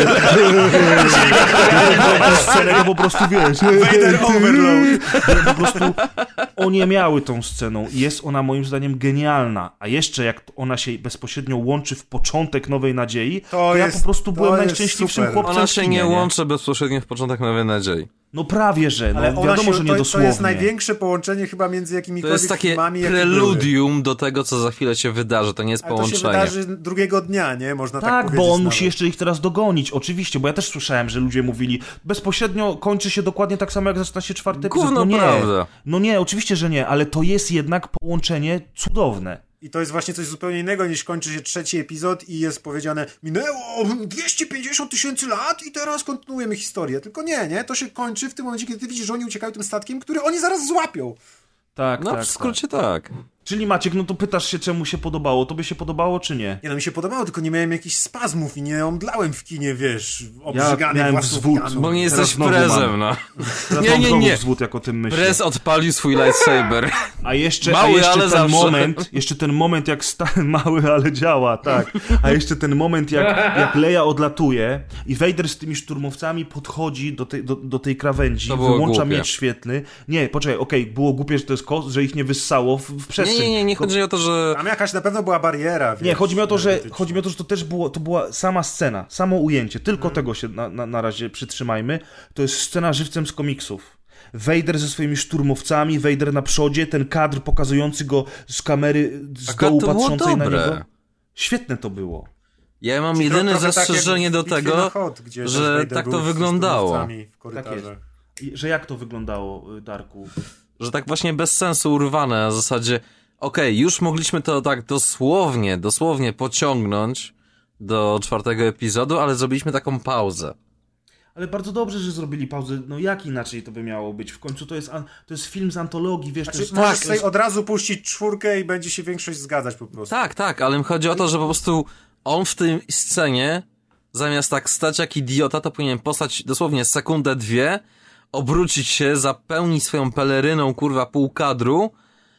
scenę, to po prostu, wiesz...
Vader Overload.
Po prostu oniemiały tą sceną i jest ona moim zdaniem genialna. A jeszcze jak ona się bezpośrednio łączy w początek Nowej Nadziei, to,
To
ja
jest-
po prostu
to
byłem
jest
najszczęśliwszym
super.
chłopcem
Ona
w
się
kinie,
nie łączy bezpośrednio w początek Nowej Nadziei.
No prawie, że. No,
Ale ona
wiadomo,
się,
że nie
to, to
dosłownie.
jest największe połączenie chyba między
To
jakimikolwiek
jest takie
filmami, jakie były.
preludium do tego, co za chwilę się wydarzy. To nie jest
Ale to się
połączenie.
wydarzy drugiego dnia, nie? Można tak,
Tak,
powiedzieć
bo on
nawet.
musi jeszcze ich teraz dogonić, oczywiście, bo ja też słyszałem, że ludzie mówili, bezpośrednio kończy się dokładnie tak samo, jak zaczyna się czwarty epizod.
Gówno
No nie,
prawda.
no nie, oczywiście, że nie, ale to jest jednak połączenie cudowne.
I to jest właśnie coś zupełnie innego, niż kończy się trzeci epizod i jest powiedziane, minęło dwieście pięćdziesiąt tysięcy lat i teraz kontynuujemy historię. Tylko nie, nie? To się kończy w tym momencie, kiedy ty widzisz, że oni uciekają tym statkiem, który oni zaraz złapią.
Tak,
No
tak,
w skrócie tak.
tak. Czyli Maciek, no to pytasz się, czemu się podobało. Tobie się podobało, czy nie?
Nie no, mi się podobało, tylko nie miałem jakichś spazmów i nie omdlałem w kinie, wiesz, obrzygany
miałem
własną
wzwód,
pianą.
Bo nie
Teraz
jesteś
znowu
prezem,
mam.
no.
Teraz
Nie,
mam
nie,
znowu
nie.
wzwód, jak o tym myślę.
Prez odpalił swój lightsaber.
A jeszcze,
Mały,
a jeszcze
ale
ten
zawsze.
moment, jeszcze ten moment jak sta... mały, ale działa, tak. A jeszcze ten moment jak, jak Leia odlatuje i Vader z tymi szturmowcami podchodzi do tej, do, do tej krawędzi,
To było
wyłącza
głupie.
miecz świetlny. Nie, poczekaj, okej, było głupie, że to jest kos, że ich nie wyssało w, w
Nie,
przestrzeń.
nie, nie, nie
Tylko-
chodzi o to, że...
Tam jakaś na pewno była bariera, wiesz,
Nie, chodzi mi o to, że
energetyczna.
chodzi mi o to, że to też było, to była sama scena, samo ujęcie, tylko tego się na, na, na razie przytrzymajmy. To jest scena żywcem z komiksów. Vader ze swoimi szturmowcami, Vader na przodzie, ten kadr pokazujący go z kamery z
Akurat
dołu
to było
patrzącej na
dobre.
niego. Świetne to było.
Ja mam
Czyli
jedyne
trochę tak
zastrzeżenie
jak w
do
Bitwie
tego,
na Hot, gdzie też
że
Vader
tak to
był z
wyglądało.
szturmowcami w
Tak jest.
korytarze.
I, że jak to wyglądało, y, Darku?
Że tak właśnie bez sensu urwane, na zasadzie okej, już mogliśmy to tak dosłownie, dosłownie pociągnąć do czwartego epizodu, ale zrobiliśmy taką pauzę.
Ale bardzo dobrze, że zrobili pauzę. No jak inaczej to by miało być? W końcu to jest, an- to jest film z antologii, wiesz, to
Znaczy,
jest...
możesz
tak, to
sobie
jest...
od razu puścić czwórkę i będzie się większość zgadzać po prostu.
Tak, tak, ale mi chodzi o to, że po prostu on w tej scenie, zamiast tak stać jak idiota, to powinien postać dosłownie sekundę, dwie, obrócić się, zapełnić swoją peleryną, kurwa, pół kadru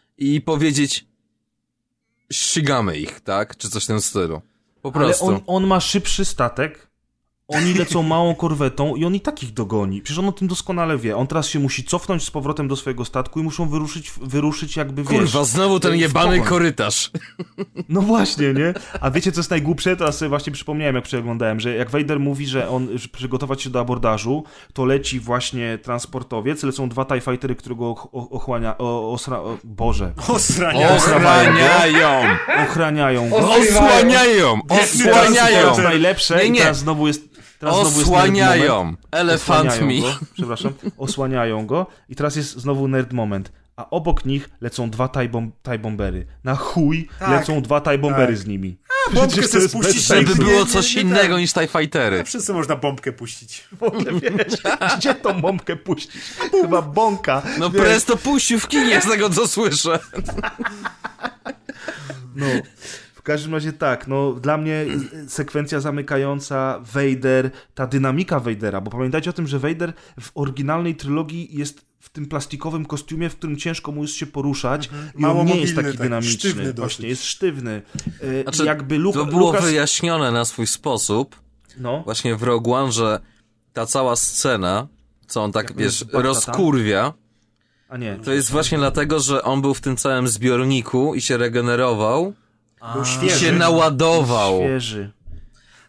i powiedzieć ścigamy ich, tak? Czy coś w tym stylu. Po
Ale
prostu.
on, on ma szybszy statek, oni lecą małą korwetą i on i tak ich dogoni. Przecież on o tym doskonale wie. On teraz się musi cofnąć z powrotem do swojego statku i muszą wyruszyć, wyruszyć jakby, wiesz...
Kurwa, znowu ten
w
jebany
pogoń.
korytarz.
No właśnie, nie? A wiecie, co jest najgłupsze? Teraz sobie właśnie przypomniałem, jak przeglądałem, że jak Vader mówi, że on, żeby przygotować się do abordażu, to leci właśnie transportowiec, lecą dwa TIE Fightery, którego och- o- ochłania... O, osra... O, Boże.
Osrania.
Ochraniają!
Ochraniają go.
Osłaniają! Osłaniają!
Teraz najlepsze
Nie,
i
nie.
teraz znowu jest... Teraz znowu jest nerd
Osłaniają!
moment.
Elefant
Osłaniają
mi.
go, przepraszam, osłaniają go i teraz jest znowu nerd moment. A obok nich lecą dwa TIE, bom- TIE bombery. Na chuj
Tak,
lecą dwa TIE bombery
tak.
z nimi.
bombkę
Przecież to
sobie
jest
spuścić,
bez
żeby
Żeby
sensu.
było
Nie,
coś
nie, nie,
innego
tak.
niż TIE Fightery.
Wszyscy można bombkę puścić.
W ogóle, wiesz, gdzie tą bombkę puścić? Chyba bąka.
No
wiesz.
Prez to puścił w kinie, z tego co słyszę.
No, w każdym razie tak, no dla mnie y, sekwencja zamykająca, Vader, ta dynamika Vadera, bo pamiętajcie o tym, że Vader w oryginalnej trylogii jest w tym plastikowym kostiumie, w którym ciężko mu jest się poruszać i
Mało
on nie jest
mobilny,
taki
tak,
dynamiczny.
sztywny dosyć.
Właśnie, jest sztywny. Y,
Znaczy,
jakby Luka,
to było
Lukas...
wyjaśnione na swój sposób,
No,
właśnie w Rogue One, że ta cała scena, co on tak,
Jak
wiesz,
jest Bagdad,
rozkurwia,
a nie.
to jest właśnie dlatego, że on był w tym całym zbiorniku i się regenerował
Był
i
świeży.
się naładował.
Świeży.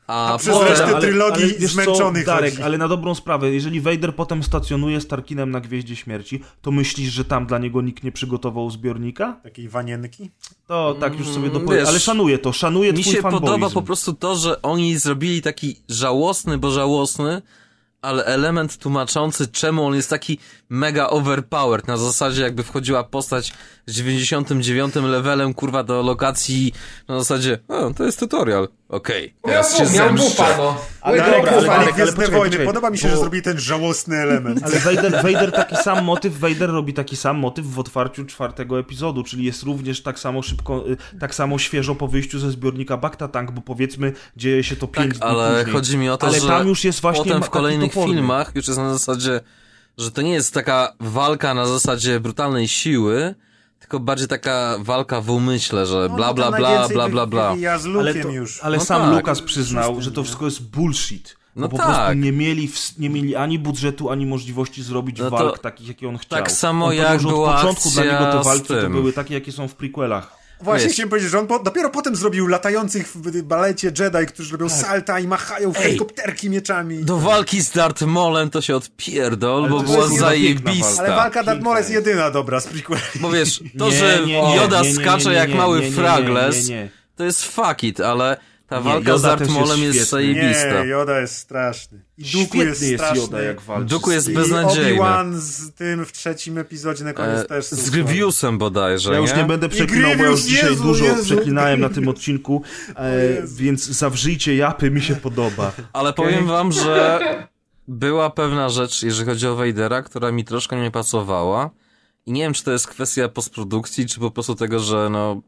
A,
A przez
potem,
resztę
ale,
trylogii
ale, wiesz
zmęczony
co, Darek,
chodzi.
ale na dobrą sprawę, jeżeli Vader potem stacjonuje z Tarkinem na Gwieździe Śmierci, to myślisz, że tam dla niego nikt nie przygotował zbiornika?
Takiej wanienki?
To tak już sobie
Mm,
dopowiem,
wiesz,
ale szanuję to, szanuję
mi
twój
się
fanboyzm.
podoba po prostu to, że oni zrobili taki żałosny, bo żałosny, ale element tłumaczący, czemu on jest taki mega overpowered, na zasadzie jakby wchodziła postać z dziewięćdziesiątym dziewiątym levelem, kurwa, do lokacji, na zasadzie, o, to jest tutorial, okej, okay, teraz się
miał, miał
zemszczę.
bufa, no.
Ale
Darek,
dobra, ale
chwali
Darek, ale
Gwiezdne
poczekaj,
Wojny.
poczekaj,
Podoba mi się,
bo-
że zrobili ten żałosny element.
Ale Vader, Vader taki sam motyw, Vader robi taki sam motyw w otwarciu czwartego epizodu, czyli jest również tak samo szybko, y, tak samo świeżo po wyjściu ze zbiornika Bacta Tank, bo powiedzmy dzieje się to pięć
Tak,
dni
ale
później.
chodzi mi o to,
ale
że
tam już jest właśnie
potem
ma-
w kolejnych
taki toporny.
filmach już jest na zasadzie, że to nie jest taka walka na zasadzie brutalnej siły, tylko bardziej taka walka w umyśle, że bla bla bla bla bla bla.
Ja z
Ale,
Luke'em
to,
już.
ale
No
sam
tak.
Lucas przyznał,
Szóstym,
że to
nie?
wszystko jest bullshit.
No
bo po
tak.
prostu nie mieli, w, nie mieli ani budżetu, ani możliwości zrobić
No to
walk takich, jakie on chciał.
tak samo
on
jak
powiedział, że
była
od początku dla
akcja
niego te
z
walki to
tym.
były takie, jakie są w prequelach.
Właśnie
Wiesz.
chciałem powiedzieć, że on po, dopiero potem zrobił latających w balecie Jedi, którzy robią salta i machają w
Ej.
helikopterki mieczami.
Do walki z Darth Maulem to się odpierdol,
Ale
bo
to
była
jest jedna
piękna
zajebista.
Ale walka Darth Maula jest
Piękna
jedyna dobra z prequeli.
Bo wiesz, to,
Nie,
że
nie, nie,
Yoda
nie, nie,
skacze
nie,
jak
nie,
mały
nie, nie, nie,
fragles,
nie, nie, nie.
to jest fuck it, ale ta
Nie,
walka
Yoda
z Darth
też jest
Maulem jest
świetny.
zajebista.
Nie, Yoda jest straszny. I Dooku
Świetny
jest
jest
straszny.
Yoda, jak walczy.
Dooku jest
I
beznadziejny.
Obi-Wan z tym w trzecim epizodzie na koniec
E,
też. są
z Grievousem bodajże,
Ja już nie będę przeklinał, bo ja już
Grievous,
dzisiaj
Jezu,
dużo
Jezu.
przeklinałem na tym odcinku, e, więc zawrzyjcie japy, mi się podoba.
Ale powiem wam, że była pewna rzecz, jeżeli chodzi o Vadera, która mi troszkę nie pasowała. I nie wiem, czy to jest kwestia postprodukcji, czy po prostu tego, że no...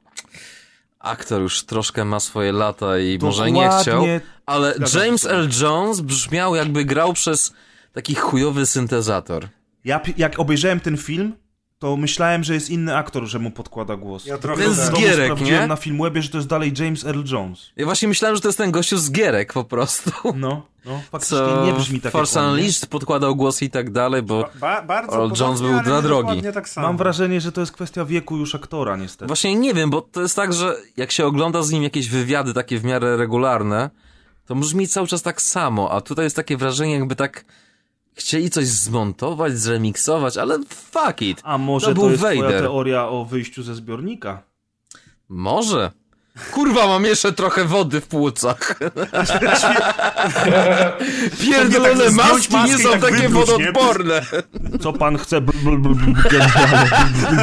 aktor już troszkę ma swoje lata i może nie
Dokładnie.
chciał, ale
Zgadzam
James
się.
L. Jones brzmiał jakby grał przez taki chujowy syntezator.
Ja, pi- jak obejrzałem ten film, to myślałem, że jest inny aktor, że mu podkłada głos.
Ja trochę
Ten
tak.
z
W domu
Gierek,
sprawdziłem
nie?
na Filmwebie, że to jest dalej James Earl Jones.
Ja właśnie myślałem, że to jest ten gościu z Gierek po prostu.
No, no, faktycznie
Co
nie brzmi tak
Force
jak on, nie?
Unleashed podkładał głos i tak dalej, bo
Ba- bardzo
Earl
podobnie,
Jones był
ale
dla
nie
drogi.
dokładnie Tak samo.
Mam wrażenie, że to jest kwestia wieku już aktora, niestety.
właśnie nie wiem, bo to jest tak, że jak się ogląda z nim jakieś wywiady takie w miarę regularne, to brzmi cały czas tak samo, a tutaj jest takie wrażenie, jakby tak chcieli coś zmontować, zremiksować, ale fuck it.
A może
to
to,
był
jest twoja
Vader.
teoria o wyjściu ze zbiornika?
Może. Kurwa, mam jeszcze trochę wody w płucach. Pierdolone
tak zdjąć
maski
maskę
nie
i
są
tak
takie
wydmuć, nie?
wodoodporne.
Co pan chce? Bl, bl, bl, bl, generale.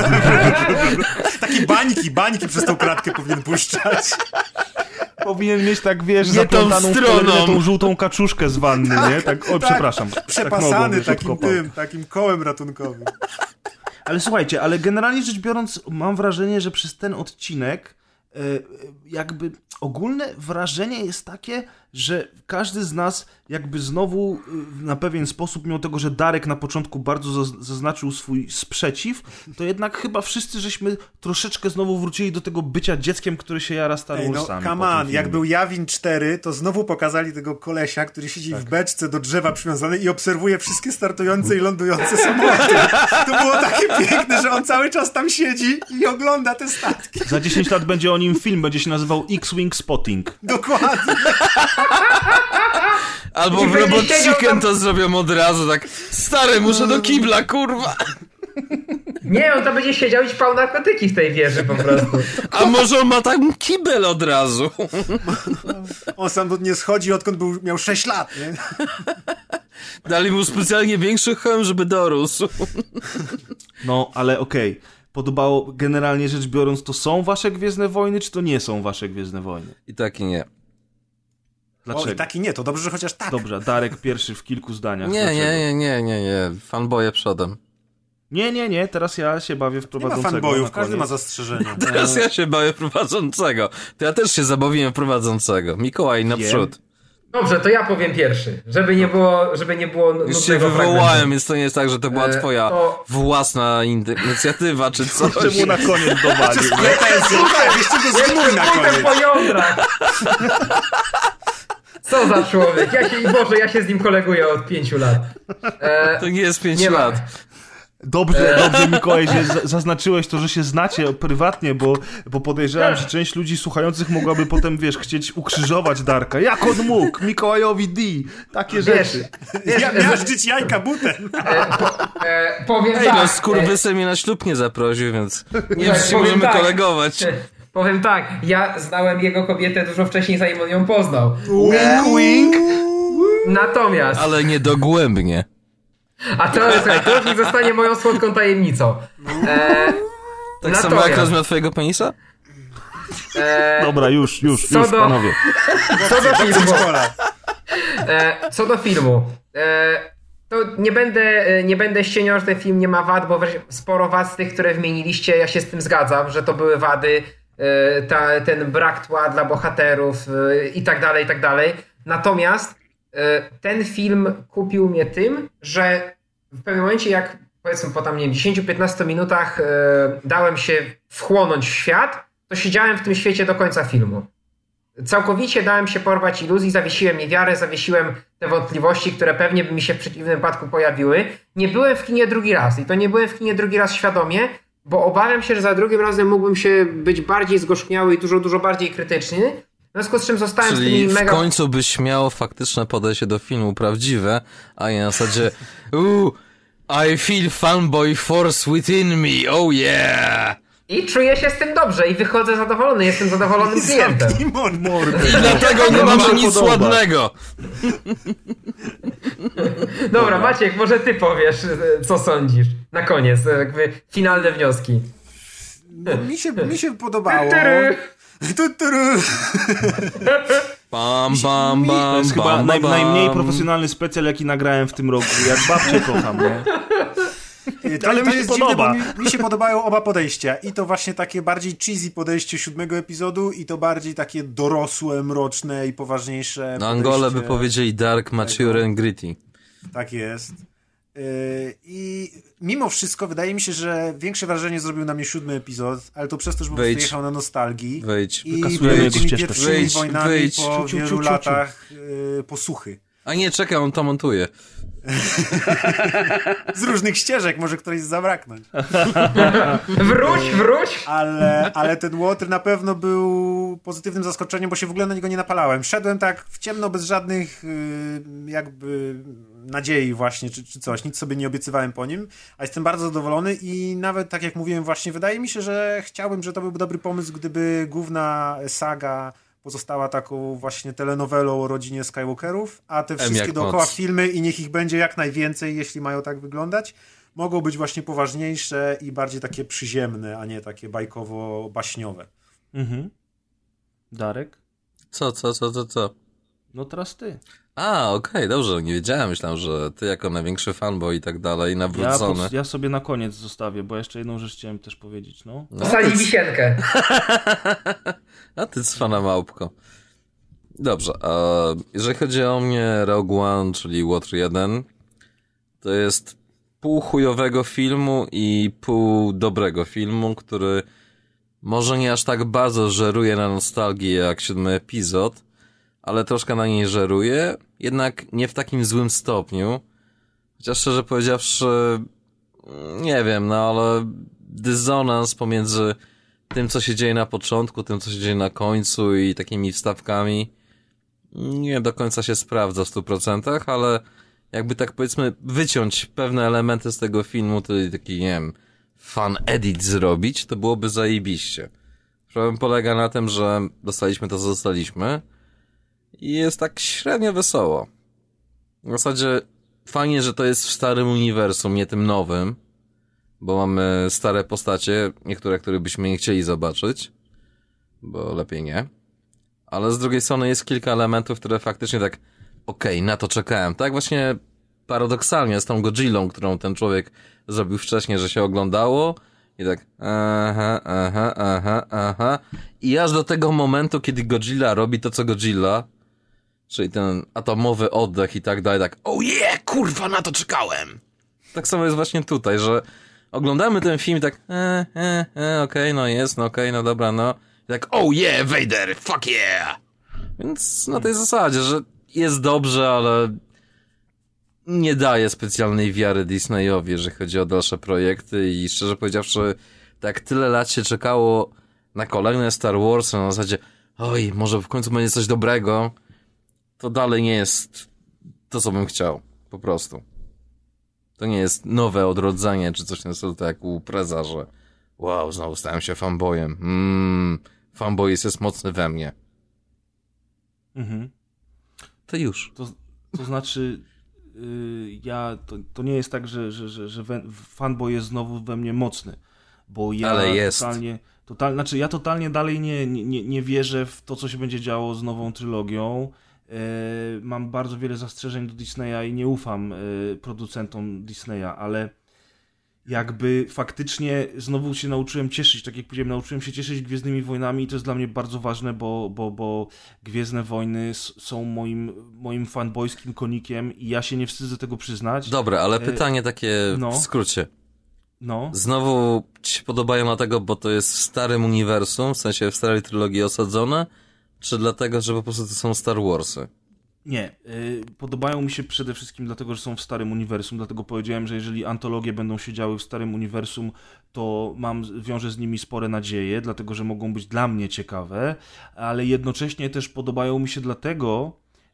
Takie bańki, bańki przez tą kratkę powinien puszczać.
Powinien mieć tak, wiesz,
Nie tą
zaplątaną w
stroną.
pelerynę tą żółtą kaczuszkę z wanny, nie? Tak, o,
tak.
przepraszam.
Przepasany
tak nogą
takim
kopał.
tym, takim kołem ratunkowym.
Ale słuchajcie, ale generalnie rzecz biorąc, mam wrażenie, że przez ten odcinek e, jakby ogólne wrażenie jest takie, że każdy z nas jakby znowu e, na pewien sposób, mimo tego, że Darek na początku bardzo zaz- zaznaczył swój sprzeciw, to jednak chyba wszyscy żeśmy troszeczkę znowu wrócili do tego bycia dzieckiem, które się jara Star
Ej, no
Warsami. po
come
tym
on,
filmie.
jak był Jawin cztery, to znowu pokazali tego kolesia, który siedzi w beczce do drzewa przywiązany i obserwuje wszystkie startujące i lądujące samoloty. To było takie piękne, że on cały czas tam siedzi i ogląda te statki.
Za dziesięć lat będzie o nim film, będzie się nazywał X-Wing Spotting.
Dokładnie.
Albo
I
w
będzie
Robot
siedział
Chicken
tam-
to zrobią od razu, tak stary, muszę do kibla, kurwa.
Nie, on tam będzie siedział i ćpał narkotyki w tej wieży po prostu.
A może on ma tam kibel od razu?
On sam nie schodzi, odkąd był, miał sześć lat, nie?
Dali mu specjalnie większy hełm, żeby dorósł.
No, ale okej. Podobało, generalnie rzecz biorąc, to są wasze Gwiezdne Wojny, czy to nie są wasze Gwiezdne Wojny?
I tak i nie.
Dlaczego?
O, i tak i nie, to dobrze, że chociaż tak.
Dobrze, Darek pierwszy w kilku zdaniach.
Nie,
Dlaczego?
nie, nie, nie, nie, nie. Fanboje przodem.
Nie, nie, nie, teraz ja się bawię
Nie ma
wprowadzącego.
fanboyów,
na
każdy
koniec.
ma zastrzeżenia.
Teraz ja się bawię prowadzącego. To ja też się zabawiłem prowadzącego. Mikołaj naprzód.
Dobrze, to ja powiem pierwszy, żeby nie było, żeby nie było
Już się
nudnego
wywołałem,
fragmentu.
więc to nie jest tak, że to była
E,
twoja
to-
własna indy- inicjatywa czy coś.
Czemu na koniec dowalił?
Pretensje, tak, jeszcze go zgnój na
Potem
koniec.
po jądrach. Co za człowiek? Ja się, Boże, ja się z nim koleguję od pięciu lat. E,
To nie jest pięć
Nie ma.
lat.
Dobrze, dobrze, Mikołaj, że z- zaznaczyłeś to, że się znacie prywatnie, bo, bo podejrzewam, że część ludzi słuchających mogłaby potem, wiesz, chcieć ukrzyżować Darka. Jak on mógł? Mikołajowi D. Takie
Wiesz,
rzeczy.
wiesz,
Ja
że-
miażdżyć jajka butem.
e, po, e, powiem
Ej,
tak.
no skurwysem mnie na ślub nie zaprosił, więc nie wiem,
Tak,
czy się
powiem
możemy
tak.
kolegować.
e, Powiem tak, ja znałem jego kobietę dużo wcześniej, zanim on ją poznał.
Wink, wink.
Natomiast,
Ale nie dogłębnie.
a to, słuchaj, to już niech zostanie moją słodką tajemnicą. E,
Tak samo jak
natomiast,
rozmiar twojego penisa?
e,
Dobra, już, już,
Co
już,
do-
panowie.
co do filmu,
Przedszkola.
e, co do filmu, e, to nie będę, e, nie będę ścieniał, że ten film nie ma wad, bo wreszcie sporo wad z tych, które wymieniliście, ja się z tym zgadzam, że to były wady, e, ta, ten brak tła dla bohaterów e, i tak dalej, i tak dalej. Natomiast e, ten film kupił mnie tym, że w pewnym momencie, jak powiedzmy po tam, nie wiem, dziesięć do piętnastu minutach e, dałem się wchłonąć w świat, to siedziałem w tym świecie do końca filmu. Całkowicie dałem się porwać iluzji, zawiesiłem niewiarę, zawiesiłem te wątpliwości, które pewnie by mi się w przeciwnym wypadku pojawiły. Nie byłem w kinie drugi raz i to nie byłem w kinie drugi raz świadomie, bo obawiam się, że za drugim razem mógłbym się być bardziej zgorzkniały i dużo, dużo bardziej krytyczny. W związku z czym zostałem z
Czyli
tymi
w
mega...
końcu byś miał faktyczne podejście do filmu prawdziwe, a nie na zasadzie Ooh, I feel fanboy force within me, oh yeah!
I czuję się z tym dobrze i wychodzę zadowolony, jestem zadowolonym klientem.
Zamknij mordę.
I dlatego nie
To mi
mamy
się
nic
podoba.
ładnego.
Dobra, Maciek, może ty powiesz, e, co sądzisz. Na koniec, e, jakby finalne wnioski.
No, mi, się, mi się podobało.
Tyry.
Tu, tyru.
Bam, bam,
mi-
To
bam,
jest chyba
bam,
naj,
bam.
najmniej profesjonalny specjal, jaki nagrałem w tym roku. Jak babcię kocham, nie?
To,
Ale
to
mi się
jest
podoba.
Dziwne, bo mi, mi się podobają oba podejścia. I to właśnie takie bardziej cheesy podejście siódmego epizodu i to bardziej takie dorosłe, mroczne i poważniejsze
Na Angole by
podejście.
powiedzieli dark, mature and gritty.
Tak jest. Yy, I mimo wszystko wydaje mi się, że większe wrażenie zrobił na mnie siódmy epizod, ale to przez to, że po prostu
Wyjdź.
jechał na nostalgii.
Wejdź.
I
Wykasujemy
były
jego
tymi
ścieżkę.
pierwszymi
Wyjdź,
wojnami
wyjdź.
po
Ciu, ciu,
wielu
ciu, ciu, ciu.
latach yy, posłuchy.
A nie, czekaj, on to montuje.
Z różnych ścieżek, może którejś zabraknąć.
Wróć, wróć!
Ale, ale ten Water na pewno był pozytywnym zaskoczeniem, bo się w ogóle na niego nie napalałem. Szedłem tak w ciemno, bez żadnych yy, jakby nadziei właśnie, czy, czy coś. Nic sobie nie obiecywałem po nim, a jestem bardzo zadowolony i nawet tak jak mówiłem właśnie, wydaje mi się, że chciałbym, że to byłby dobry pomysł, gdyby główna saga pozostała taką właśnie telenowelą o rodzinie Skywalkerów, a te wszystkie
jak
dookoła
moc.
filmy i niech ich będzie jak najwięcej, jeśli mają tak wyglądać, mogą być właśnie poważniejsze i bardziej takie przyziemne, a nie takie bajkowo-baśniowe.
Mhm. Darek?
Co, co, co, co, co?
No teraz ty.
A, okej, dobrze, nie wiedziałem, myślałem, że ty jako największy fanboy i tak dalej,
Ja,
nawrócony.
pod, ja sobie na koniec zostawię, bo jeszcze jedną rzecz chciałem też powiedzieć, no.
No,
Posadzi
ty,
wisienkę.
a ty cwana małpko. Dobrze, a jeżeli chodzi o mnie, Rogue One, czyli Water jeden, to jest pół chujowego filmu i pół dobrego filmu, który może nie aż tak bardzo żeruje na nostalgię jak siódmy epizod, ale troszkę na niej żeruje, jednak nie w takim złym stopniu. Chociaż szczerze powiedziawszy, nie wiem, no ale dysonans pomiędzy tym, co się dzieje na początku, tym, co się dzieje na końcu i takimi wstawkami nie do końca się sprawdza w stu procentach, ale jakby tak powiedzmy wyciąć pewne elementy z tego filmu, to taki, nie wiem, fan edit zrobić, to byłoby zajebiście. Problem polega na tym, że dostaliśmy to, co dostaliśmy i jest tak średnio wesoło. W zasadzie fajnie, że to jest w starym uniwersum, nie tym nowym, bo mamy stare postacie, niektóre, które byśmy nie chcieli zobaczyć, bo lepiej nie. Ale z drugiej strony jest kilka elementów, które faktycznie tak okej, na to czekałem. Tak właśnie paradoksalnie z tą Godzillą, którą ten człowiek zrobił wcześniej, że się oglądało i tak aha, aha, aha, aha. I aż do tego momentu, kiedy Godzilla robi to, co Godzilla, czyli ten atomowy oddech i tak dalej, tak oh yeah, kurwa, na to czekałem. Tak samo jest właśnie tutaj, że oglądamy ten film i tak e, e, e, okej, okay, no jest, no okej, okay, no dobra, no. I tak oh yeah, Vader, fuck yeah. Więc na tej zasadzie, że jest dobrze, ale nie daje specjalnej wiary Disneyowi, jeżeli chodzi o dalsze projekty i szczerze powiedziawszy, tak tyle lat się czekało na kolejne Star Wars na zasadzie oj, może w końcu będzie coś dobrego, to dalej nie jest to, co bym chciał. Po prostu. To nie jest nowe odrodzenie, czy coś na stylu, tak jak u Preza, że wow, znowu stałem się fanboyem. Mmm, fanboyizm jest mocny we mnie.
Mhm.
To już.
To, to znaczy, yy, ja, to, to nie jest tak, że, że, że, że fanboy jest znowu we mnie mocny, bo ja
Ale jest.
totalnie, total, znaczy ja totalnie dalej nie, nie, nie wierzę w to, co się będzie działo z nową trylogią. Yy, mam bardzo wiele zastrzeżeń do Disneya i nie ufam yy, producentom Disneya, ale jakby faktycznie znowu się nauczyłem cieszyć, tak jak powiedziałem, nauczyłem się cieszyć Gwiezdnymi Wojnami i to jest dla mnie bardzo ważne, bo, bo, bo Gwiezdne Wojny są moim, moim fanboyskim konikiem i ja się nie wstydzę tego przyznać.
Dobra, ale pytanie takie
no.
w skrócie.
No.
Znowu ci się podobają dlatego, bo to jest w starym uniwersum, w sensie w starej trylogii osadzone, czy dlatego, że po prostu to są Star Warsy?
Nie, yy, podobają mi się przede wszystkim dlatego, że są w starym uniwersum, dlatego powiedziałem, że jeżeli antologie będą się działy w starym uniwersum, to mam, wiążę z nimi spore nadzieje, dlatego, że mogą być dla mnie ciekawe, ale jednocześnie też podobają mi się dlatego,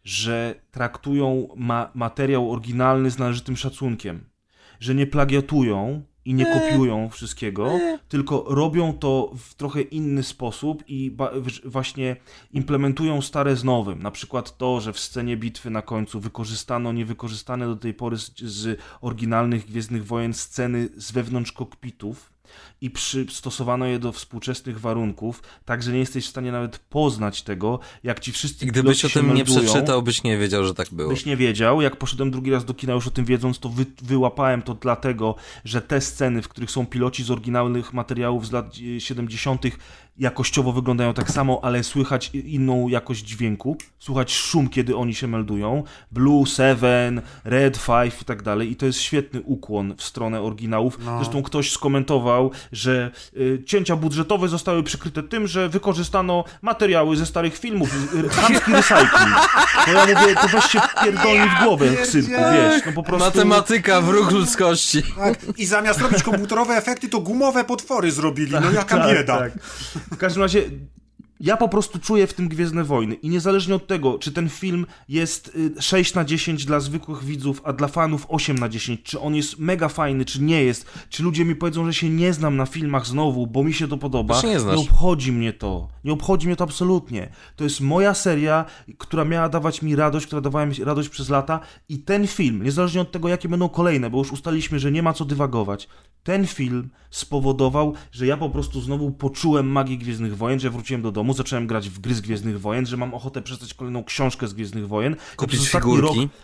że traktują ma- materiał oryginalny z należytym szacunkiem, że nie plagiatują i nie kopiują wszystkiego, tylko robią to w trochę inny sposób i ba- właśnie implementują stare z nowym. Na przykład to, że w scenie bitwy na końcu wykorzystano niewykorzystane do tej pory z, z oryginalnych Gwiezdnych Wojen sceny z wewnątrz kokpitów i przystosowano je do współczesnych warunków, tak, że nie jesteś w stanie nawet poznać tego, jak ci wszyscy
I gdybyś o tym
meldują,
nie przeczytał, byś nie wiedział, że tak było.
Byś nie wiedział. Jak poszedłem drugi raz do kina już o tym wiedząc, to wy, wyłapałem to dlatego, że te sceny, w których są piloci z oryginalnych materiałów z lat siedemdziesiątych jakościowo wyglądają tak samo, ale słychać inną jakość dźwięku, słychać szum, kiedy oni się meldują. Blue Seven, Red Five i tak dalej. I to jest świetny ukłon w stronę oryginałów.
No.
Zresztą ktoś skomentował, że y, cięcia budżetowe zostały przykryte tym, że wykorzystano materiały ze starych filmów. Chamski recycling. No ja mówię, to weź się pierdolni w głowę, ksywku, wiesz. No po prostu...
Matematyka, wróg ludzkości.
Tak. I zamiast robić komputerowe efekty, to gumowe potwory zrobili. No jaka
tak,
bieda.
Tak. W każdym razie ja po prostu czuję w tym Gwiezdne Wojny i niezależnie od tego, czy ten film jest sześć na dziesięć dla zwykłych widzów, a dla fanów osiem na dziesięć, czy on jest mega fajny, czy nie jest, czy ludzie mi powiedzą, że się nie znam na filmach znowu, bo mi się to podoba,
nie,
nie obchodzi mnie to. Nie obchodzi mnie to absolutnie. To jest moja seria, która miała dawać mi radość, która dawała mi radość przez lata i ten film, niezależnie od tego, jakie będą kolejne, bo już ustaliliśmy, że nie ma co dywagować, ten film spowodował, że ja po prostu znowu poczułem magię Gwiezdnych Wojen, że wróciłem do domu, zacząłem grać w gry z Gwiezdnych Wojen, że mam ochotę przeczytać kolejną książkę z Gwiezdnych Wojen.
Kupić figurki.
Rok...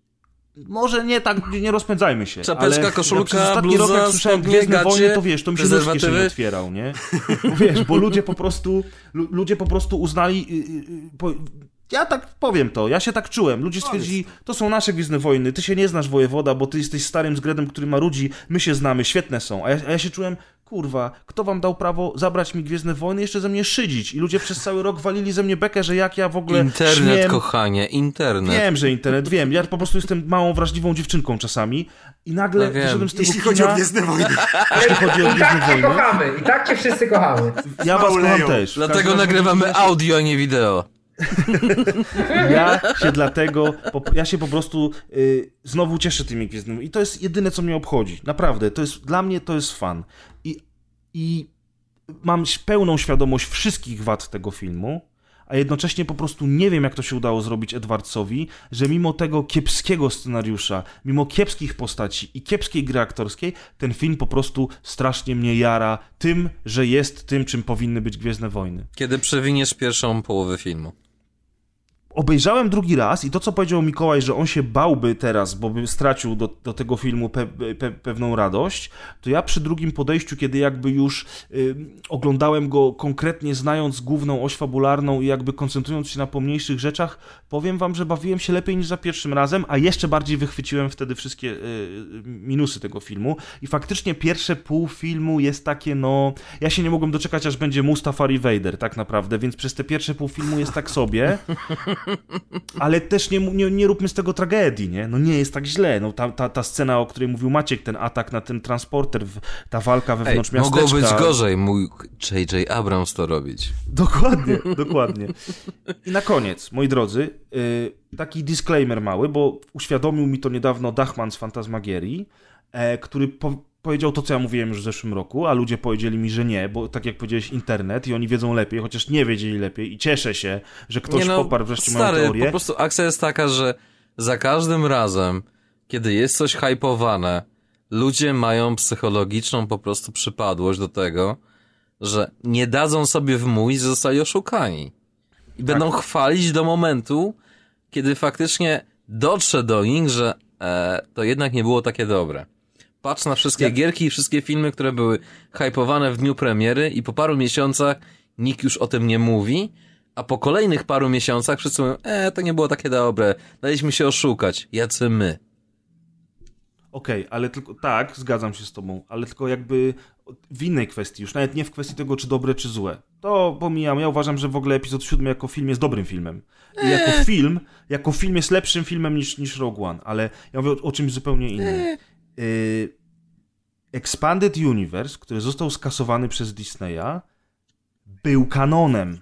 Może nie tak, nie rozpędzajmy się.
Czapeczka,
ale
koszulka,
ja
bluza,
rok, jak słyszałem
spodnie,
Gwiezdne
gacie,
Wojny, to wiesz, to mi się nóżki jeszcze nie
prezerwatywy.
otwierał, nie? Bo wiesz, bo ludzie po prostu ludzie po prostu uznali... Yy, yy, po... Ja tak powiem to, ja się tak czułem. Ludzie stwierdzili, to są nasze Gwiezdne Wojny, ty się nie znasz, wojewoda, bo ty jesteś starym zgredem, który ma ludzi, my się znamy, świetne są. A ja, a ja się czułem, kurwa, kto wam dał prawo zabrać mi Gwiezdne Wojny i jeszcze ze mnie szydzić? I ludzie przez cały rok walili ze mnie bekę, że jak ja w ogóle
Internet,
śmiem...
kochanie, internet.
Wiem, że internet, wiem. Ja po prostu jestem małą, wrażliwą dziewczynką czasami i nagle
No wiem.
wyszedłem z tego
Jeśli
kina...
chodzi o Gwiezdne Wojny.
Jeśli chodzi o
I
Gwiezdne
tak cię
Wojny.
kochamy, i tak cię wszyscy kochamy.
Ja was
Mauleją.
kocham też. W
Dlatego
każdym razie
nagrywamy
ja się-
audio, a nie wideo.
Ja się dlatego, po, ja się po prostu y, znowu cieszę tymi Gwiezdnymi i to jest jedyne, co mnie obchodzi. Naprawdę, to jest, dla mnie to jest fan. I, i mam pełną świadomość wszystkich wad tego filmu, a jednocześnie po prostu nie wiem, jak to się udało zrobić Edwardsowi, że mimo tego kiepskiego scenariusza, mimo kiepskich postaci i kiepskiej gry aktorskiej, ten film po prostu strasznie mnie jara tym, że jest tym, czym powinny być Gwiezdne Wojny.
Kiedy przewiniesz pierwszą połowę filmu.
Obejrzałem drugi raz i to, co powiedział Mikołaj, że on się bałby teraz, bo by stracił do, do tego filmu pe, pe, pewną radość, to ja przy drugim podejściu, kiedy jakby już y, oglądałem go konkretnie znając główną oś fabularną i jakby koncentrując się na pomniejszych rzeczach, powiem wam, że bawiłem się lepiej niż za pierwszym razem, a jeszcze bardziej wychwyciłem wtedy wszystkie y, minusy tego filmu i faktycznie pierwsze pół filmu jest takie, no... Ja się nie mogłem doczekać, aż będzie Mustafar i Vader, tak naprawdę, więc przez te pierwsze pół filmu jest tak sobie... Ale też nie, nie, nie róbmy z tego tragedii, nie? No nie jest tak źle. No ta, ta, ta scena, o której mówił Maciek, ten atak na ten transporter, ta walka wewnątrz
Ej,
miasteczka.
mogło być gorzej, mógł J J Abrams to robić.
Dokładnie, dokładnie. I na koniec, moi drodzy, yy, taki disclaimer mały, bo uświadomił mi to niedawno Dachman z Fantasmagierii, e, który po, powiedział to, co ja mówiłem już w zeszłym roku, a ludzie powiedzieli mi, że nie, bo tak jak powiedziałeś, internet i oni wiedzą lepiej, chociaż nie wiedzieli lepiej i cieszę się, że ktoś
Nie no,
poparł wreszcie
stary,
moją teorię.
Po prostu akcja jest taka, że za każdym razem, kiedy jest coś hypowane, ludzie mają psychologiczną po prostu przypadłość do tego, że nie dadzą sobie wmówić, że zostali oszukani. I tak. Będą chwalić do momentu, kiedy faktycznie dotrze do nich, że e, to jednak nie było takie dobre. Patrz na wszystkie
Jak...
gierki i wszystkie filmy, które były hypowane w dniu premiery i po paru miesiącach nikt już o tym nie mówi, a po kolejnych paru miesiącach wszyscy mówią, e, to nie było takie dobre, daliśmy się oszukać, jacy my.
Okej, okay, ale tylko, tak, zgadzam się z tobą, ale tylko jakby w innej kwestii, już nawet nie w kwestii tego, czy dobre, czy złe. To pomijam, ja uważam, że w ogóle epizod siódmy jako film jest dobrym filmem. I jako film, jako film jest lepszym filmem niż, niż Rogue One, ale ja mówię o, o czymś zupełnie innym. Y- Expanded Universe, który został skasowany przez Disneya, był kanonem.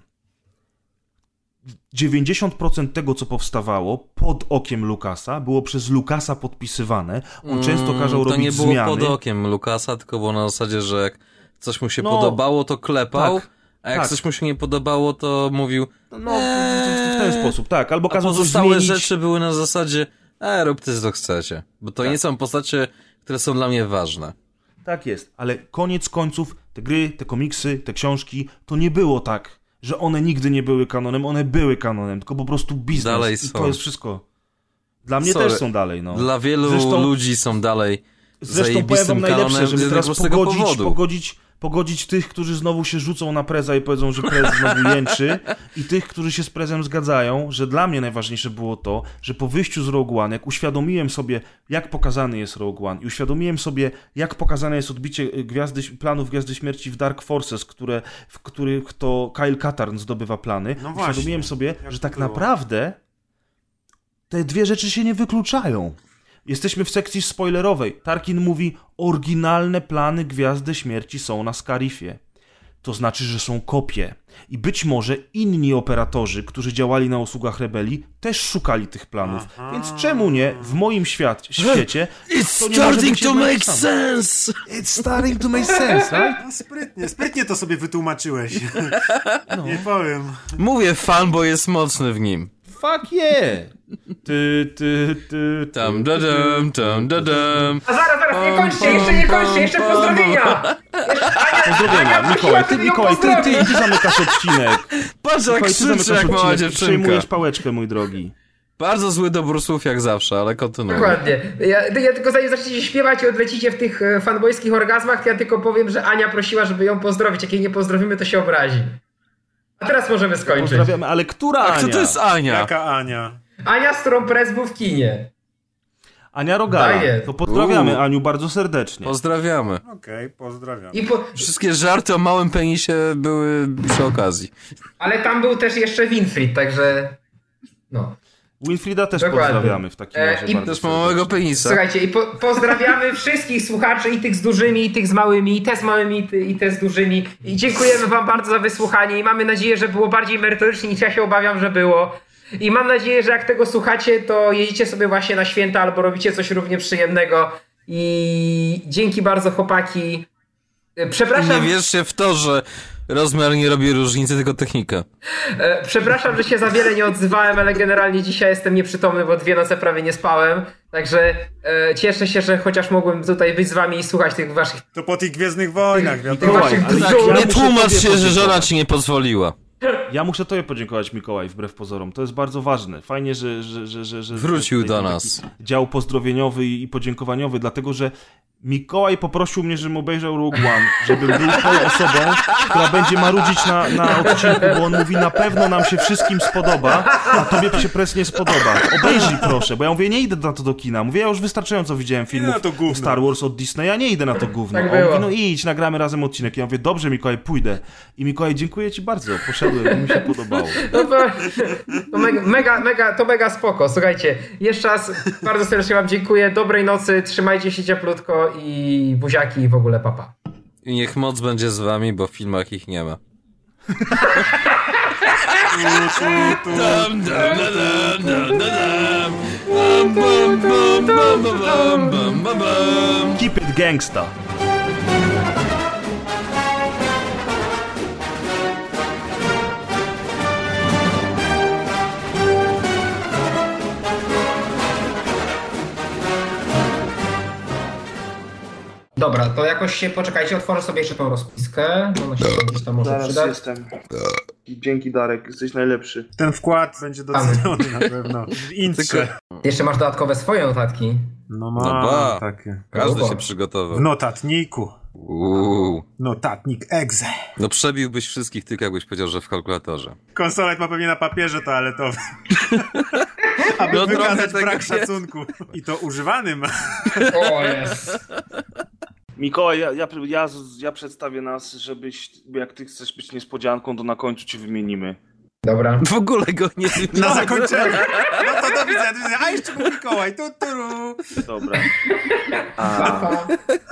dziewięćdziesiąt procent tego, co powstawało pod okiem Lucasa, było przez Lucasa podpisywane. On często kazał
mm,
robić zmiany.
To nie było pod okiem Lucasa, tylko było na zasadzie, że jak coś mu się no, podobało, to klepał,
tak,
a jak
tak.
coś mu się nie podobało, to mówił
no eee, w ten sposób, tak. Albo kazał
a pozostałe
zmienić.
rzeczy były na zasadzie e, rób ty co chcecie. Bo to tak. nie są postacie, które są dla mnie ważne.
Tak jest, ale koniec końców te gry, te komiksy, te książki, to nie było tak, że one nigdy nie były kanonem, one były kanonem, tylko po prostu biznes.
Dalej
i
są.
to jest wszystko. Dla mnie
Sorry.
też są dalej, no.
Dla wielu
zresztą,
ludzi są dalej
zresztą powiem wam najlepsze,
kanonem,
żeby teraz
z tego
pogodzić,
powodu.
pogodzić, pogodzić tych, którzy znowu się rzucą na Preza i powiedzą, że Prez znowu jęczy, i tych, którzy się z Prezem zgadzają, że dla mnie najważniejsze było to, że po wyjściu z Rogue One, jak uświadomiłem sobie, jak pokazany jest Rogue One i uświadomiłem sobie, jak pokazane jest odbicie gwiazdy, planów Gwiazdy Śmierci w Dark Forces, które, w których to Kyle Katarn zdobywa plany,
no
uświadomiłem sobie,
jak
że tak
było?
naprawdę te dwie rzeczy się nie wykluczają. Jesteśmy w sekcji spoilerowej. Tarkin mówi, oryginalne plany Gwiazdy Śmierci są na Scarifie. To znaczy, że są kopie. I być może inni operatorzy, którzy działali na usługach rebelii, też szukali tych planów. Aha. Więc czemu nie w moim świat, świecie
It's
to nie
starting to make
samo.
sense!
It's starting to make sense, right?
No sprytnie, sprytnie to sobie wytłumaczyłeś. No. Nie powiem.
Mówię, fanboy jest mocny w nim.
Fuck yeah! Ty, ty, ty,
tam, dadam, tam, dadam.
A zaraz, zaraz, nie kończcie, jeszcze nie kończcie, jeszcze pozdrowienia!
Pozdrowienia, Mikołaj, ty, Mikołaj, ty, ty, ty zamykasz odcinek.
Patrz jak krzyczy, jak mała dziewczynka.
Przejmujesz pałeczkę, mój drogi.
Bardzo zły dobrosłów jak zawsze, ale kontynuuj.
Dokładnie. Ja, ja tylko zanim zaczniecie śpiewać i odlecicie w tych fanboyskich orgazmach, to ja tylko powiem, że Ania prosiła, żeby ją pozdrowić. Jak jej nie pozdrowimy, to się obrazi. A teraz możemy skończyć.
Pozdrawiamy, ale która Ania?
A kto to jest Ania?
Jaka Ania?
Ania, z którą Prez był w kinie.
Ania Rogala.
Daję.
To pozdrawiamy
Uu.
Aniu bardzo serdecznie.
Pozdrawiamy.
Okej, okay, pozdrawiam.
I po...
Wszystkie żarty o małym penisie były przy okazji.
Ale tam był też jeszcze Winfried, także... No.
Winfrieda też
Dokładnie.
pozdrawiamy w takim razie.
E, i
bardzo
też małego penisa.
Słuchajcie, i po, pozdrawiamy wszystkich słuchaczy, i tych z dużymi, i tych z małymi, i te z małymi, i te, i te z dużymi. I dziękujemy wam bardzo za wysłuchanie i mamy nadzieję, że było bardziej merytorycznie niż ja się obawiam, że było. I mam nadzieję, że jak tego słuchacie, to jedziecie sobie właśnie na święta albo robicie coś równie przyjemnego. I dzięki bardzo, chłopaki. Przepraszam.
Nie wierzcie w to, że rozmiar nie robi różnicy, tylko technika.
E, przepraszam, że się za wiele nie odzywałem, ale generalnie dzisiaj jestem nieprzytomny, bo dwie noce prawie nie spałem. Także e, cieszę się, że chociaż mogłem tutaj być z wami i słuchać tych waszych...
To po tych Gwiezdnych Wojnach,
tych,
wiadomo.
tych waszych
ale tak,
dużo...
ja
Nie
muszę
tłumacz
tobie
się, że
podziękować.
żona ci nie pozwoliła.
Ja muszę tobie podziękować, Mikołaj, wbrew pozorom. To jest bardzo ważne. Fajnie, że... że, że, że, że
Wrócił
że
do
taki
nas.
Dział pozdrowieniowy i podziękowaniowy, dlatego że Mikołaj poprosił mnie, żebym obejrzał Rogue One, żebym był tą osobą, która będzie marudzić na, na odcinku, bo on mówi, na pewno nam się wszystkim spodoba, a tobie się pres nie spodoba. Obejrzyj proszę, bo ja mówię, nie idę na to do kina. Mówię, ja już wystarczająco widziałem filmów Star Wars od Disneya, ja nie idę na to gówno.
Tak
a on
było.
mówi, no idź, nagramy razem odcinek. Ja mówię, dobrze Mikołaj, pójdę. I Mikołaj, dziękuję ci bardzo, poszedłem, mi się podobało.
No to, to mega, mega, mega, to mega spoko. Słuchajcie, jeszcze raz bardzo serdecznie wam dziękuję, dobrej nocy, trzymajcie się cieplutko i buziaki i w ogóle papa.
I niech moc będzie z wami, bo w filmach ich nie ma.
Keep it gangsta.
Dobra, to jakoś się, poczekajcie, otworzę sobie jeszcze tą rozpiskę, ona się tam gdzieś tam może przydać.
jestem. Dzięki Darek, jesteś najlepszy.
Ten wkład będzie doceniony na pewno. W intrze.
Ty jeszcze masz dodatkowe swoje notatki.
No
No
ma
ba,
takie.
każdy
Grubo.
się przygotował.
W notatniku.
Uuu.
Notatnik exe.
No przebiłbyś wszystkich tylko jakbyś powiedział, że w kalkulatorze.
Konsolet ma pewnie na papierze toaletowym. Aby
No trochę
wykazać
tak
brak
jest.
szacunku. I to używanym.
O jest.
Mikołaj, ja, ja, ja, ja przedstawię nas, żebyś, jak ty chcesz być niespodzianką, to na końcu cię wymienimy.
Dobra.
W ogóle go nie
Na zakończenie. No to do widzenia. do widzenia. A jeszcze był Mikołaj. Tu, turu.
Dobra.
Papa.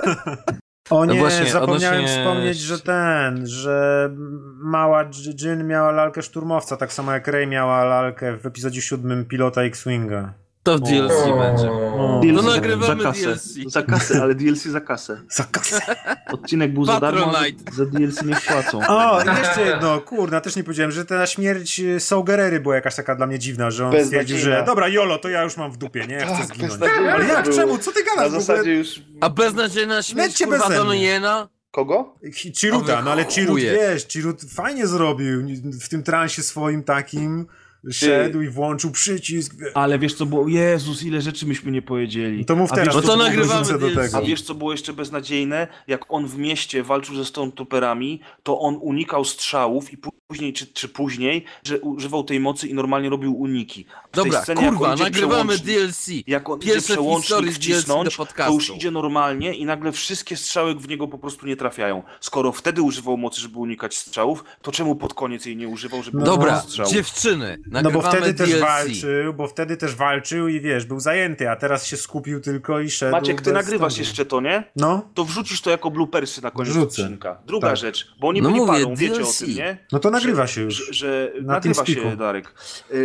O nie,
No właśnie,
zapomniałem
odnośnie-
wspomnieć, że ten, że mała Dż- Jyn miała lalkę szturmowca, tak samo jak Rey miała lalkę w epizodzie siódmym pilota X-Winga.
To w D L C będzie.
O.
D L C
No
za-
nagrywamy
za kasę.
D L C.
Za kasę, ale D L C za kasę.
Za kasę.
Odcinek był za darmo, a
Patronite.
za D L C nie płacą.
O, i jeszcze jedno, kurna, też nie powiedziałem, że ta śmierć y, Saw Gerrery była jakaś taka dla mnie dziwna, że on
Beznadziejna.
stwierdził, że dobra, jolo, to ja już mam w dupie, nie? Ja chcę
Tak,
zginąć.
beznadziejna
Ale jak,
było.
czemu? Co ty
Na
gadasz w
zasadzie
ogóle?
już...
A beznadziejna śmierć
Lecie
kurwa
beze mnie.
Donujena?
Kogo?
Ch- Chiruta, no ale Chirut,
chuje.
wiesz, Chirut fajnie zrobił, w tym transie swoim takim szedł i włączył przycisk.
Ale wiesz co było? Jezus, ile rzeczy myśmy nie powiedzieli.
To mów
A
teraz,
wiesz,
No
to
to
było
nagrywamy
wrócę do
D L C.
A
tego.
wiesz, co było jeszcze beznadziejne? Jak on w mieście walczył ze Stormtrooperami, to on unikał strzałów i później, czy, czy później, że używał tej mocy i normalnie robił uniki. W tej
Dobra,
scenie, jak
kurwa,
on idzie
nagrywamy
przełącznik-
D L C.
Jak on
Pierwsze
idzie
w
przełącznik
historii z D L C do
wcisnąć, to
podcastu.
już idzie normalnie i nagle wszystkie strzały w niego po prostu nie trafiają. Skoro wtedy używał mocy, żeby unikać strzałów, to czemu pod koniec jej nie używał, żeby unikać
Dobra,
strzałów?
dziewczyny,
No
nagrywamy
bo wtedy też
D L C.
walczył, bo wtedy też walczył i wiesz, był zajęty, a teraz się skupił tylko i szedł.
Maciek, ty
bez
nagrywasz
tego.
jeszcze to, nie?
No,
To wrzucisz to jako bloopersy na koniec
Wrzucę.
odcinka. Druga
Tak.
rzecz, bo oni
No
byli
mówię,
parą, wiecie o
D L C.
tym, nie?
no to nagrywa się
Że,
już.
że
Na
nagrywa
TeamSpeaku.
się, Darek. Y,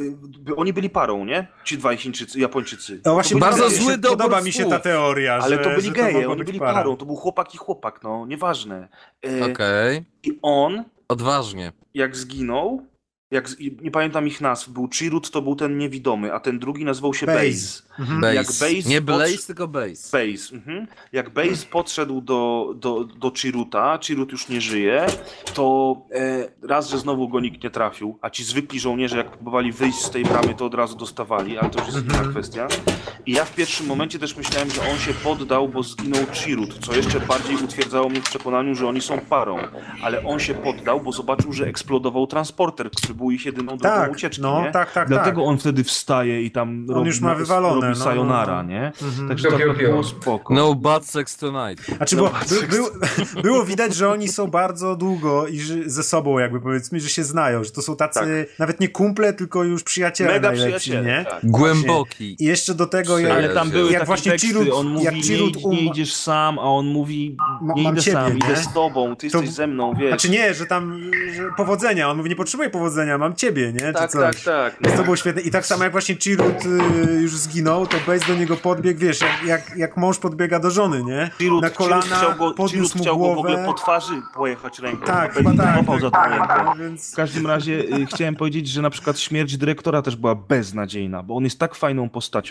y, oni byli parą, nie? Ci dwaj Chińczycy, Japończycy.
No właśnie
Bardzo
podoba mi się-
zły dobór
Podoba mi się ta
słów.
teoria,
Ale
że,
to byli
że
geje,
mogła
oni
być
byli
para.
parą, to był chłopak i chłopak, no, nieważne. Y,
Okej,
I on,
odważnie.
jak zginął, jak z, i nie pamiętam ich nazw, był Chirrut, to był ten niewidomy, a ten drugi nazywał się
Base.
Base.
Base.
Jak Base
Nie
podsz-
Blaze, tylko Base.
Base. Mhm. Jak Base podszedł do, do, do Chirruta, Chirrut już nie żyje, to e, raz, że znowu go nikt nie trafił, a ci zwykli żołnierze, jak próbowali wyjść z tej bramy, to od razu dostawali, ale to już jest inna kwestia. I ja w pierwszym momencie też myślałem, że on się poddał, bo zginął Chirrut, co jeszcze bardziej utwierdzało mnie w przekonaniu, że oni są parą. Ale on się poddał, bo zobaczył, że eksplodował transporter, który był ich jedyną drogą
Tak,
ucieczki,
no,
nie?
tak, tak,
Dlatego
tak.
on wtedy wstaje i tam
On
robi,
już ma wywalone,
robi
no,
sayonara,
no, no.
nie?
Mhm.
Także to
Piu, piu, piu.
było spoko.
No bad sex tonight.
Znaczy,
No,
bo by, był, było widać, że oni są bardzo długo i że, ze sobą jakby powiedzmy, że się znają, że to są tacy nawet nie kumple, tylko już przyjaciele
Mega
najlepsi,
przyjaciele,
nie?
tak.
Głęboki.
I jeszcze do tego
Ale
jak,
Ale tam były
jak
takie
właśnie
teksty,
Chirrut,
on mówi,
jak
nie,
Chirrut
idź- nie
um-
idziesz sam, a on mówi,
Ma-
nie
mam
idę
ciebie,
sam,
nie?
idę z tobą, ty
To-
jesteś ze mną, wiesz.
Znaczy nie, że tam że powodzenia, on mówi nie potrzebuję powodzenia, mam ciebie, nie?
tak,
Czy coś.
tak, tak.
Więc to było świetne. I tak samo jak właśnie Chirrut y, już zginął, to Base do niego podbiegł, wiesz, jak, jak, jak mąż podbiega do żony, nie?
Chirrut,
Na kolana,
Chirrut chciał go, Chirrut
podniósł mu
chciał go w ogóle
głowę.
po twarzy pojechać ręką.
Tak,
a
chyba
Benny
tak.
złapał
tak,
za tą
tak,
rękę.
no, więc...
W każdym razie y, chciałem powiedzieć, że na przykład śmierć dyrektora też była beznadziejna, bo on jest tak fajną postacią, że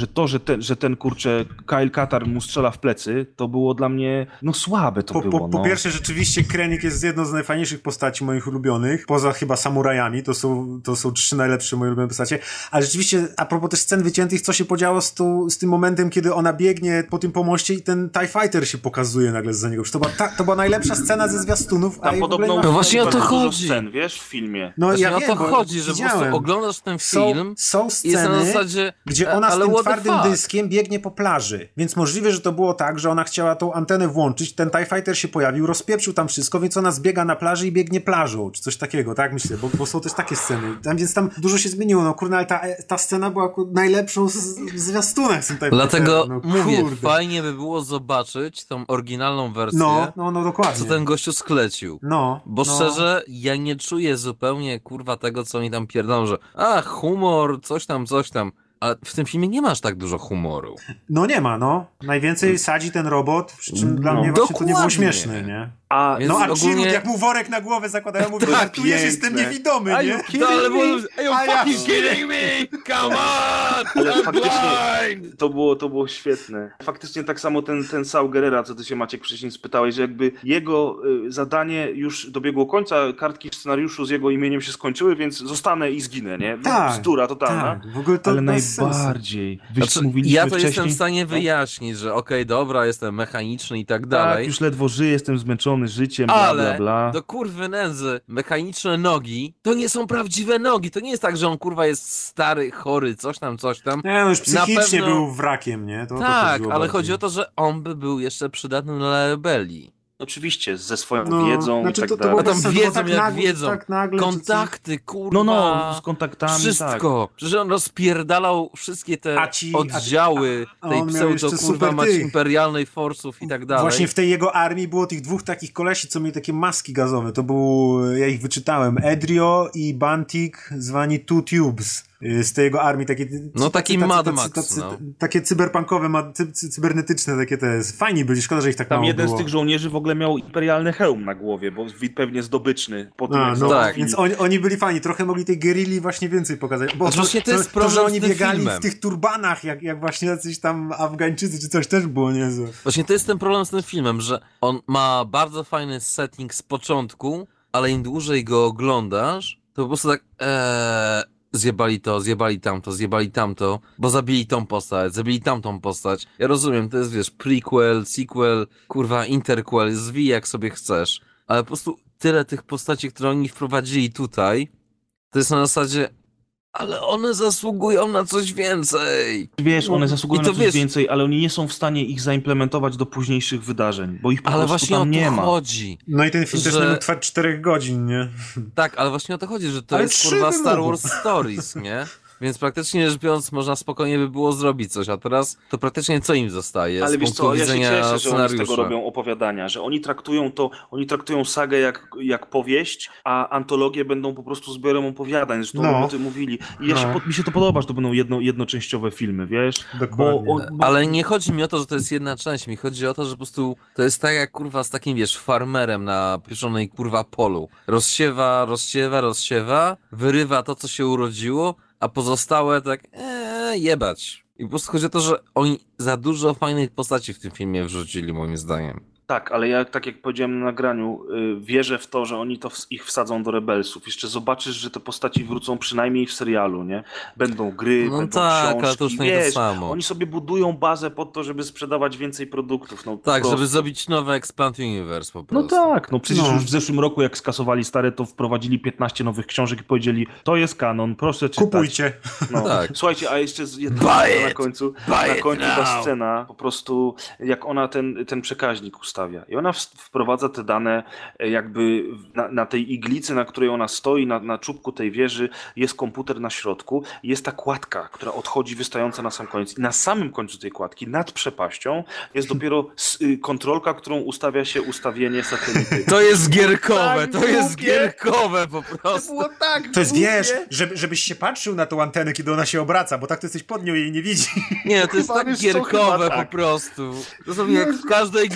że to, że ten, że ten kurczę Kyle Katarn mu strzela w plecy, to było dla mnie, no słabe to
po,
było.
Po,
no.
po pierwsze, rzeczywiście Krennic jest jedną z najfajniejszych postaci moich ulubionych, poza chyba samurajami, to są, to są trzy najlepsze moje ulubione postacie, ale rzeczywiście, a propos też scen wyciętych, co się podziało z, tą, z tym momentem, kiedy ona biegnie po tym pomoście i ten TIE Fighter się pokazuje nagle za niego. To była, ta, to była najlepsza scena ze zwiastunów, a
Tam
jej w ogóle
podobno
nie ma-
No właśnie o to
bardzo dużo
chodzi.
scen, wiesz, w filmie.
No
Właśnie
ja
o
wiem,
to
bo
chodzi, że po
widziałem.
prostu oglądasz ten film
Są, są
i jest na
sceny,
zasadzie,
gdzie ona
ale
z tym
what the
twardym
fuck?
dyskiem biegnie po plaży. Więc możliwe, że to było tak, że ona chciała tą antenę włączyć, ten TIE Fighter się pojawił, rozpieprzył tam wszystko, więc ona zbiega na plaży i biegnie plażą, czy coś takiego, tak myślę, bo, bo są też takie sceny. Tam, więc tam dużo się zmieniło, no kurna, ale ta, ta scena była kur, najlepszą z, w zwiastunach z tym TIE
Dlatego
Fighterem, no,
mówię,
kurde.
fajnie by było zobaczyć tą oryginalną wersję,
No, no, no, dokładnie.
co ten gościu sklecił.
No,
Bo
no.
szczerze, ja nie czuję zupełnie, kurwa, tego, co oni tam pierdolą, że a, humor, coś tam, coś tam. Ale w tym filmie nie masz tak dużo humoru.
No nie ma, no. Najwięcej sadzi ten robot, przy czym dla
No,
mnie właśnie to nie było
dokładnie.
śmieszne, nie?
A,
Więc
No a
ogólnie-
Chirrut, jak mu worek na głowę zakładają, mówi,
Tak,
żartujesz, jestem
piękne.
niewidomy,
Are
nie?
you kidding
No, ale było,
me?
are you
A ja-
fucking kidding me? Come on!
Ale
I'm
faktycznie
blind!
to było, to było świetne. Faktycznie tak samo ten, ten Saul Guerrera, co ty się Maciek wcześniej spytałeś, że jakby jego y, zadanie już dobiegło końca, kartki w scenariuszu z jego imieniem się skończyły, więc zostanę i zginę, nie?
Tak,
Bzdura totalna.
Tak, w ogóle to
Ale
bez sensu.
najbardziej. Wy
Znaczy,
mówiliśmy
ja to
wcześniej,
jestem w stanie
no,
wyjaśnić, że okej, dobra, jestem mechaniczny i tak
tak,
dalej,
już ledwo żyję, jestem zmęczony życiem, bla,
ale
bla, bla.
do kurwy nędzy, mechaniczne nogi, to nie są prawdziwe nogi, to nie jest tak, że on kurwa jest stary, chory, coś tam, coś tam.
Nie, no już psychicznie
pewno-
był wrakiem, nie? To o to
Tak,
chodziło
ale
bardziej.
chodzi o to, że on by był jeszcze przydatny dla rebelii.
Oczywiście, ze swoją
No,
wiedzą
znaczy
i tak
to- to
dalej.
było
A tam
bez sensu,
wiedzą
bo tak
jak
nagle-
wiedzą,
tak nagle, czy
kontakty, kurwa,
No, no, z kontaktami, tak.
wszystko. Przecież on rozpierdalał wszystkie te
A ci-
oddziały
a- a
tej
on miał jeszcze
pseudo, kurwa,
super
mać
tych.
imperialnej forsów i tak dalej.
Właśnie w tej jego armii było tych dwóch takich kolesi, co mieli takie maski gazowe. To był, ja ich wyczytałem, Edrio i Bantik, zwani Two Tubes. y, Z tej jego armii, takie...
No, taki Mad Max,
tacy,
no.
Takie cyberpunkowe, ma- cy, cy, cybernetyczne takie te... Fajni byli, szkoda, że ich tak
Tam
mało
jeden
było.
z tych żołnierzy w ogóle miał imperialny hełm na głowie, bo pewnie zdobyczny po tym,
A,
jak
no,
załatwili.
więc oni, oni byli fajni, trochę mogli tej gerilli właśnie więcej pokazać. Bo
Znaczy właśnie to jest problem
że oni
z tym
biegali
filmem.
w tych turbanach, jak, jak właśnie jacyś tam Afgańczycy czy coś, też było niezłe.
Właśnie to jest ten problem z tym filmem, że on ma bardzo fajny setting z początku, ale im dłużej go oglądasz, to po prostu tak eee, zjebali to, zjebali tamto, zjebali tamto, bo zabili tą postać, zabili tamtą postać. Ja rozumiem, to jest, wiesz, prequel, sequel, kurwa, interquel, zwij jak sobie chcesz, ale po prostu tyle tych postaci, które oni wprowadzili tutaj, to jest na zasadzie, ale one zasługują na coś więcej.
Wiesz, one zasługują
I to
na coś
wiesz-
więcej, ale oni nie są w stanie ich zaimplementować do późniejszych wydarzeń, bo ich po
Ale
prostu
właśnie o
tam
to
nie ma.
chodzi.
No i ten film też
Że-
nie mógł trwać czterech godzin, nie?
Tak, ale właśnie o to chodzi, że to
Ale
jest
trzy
kurwa
by
Star
mogło.
Wars Stories, nie? Więc praktycznie rzecz biorąc można spokojnie by było zrobić coś, a teraz to praktycznie co im zostaje
Ale
z
wiesz
punktu
co, ja się
widzenia
cieszę, że oni z
scenariusza.
tego robią opowiadania, że oni traktują to, oni traktują sagę jak, jak powieść, a antologie będą po prostu zbiorem opowiadań, zresztą
No.
o tym mówili. I ja
No.
się, po- mi się to podoba, że to będą jedno, jednoczęściowe filmy, wiesz?
Dokładnie.
Bo, on, bo
Ale nie chodzi mi o to, że to jest jedna część, mi chodzi o to, że po prostu to jest tak jak kurwa z takim, wiesz, farmerem na pieczonej kurwa polu. Rozsiewa, rozsiewa, rozsiewa, wyrywa to, co się urodziło, a pozostałe tak, eee, jebać. I po prostu chodzi o to, że oni za dużo fajnych postaci w tym filmie wrzucili, moim zdaniem.
Tak, ale ja, tak jak powiedziałem na nagraniu, y, wierzę w to, że oni to w, ich wsadzą do Rebelsów. Jeszcze zobaczysz, że te postaci wrócą przynajmniej w serialu, nie? Będą gry,
No
będą
tak,
książki,
ale to już nie to
wiesz,
samo.
oni sobie budują bazę pod to, żeby sprzedawać więcej produktów. No, po
Tak,
prostu.
żeby zrobić nowe Expand Universe po
No
prostu.
tak, no przecież
No.
już w zeszłym roku, jak skasowali stare, to wprowadzili piętnaście nowych książek i powiedzieli, to jest kanon, proszę czytać.
Kupujcie.
No.
Tak.
Słuchajcie, a jeszcze z- jedna
Buy
scena na
it!
końcu,
Buy
na
it
końcu ta
now!
scena, po prostu jak ona ten, ten przekaźnik ustawia i ona w- wprowadza te dane e, jakby na, na tej iglicy, na której ona stoi, na, na czubku tej wieży jest komputer na środku i jest ta kładka, która odchodzi wystająca na sam koniec i na samym końcu tej kładki, nad przepaścią jest dopiero s- y, kontrolka, którą ustawia się ustawienie satelity.
To jest gierkowe,
tak
to jest
głupie.
gierkowe po prostu.
tak
To jest, wiesz, żeby, żebyś się patrzył na tą antenę, kiedy ona się obraca, bo tak to jesteś pod nią i jej nie widzi.
Nie, to jest
Chyba
tak
wiesz co,
gierkowe
chyba tak.
po prostu. Dosłownie jak w każdej grze, że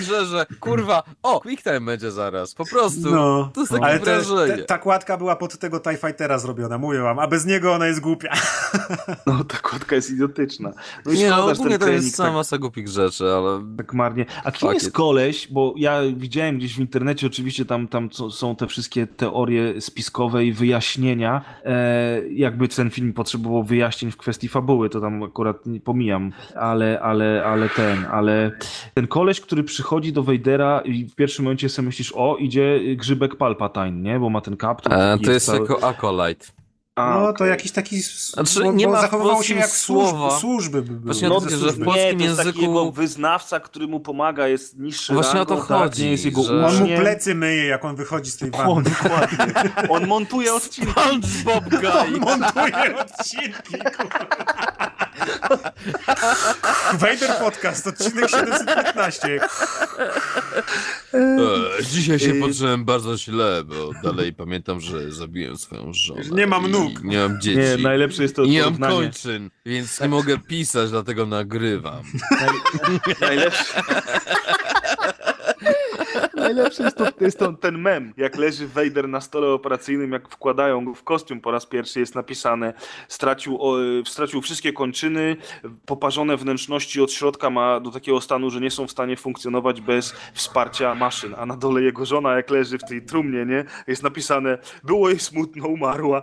kurwa, o, QuickTime będzie zaraz, po prostu.
No,
To jest takie
ale te,
wrażenie.
te, ta kładka była pod tego TIE Fightera zrobiona, mówię wam, a bez niego ona jest głupia.
No, ta kładka jest idiotyczna. No i
Nie, no
szkoda, że
ogólnie
ten
to jest
trening
sama
tak,
masa głupich rzeczy, ale...
tak marnie. A kim
Fuck
jest
it.
koleś, bo ja widziałem gdzieś w internecie, oczywiście tam, tam co- są te wszystkie teorie spiskowe i wyjaśnienia, e, jakby ten film potrzebował wyjaśnień w kwestii fabuły, to tam akurat nie pomijam, ale, ale, ale ten, ale ten koleś, który przychodzi do Vadera i w pierwszym momencie sobie myślisz, o, idzie grzybek Palpatine, nie? Bo ma ten kaptur.
E,
taki
to jest
cały-
jako Acolyte.
A,
No to
okej.
jakiś taki, s-
Znaczy,
bo,
nie
bo
ma w
zachowywał się
polskim
jak
słowa.
służb, służby by były.
Właśnie
No,
o to chodzi, że w
nie,
polskim
to jest taki
języku...
jego wyznawca, który mu pomaga, jest niższy
Właśnie o
rangą,
to
tak?
chodzi,
Nie jest jego
że-
On mu
uczniem.
plecy myje, jak on wychodzi z tej
O,
wanny.
dokładnie. On montuje odcinki.
SpongeBob Guy!
Montuje odcinki, kurwa. Vader Podcast, odcinek siedemset piętnaście.
E, dzisiaj się
Y-
poczułem bardzo źle, bo dalej pamiętam, że zabiłem swoją żonę.
Nie mam
i
nóg.
Nie mam dzieci.
Nie, najlepsze jest to
I nie mam
porównanie.
kończyn, więc nie mogę pisać, dlatego nagrywam.
Najlepsze. Najlepsze jest, to, to jest to, ten mem, jak leży Vader na stole operacyjnym, jak wkładają go w kostium po raz pierwszy, jest napisane stracił, o, stracił wszystkie kończyny, poparzone wnętrzności od środka ma do takiego stanu, że nie są w stanie funkcjonować bez wsparcia maszyn, a na dole jego żona, jak leży w tej trumnie, nie, jest napisane było jej smutno, umarła.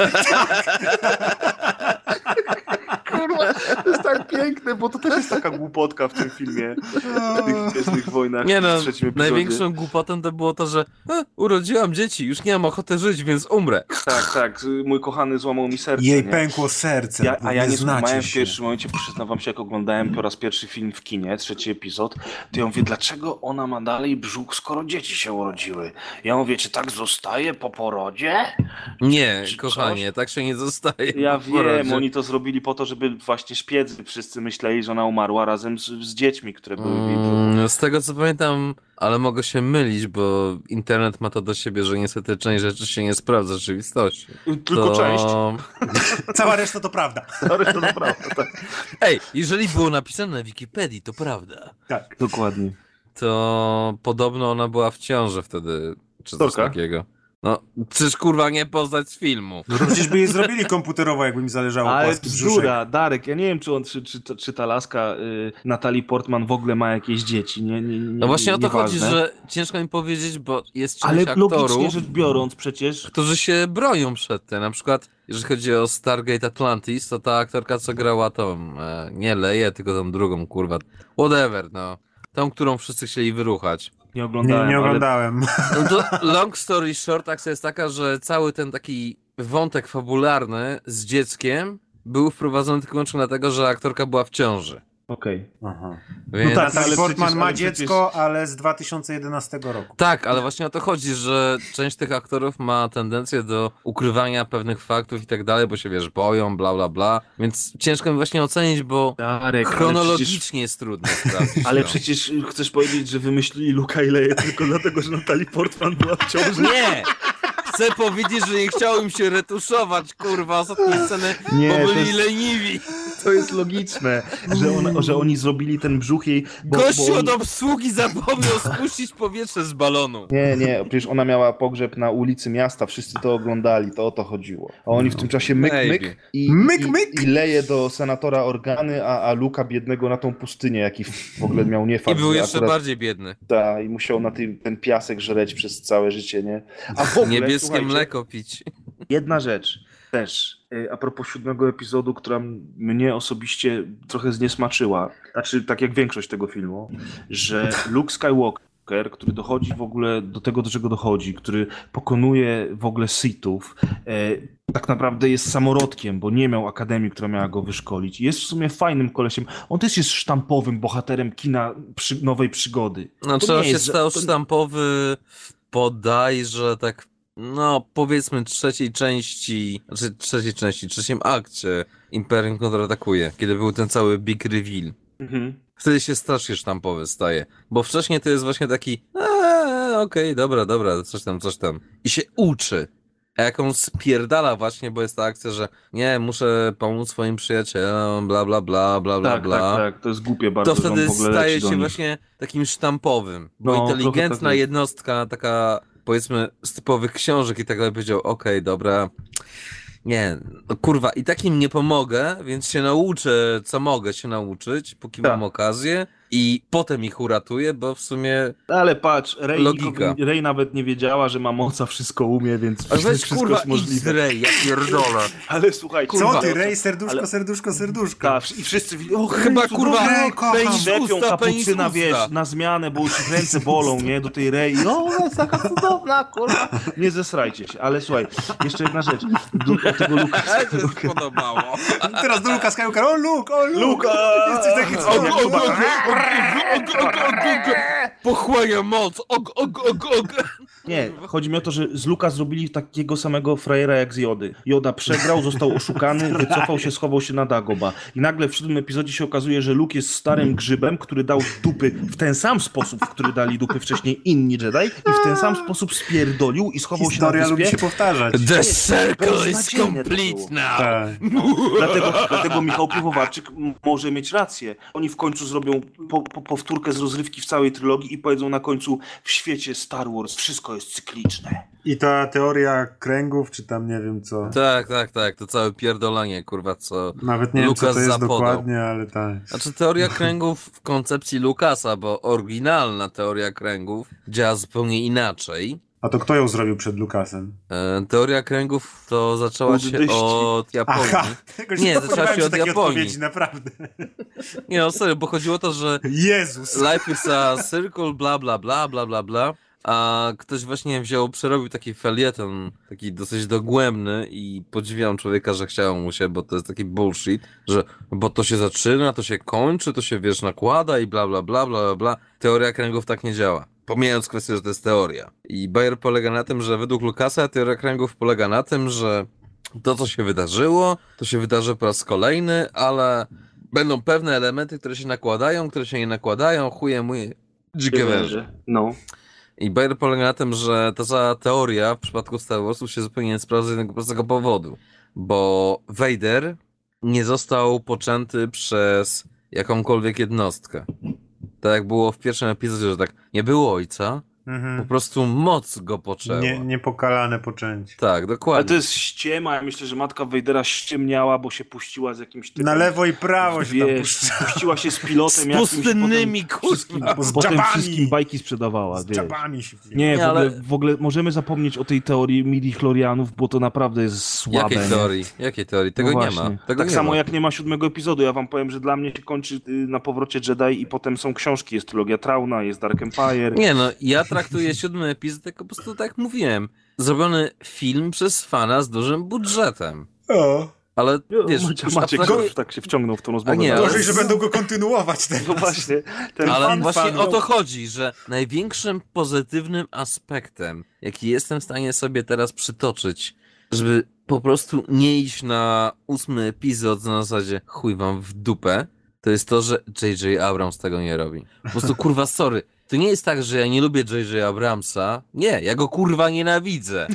Kurwa, to jest tak piękne, bo to też jest taka głupotka w tym filmie, w tych Gwiezdnych Wojnach.
Nie no,
w trzecim epizodzie.
największą głupotą to było to, że e, urodziłam dzieci, już nie mam ochoty żyć, więc umrę.
Tak, tak, mój kochany złamał mi serce.
Jej
nie?
pękło serce,
Ja,
bo
a ja nie
znacie
złamałem w
się.
pierwszym momencie, przyznam wam się, jak oglądałem po raz pierwszy film w kinie, trzeci epizod, to ja mówię, dlaczego ona ma dalej brzuch, skoro dzieci się urodziły? Ja mówię, czy tak zostaje po porodzie?
Nie,
Czy
kochanie, tak się nie zostaje.
Ja
po
wiem,
porodzie.
oni to zrobili po to, żeby właśnie szpiedzy wszyscy myśleli, że ona umarła razem z, z dziećmi, które były w jej brzuchu.
Mm, z tego co pamiętam, ale mogę się mylić, bo internet ma to do siebie, że niestety część rzeczy się nie sprawdza w rzeczywistości.
Tylko
to...
część.
Cała reszta to prawda.
Ale to naprawdę, tak.
Ej, jeżeli było napisane na Wikipedii, to prawda.
Tak.
Dokładnie.
To podobno ona była w ciąży wtedy, czy coś
Storka?
takiego. No, przecież kurwa nie poznać z filmu.
No to przecież by je zrobili komputerowo, jakby mi zależało
Ale
płaski brzuszek.
bzdura, Darek, ja nie wiem, czy, on, czy, czy, czy ta laska y, Natalie Portman w ogóle ma jakieś dzieci. Nie, nie, nie,
No właśnie o to
nieważne.
chodzi, że ciężko mi powiedzieć, bo jest część
Ale
aktorów,
logicznie rzecz biorąc przecież...
którzy się bronią przed tym. Na przykład, jeżeli chodzi o Stargate Atlantis, to ta aktorka, co grała tą, e, nie Leję, tylko tą drugą, kurwa, whatever, no. Tą, którą wszyscy chcieli wyruchać.
Nie
Nie,
oglądałem,
nie
ale
oglądałem.
No to long story short, akcja jest taka, że cały ten taki wątek fabularny z dzieckiem był wprowadzony tylko i wyłącznie dlatego, że aktorka była w ciąży.
okej.
Aha.
Więc...
No tak,
Natalie
ale
Portman
przecież-
ma
ale przecież-
dziecko, ale z dwa tysiące jedenastego roku.
Tak, ale właśnie o to chodzi, że część tych aktorów ma tendencję do ukrywania pewnych faktów i tak dalej, bo się, wiesz, boją, bla, bla, bla. Więc ciężko mi właśnie ocenić, bo
Darek, ale
chronologicznie
przecież,
jest trudno sprawdzić.
ale
no.
przecież chcesz powiedzieć, że wymyślili Luka i Leję tylko dlatego, że Natalie Portman była w ciąży?
Nie! Chcę powiedzieć, że nie chciało im się retuszować, kurwa, ostatnie sceny,
Nie,
bo
to
byli
jest-
leniwi.
To jest logiczne, że, on, że oni zrobili ten brzuch jej... Bo,
Gościu
bo oni...
od obsługi zapomniał spuścić powietrze z balonu.
Nie, nie, przecież ona miała pogrzeb na ulicy miasta, wszyscy to oglądali, to o to chodziło. A oni w tym czasie myk,
maybe.
myk i,
Myk,
i,
myk.
i leje do senatora organy, a, a Luka biednego na tą pustynię, jaki w ogóle miał
I
niefart.
był
że
jeszcze
akurat-
bardziej biedny.
Ta, i musiał na tym, ten piasek żreć przez całe życie, nie? A w ogóle,
Niebieskie
słuchajcie,
mleko pić.
jedna rzecz też, y, a propos siódmego epizodu, która mnie osobiście trochę zniesmaczyła, znaczy tak jak większość tego filmu, że Luke Skywalker, który dochodzi w ogóle do tego, do czego dochodzi, który pokonuje w ogóle Sithów, e, tak naprawdę jest samorodkiem, bo nie miał akademii, która miała go wyszkolić. Jest w sumie fajnym kolesiem. On też jest sztampowym bohaterem kina przy, nowej przygody.
No,
To
trzeba
nie
się
jest, że-
stał
to-
sztampowy bodajże tak, no powiedzmy trzeciej części, znaczy trzeciej części, trzecim akcie Imperium kontratakuje, kiedy był ten cały big reveal.
Mhm.
Wtedy się strasznie sztampowy staje, bo wcześniej to jest właśnie taki eee, okej, dobra, dobra, coś tam, coś tam. I się uczy. A jak on spierdala właśnie, bo jest ta akcja, że nie, muszę pomóc swoim przyjacielom, bla, bla, bla, bla, bla,
Tak,
bla.
tak, tak, to jest głupie bardzo,
To wtedy
że on w ogóle
staje
leci do
się
nich.
właśnie takim sztampowym. Bo
No, trochę
inteligentna
tak jest.
jednostka, taka powiedzmy z typowych książek i tak dalej powiedział, okej, dobra, nie, no kurwa, i takim nie pomogę, więc się nauczę, co mogę się nauczyć, póki
Tak.
mam okazję i potem ich uratuję, bo w sumie...
Ale patrz, Rey,
Logika.
nikogo- Rey nawet nie wiedziała, że ma moca, wszystko umie, więc
A weź
wszystko
kurwa
jest
idź z
możliwe.
Rey, ja pierdolę.
Ale słuchaj,
Co
kurwa,
ty,
o
Rej, serduszko,
ale-
serduszko, serduszko.
Tak, i wszyscy o,
Chyba
Rey,
kurwa,
cudowny,
Rey, kocham.
Rey szczepią
Penis usta, penis
kapucyna,
usta.
wiesz, na zmianę, bo już ich ręce bolą, nie, do tej Rey. O, jest taka cudowna, kurwa. Nie zesrajcie się, ale słuchaj, jeszcze jedna rzecz. Do, do tego Luka.
Ale to się podobało.
Teraz do Luka Skywalker, o Luke, o Luke.
Luka!
Jesteś taki cudowny.
Og, og, og,
Pochłania moc, og, og, og, og.
Nie, chodzi mi o to, że z Luka zrobili takiego samego frajera jak z Jody. Joda przegrał, został oszukany, wycofał się, schował się na Dagoba. I nagle w siódmym epizodzie się okazuje, że Luke jest starym grzybem, który dał dupy w ten sam sposób, w który dali dupy wcześniej inni Jedi i w ten sam sposób spierdolił i schował
Historia
się na
lubi
wyspie.
się powtarzać.
The circle is
beznadziejne to
complete
było.
now.
Tak.
Dlatego, dlatego Michał Piwowarczyk m- może mieć rację. Oni w końcu zrobią po, po, powtórkę z rozrywki w całej trylogii i powiedzą na końcu: w świecie Star Wars wszystko jest cykliczne.
I ta teoria kręgów, czy tam nie wiem co.
Tak, tak, tak, to całe pierdolenie, kurwa, co
Nawet nie wiem, co
Lucas
to jest
zapodał.
dokładnie, ale tak.
Znaczy teoria kręgów w koncepcji Lucasa, bo oryginalna teoria kręgów działa zupełnie inaczej.
A to kto ją zrobił przed Lukasem?
E, teoria kręgów to zaczęła się
Uddyści.
od Japonii.
Aha, tego się
Nie,
nie
zaczęła
spodziewałem,
się
że
od
takiej
Japonii.
odpowiedzi, naprawdę.
Nie no, serio, bo chodziło o to, że
Jezus.
life is a circle, bla, bla, bla, bla, bla, bla. A ktoś właśnie wziął, przerobił taki felieton, taki dosyć dogłębny i podziwiam człowieka, że chciało mu się, bo to jest taki bullshit, że bo to się zaczyna, to się kończy, to się, wiesz, nakłada i bla, bla, bla, bla, bla, bla. Teoria kręgów tak nie działa. Pomijając kwestię, że to jest teoria. I Bayer polega na tym, że według Lucasa teoria kręgów polega na tym, że to, co się wydarzyło, to się wydarzy po raz kolejny, ale będą pewne elementy, które się nakładają, które się nie nakładają, chuje mój dzikie węże.
No.
I Bayer polega na tym, że ta cała teoria w przypadku Star Warsu się zupełnie nie sprawdza z jednego prostego powodu. Bo Vader nie został poczęty przez jakąkolwiek jednostkę. Tak jak było w pierwszym epizodzie, że tak nie było ojca, po
Mhm.
prostu moc go poczęła.
Nie, niepokalane poczęcie.
Tak, dokładnie.
Ale to jest ściema. Ja myślę, że matka Vadera ściemniała, bo się puściła z jakimś typem.
Na lewo i prawo się tam
Wiesz,
puszcza.
puściła się z pilotem
Z
jakimś,
pustynnymi,
potem wszystkim,
kurwa.
Z
potem
dżabami.
wszystkim bajki sprzedawała,
Z
wiesz.
czapami się wzięło.
Nie, w,
Nie,
ogóle,
ale-
w ogóle możemy zapomnieć o tej teorii midi-chlorianów, bo to naprawdę jest słabe.
Jakiej
nie?
teorii? Jakiej teorii? Tego
No
nie
właśnie.
ma. Tego
tak
nie
samo
ma.
jak nie ma siódmego epizodu. Ja wam powiem, że dla mnie się kończy y, na powrocie Jedi i potem są książki. Jest trylogia Trauna, jest Dark Empire.
Nie no, ja traktuję siódmy epizod jako po prostu, tak jak mówiłem, zrobiony film przez fana z dużym budżetem.
O,
Ale wiesz,
Maciek,
już
Maciek
abstrahuję-
tak się wciągnął w tą rozmowę.
A nie,
bardzo.
gorzej, że
z-
będą go kontynuować teraz.
No właśnie. Ten
ale
fan
właśnie
fan.
o to chodzi, że największym pozytywnym aspektem, jaki jestem w stanie sobie teraz przytoczyć, żeby po prostu nie iść na ósmy epizod na zasadzie chuj wam w dupę, to jest to, że J J Abrams tego nie robi. Po prostu kurwa sorry. To nie jest tak, że ja nie lubię J J Abramsa. Nie, ja go kurwa nienawidzę.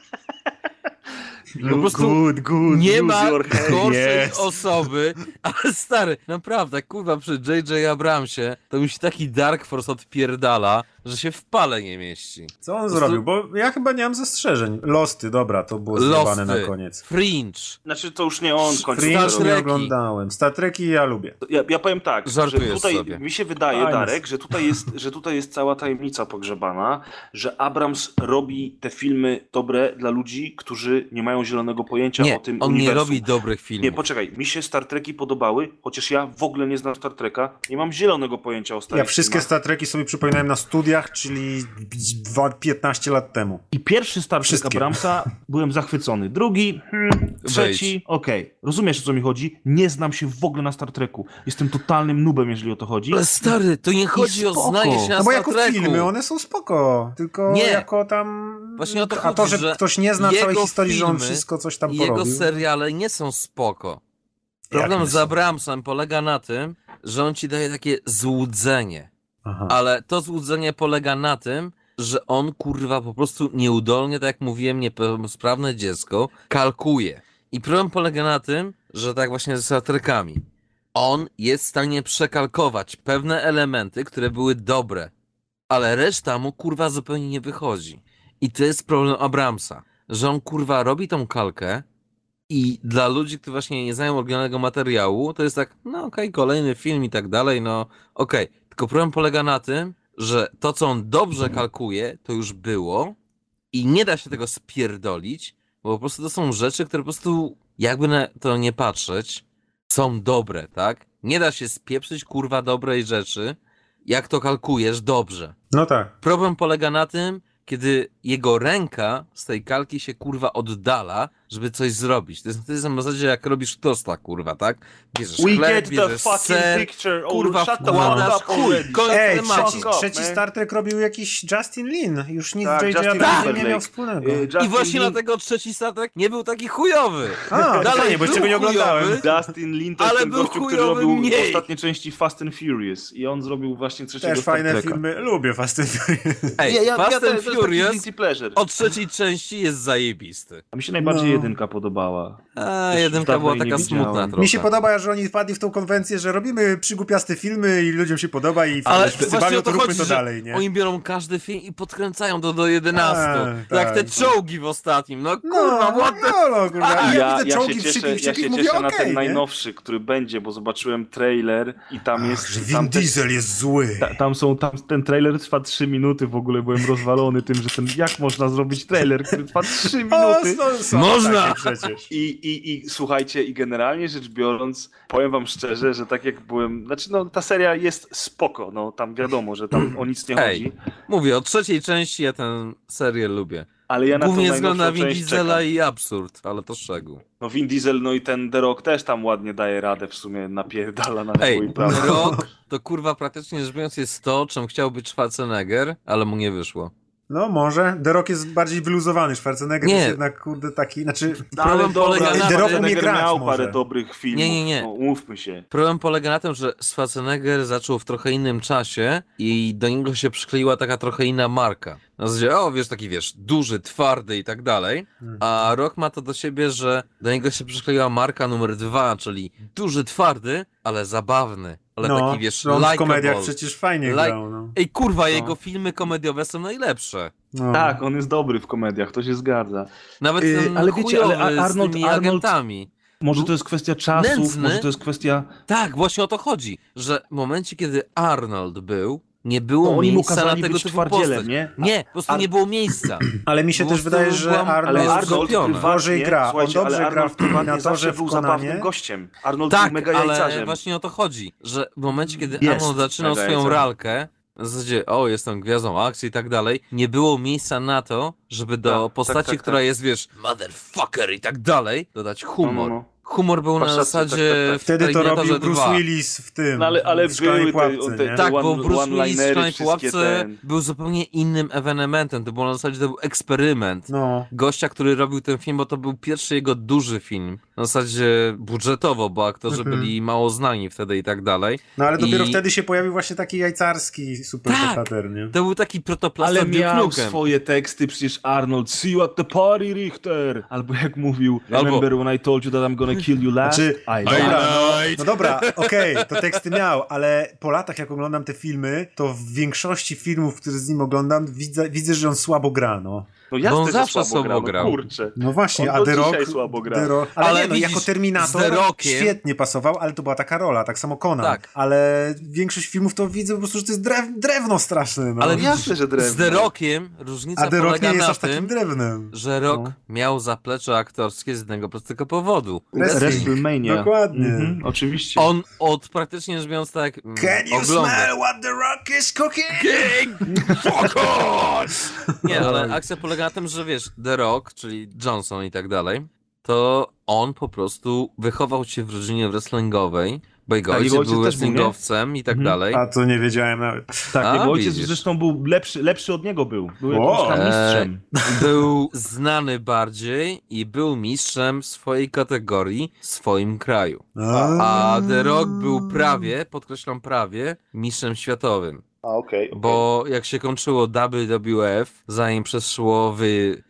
Po prostu
good, good,
nie
use
ma
your head.
gorszej
Yes.
osoby, ale stary, naprawdę, kurwa, przy J J Abramsie to mi się taki Dark Force odpierdala, że się w pale nie mieści.
Co on
prostu-
zrobił? Bo ja chyba nie mam zastrzeżeń. Losty, dobra, to było zjebane na
Losty,
koniec.
Fringe,
Znaczy to już nie on kończy.
Fringe
Star
nie
Treki.
oglądałem. Star Treki ja lubię.
Ja, ja powiem tak, że
Żartujesz
tutaj
sobie.
mi się wydaje,
Fajne.
Darek, że tutaj, jest, że tutaj jest cała tajemnica pogrzebana, że Abrams robi te filmy dobre dla ludzi, którzy nie mają zielonego pojęcia
nie,
o tym
on
uniwersum.
nie robi dobrych filmów.
Nie, poczekaj, mi się Star Treki podobały, chociaż ja w ogóle nie znam Star Treka, nie mam zielonego pojęcia o starych
Ja wszystkie
filmach.
Star Treki sobie przypominałem na studiach, czyli dwa- piętnaście lat temu.
I pierwszy Star Trek
Wszystkie.
Abramsa byłem zachwycony. Drugi, hmm, trzeci, okej. Rozumiesz, o co mi chodzi? Nie znam się w ogóle na Star Treku. Jestem totalnym nubem, jeżeli o to chodzi.
Ale stary, to nie chodzi o
spoko.
znanie się na
No bo
Star
jako
Treku.
filmy, one są spoko. Tylko
Nie.
jako tam...
Właśnie o to
A to,
chodzi,
że,
że
ktoś nie zna całej
jego
historii, że on
filmy
wszystko coś tam
I jego
porobił.
seriale nie są spoko. Problem
nie
z
są?
Abramsem polega na tym, że on ci daje takie złudzenie.
Aha.
Ale to złudzenie polega na tym, że on, kurwa, po prostu nieudolnie, tak jak mówiłem, niepełnosprawne dziecko, kalkuje. I problem polega na tym, że tak właśnie ze Star Trekami. On jest w stanie przekalkować pewne elementy, które były dobre, ale reszta mu, kurwa, zupełnie nie wychodzi. I to jest problem Abramsa, że on, kurwa, robi tą kalkę i dla ludzi, którzy właśnie nie znają oryginalnego materiału, to jest tak, no okej, okay, kolejny film i tak dalej, no okej. Okay. Tylko problem polega na tym, że to, co on dobrze kalkuje, to już było i nie da się tego spierdolić, bo po prostu to są rzeczy, które po prostu, jakby na to nie patrzeć, są dobre, tak? Nie da się spieprzyć, kurwa, dobrej rzeczy, jak to kalkujesz dobrze.
No tak.
Problem polega na tym, kiedy jego ręka z tej kalki się, kurwa, oddala, żeby coś zrobić. To jest, to jest na zasadzie, jak robisz tosta, kurwa, tak? Bierzesz
We
chleb,
get the
bierzesz
fucking
ser,
picture.
kurwa,
Shut the
wkładasz,
fuck up
chuj,
already.
koniec
Ej,
tematu.
trzeci,
Fuck
trzeci
man.
Star Trek robił jakiś Justin Lin. Już nic
Tak,
z J J
Justin
Abrams nie
Timberlake.
miał wspólnego.
Y,
I
Justin
właśnie
Lin-
dlatego trzeci statek nie był taki chujowy.
A,
Dalej
nie, bo jeszcze
był
go nie oglądałem.
chujowy,
Justin Lin to jest
Ale
ten
był
gościu, który
chujowy
robił
mniej.
ostatnie części Fast and Furious i on zrobił właśnie trzeciego
Też
Star
fajne
Treka.
filmy. Lubię Fast and Furious.
Ej,
Ja- ja-
Fast
ja
and
też- to jest taki
Furious
guilty pleasure.
od trzeciej części jest zajebisty.
A mi się najbardziej
No.
jedynka podobała.
A,
Już
jedynka
dawno
była
jej nie
taka
widziałem.
smutna trochę.
Mi się podoba, że oni wpadli w tą konwencję, że robimy przygłupiaste filmy i ludziom się podoba i
Ale
wszyscy
właśnie
bawią,
o
to
to
róbmy
chodzi,
to
że
dalej, nie?
oni biorą każdy film i podkręcają to do jedenastu.
Tak,
Tak,
tak,
te
tak.
czołgi w ostatnim. No kurwa,
no,
what the...
no, no, kurwa.
A,
Ja,
Ja,
widzę
ja
czołgi
się
w
cieszę,
szyki, w
ja
szyki
się
i mówię,
cieszę na
okej,
ten
nie?
najnowszy, który będzie, bo zobaczyłem trailer i tam jest...
Ach, że
tam
Vin
te-
Diesel jest zły.
Ta, tam są, tam ten trailer trwa trzy minuty, w ogóle byłem rozwalony tym, że ten, jak można zrobić trailer, który trwa trzy
O,
minuty.
są, są
Można!
takie przecież.
I, i, I słuchajcie, i generalnie rzecz biorąc, powiem wam szczerze, że tak jak byłem, znaczy no ta seria jest spoko, no tam wiadomo, że tam o nic nie
Ej,
chodzi,
mówię, od trzeciej części ja ten serial lubię.
ale ja na tą
Głównie ze względu na
najnowszą
Vin
część
Diesela
czekam.
i absurd, ale to szczegół.
No Vin Diesel, no i ten The Rock też tam ładnie daje radę w sumie, napierdala na
Ej,
swój prawo.
The Rock to kurwa praktycznie rzecz biorąc jest to, czym chciał być Schwarzenegger, ale mu nie wyszło.
No może. The Rock jest bardziej wyluzowany. Schwarzenegger
Nie.
jest jednak, kurde, taki, znaczy...
Problem polega na
The
tym,
Rock
że
umie grać
miał
może.
parę dobrych filmów,
Nie, nie, nie.
No, umówmy się.
Problem polega na tym, że Schwarzenegger zaczął w trochę innym czasie i do niego się przykleiła taka trochę inna marka. Na zasadzie, o wiesz, taki wiesz, duży, twardy i tak dalej, a Rock ma to do siebie, że do niego się przykleiła marka numer dwa, czyli duży, twardy, ale zabawny, ale
no,
taki wiesz,
on w
likeable.
komediach przecież fajnie
Like-
grał, no.
Ej kurwa, jego filmy komediowe są najlepsze.
no.
Tak, on jest dobry w komediach, to się zgadza.
Nawet
Yy,
ten
ale wiecie, ale
chujowy
Arnold-
z tymi
Arnold-
agentami.
Może to jest kwestia czasów,
Nędzny.
może to jest kwestia...
Tak, właśnie o to chodzi, że w momencie, kiedy Arnold był, nie było
No, oni mu
miejsca na
kazali
tego
być
typu
twardzielem,
postać.
nie?
Nie, po prostu
Ar-
nie było miejsca.
Ale mi się
Po
też
prostu
wydaje, że
byłam-
Ale
Arnold
Arnold
zgubiony.
gorzej gra. On
Słuchajcie,
dobrze
ale
gra w
Arnold prywatnie
Terminatorze,
zawsze
w
był
Konanie.
zabawnym gościem. Arnold
Tak,
był mega
ale
jajcarzem.
właśnie o to chodzi, że w momencie, kiedy
Jest
Arnold zaczynał
mega
swoją
jajcarzem.
ralkę, w zasadzie, o, jestem gwiazdą akcji i tak dalej, nie było miejsca na to, żeby do
Tak,
postaci,
tak, tak,
która
tak.
jest, wiesz, motherfucker i tak dalej, dodać humor.
No, no, no.
Humor był na
Masz rację,
zasadzie
tak, tak, tak.
w
Wtedy to
Terminatorze
robił Bruce
dwa.
Willis w tym,
No ale, ale
w Szklanej
były
Pułapce,
te, te,
nie?
te
Tak, bo
one,
Bruce Willis w
one-linery,
Szklanej
wszystkie
Pułapce
ten...
był zupełnie innym ewenementem. To było na zasadzie, to był eksperyment.
No.
Gościa, który robił ten film, bo to był pierwszy jego duży film. Na zasadzie budżetowo, bo aktorzy
Mhm.
byli mało znani wtedy i tak dalej.
No ale dopiero
I-
wtedy się pojawił właśnie taki jajcarski superbohater, nie?
To był taki protoplasta
Ale
z Duke
miał
Nukem.
swoje teksty, przecież Arnold, see you at the party, Richter! Albo jak mówił,
Albo-
remember when I told you that I'm gonna kill you last?
Znaczy,
I
dobra,
did.
no, no dobra, okej, to teksty miał, ale po latach jak oglądam te filmy, to w większości filmów, które z nim oglądam, widzę, widzę że on słabo gra, no.
No
Bo on
jasne, że
zawsze
słabo
słabo
grał,
grał.
no kurczę.
No właśnie,
On
a
do
The Rock,
dzisiaj słabo gra.
The Rock ale,
Ale
nie, no,
widzisz,
jako
z
Terminator
The Rockiem-
świetnie pasował, ale to była taka rola, tak samo Conan.
Tak.
Ale większość filmów to widzę po prostu, że to jest drew, drewno straszne, no.
Ale
jasne,
widzisz,
że drewno.
z The Rockiem różnica
a The Rock
polega
nie jest
na
aż takim
tym,
drewnem.
że Rock
No.
miał zaplecze aktorskie z jednego prostego powodu.
Wrestling.
WrestleMania.
Dokładnie.
Mhm, oczywiście.
On od praktycznie rzecz biorąc tak mm,
Can you
ogląda.
smell what The Rock is cooking?
Fuck off! Nie, ale akcja polega na tym, że wiesz, The Rock, czyli Johnson i tak dalej, to on po prostu wychował się w rodzinie wrestlingowej, bo jego
Tak, jego
ojciec
ojciec
był
też był, nie?
wrestlingowcem i tak
Mhm.
dalej.
A to nie wiedziałem nawet.
Tak,
A,
jego ojciec
widzisz.
zresztą był lepszy, lepszy od niego był. Był
O!
jakimś tam mistrzem.
E, był znany bardziej i był mistrzem w swojej kategorii w swoim kraju. A The Rock był prawie, podkreślam prawie, mistrzem światowym.
A, okej. Okay,
Bo jak się kończyło W W F, zanim przeszło w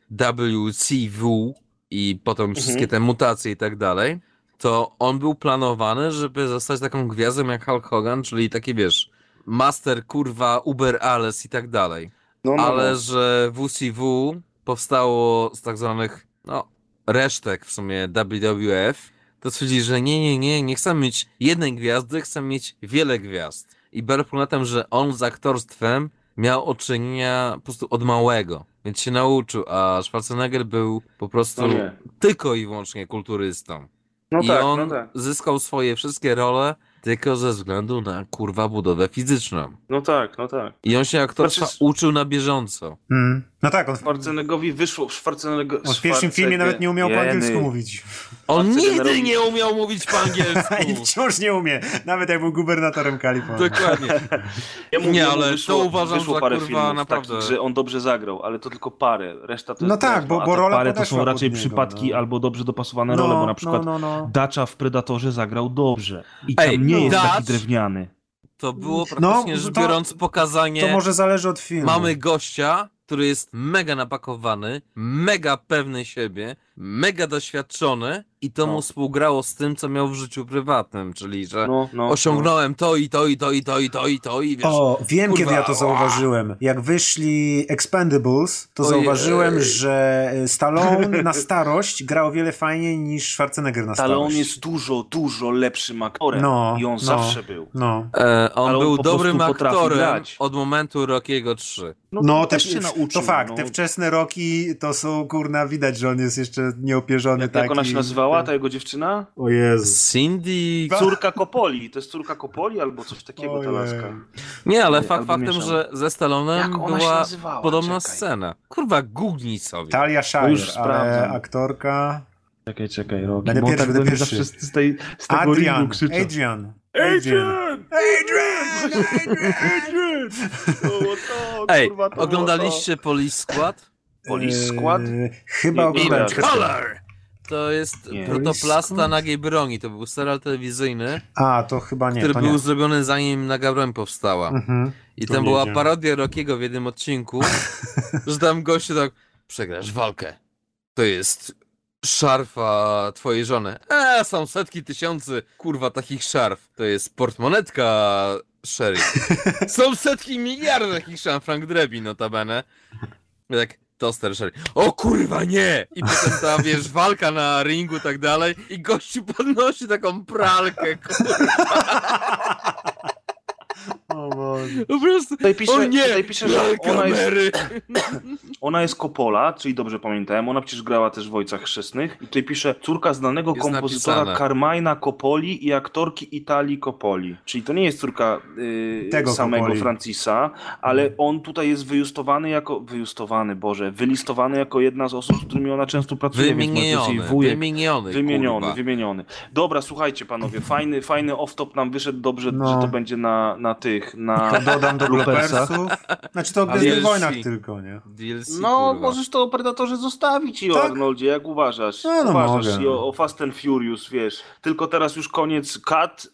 W C W i potem
mhm.
wszystkie te mutacje i tak dalej, to on był planowany, żeby zostać taką gwiazdą jak Hulk Hogan, czyli taki, wiesz, master, kurwa, uber alles i tak dalej.
No, no,
Ale
no.
że W C W powstało z tak zwanych, no, resztek w sumie W W F, to stwierdzili, że nie, nie, nie, nie chcemy mieć jednej gwiazdy, chcemy mieć wiele gwiazd. I biorę na tym, że on z aktorstwem miał od czynienia po prostu od małego, więc się nauczył, a Schwarzenegger był po prostu
No nie.
tylko i wyłącznie kulturystą.
No
I
tak,
on
no tak.
zyskał swoje wszystkie role tylko ze względu na, kurwa, budowę fizyczną.
No tak, no tak.
I on się aktorstwa
Znaczy-
uczył na bieżąco.
Mm. No tak, on,
Schwarzeneggowi wyszło, Schwarzenegger...
on w pierwszym filmie nawet nie umiał po angielsku mówić.
On
Facet
nigdy
generowi-
nie umiał mówić po angielsku.
I wciąż nie umie, nawet jak był gubernatorem Kalifornii.
Dokładnie.
Ja mówię,
Nie,
mu
ale
wyszło,
to uważam
wyszło
za,
parę
kurwa,
filmów
naprawdę-
takich, że on dobrze zagrał, ale to tylko parę. Reszta to
No
jest
tak,
drewno,
bo-
a
bo
te
rola
parę to
podeszła
są raczej
pod niego,
przypadki
no.
albo dobrze dopasowane
No,
role, bo na przykład
no, no, no.
Dacza w Predatorze zagrał dobrze. I tam
Ej,
nie jest
Dutch-
taki drewniany.
To było
No,
praktycznie rzecz
to-
biorąc pokazanie,
To może zależy od filmu.
mamy gościa, który jest mega napakowany, mega pewny siebie, mega doświadczony i to
No.
mu współgrało z tym, co miał w życiu prywatnym, czyli że
No, no,
osiągnąłem to i to i to i to i to i to i wiesz...
O, wiem
kurwa,
kiedy ja to
ła.
zauważyłem. Jak wyszli Expendables, to
Ojej.
zauważyłem, że Stallone na starość grał o wiele fajniej niż Schwarzenegger na
Ale on
starość.
jest dużo, dużo lepszym aktorem.
No,
I on
no.
zawsze był.
No,
E, on
Ale on
był
po
dobrym
prostu potrafi
aktorem
grać.
od momentu Rockiego trzy.
no
to
te,
też się nauczył.
to fakt,
no.
te wczesne roki to są, kurna, widać, że on jest jeszcze nieopierzony
Jak,
taki.
jak ona się nazywała, ta jego dziewczyna?
O Jezu.
Cindy...
Córka Kopoli. To jest córka Kopoli albo coś takiego, ta
Ojej.
laska.
Nie, ale
Nie,
fakt
albo
faktem,
mieszam.
że ze Stallonem
Jak ona się
była
nazywała?
podobna
Czekaj.
scena. Kurwa, googlnij sobie.
Talia Shire,
już
ale
sprawdzam.
aktorka...
Czekaj, czekaj, Rocky.
Będę
bo
pierwszy,
tak
będę
będę
pierwszy.
zawsze z, z, tej, z tego
Adrian,
ringu krzyczał.
Adrian.
Adrian!
Adrian!
Adrian! O, to,
Ej,
kurwa, to
oglądaliście Police Skład?
Police Squad?
Eee, chyba
Nie-
oglądałem.
nie
czekaj.
Color! To jest
Nie.
protoplasta
Police
nagiej broni. To był serial telewizyjny,
A, to chyba nie,
który
to
był
nie.
zrobiony zanim naga broń powstała.
Mhm.
I
to
tam
nie
była
wiem.
parodia Rockiego w jednym odcinku, że tam gościu tak, przegrasz walkę. To jest szarfa twojej żony. E, są setki tysięcy, kurwa, takich szarf. To jest portmonetka Sherry. Są setki miliardów takich szarf, Frank Drebin notabene. I tak, toster Sherry. O kurwa, nie! I potem ta, wiesz, walka na ringu i tak dalej i gościu podnosi taką pralkę, kurwa.
O Boże.
Po prostu,
Tutaj pisze,
o nie!
tutaj pisze, że
Pralka
ona jest,
Mary.
ona jest Coppola, czyli dobrze pamiętałem, ona przecież grała też w Ojcach Chrzestnych. I tutaj pisze córka znanego
Jest
kompozytora
napisane.
Carmina Coppoli i aktorki Italii Coppoli. Czyli to nie jest córka yy,
Tego
samego
Coppoli.
Francisa, ale on tutaj jest wyjustowany jako, wyjustowany, Boże, wylistowany jako jedna z osób, z którymi ona często pracuje, więc może to jest jej
Wymieniony,
wujek.
wymieniony,
Wymieniony,
kurwa.
wymieniony. Dobra, słuchajcie panowie, fajny, fajny off-top nam wyszedł, dobrze,
No.
że to będzie na, na tych, na...
Dodam do
Bloopersach.
bloopersów. Znaczy to o
Ale
Gwiezdnych
D L C.
Wojnach tylko, nie?
D L C,
No,
kurwa.
możesz to o Predatorze zostawić i o
Tak?
Arnoldzie, jak uważasz?
No, no
uważasz
mogę.
i o, o Fast and Furious, wiesz. Tylko teraz już koniec cut,